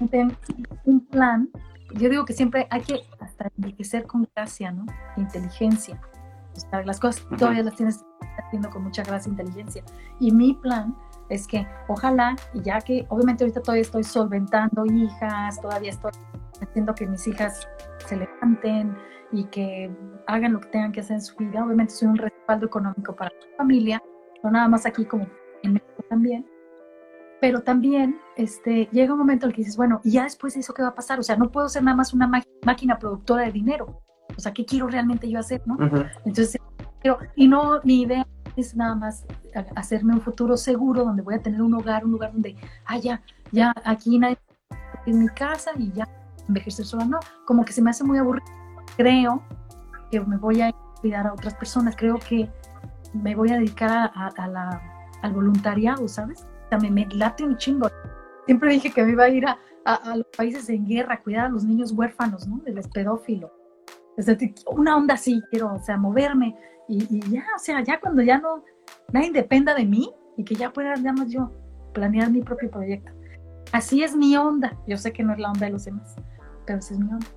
un plan, yo digo que siempre hay que hasta enriquecer con gracia, ¿no? Inteligencia. O sea, las cosas todavía las tienes haciendo con mucha gracia e inteligencia. Y mi plan es que ojalá, y ya que obviamente ahorita todavía estoy solventando hijas, todavía estoy haciendo que mis hijas se levanten y que hagan lo que tengan que hacer en su vida. Obviamente soy un respaldo económico para su familia, no nada más aquí como en México también, pero también este, llega un momento en el que dices, bueno, ¿y ya después de eso qué va a pasar? O sea, no puedo ser nada más una má- máquina productora de dinero, o sea, ¿qué quiero realmente yo hacer, no? Uh-huh. Entonces, pero, y no, mi idea es nada más hacerme un futuro seguro donde voy a tener un hogar, un lugar donde, ah, ya, ya, aquí nadie en mi casa y ya envejecer sola, no, como que se me hace muy aburrido. Creo que me voy a cuidar a otras personas, creo que me voy a dedicar a, a, a la, al voluntariado, ¿sabes? O sea, me, me late un chingo. Siempre dije que me iba a ir a, a, a los países en guerra, a cuidar a los niños huérfanos, ¿no? De los pedófilos. O sea, una onda así, quiero, o sea, moverme y, y ya, o sea, ya cuando ya no, nadie dependa de mí y que ya pueda, digamos, yo planear mi propio proyecto. Así es mi onda. Yo sé que no es la onda de los demás, pero así es mi onda.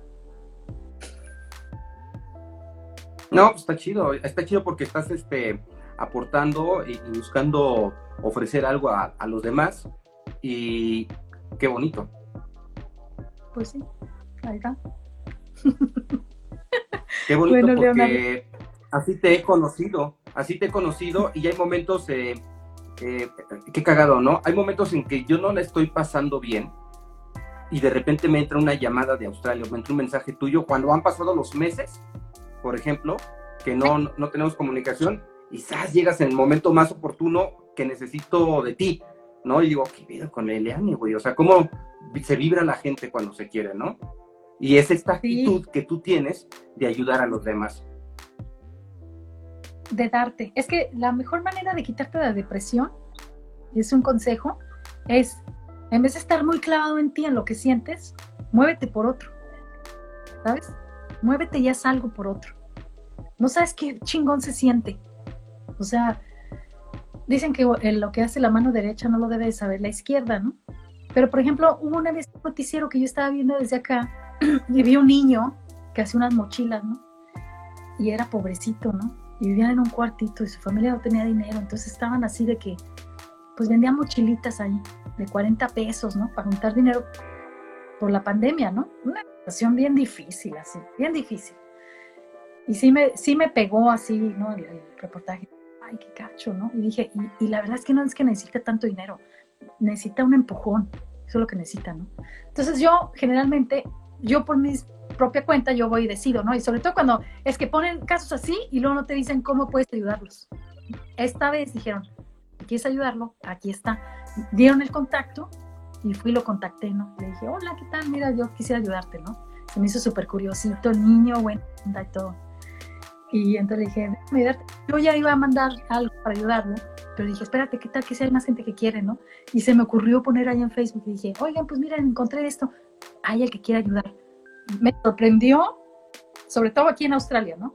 No, pues está chido, está chido porque estás este, aportando y, y buscando ofrecer algo a, a los demás y qué bonito. Pues sí, ahí está. Qué bonito, bueno, porque Leonardo, así te he conocido, así te he conocido y hay momentos eh, eh, qué cagado, ¿no? Hay momentos en que yo no la estoy pasando bien y de repente me entra una llamada de Australia, me entra un mensaje tuyo cuando han pasado los meses, por ejemplo, que no, no tenemos comunicación, y ¡zas! Llegas en el momento más oportuno que necesito de ti, ¿no? Y digo, ¿qué vida con Eliane, güey? O sea, ¿cómo se vibra la gente cuando se quiere, ¿no? Y es esta actitud sí. que tú tienes de ayudar a los demás. De darte. Es que la mejor manera de quitarte la depresión, es un consejo, es, en vez de estar muy clavado en ti, en lo que sientes, muévete por otro, ¿sabes? Muévete y haz algo por otro. No sabes qué chingón se siente. O sea, dicen que lo que hace la mano derecha no lo debe de saber la izquierda, ¿no? Pero, por ejemplo, hubo una vez un noticiero que yo estaba viendo desde acá y vi un niño que hacía unas mochilas, ¿no? Y era pobrecito, ¿no? Y vivían en un cuartito y su familia no tenía dinero, entonces estaban así de que, pues vendían mochilitas ahí, de cuarenta pesos, ¿no? Para juntar dinero por la pandemia, ¿no? Una situación bien difícil, así, bien difícil. Y sí me, sí me pegó así, ¿no? El, el reportaje. Ay, qué cacho, ¿no? Y dije, y, y la verdad es que no es que necesite tanto dinero, necesita un empujón, eso es lo que necesita, ¿no? Entonces yo, generalmente, yo por mi propia cuenta, yo voy y decido, ¿no? Y sobre todo cuando es que ponen casos así y luego no te dicen cómo puedes ayudarlos. Esta vez dijeron, ¿quieres ayudarlo? Aquí está. Dieron el contacto y fui y lo contacté, ¿no? Le dije, hola, ¿qué tal? Mira, yo quisiera ayudarte, ¿no? Se me hizo súper curiosito el niño, bueno, y todo. Y entonces le dije, ayudarte. Yo ya iba a mandar algo para ayudarlo, pero dije, espérate, ¿qué tal que si hay más gente que quiere, no? Y se me ocurrió poner ahí en Facebook y dije, oigan, pues miren, encontré esto. Hay el que quiera ayudar. Me sorprendió, sobre todo aquí en Australia, ¿no?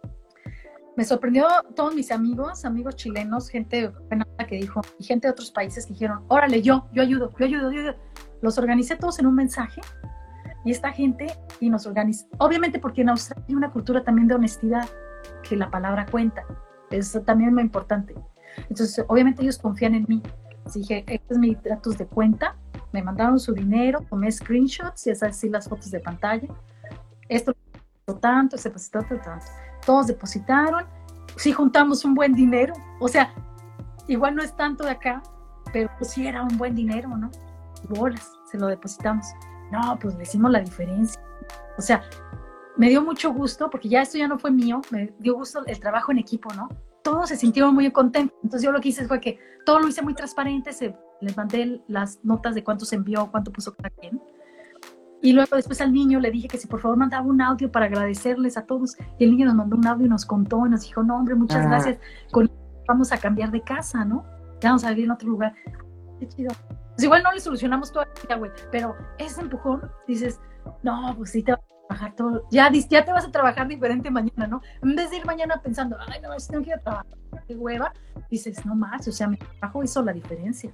Me sorprendió todos mis amigos, amigos chilenos, gente buena que dijo, y gente de otros países que dijeron, órale, yo, yo ayudo, yo ayudo, yo ayudo. Los organicé todos en un mensaje y esta gente, y nos organizó, obviamente porque en Australia hay una cultura también de honestidad, que la palabra cuenta, es también muy importante. Entonces, obviamente ellos confían en mí. Así dije, estos son mis datos de cuenta, me mandaron su dinero, tomé screenshots y esas sí las fotos de pantalla. Esto tanto, se depositó tanto, tanto. Todos depositaron, sí juntamos un buen dinero, o sea, igual no es tanto de acá, pero pues sí era un buen dinero, ¿no? Bolas, se lo depositamos. No, pues le hicimos la diferencia. O sea, me dio mucho gusto, porque ya esto ya no fue mío, me dio gusto el trabajo en equipo, ¿no? Todos se sintieron muy contentos. Entonces yo lo que hice fue que todo lo hice muy transparente, se, les mandé las notas de cuánto se envió, cuánto puso cada quien. Y luego después al niño le dije que si por favor mandaba un audio para agradecerles a todos. Y el niño nos mandó un audio y nos contó y nos dijo, no hombre, muchas ah. gracias, con, vamos a cambiar de casa, ¿no? Ya vamos a vivir en otro lugar. Qué chido. Pues igual no le solucionamos toda la vida, güey, pero ese empujón, dices, no, pues sí te vas a trabajar todo, ya, ya te vas a trabajar diferente mañana, ¿no? En vez de ir mañana pensando, ay, no, si tengo que ir a trabajar, qué hueva, dices, no más, o sea, mi trabajo hizo la diferencia.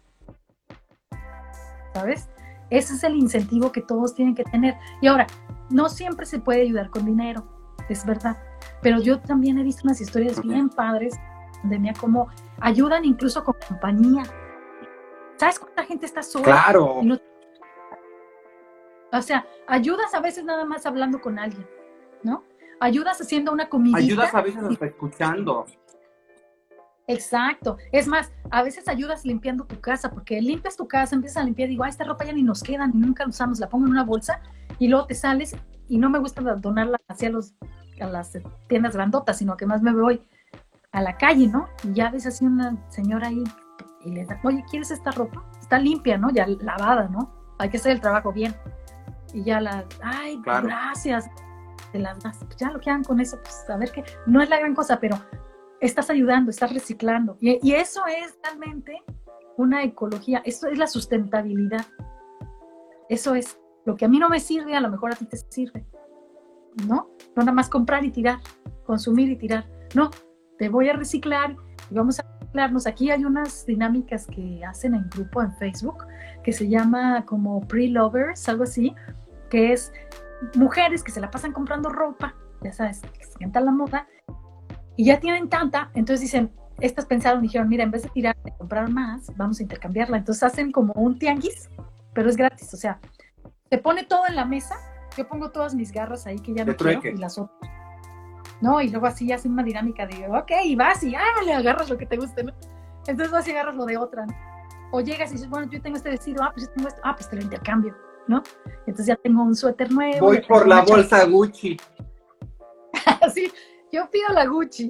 ¿Sabes? Ese es el incentivo que todos tienen que tener. Y ahora, no siempre se puede ayudar con dinero, es verdad, pero yo también he visto unas historias bien padres de mí como ayudan incluso con compañía. ¿Sabes cuánta gente está sola? Claro. No... O sea, ayudas a veces nada más hablando con alguien, ¿no? Ayudas haciendo una comidita. Ayudas a veces hasta escuchando. Exacto. Es más, a veces ayudas limpiando tu casa, porque limpias tu casa, empiezas a limpiar y digo, ah, esta ropa ya ni nos queda, ni nunca la usamos, la pongo en una bolsa y luego te sales y no me gusta donarla hacia los, a las tiendas grandotas, sino que más me voy a la calle, ¿no? Y ya ves así una señora ahí y le da, oye, ¿quieres esta ropa? Está limpia, ¿no? Ya lavada, ¿no? Hay que hacer el trabajo bien. Y ya la, ay, claro. Gracias. Te las das. Pues ya lo que hagan con eso, pues a ver qué. No es la gran cosa, pero estás ayudando, estás reciclando. Y, y eso es realmente una ecología. Eso es la sustentabilidad. Eso es. Lo que a mí no me sirve, a lo mejor a ti te sirve. ¿No? No nada más comprar y tirar, consumir y tirar. No, te voy a reciclar y vamos a reciclarnos. Aquí hay unas dinámicas que hacen en grupo en Facebook que se llama como pre-lovers, algo así, que es mujeres que se la pasan comprando ropa, ya sabes, que se encanta la moda, y ya tienen tanta, entonces dicen, estas pensaron, dijeron, mira, en vez de tirar, de comprar más, vamos a intercambiarla. Entonces hacen como un tianguis, pero es gratis, o sea, se pone todo en la mesa, yo pongo todas mis garras ahí que ya no quiero, y las otras. No, y luego así hacen una dinámica de, ok, y vas y ah, le agarras lo que te guste, ¿no? Entonces vas y agarras lo de otra, ¿no? O llegas y dices, bueno, yo tengo este vestido, ah, pues yo tengo esto, ah, pues te lo intercambio, ¿no? Entonces ya tengo un suéter nuevo. Voy por la bolsa Gucci. Sí, yo pido la Gucci.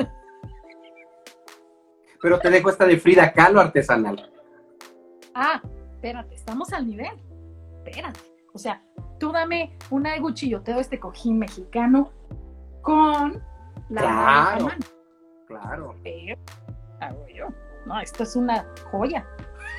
Pero te dejo esta de Frida Kahlo artesanal. Ah, espérate, estamos al nivel. Espérate. O sea, tú dame una de Gucci, yo te doy este cojín mexicano con la Claro, mano. claro. Pero, hago yo. No, esto es una joya.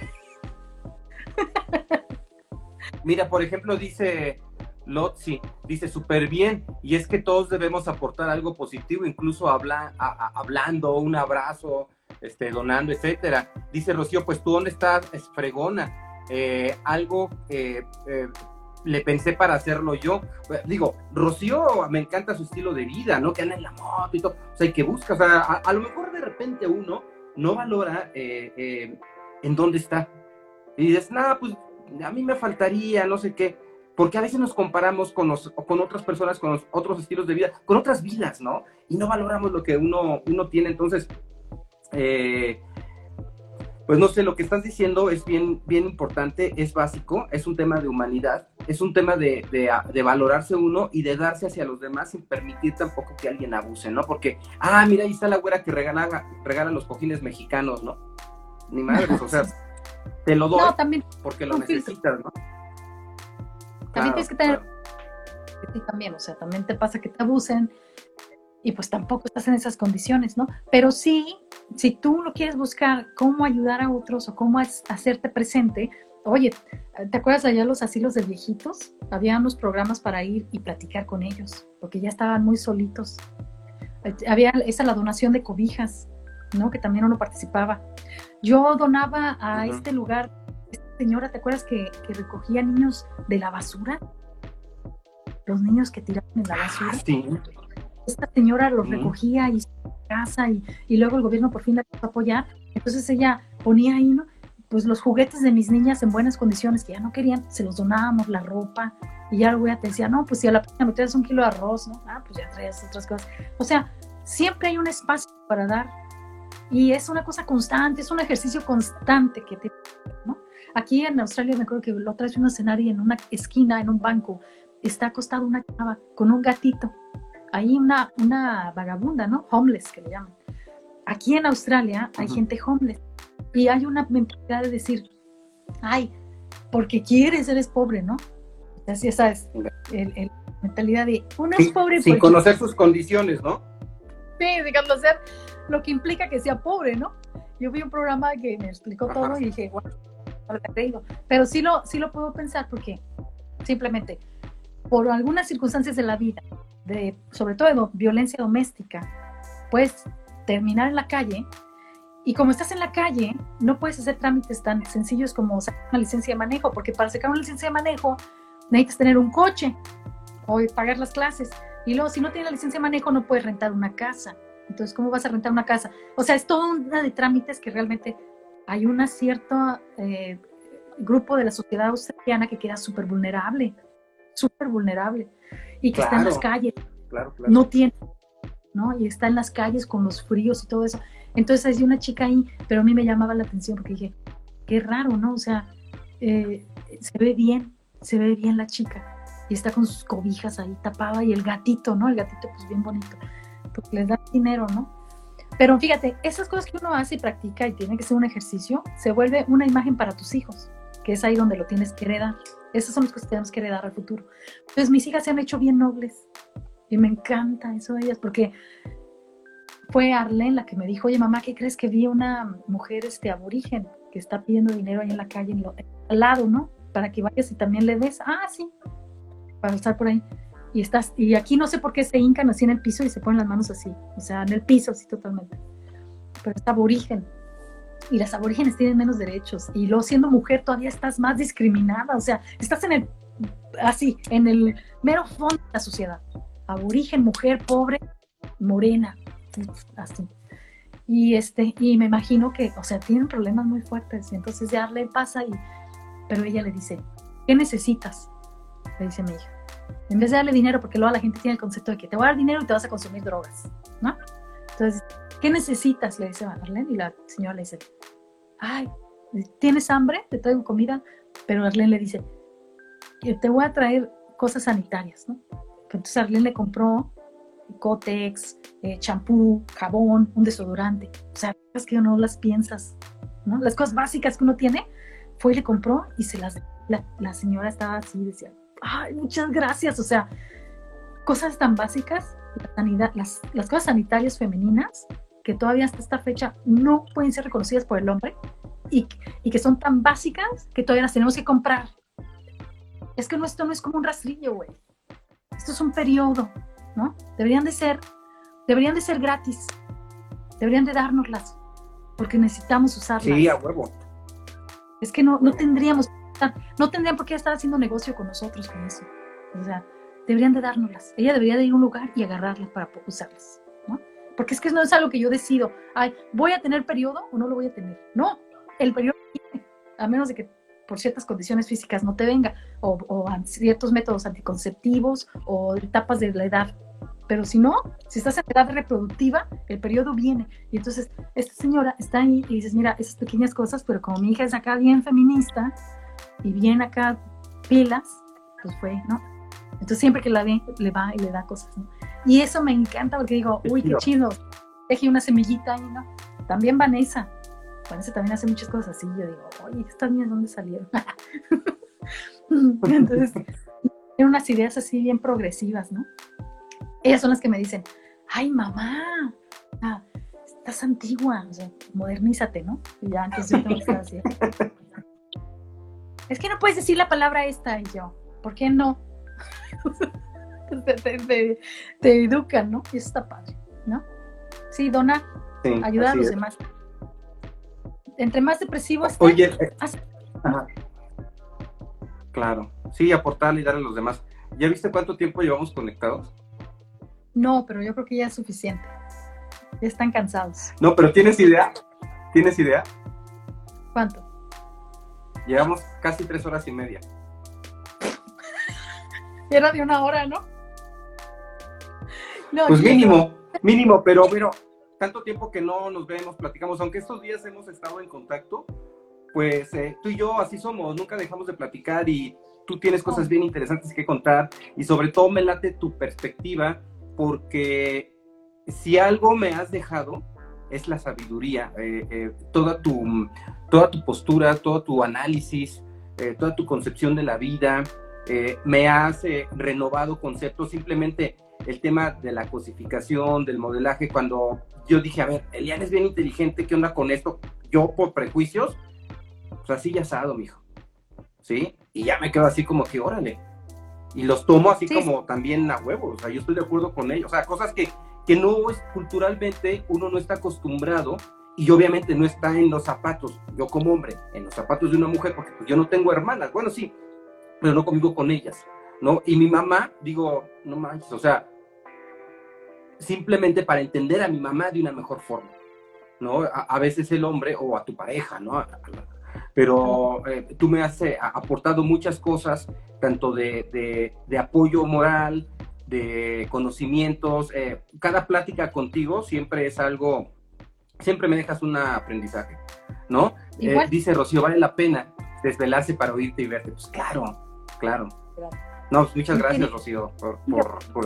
Mira, por ejemplo, dice Lotzi, dice súper bien, y es que todos debemos aportar algo positivo, incluso habla, a, a, hablando, un abrazo, este, donando, etcétera. Dice Rocío, pues tú dónde estás, es fregona, eh, algo eh, eh, le pensé para hacerlo yo. Digo, Rocío me encanta su estilo de vida, ¿no? Que anda en la moto y todo, o sea, y que busca, o sea, a, a lo mejor de repente uno no valora eh, eh, en dónde está. Y dices, nada, pues a mí me faltaría, no sé qué, porque a veces nos comparamos con, los, con otras personas, con los otros estilos de vida, con otras vidas, ¿no? Y no valoramos lo que uno, uno tiene. Entonces, eh, pues no sé, lo que estás diciendo es bien, bien importante, es básico, es un tema de humanidad, es un tema de, de, de valorarse uno y de darse hacia los demás sin permitir tampoco que alguien abuse, ¿no? Porque, ah, mira, ahí está la güera que regala, regala los cojines mexicanos, ¿no? Ni madres, o sea, te lo doy No, también, porque lo un filtro. necesitas, ¿no? También Claro, tienes que tener claro. sí, también, o sea, también te pasa que te abusen y pues tampoco estás en esas condiciones, ¿no? Pero sí, si tú lo quieres buscar, cómo ayudar a otros o cómo es- hacerte presente, oye, ¿te acuerdas allá los asilos de viejitos? Había unos programas para ir y platicar con ellos, porque ya estaban muy solitos. Eh, Había esa la donación de cobijas, ¿no? Que también uno participaba. Yo donaba a Ujú. este lugar, esta señora, ¿te acuerdas que, que recogía niños de la basura? Los niños que tiraban en la basura. Ah, sí. Esta señora los Ujú. recogía y casa y, y luego el gobierno por fin la empezó a apoyar. Entonces ella ponía ahí, ¿no? Pues los juguetes de mis niñas en buenas condiciones que ya no querían, se los donábamos, la ropa, y ya luego ella te decía, no, pues si a la próxima me traes un kilo de arroz, ¿no? Ah, pues ya traes otras cosas. O sea, siempre hay un espacio para dar y es una cosa constante, es un ejercicio constante que te, ¿no? Aquí en Australia me acuerdo que lo traes un escenario en una esquina, en un banco, está acostada una chava con un gatito, ahí una, una vagabunda, ¿no? Homeless, que le llaman. Aquí en Australia hay Ujú. gente homeless y hay una mentalidad de decir, ay, porque quieres, eres pobre, ¿no? Así sabes, el, el mentalidad de uno es Sí, pobre sin porque conocer sus condiciones, ¿no? sí, digamos, hacer lo que implica que sea pobre, ¿no? Yo vi un programa que me explicó Ajá. todo y dije, bueno, no lo he creído. Pero sí lo, sí lo puedo pensar porque simplemente por algunas circunstancias de la vida, de, sobre todo de do- violencia doméstica, puedes terminar en la calle y como estás en la calle, no puedes hacer trámites tan sencillos como sacar una licencia de manejo, porque para sacar una licencia de manejo necesitas tener un coche o pagar las clases. Y luego, si no tienes la licencia de manejo, no puedes rentar una casa. Entonces, ¿cómo vas a rentar una casa? O sea, es todo una de trámites que realmente hay un cierto eh, grupo de la sociedad australiana que queda súper vulnerable, súper vulnerable, y que está en Claro. las calles, Claro, claro. no tiene, ¿no? Y está en las calles con los fríos y todo eso. Entonces hay una chica ahí, pero a mí me llamaba la atención porque dije, qué raro, ¿no? O sea, eh, se ve bien, se ve bien la chica. Y está con sus cobijas ahí tapada y el gatito, ¿no? El gatito pues bien bonito, porque les da dinero, ¿no? Pero fíjate, esas cosas que uno hace y practica y tiene que ser un ejercicio, se vuelve una imagen para tus hijos, que es ahí donde lo tienes que heredar. Esas son las cosas que tenemos que heredar al futuro. Entonces mis hijas se han hecho bien nobles y me encanta eso de ellas, porque fue Arlene la que me dijo, oye mamá, ¿qué crees que vi una mujer este, aborigen que está pidiendo dinero ahí en la calle, en lo, al lado, ¿no? Para que vayas y también le des. Ah, sí, para estar por ahí. Y estás, y aquí no sé por qué se hincan así en el piso y se ponen las manos así, o sea, en el piso así totalmente. Pero está aborigen. Y las aborígenes tienen menos derechos. Y luego siendo mujer todavía estás más discriminada, o sea, estás en el, así, en el mero fondo de la sociedad. Aborigen, mujer, pobre, morena, así. Y este, y me imagino que, o sea, tienen problemas muy fuertes. Y entonces ya le pasa y, pero ella le dice, ¿qué necesitas? Le dice mi hija. En vez de darle dinero, porque luego la gente tiene el concepto de que te voy a dar dinero y te vas a consumir drogas, ¿no? Entonces, ¿qué necesitas? Le dice a Arlene, y la señora le dice, ay, ¿tienes hambre? Te traigo comida. Pero Arlene le dice, te voy a traer cosas sanitarias, ¿no? Entonces Arlene le compró Kotex, eh, champú, jabón, un desodorante. O sea, es que no las piensas, ¿no? Las cosas básicas que uno tiene, fue y le compró y se las... La, la señora estaba así, decía, ay, muchas gracias. O sea, cosas tan básicas, la sanidad, las, las cosas sanitarias femeninas, que todavía hasta esta fecha no pueden ser reconocidas por el hombre, y, y que son tan básicas que todavía las tenemos que comprar. Es que no, esto no es como un rastrillo, güey. Esto es un periodo, ¿no? Deberían de ser, deberían de ser gratis. Deberían de dárnoslas, porque necesitamos usarlas. Sí, a huevo. Es que no, no tendríamos, no tendrían por qué estar haciendo negocio con nosotros con eso. O sea, deberían de dárnoslas. Ella debería de ir a un lugar y agarrarlas para usarlas, ¿no? Porque es que no es algo que yo decido, ay, ¿voy a tener periodo o no lo voy a tener? No, el periodo viene, a menos de que por ciertas condiciones físicas no te venga, o, o ciertos métodos anticonceptivos, o etapas de la edad. Pero si no, si estás en edad reproductiva, el periodo viene. Y entonces, esta señora está ahí y dices, mira, esas pequeñas cosas, pero como mi hija es acá bien feminista, y bien acá pilas, pues fue, ¿no? Entonces siempre que la ve, le va y le da cosas, ¿no? Y eso me encanta porque digo, uy, qué chido, dejé una semillita ahí, ¿no? También Vanessa, Vanessa también hace muchas cosas así, yo digo, oye, estas niñas, ¿dónde salieron? Entonces, tienen unas ideas así bien progresivas, ¿no? Ellas son las que me dicen, ay, mamá, ah, estás antigua, o sea, modernízate, ¿no? Y ya, entonces yo tengo que estar así. Es que no puedes decir la palabra esta, y yo, ¿por qué no? te, te, te, te educan, ¿no? Y eso está padre, ¿no? Sí, dona, Sí, ayuda a así los es. demás. Entre más depresivo estés, Oye, eh, haz- ajá, claro. Sí, aportarle y darle a los demás. ¿Ya viste cuánto tiempo llevamos conectados? no, pero yo creo que ya es suficiente. Ya están cansados. No, pero ¿tienes idea? ¿Tienes idea? ¿Cuánto? Llevamos casi tres horas y media. Era de una hora, ¿no? No, Pues yo- mínimo, mínimo, pero bueno, tanto tiempo que no nos vemos, platicamos, aunque estos días hemos estado en contacto, pues eh, tú y yo así somos, nunca dejamos de platicar y tú tienes cosas bien interesantes que contar y sobre todo me late tu perspectiva porque si algo me has dejado es la sabiduría, eh, eh, toda, tu, toda tu postura, todo tu análisis, eh, toda tu concepción de la vida, eh, me has eh, renovado conceptos, simplemente el tema de la cosificación, del modelaje, cuando yo dije, a ver, Elian es bien inteligente, ¿qué onda con esto? Yo por prejuicios, pues así ya asado, mijo, ¿sí? Y ya me quedo así como que, órale, y los tomo así Sí, como también a huevos, o sea, yo estoy de acuerdo con ellos, o sea, cosas que, que no es culturalmente, uno no está acostumbrado, y obviamente no está en los zapatos, yo como hombre, en los zapatos de una mujer, porque pues yo no tengo hermanas, bueno, sí, pero no convivo con ellas, ¿no? Y mi mamá, digo, no manches, o sea, simplemente para entender a mi mamá de una mejor forma, ¿no? A, a veces el hombre, o a tu pareja, ¿no? Pero eh, tú me has eh, aportado muchas cosas, tanto de, de, de apoyo moral, de conocimientos, eh, cada plática contigo siempre es algo, siempre me dejas un aprendizaje, ¿no? Eh, dice Rocío, vale la pena desvelarse para oírte y verte, pues claro, claro. No, pues muchas gracias, Rocío, por, por, por...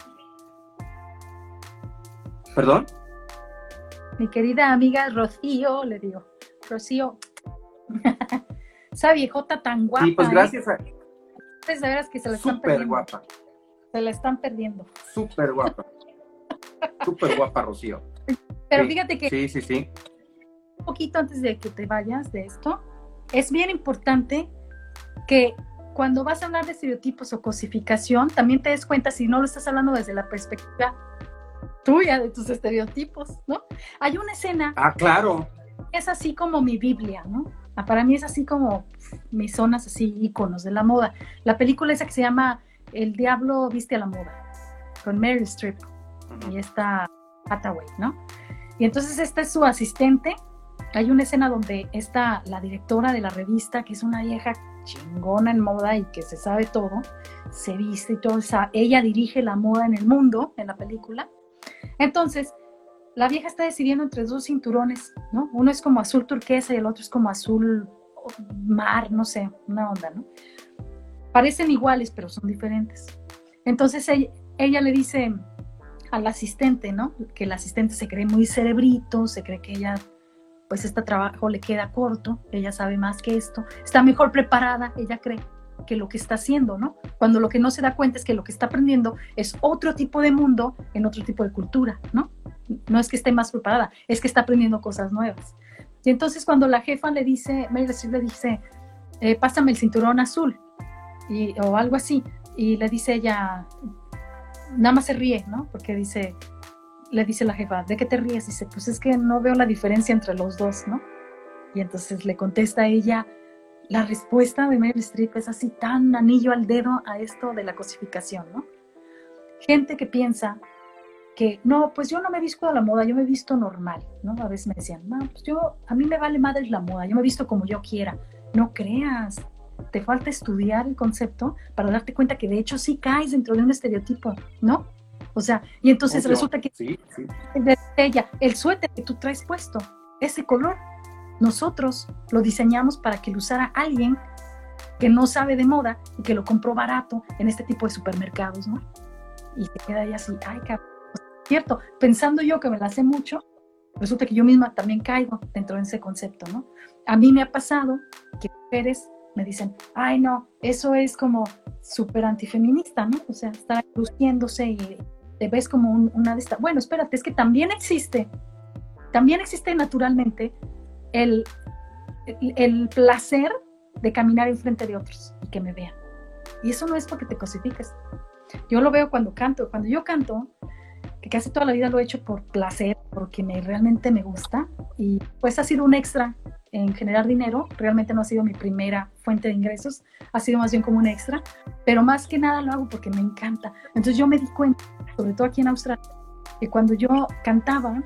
¿Perdón? Mi querida amiga Rocío, le digo, Rocío, esa viejota tan guapa. Sí, pues gracias a... ¿eh? Es de veras que se la están Súper perdiendo. guapa. Se la están perdiendo. Súper guapa. Súper guapa, Rocío. Pero sí, fíjate que sí, sí, sí. un poquito antes de que te vayas de esto, es bien importante que cuando vas a hablar de estereotipos o cosificación, también te des cuenta si no lo estás hablando desde la perspectiva tuya, de tus estereotipos, ¿no? Hay una escena... Ah, claro. Es así como mi Biblia, ¿no? Para mí es así como mis zonas así, íconos de la moda. La película esa que se llama El Diablo Viste a la Moda, con Meryl Streep uh-huh. y esta Hathaway, ¿no? Y entonces esta es su asistente. Hay una escena donde está la directora de la revista, que es una vieja chingona en moda y que se sabe todo, se viste y todo, o sea, ella dirige la moda en el mundo, en la película. Entonces, la vieja está decidiendo entre dos cinturones, ¿no? Uno es como azul turquesa y el otro es como azul mar, no sé, una onda, ¿no? Parecen iguales, pero son diferentes. Entonces ella, ella le dice al asistente, ¿no? Que el asistente se cree muy cerebrito, se cree que ella, pues este trabajo le queda corto, ella sabe más que esto, está mejor preparada, ella cree, que lo que está haciendo, ¿no? Cuando lo que no se da cuenta es que lo que está aprendiendo es otro tipo de mundo en otro tipo de cultura, ¿no? No es que esté más preparada, es que está aprendiendo cosas nuevas. Y entonces cuando la jefa le dice, Meryl Streep le dice, eh, pásame el cinturón azul, y, o algo así, y le dice ella, nada más se ríe, ¿no? Porque dice, le dice la jefa, ¿de qué te ríes? Dice, pues es que no veo la diferencia entre los dos, ¿no? Y entonces le contesta a ella, la respuesta de Meryl Streep es así tan anillo al dedo a esto de la cosificación, ¿no? Gente que piensa que, no, pues yo no me he visto a la moda, yo me he visto normal, ¿no? A veces me decían, no, pues yo, a mí me vale madre la moda, yo me he visto como yo quiera. No creas, te falta estudiar el concepto para darte cuenta que de hecho sí caes dentro de un estereotipo, ¿no? O sea, y entonces Obvio. resulta que Sí, sí. de ella, el suéter que tú traes puesto, ese color, nosotros lo diseñamos para que lo usara alguien que no sabe de moda y que lo compró barato en este tipo de supermercados, ¿no? Y se queda ahí así, ay, cabrón, cierto, pensando yo que me la sé mucho, resulta que yo misma también caigo dentro de ese concepto, ¿no? A mí me ha pasado que mujeres me dicen, ay, no, eso es como súper antifeminista, ¿no? O sea, estar luciéndose y te ves como un, una de estas. Bueno, espérate, es que también existe, también existe naturalmente el, el, el placer de caminar enfrente de otros y que me vean. Y eso no es porque te cosifiques. Yo lo veo cuando canto. Cuando yo canto, que casi toda la vida lo he hecho por placer, porque me, realmente me gusta, y pues ha sido un extra en generar dinero, realmente no ha sido mi primera fuente de ingresos, ha sido más bien como un extra, pero más que nada lo hago porque me encanta. Entonces yo me di cuenta, sobre todo aquí en Australia, que cuando yo cantaba,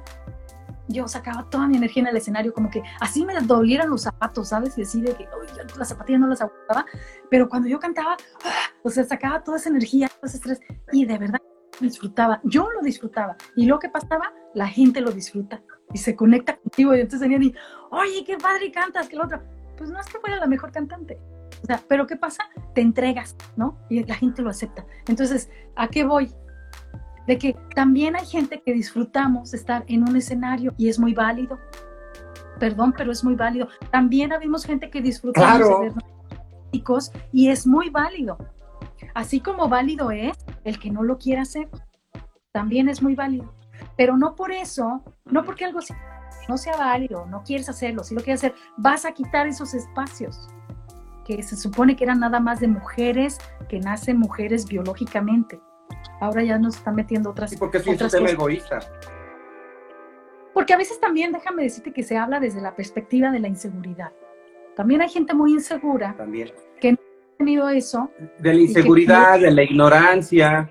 yo sacaba toda mi energía en el escenario, como que así me dolieran los zapatos, ¿sabes? Y así de que oh, las zapatillas no las aguantaba, pero cuando yo cantaba, ¡ah! O sea, sacaba toda esa energía, todo ese estrés, y de verdad disfrutaba, yo lo disfrutaba, y lo que pasaba, la gente lo disfruta, y se conecta contigo, y entonces venían y, oye, qué padre cantas, que lo otro, pues no es que fuera la mejor cantante, o sea, pero ¿qué pasa? Te entregas, ¿no? Y la gente lo acepta. Entonces, ¿a qué voy? De que también hay gente que disfrutamos estar en un escenario y es muy válido. Perdón, pero es muy válido. También habemos gente que disfrutamos Claro. de vernos chicos y es muy válido. Así como válido es el que no lo quiera hacer, también es muy válido. Pero no por eso, no porque algo no sea válido, no quieres hacerlo, si lo quieres hacer, vas a quitar esos espacios que se supone que eran nada más de mujeres, que nacen mujeres biológicamente. Ahora ya nos están metiendo otras Sí, porque es un otras sistema cosas. egoísta. Porque a veces también, déjame decirte que se habla desde la perspectiva de la inseguridad. También hay gente muy insegura También. que no ha tenido eso. De la inseguridad, de la ignorancia.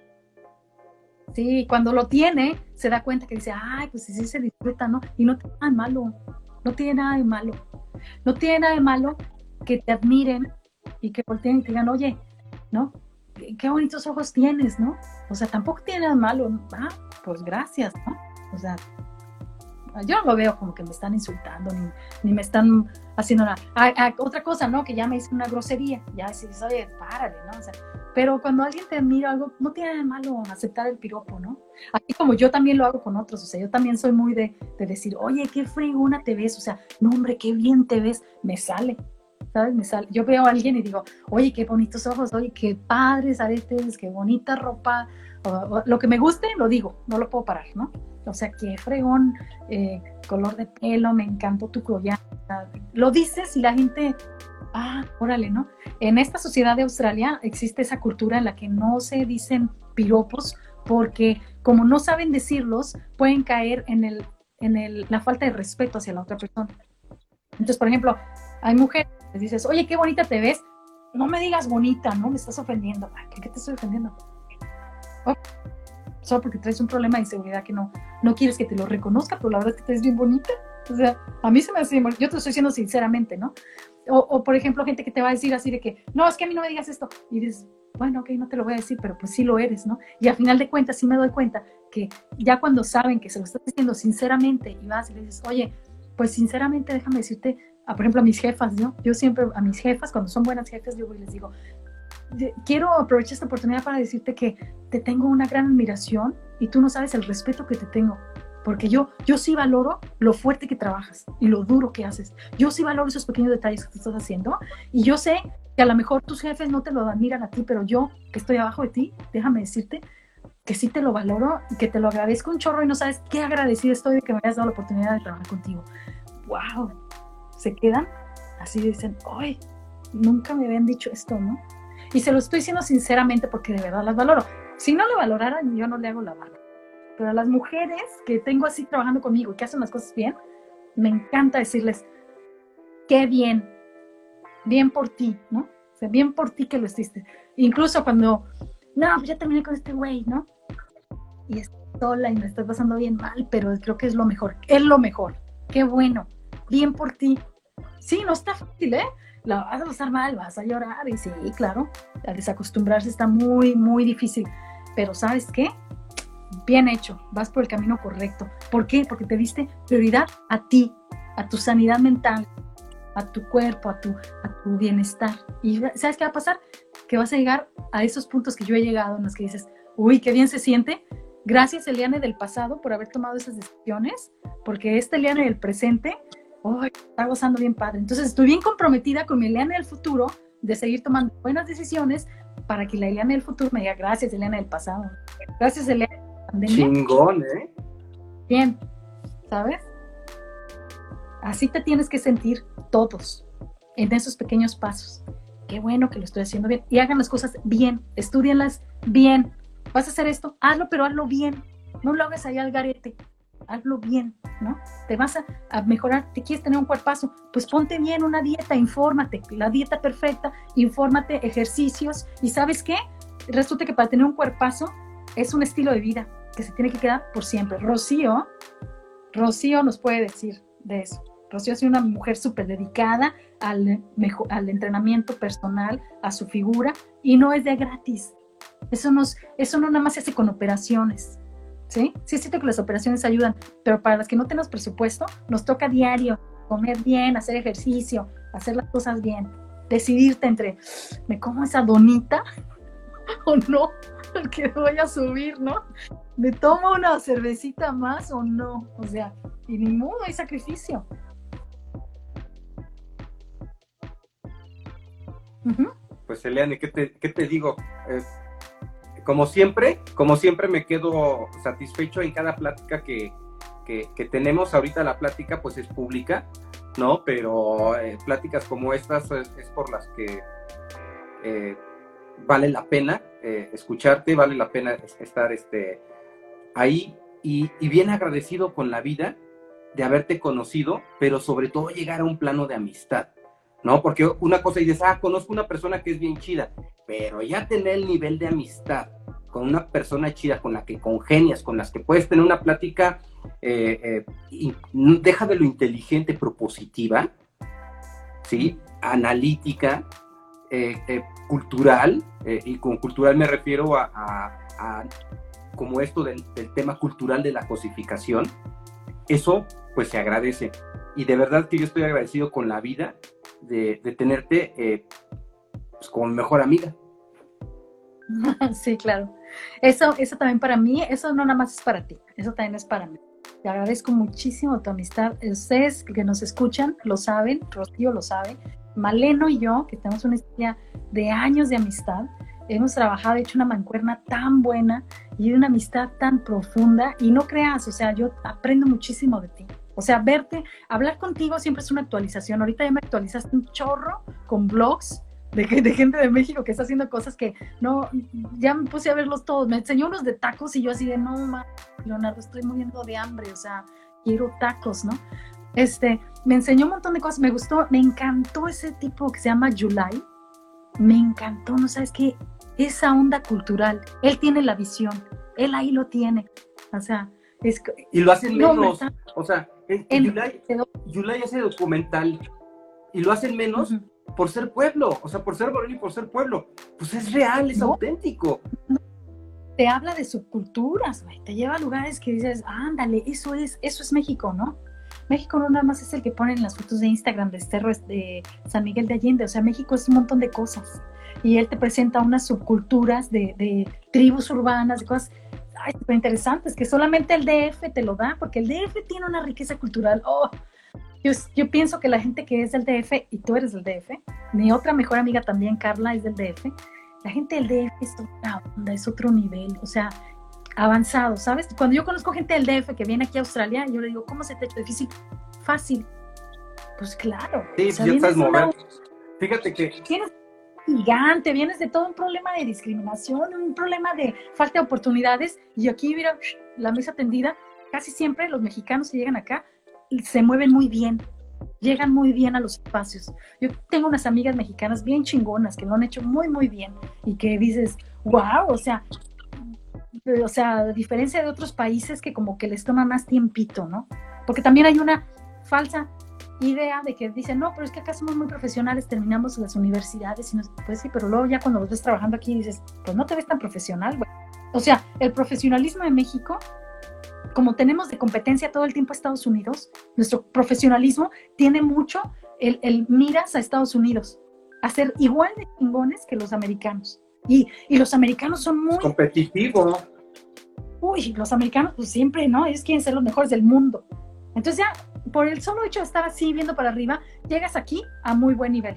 Sí, cuando lo tiene, se da cuenta que dice, ay, pues sí se disfruta, ¿no? Y no tiene nada de malo, no tiene nada de malo. No tiene nada de malo que te admiren y que volteen y te digan, oye, ¿no? Qué bonitos ojos tienes, ¿no? O sea, tampoco tiene nada de malo. Ah, pues gracias, ¿no? O sea, yo no lo veo como que me están insultando ni, ni me están haciendo nada. Ah, ah, otra cosa, ¿no? Que ya me hice una grosería. Ya dices, oye, párale, ¿no? O sea, pero cuando alguien te admira algo, no tiene nada de malo aceptar el piropo, ¿no? Así como yo también lo hago con otros. O sea, yo también soy muy de, de decir, oye, qué fregona te ves. O sea, no, hombre, qué bien te ves. Me sale. ¿Sabes? Me sale. Yo veo a alguien y digo, oye, qué bonitos ojos, oye, qué padres aretes, qué bonita ropa, o, o, lo que me guste, lo digo, no lo puedo parar, ¿no? O sea, qué fregón, eh, color de pelo, me encantó tu collar. Lo dices y la gente, ah, órale, ¿no? En esta sociedad de Australia existe esa cultura en la que no se dicen piropos porque como no saben decirlos, pueden caer en, el, en el, la falta de respeto hacia la otra persona. Entonces, por ejemplo, hay mujeres les dices, oye, qué bonita te ves, no me digas bonita, ¿no? Me estás ofendiendo. ¿Qué, qué te estoy ofendiendo? Oh, solo porque traes un problema de inseguridad que no, no quieres que te lo reconozca, pero la verdad es que te ves bien bonita. O sea, a mí se me hace, yo te lo estoy diciendo sinceramente, ¿no? O, o, por ejemplo, gente que te va a decir así de que, no, es que a mí no me digas esto. Y dices, bueno, ok, no te lo voy a decir, pero pues sí lo eres, ¿no? Y al final de cuentas sí me doy cuenta que ya cuando saben que se lo estás diciendo sinceramente y vas y le dices, oye, pues sinceramente déjame decirte, a, por ejemplo, a mis jefas, ¿no? Yo siempre, a mis jefas, cuando son buenas jefas, yo voy y les digo, quiero aprovechar esta oportunidad para decirte que te tengo una gran admiración y tú no sabes el respeto que te tengo, porque yo, yo sí valoro lo fuerte que trabajas y lo duro que haces. Yo sí valoro esos pequeños detalles que te estás haciendo y yo sé que a lo mejor tus jefes no te lo admiran a ti, pero yo, que estoy abajo de ti, déjame decirte que sí te lo valoro y que te lo agradezco un chorro y no sabes qué agradecida estoy de que me hayas dado la oportunidad de trabajar contigo. ¡Wow! Se quedan así, dicen, ¡ay! Nunca me habían dicho esto, ¿no? Y se lo estoy diciendo sinceramente porque de verdad las valoro. Si no lo valoraran, yo no le hago la barba. Pero a las mujeres que tengo así trabajando conmigo y que hacen las cosas bien, me encanta decirles, qué bien, bien por ti, ¿no? O sea, bien por ti que lo hiciste. Incluso cuando, no, pues ya terminé con este güey, ¿no? Y estoy sola y me estoy pasando bien mal, pero creo que es lo mejor, es lo mejor. Qué bueno, bien por ti. Sí, no está fácil, ¿eh? La vas a pasar mal, vas a llorar, y sí, claro, al desacostumbrarse está muy, muy difícil. Pero ¿sabes qué? Bien hecho, vas por el camino correcto. ¿Por qué? Porque te diste prioridad a ti, a tu sanidad mental, a tu cuerpo, a tu, a tu bienestar. Y ¿sabes qué va a pasar? Que vas a llegar a esos puntos que yo he llegado, en los que dices, uy, qué bien se siente. Gracias, Eliane del pasado, por haber tomado esas decisiones, porque esta Eliane del presente, uy, está gozando bien padre. Entonces estoy bien comprometida con mi Eliane del futuro, de seguir tomando buenas decisiones, para que la Eliane del futuro me diga, gracias, Eliane del pasado. Gracias, Eliane. Chingón, ¿eh? Bien, ¿sabes? Así te tienes que sentir todos, en esos pequeños pasos. Qué bueno que lo estoy haciendo bien. Y hagan las cosas bien, estúdienlas bien. Vas a hacer esto, hazlo, pero hazlo bien. No lo hagas ahí al garete, hazlo bien, ¿no? Te vas a, a mejorar, te quieres tener un cuerpazo, pues ponte bien una dieta, infórmate, la dieta perfecta, infórmate, ejercicios. ¿Y sabes qué? Resulta que para tener un cuerpazo es un estilo de vida que se tiene que quedar por siempre. Rocío, Rocío nos puede decir de eso. Rocío es una mujer súper dedicada al, mejor, al entrenamiento personal, a su figura, y no es de gratis. Eso, nos, eso no nada más se hace con operaciones, ¿sí? Sí es cierto que las operaciones ayudan, pero para las que no tenemos presupuesto, nos toca diario comer bien, hacer ejercicio, hacer las cosas bien, decidirte entre, ¿me como esa donita o no? Que voy a subir, ¿no? ¿Me tomo una cervecita más o no? O sea, y ni modo, hay sacrificio. Uh-huh. Pues Eliane, ¿qué te, qué te digo? Eh, como siempre, como siempre me quedo satisfecho en cada plática que, que, que tenemos. Ahorita la plática pues es pública, ¿no? Pero eh, pláticas como estas es, es por las que eh, vale la pena eh, escucharte, vale la pena estar este, ahí y, y bien agradecido con la vida de haberte conocido, pero sobre todo llegar a un plano de amistad, ¿no? Porque una cosa dices, ah, conozco una persona que es bien chida, pero ya tener el nivel de amistad con una persona chida, con la que congenias, con las que puedes tener una plática, eh, eh, y deja de lo inteligente, propositiva, ¿sí? Analítica, eh, eh, cultural, eh, y con cultural me refiero a, a, a como esto del, del tema cultural de la cosificación. Eso pues se agradece, y de verdad que yo estoy agradecido con la vida de, de tenerte eh, pues, como mi mejor amiga. Sí, claro. Eso, eso también para mí, eso no nada más es para ti, eso también es para mí. Te agradezco muchísimo tu amistad. Ustedes que nos escuchan lo saben, Rocío lo sabe, Maleno y yo, que tenemos una historia de años de amistad, hemos trabajado, hecho una mancuerna tan buena y una amistad tan profunda, y no creas, o sea, yo aprendo muchísimo de ti. O sea, verte, hablar contigo siempre es una actualización. Ahorita ya me actualizaste un chorro con blogs de, de gente de México que está haciendo cosas que no, ya me puse a verlos todos. Me enseñó unos de tacos y yo así de, no, ma, Leonardo, estoy muriendo de hambre, o sea, quiero tacos, ¿no? Este, me enseñó un montón de cosas, me gustó, me encantó ese tipo que se llama Yulai, me encantó, ¿no sabes qué? Esa onda cultural, él tiene la visión, él ahí lo tiene, o sea, es, y lo hacen no, menos, está, o sea, en, en, Yulai, Yulai hace documental, y lo hacen menos uh-huh. por ser pueblo, o sea, por ser varón y por ser pueblo, pues es real, es no, auténtico. No, te habla de subculturas, güey, te lleva a lugares que dices, ándale, eso es, eso es México, ¿no? México no nada más es el que ponen las fotos de Instagram de Cerro de San Miguel de Allende, o sea, México es un montón de cosas. Y él te presenta unas subculturas de, de tribus urbanas, de cosas ay, súper interesantes, que solamente el D F te lo da, porque el D F tiene una riqueza cultural. Oh, yo, yo pienso que la gente que es del D F, y tú eres del D F, mi otra mejor amiga también, Carla, es del D F, la gente del D F es otra onda, es otro nivel, o sea, avanzado, ¿sabes? Cuando yo conozco gente del D F que viene aquí a Australia, yo le digo, ¿cómo se te ha hecho difícil? Fácil. Pues claro. Sí, o sea, ya estás una... moviendo. Fíjate que... Tienes gigante, vienes de todo un problema de discriminación, un problema de falta de oportunidades, y aquí, mira, la mesa tendida, casi siempre los mexicanos que llegan acá se mueven muy bien, llegan muy bien a los espacios. Yo tengo unas amigas mexicanas bien chingonas que lo han hecho muy, muy bien, y que dices, wow, o sea, o sea, a diferencia de otros países que como que les toma más tiempito, ¿no? Porque también hay una falsa idea de que dicen, no, pero es que acá somos muy profesionales, terminamos las universidades, y no, pues sí, pero luego ya cuando los ves trabajando aquí dices, pues no te ves tan profesional, güey. O sea, el profesionalismo de México, como tenemos de competencia todo el tiempo a Estados Unidos, nuestro profesionalismo tiene mucho el, el miras a Estados Unidos, a ser igual de chingones que los americanos. Y, y los americanos son muy... competitivo. Uy, los americanos pues siempre, ¿no? Ellos quieren ser los mejores del mundo. Entonces ya, por el solo hecho de estar así, viendo para arriba, llegas aquí a muy buen nivel,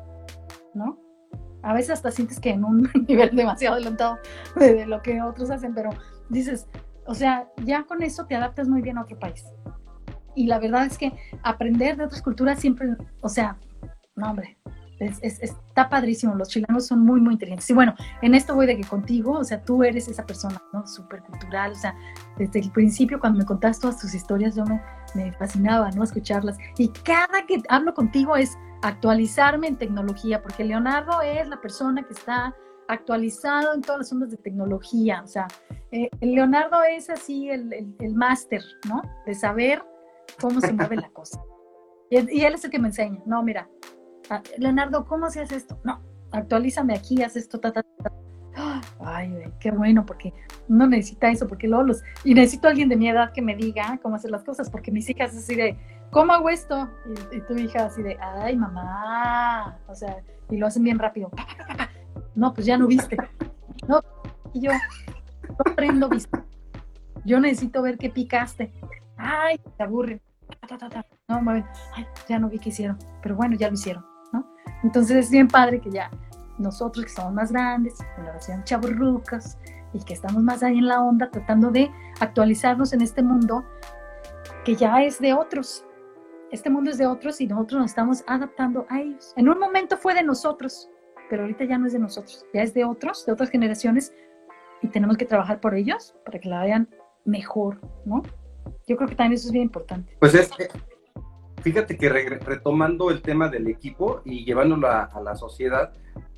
¿no? A veces hasta sientes que en un nivel demasiado adelantado de, de lo que otros hacen, pero dices, o sea, ya con eso te adaptas muy bien a otro país. Y la verdad es que aprender de otras culturas siempre, o sea, no hombre, es, es, está padrísimo, los chilenos son muy, muy inteligentes. Y bueno, en esto voy de que contigo, o sea, tú eres esa persona, ¿no? Súper cultural, o sea, desde el principio cuando me contaste todas tus historias, yo me, me fascinaba, ¿no? Escucharlas. Y cada que hablo contigo es actualizarme en tecnología, porque Leonardo es la persona que está actualizado en todas las ondas de tecnología, o sea, eh, Leonardo es así el, el, el máster, ¿no? De saber cómo se mueve la cosa. Y, y él es el que me enseña, no, mira, Leonardo, ¿cómo se hace esto? No, actualízame aquí, haz esto, ta, ta, ta. Ay, güey, qué bueno, porque uno necesita eso, porque luego los... Y necesito a alguien de mi edad que me diga cómo hacer las cosas, porque mis hijas así de, ¿cómo hago esto? Y, y tu hija así de, ay, mamá, o sea, y lo hacen bien rápido. No, pues ya no viste. No, y yo, no aprendo viste. Yo necesito ver qué picaste. Ay, te aburre. No, muy bien. Ay, ya no vi qué hicieron, pero bueno, ya lo hicieron, ¿no? Entonces es bien padre que ya nosotros que somos más grandes, generación chavorrucas, y que estamos más ahí en la onda tratando de actualizarnos en este mundo que ya es de otros. Este mundo es de otros y nosotros nos estamos adaptando a ellos. En un momento fue de nosotros, pero ahorita ya no es de nosotros, ya es de otros, de otras generaciones, y tenemos que trabajar por ellos para que la vean mejor, ¿no? Yo creo que también eso es bien importante. Pues es que, fíjate que re retomando el tema del equipo y llevándolo a, a la sociedad,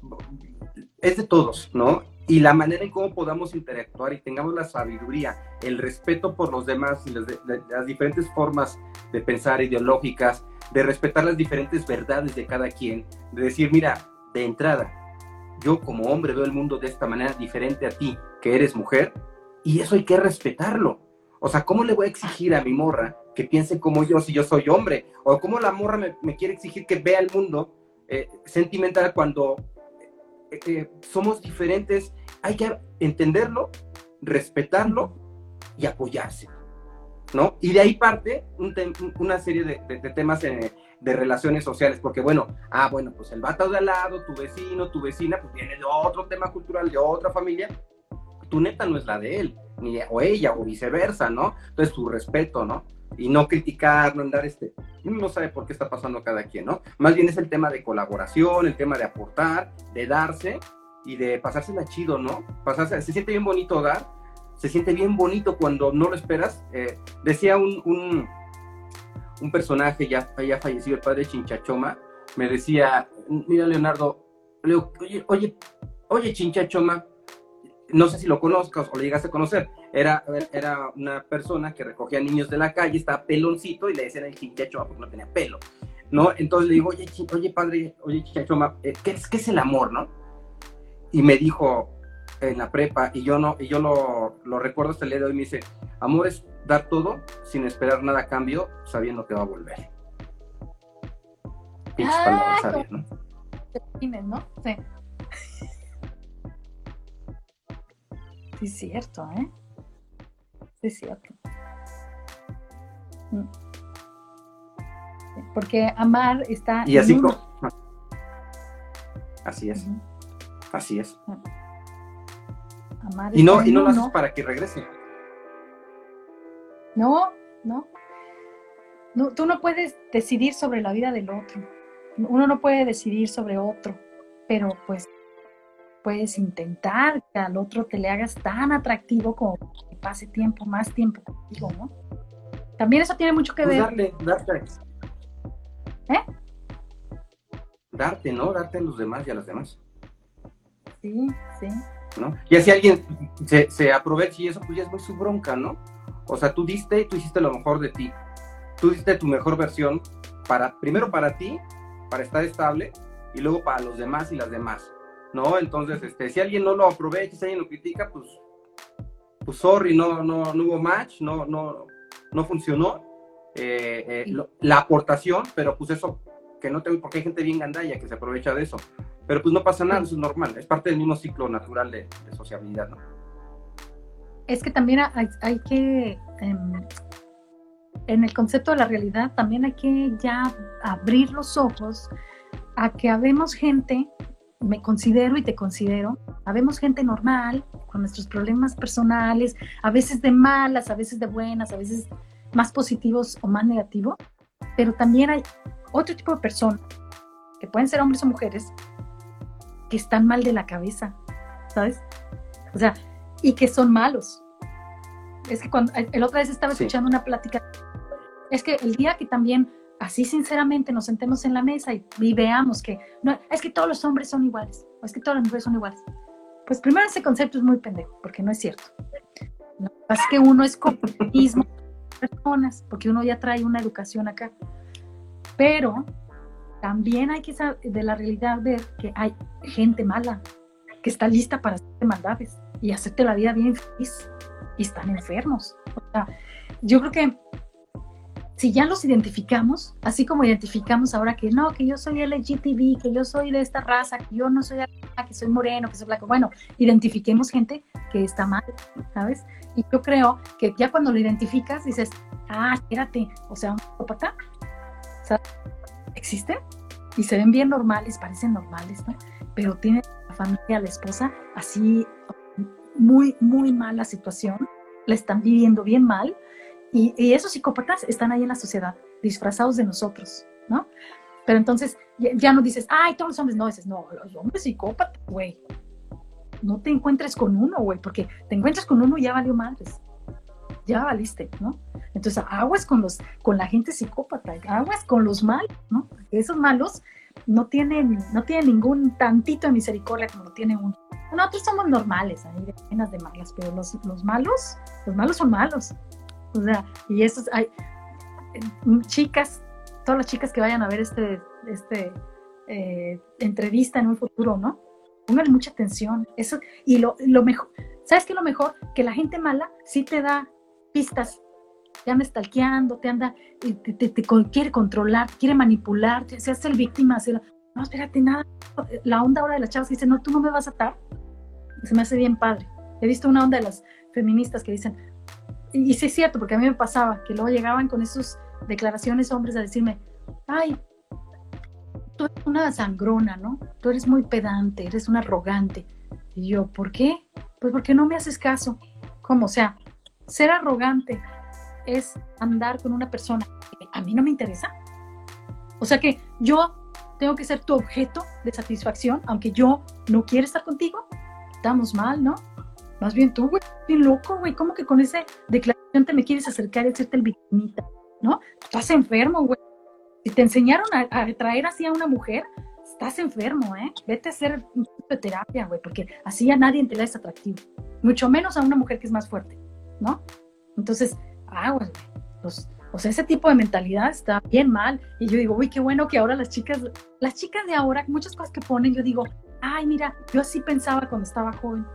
es de todos, ¿no? Y la manera en cómo podamos interactuar y tengamos la sabiduría, el respeto por los demás y las, de, de, las diferentes formas de pensar ideológicas, de respetar las diferentes verdades de cada quien, de decir, mira, de entrada, yo como hombre veo el mundo de esta manera diferente a ti, que eres mujer, y eso hay que respetarlo. O sea, ¿cómo le voy a exigir a mi morra que piense como yo si yo soy hombre? O ¿cómo la morra me, me quiere exigir que vea el mundo eh, sentimental cuando eh, eh, somos diferentes? Hay que entenderlo, respetarlo y apoyarse, ¿no? Y de ahí parte un una serie de, de, de temas eh, de relaciones sociales, porque bueno, ah, bueno, pues el vato de al lado, tu vecino, tu vecina, pues viene de otro tema cultural, de otra familia, tu neta no es la de él, ni de, o ella, o viceversa, ¿no? Entonces, tu respeto, ¿no? Y no criticar, no andar este, uno no sabe por qué está pasando cada quien, ¿no? Más bien es el tema de colaboración, el tema de aportar, de darse y de pasársela chido, ¿no? Pasarse, se siente bien bonito dar, se siente bien bonito cuando no lo esperas. Eh, decía un, un, un personaje ya, ya fallecido, el padre Chinchachoma, me decía, mira Leonardo, le digo, oye, oye, oye Chinchachoma, no sé si lo conozcas o lo llegaste a conocer, era, era una persona que recogía niños de la calle, estaba peloncito y le decían el Chinchachoma porque no tenía pelo, ¿no? Entonces le digo, oye, oye padre, oye Chinchachoma, ¿qué es, qué es el amor, no? Y me dijo, en la prepa, y yo no, y yo lo, lo recuerdo hasta el día de hoy, me dice, amor es dar todo sin esperar nada a cambio, sabiendo que va a volver. Pinches Ah, palabras sabias, ¿no? Tienes, ¿no? Sí. Sí, es cierto, ¿eh? Sí, es cierto. Mm. Sí, porque amar está Y así en uno. como... Así es, Ujú. así es. Amar Y no, está y en no lo haces uno. para que regrese. No, no. No, tú no puedes decidir sobre la vida del otro. Uno no puede decidir sobre otro, pero pues puedes intentar que al otro te le hagas tan atractivo como que pase tiempo, más tiempo contigo, ¿no? También eso tiene mucho que Pues ver. darle, darte. ¿Eh? Darte, ¿no? Darte a los demás y a las demás, Sí, sí. ¿no? Y así alguien se, se aprovecha y eso pues ya es muy su bronca, ¿no? O sea, tú diste, tú hiciste lo mejor de ti. Tú diste tu mejor versión, para, primero para ti, para estar estable, y luego para los demás y las demás, ¿no? Entonces, este, si alguien no lo aprovecha, si alguien lo critica, pues, pues sorry, no, no, no hubo match, no, no, no funcionó eh, eh, lo, la aportación, pero pues eso, que no tengo, porque hay gente bien gandalla que se aprovecha de eso, pero pues no pasa nada, eso es normal, es parte del mismo ciclo natural de, de sociabilidad, ¿no? Es que también hay, hay que, um, en el concepto de la realidad, también hay que ya abrir los ojos a que habemos gente, me considero y te considero, habemos gente normal, con nuestros problemas personales, a veces de malas, a veces de buenas, a veces más positivos o más negativos, pero también hay otro tipo de personas, que pueden ser hombres o mujeres, que están mal de la cabeza, ¿sabes? O sea, y que son malos. Es que cuando, el otra vez estaba escuchando sí. una plática, es que el día que también, así sinceramente, nos sentemos en la mesa y, y veamos que, no, es que todos los hombres son iguales, o es que todas las mujeres son iguales. Pues primero ese concepto es muy pendejo, porque no es cierto. No, es que uno es como el mismo personas, porque uno ya trae una educación acá. Pero también hay que saber de la realidad ver que hay gente mala, que está lista para hacerte maldades y hacerte la vida bien feliz, y están enfermos. O sea, yo creo que si ya los identificamos, así como identificamos ahora que no, que yo soy L G B T, que yo soy de esta raza, que yo no soy que soy moreno, que soy blanco, bueno, identifiquemos gente que está mal, ¿sabes? Y yo creo que ya cuando lo identificas dices, ah, espérate, o sea, un psicópata, ¿sabes? Existen y se ven bien normales, parecen normales, ¿no? Pero tienen la familia, la esposa, así muy, muy mala situación, la están viviendo bien mal, y, y esos psicópatas están ahí en la sociedad, disfrazados de nosotros, ¿no? Pero entonces ya, ya no dices, ay, todos los hombres, no, dices, no, los hombres psicópatas, güey, no te encuentres con uno, güey, porque te encuentras con uno y ya valió madres, ya valiste, ¿no? Entonces aguas con los, con la gente psicópata, aguas con los malos, ¿no? Porque esos malos no tienen, no tienen ningún tantito de misericordia como lo tiene uno. Nosotros somos normales, ahí de penas de malas, pero los, los malos, los malos son malos. O sea, y esos hay chicas, todas las chicas que vayan a ver este, este eh, entrevista en un futuro, ¿no? Pónganle mucha atención. Eso, y lo, lo mejor, ¿sabes qué es lo mejor? Que la gente mala sí te da pistas, te anda stalkeando, te anda, te, te, te, te quiere controlar, quiere manipular, te, se hace el víctima, se la, no, espérate, nada. La onda ahora de las chavas que dicen, no, tú no me vas a atar, se me hace bien padre. He visto una onda de las feministas que dicen, y, y sí es cierto, porque a mí me pasaba, que luego llegaban con esas declaraciones hombres a decirme, ay, tú eres una sangrona, ¿no? Tú eres muy pedante, eres una arrogante. Y yo, ¿por qué? Pues porque no me haces caso. ¿Cómo? O sea, ser arrogante es andar con una persona que a mí no me interesa. O sea que yo tengo que ser tu objeto de satisfacción, aunque yo no quiera estar contigo. Estamos mal, ¿no? Más bien tú, güey, bien loco, güey. ¿Cómo que con esa declaración te me quieres acercar y hacerte el victimita? ¿No? Estás enfermo, güey. Si te enseñaron a, a traer así a una mujer, estás enfermo, ¿eh? Vete a hacer un tipo de terapia, güey, porque así a nadie te la es atractivo. Mucho menos a una mujer que es más fuerte, ¿no? Entonces, aguas, güey. Los, o sea, ese tipo de mentalidad está bien mal. Y yo digo, uy, qué bueno que ahora las chicas, las chicas de ahora, muchas cosas que ponen, yo digo, ay, mira, yo así pensaba cuando estaba joven.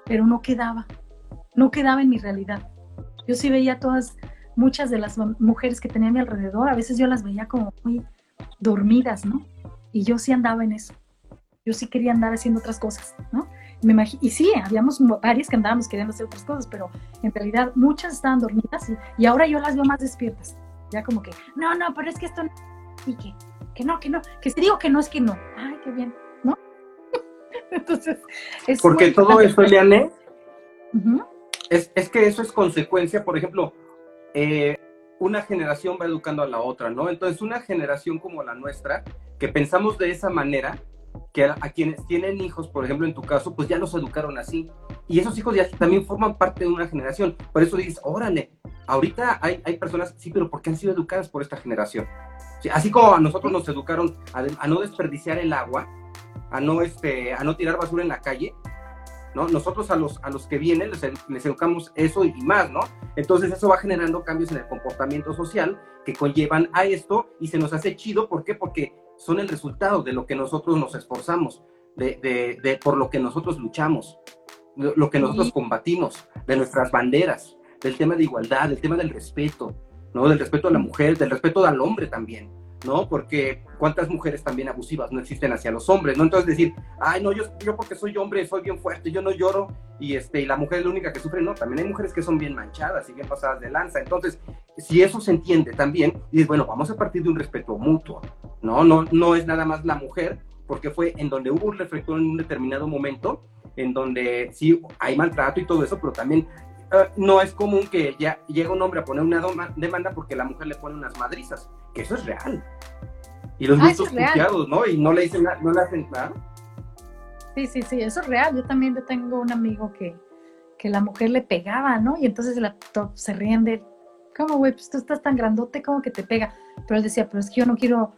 pero no quedaba, no quedaba en mi realidad. Yo sí veía todas, muchas de las mujeres que tenía a mi alrededor, a veces yo las veía como muy dormidas, ¿no? Y yo sí andaba en eso. Yo sí quería andar haciendo otras cosas, ¿no? Me imag- y sí, habíamos varias que andábamos queriendo hacer otras cosas, pero en realidad muchas estaban dormidas y, y ahora yo las veo más despiertas. Ya como que, no, no, pero es que esto no, y que, que no, que no, que si digo que no es que no. Ay, qué bien, ¿no? Entonces, es Porque muy todo eso, Eliane, uh-huh. es, es que eso es consecuencia, por ejemplo, eh, una generación va educando a la otra, ¿no? Entonces, una generación como la nuestra, que pensamos de esa manera, que a, a quienes tienen hijos, por ejemplo, en tu caso, pues ya los educaron así. Y esos hijos ya también forman parte de una generación. Por eso dices, órale, ahorita hay, hay personas, sí, pero porque han sido educadas por esta generación. Sí, así como a nosotros nos educaron a, a no desperdiciar el agua, a no, este, a no tirar basura en la calle, ¿no? Nosotros a los, a los que vienen les, les educamos eso y más, ¿no? Entonces eso va generando cambios en el comportamiento social que conllevan a esto y se nos hace chido. ¿Por qué? Porque son el resultado de lo que nosotros nos esforzamos, de, de, de por lo que nosotros luchamos, lo, lo que nosotros combatimos, de nuestras banderas, del tema de igualdad, del tema del respeto, ¿no? Del respeto a la mujer, del respeto al hombre también, ¿no? Porque cuántas mujeres también abusivas no existen hacia los hombres, ¿no? Entonces decir, ay, no, yo, yo porque soy hombre soy bien fuerte, yo no lloro, y, este, y la mujer es la única que sufre, no, también hay mujeres que son bien manchadas y bien pasadas de lanza. Entonces, si eso se entiende también, y bueno, vamos a partir de un respeto mutuo, ¿no? No, no es nada más la mujer, porque fue en donde hubo un reflector en un determinado momento, en donde sí hay maltrato y todo eso, pero también Uh, no es común que ya llega un hombre a poner una doma, demanda porque la mujer le pone unas madrizas, que eso es real. Y los ah, gustos puteados, ¿no? Y no le dicen nada, no le hacen nada. Sí, sí, sí, eso es real. Yo también yo tengo un amigo que, que la mujer le pegaba, ¿no? Y entonces la, to, se ríen de él. ¿Cómo, güey? Pues tú estás tan grandote, ¿cómo que te pega? Pero él decía, pero es que yo no quiero...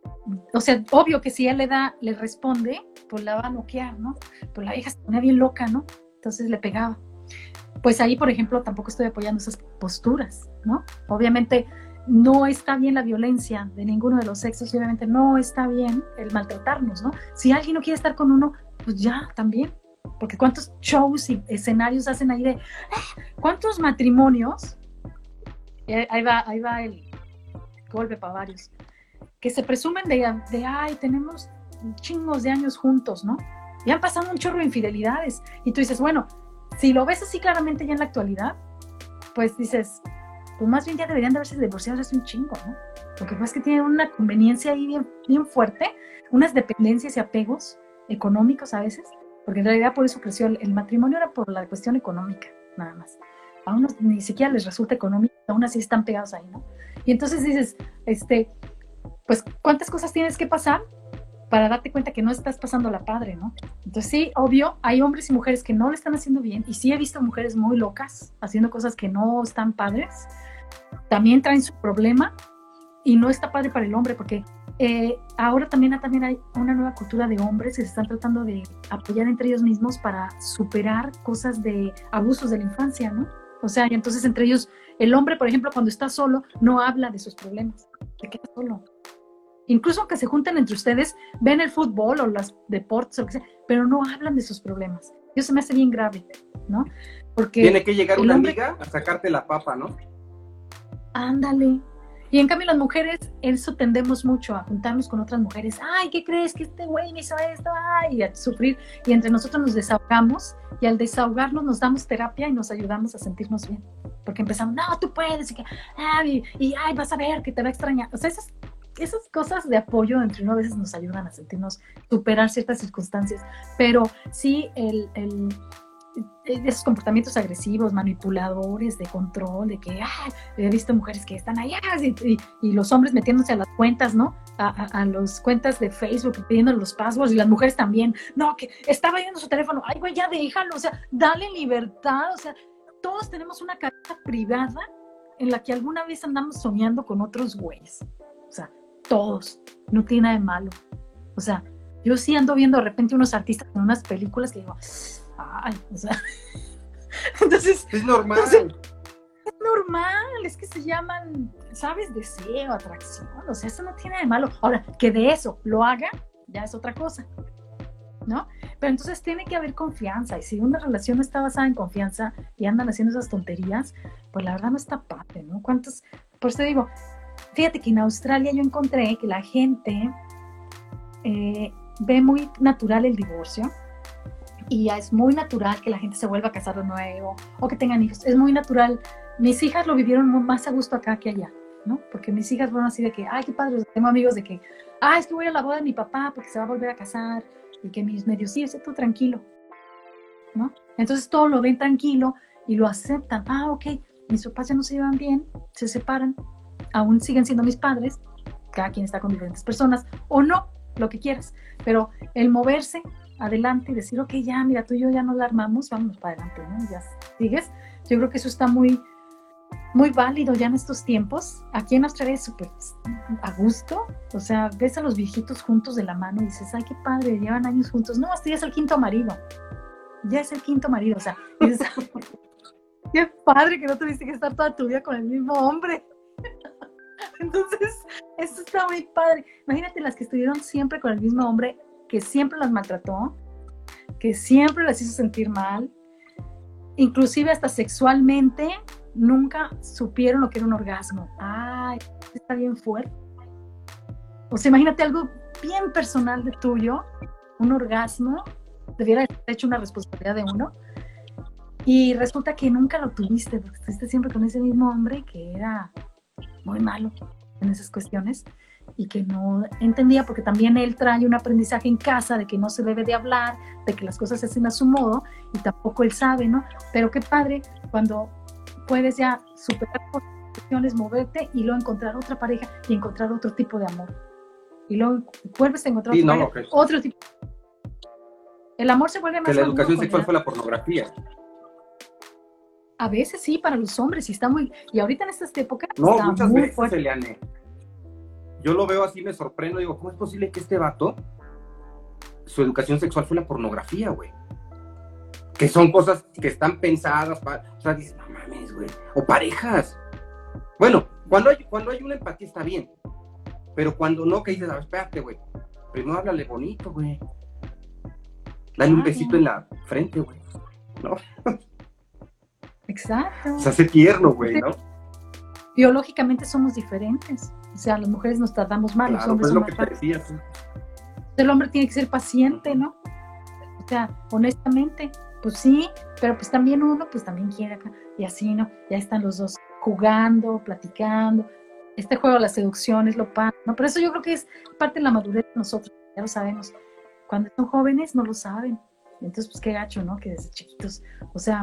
O sea, obvio que si él le da, le responde, pues la va a noquear, ¿no? Pero la vieja se ponía bien loca, ¿no? Entonces le pegaba. Pues ahí, por ejemplo, tampoco estoy apoyando esas posturas, ¿no? Obviamente no está bien la violencia de ninguno de los sexos y obviamente no está bien el maltratarnos, ¿no? Si alguien no quiere estar con uno, pues ya, también. Porque cuántos shows y escenarios hacen ahí de... ¿Cuántos matrimonios? Ahí va, ahí va el golpe para varios. Que se presumen de, de, ay, tenemos chingos de años juntos, ¿no? Y han pasado un chorro de infidelidades. Y tú dices, bueno... Si lo ves así claramente ya en la actualidad, pues dices, pues más bien ya deberían de haberse divorciado hace un chingo, ¿no? Lo que pasa es que tienen una conveniencia ahí bien, bien fuerte, unas dependencias y apegos económicos a veces, porque en realidad por eso creció el, el matrimonio, era por la cuestión económica, nada más. A unos ni siquiera les resulta económico, aún así están pegados ahí, ¿no? Y entonces dices, este, pues, ¿cuántas cosas tienes que pasar para darte cuenta que no estás pasando la padre, ¿no? Entonces sí, obvio, hay hombres y mujeres que no lo están haciendo bien, y sí he visto mujeres muy locas, haciendo cosas que no están padres, también traen su problema, y no está padre para el hombre, porque eh, ahora también, también hay una nueva cultura de hombres que se están tratando de apoyar entre ellos mismos para superar cosas de abusos de la infancia, ¿no? O sea, y entonces entre ellos, el hombre, por ejemplo, cuando está solo, no habla de sus problemas, se queda solo. Incluso aunque se junten entre ustedes, ven el fútbol o los deportes o lo que sea, pero no hablan de sus problemas. Eso se me hace bien grave, ¿no? Porque tiene que llegar una hombre... amiga a sacarte la papa, ¿no? Ándale. Y en cambio las mujeres, eso tendemos mucho a juntarnos con otras mujeres. Ay, ¿qué crees? Que este güey me hizo esto. Ay, y a sufrir. Y entre nosotros nos desahogamos, y al desahogarnos nos damos terapia y nos ayudamos a sentirnos bien. Porque empezamos, no, tú puedes, y, que, ay, y ay, vas a ver que te va a extrañar. O sea, esas esas cosas de apoyo entre uno a veces nos ayudan a sentirnos, superar ciertas circunstancias, pero sí el, el, esos comportamientos agresivos, manipuladores, de control, de que ah, he visto mujeres que están allá y, y, y los hombres metiéndose a las cuentas, ¿no? A, a, a las cuentas de Facebook pidiendo los passwords, y las mujeres también, no, que estaba viendo su teléfono, ay güey, ya déjalo, o sea, dale libertad, o sea, todos tenemos una cabeza privada en la que alguna vez andamos soñando con otros güeyes, o sea, todos, no tiene nada de malo. O sea, yo sí ando viendo de repente unos artistas en unas películas que digo, ay, o sea, entonces... Es normal. Entonces, es normal, es que se llaman, ¿sabes? Deseo, atracción, o sea, eso no tiene nada de malo. Ahora, que de eso lo haga, ya es otra cosa. ¿no? Pero entonces tiene que haber confianza, y si una relación no está basada en confianza y andan haciendo esas tonterías, pues la verdad no está padre, ¿no? ¿Cuántos? Por eso digo, fíjate que en Australia yo encontré que la gente eh, ve muy natural el divorcio, y ya es muy natural que la gente se vuelva a casar de nuevo o que tengan hijos. Es muy natural. Mis hijas lo vivieron más a gusto acá que allá, ¿no? Porque mis hijas fueron así de que, ay, qué padre. Tengo amigos de que, ah, es que voy a la boda de mi papá porque se va a volver a casar, y que mis medios, sí, esté tú tranquilo, ¿no? Entonces todo lo ven tranquilo y lo aceptan. Ah, ok, mis papás ya no se llevan bien, se separan, aún siguen siendo mis padres, cada quien está con diferentes personas, o no, lo que quieras, pero el moverse adelante y decir, ok, ya, mira, tú y yo ya no la armamos, vámonos para adelante, ¿no? Ya sigues. Yo creo que eso está muy, muy válido ya en estos tiempos. Aquí en Australia es súper a gusto, o sea, ves a los viejitos juntos de la mano y dices, ay, qué padre, llevan años juntos. No, este ya es el quinto marido, ya es el quinto marido, o sea, dices, qué padre que no tuviste que estar toda tu vida con el mismo hombre. Entonces, eso está muy padre. Imagínate las que estuvieron siempre con el mismo hombre, que siempre las maltrató, que siempre las hizo sentir mal, inclusive hasta sexualmente, nunca supieron lo que era un orgasmo. Ay, está bien fuerte. O sea, imagínate algo bien personal de tuyo, un orgasmo, debiera haber hecho una responsabilidad de uno, y resulta que nunca lo tuviste, porque estuviste siempre con ese mismo hombre que era muy malo en esas cuestiones, y que no entendía, porque también él trae un aprendizaje en casa de que no se debe de hablar, de que las cosas se hacen a su modo, y tampoco él sabe, ¿no? Pero qué padre cuando puedes ya superar cuestiones, moverte y luego encontrar otra pareja y encontrar otro tipo de amor. Y luego vuelves a encontrar sí, otra no, pareja, okay. otro tipo. El amor se vuelve más que la educación maduro, sexual fue la pornografía. A veces sí, para los hombres, y está muy, y ahorita en estas épocas No, está muchas muy veces, fuerte. Eliane. Yo lo veo así, me sorprendo, digo, ¿cómo es posible que este vato, su educación sexual fue la pornografía, güey? Que son cosas que están pensadas para, o sea, dices, no mames, güey, o parejas. Bueno, cuando hay, cuando hay una empatía está bien, pero cuando no, que dices, a ver, espérate, güey, primero háblale bonito, güey. Dale un besito en la frente, güey, ¿no? Exacto. O sea, sé tierno, güey, ¿no? Biológicamente somos diferentes. O sea, las mujeres nos tardamos más, Claro, los hombres pues son lo que más te rápidos. decía, sí. El hombre tiene que ser paciente, ¿no? O sea, honestamente, pues sí, pero pues también uno, pues también quiere acá, y así, ¿no? Ya están los dos jugando, platicando. Este juego de la seducción es lo padre, ¿no? Pero eso yo creo que es parte de la madurez de nosotros, ya lo sabemos. Cuando son jóvenes no lo saben. Entonces, pues qué gacho, ¿no? Que desde chiquitos, o sea,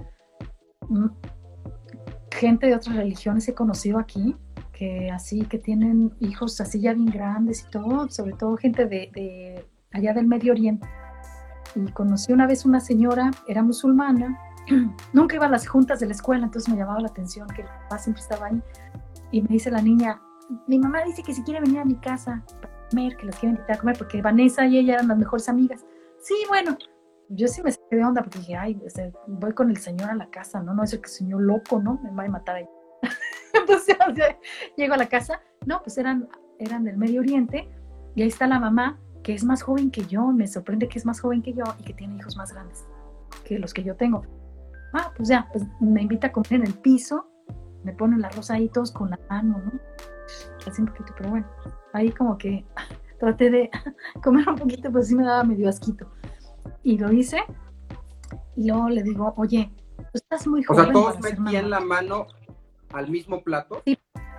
m- gente de otras religiones he conocido aquí, que así, que tienen hijos así ya bien grandes y todo, sobre todo gente de, de allá del Medio Oriente. Y conocí una vez una señora, era musulmana, nunca iba a las juntas de la escuela, entonces me llamaba la atención que el papá siempre estaba ahí. Y me dice la niña, mi mamá dice que si quiere venir a mi casa para comer, que las quiere invitar a comer, porque Vanessa y ella eran las mejores amigas. Sí, bueno, yo sí me saqué de onda, porque dije, ay, o sea, voy con el señor a la casa, ¿no? No es el que señor loco, ¿no? Me va a matar ahí. Entonces, o sea, llego a la casa, no, pues eran, eran del Medio Oriente, y ahí está la mamá, que es más joven que yo, me sorprende que es más joven que yo, y que tiene hijos más grandes que los que yo tengo. Ah, pues ya, pues me invita a comer en el piso, me ponen la rosa ahí todos con la mano, ¿no? Así un poquito, pero bueno, ahí como que traté de comer un poquito, pues sí me daba medio asquito. Y lo hice, y luego le digo, oye, tú estás muy O joven sea, todos para ser metían mamá. la mano al mismo plato. Sí.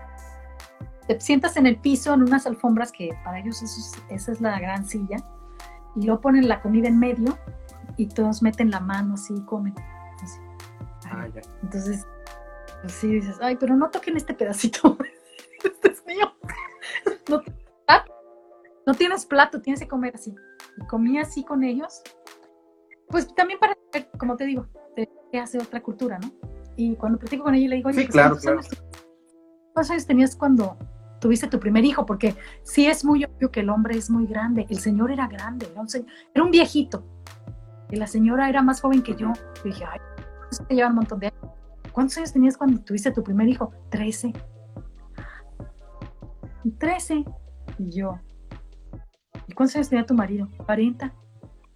Te sientas en el piso en unas alfombras que para ellos eso es, esa es la gran silla, y luego ponen la comida en medio y todos meten la mano así y comen así. Ah, ya. Entonces, pues sí dices, ay, pero no toquen este pedacito, este es mío. No, ah, no tienes plato, tienes que comer así. Y comí así con ellos, pues también para ver, como te digo, de qué hace otra cultura, ¿no? Y cuando platico con ella le digo, oye, Sí, pues, claro, ¿cuántos claro. años ¿cuántos años tenías cuando tuviste tu primer hijo? Porque sí es muy obvio que el hombre es muy grande. El señor era grande, era un, señor, era un viejito. Y la señora era más joven que yo. Y dije, ay, eso te lleva un montón de años. ¿Cuántos años tenías cuando tuviste tu primer hijo? Trece. Trece. Y yo, ¿y cuántos años tenía tu marido? Cuarenta.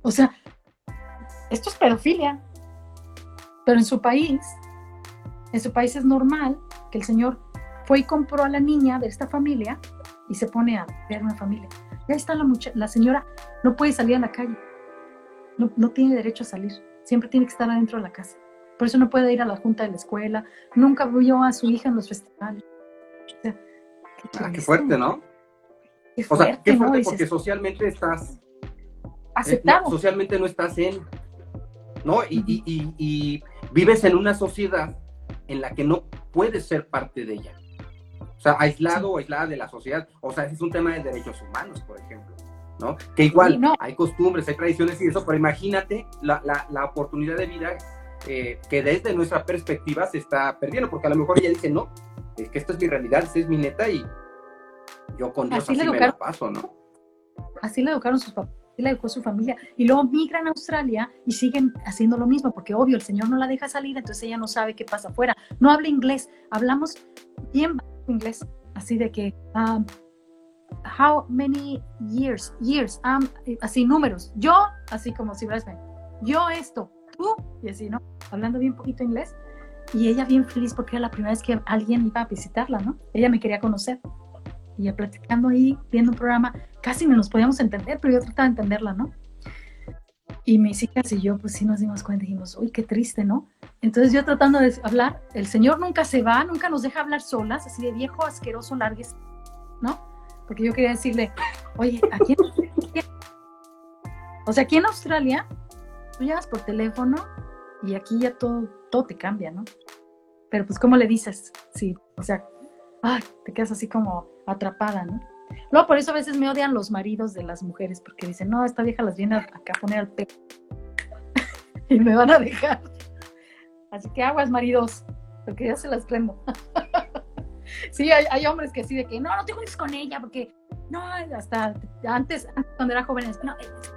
O sea, esto es pedofilia. Pero en su país, en su país es normal que el señor fue y compró a la niña de esta familia y se pone a ver una familia. Ya está la, mucha- la señora, no puede salir a la calle. No, no tiene derecho a salir. Siempre tiene que estar adentro de la casa. Por eso no puede ir a la junta de la escuela. Nunca vio a su hija en los festivales. O sea, qué, Ah, qué triste, fuerte, ¿no? Qué O fuerte, sea, qué ¿no? fuerte Dices, porque socialmente estás, eh, aceptado. no, socialmente no estás en, ¿no? Y, y, y, y vives en una sociedad en la que no puedes ser parte de ella. O sea, aislado Sí. o aislada de la sociedad. O sea, es un tema de derechos humanos, por ejemplo, ¿no? Que igual Sí, no. hay costumbres, hay tradiciones y eso, pero imagínate la, la, la oportunidad de vida eh, que desde nuestra perspectiva se está perdiendo, porque a lo mejor ella dice, no, es que esta es mi realidad, esta es mi neta y yo con Dios Así así, le me educaron. la paso, ¿no? Así le educaron sus papás, así le educó su familia. Y luego migran a Australia y siguen haciendo lo mismo, porque obvio, el señor no la deja salir, entonces ella no sabe qué pasa afuera. No habla inglés, hablamos bien básico inglés, así de que, um, how many years, years, um, así números. Yo, así como si fueras, yo esto, tú, y así, ¿no? Hablando bien poquito inglés. Y ella bien feliz porque era la primera vez que alguien iba a visitarla, ¿no? Ella me quería conocer. Y ya platicando ahí, viendo un programa, casi no nos podíamos entender, pero yo trataba de entenderla, ¿no? Y mis hijas y yo, pues sí nos dimos cuenta y dijimos, uy, qué triste, ¿no? Entonces yo tratando de hablar, el señor nunca se va, nunca nos deja hablar solas, así de viejo, asqueroso, largues, ¿no? Porque yo quería decirle, oye, aquí en... o sea, aquí en Australia, tú llamas por teléfono y aquí ya todo, todo te cambia, ¿no? Pero pues, ¿cómo le dices? Sí, o sea, ay, te quedas así como atrapada, ¿no? Luego, por eso a veces me odian los maridos de las mujeres, porque dicen, no, esta vieja las viene acá a poner al pelo y me van a dejar. Así que aguas, maridos, porque ya se las prendo. Sí, hay, hay hombres que así de que, no, no te juntes con ella, porque, no, hasta antes, antes cuando era joven, no,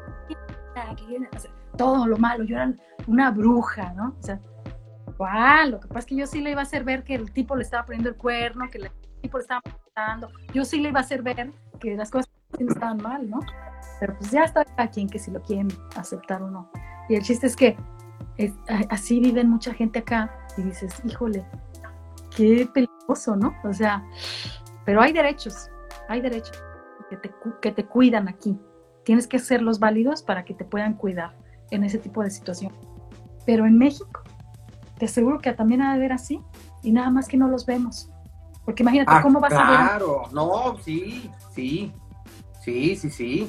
o sea, todo lo malo, yo era una bruja, ¿no? O sea, igual, lo que pasa es que yo sí le iba a hacer ver que el tipo le estaba poniendo el cuerno, que el tipo le estaba matando, yo sí le iba a hacer ver que las cosas no estaban mal, ¿no? Pero pues ya está a quien que si lo quieren aceptar o no. Y el chiste es que es, así viven mucha gente acá y dices, híjole, qué peligroso, ¿no? O sea, pero hay derechos, hay derechos que te, que te cuidan aquí. Tienes que hacerlos válidos para que te puedan cuidar en ese tipo de situación. Pero en México, te aseguro que también ha de ver así, y nada más que no los vemos. Porque imagínate, Ah, ¿cómo vas claro. a ver? Claro, no, sí, sí, sí, sí, sí.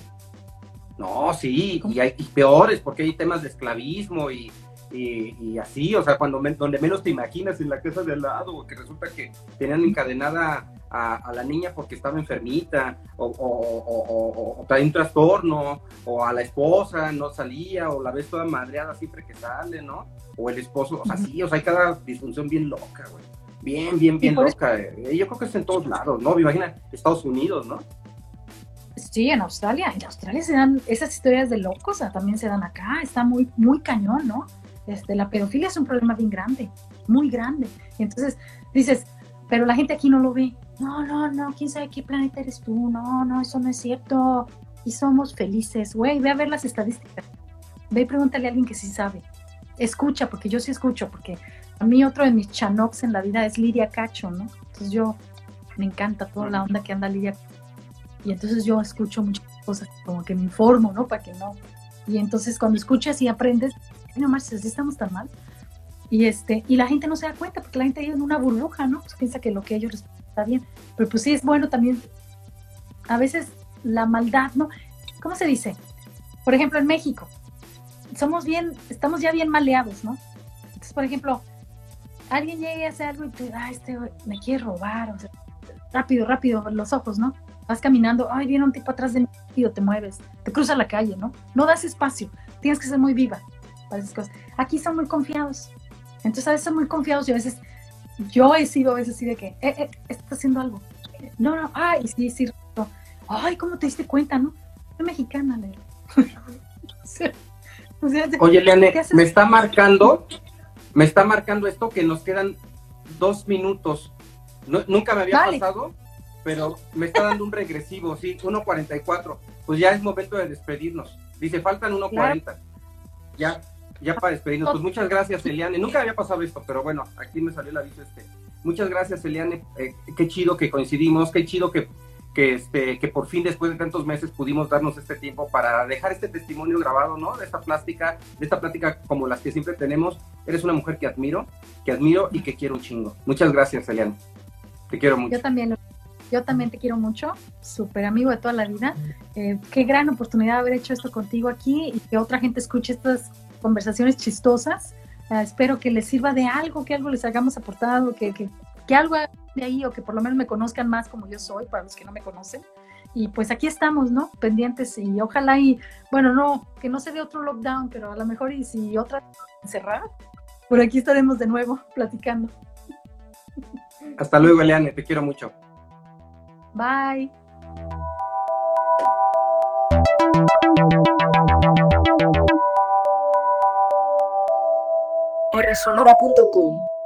No, sí, y hay y peores, porque hay temas de esclavismo y, y, y así, o sea, cuando me, donde menos te imaginas en la casa de al lado, que resulta que tenían encadenada a, a la niña porque estaba enfermita, o, o, o, o, o traía un trastorno, o a la esposa no salía, o la ves toda madreada siempre que sale, ¿no? O el esposo, o sea, sí, o sea, hay cada disfunción bien loca, güey. Bien, bien, bien loca. Eh. Yo creo que es en todos lados, ¿no? Me imagino Estados Unidos, ¿no? Sí, en Australia. En Australia se dan esas historias de locos, también se dan acá. Está muy, muy cañón, ¿no? Este, la pedofilia es un problema bien grande, muy grande. Y entonces dices, pero la gente aquí no lo ve. No, no, no, quién sabe qué planeta eres tú. No, no, eso no es cierto. Y somos felices. Güey, ve a ver las estadísticas. Ve y pregúntale a alguien que sí sabe. Escucha, porque yo sí escucho, porque a mí otro de mis chanops en la vida es Lidia Cacho, ¿no? Entonces yo me encanta toda la onda que anda Lidia Cacho. Y entonces yo escucho muchas cosas, como que me informo, ¿no? Para que no. Y entonces cuando escuchas y aprendes, no marches, así estamos tan mal. Y, este, y la gente no se da cuenta, porque la gente vive en una burbuja, ¿no? Pues piensa que lo que ellos está bien. Pero pues sí es bueno también, a veces la maldad, ¿no? ¿Cómo se dice? Por ejemplo, en México, somos bien, estamos ya bien maleados, ¿no? Entonces, por ejemplo, alguien llega y hace algo y te, ah, este me quiere robar, o sea, rápido, rápido, los ojos, ¿no? Vas caminando, ay, viene un tipo atrás de mí, rápido, te mueves, te cruza la calle, ¿no? No das espacio, tienes que ser muy viva para esas cosas. Aquí son muy confiados, entonces a veces son muy confiados y a veces, yo he sido a veces así de que, eh, eh, estás haciendo algo. No, no, ay, sí, sí, no. Ay, ¿cómo te diste cuenta, no? Soy mexicana, Leo. O sea, oye, Leane, me está marcando, me está marcando esto que nos quedan dos minutos. No, nunca me había Dale. pasado, pero me está dando un regresivo, sí, uno cuarenta y cuatro. Pues ya es momento de despedirnos. Dice, faltan uno cuarenta. Ya, ya para despedirnos. Pues muchas gracias, Eliane. Nunca había pasado esto, pero bueno, aquí me salió el aviso este. Muchas gracias, Eliane. Eh, qué chido que coincidimos, qué chido que, que, este, que por fin, después de tantos meses, pudimos darnos este tiempo para dejar este testimonio grabado, ¿no? De esta plástica, de esta plática como las que siempre tenemos. Eres una mujer que admiro, que admiro y que quiero un chingo. Muchas gracias, Eliane. Te quiero mucho. Yo también, yo también te quiero mucho, súper amigo de toda la vida. Eh, qué gran oportunidad de haber hecho esto contigo aquí y que otra gente escuche estas conversaciones chistosas. Uh, espero que les sirva de algo, que algo les hayamos aportado, que, que, que algo de ahí, o que por lo menos me conozcan más como yo soy, para los que no me conocen. Y pues aquí estamos, ¿no? Pendientes, y ojalá y, bueno, no, que no se dé otro lockdown, pero a lo mejor y si otra encerrada, por aquí estaremos de nuevo platicando. Hasta luego, Eliane, te quiero mucho. Bye. r sonora punto com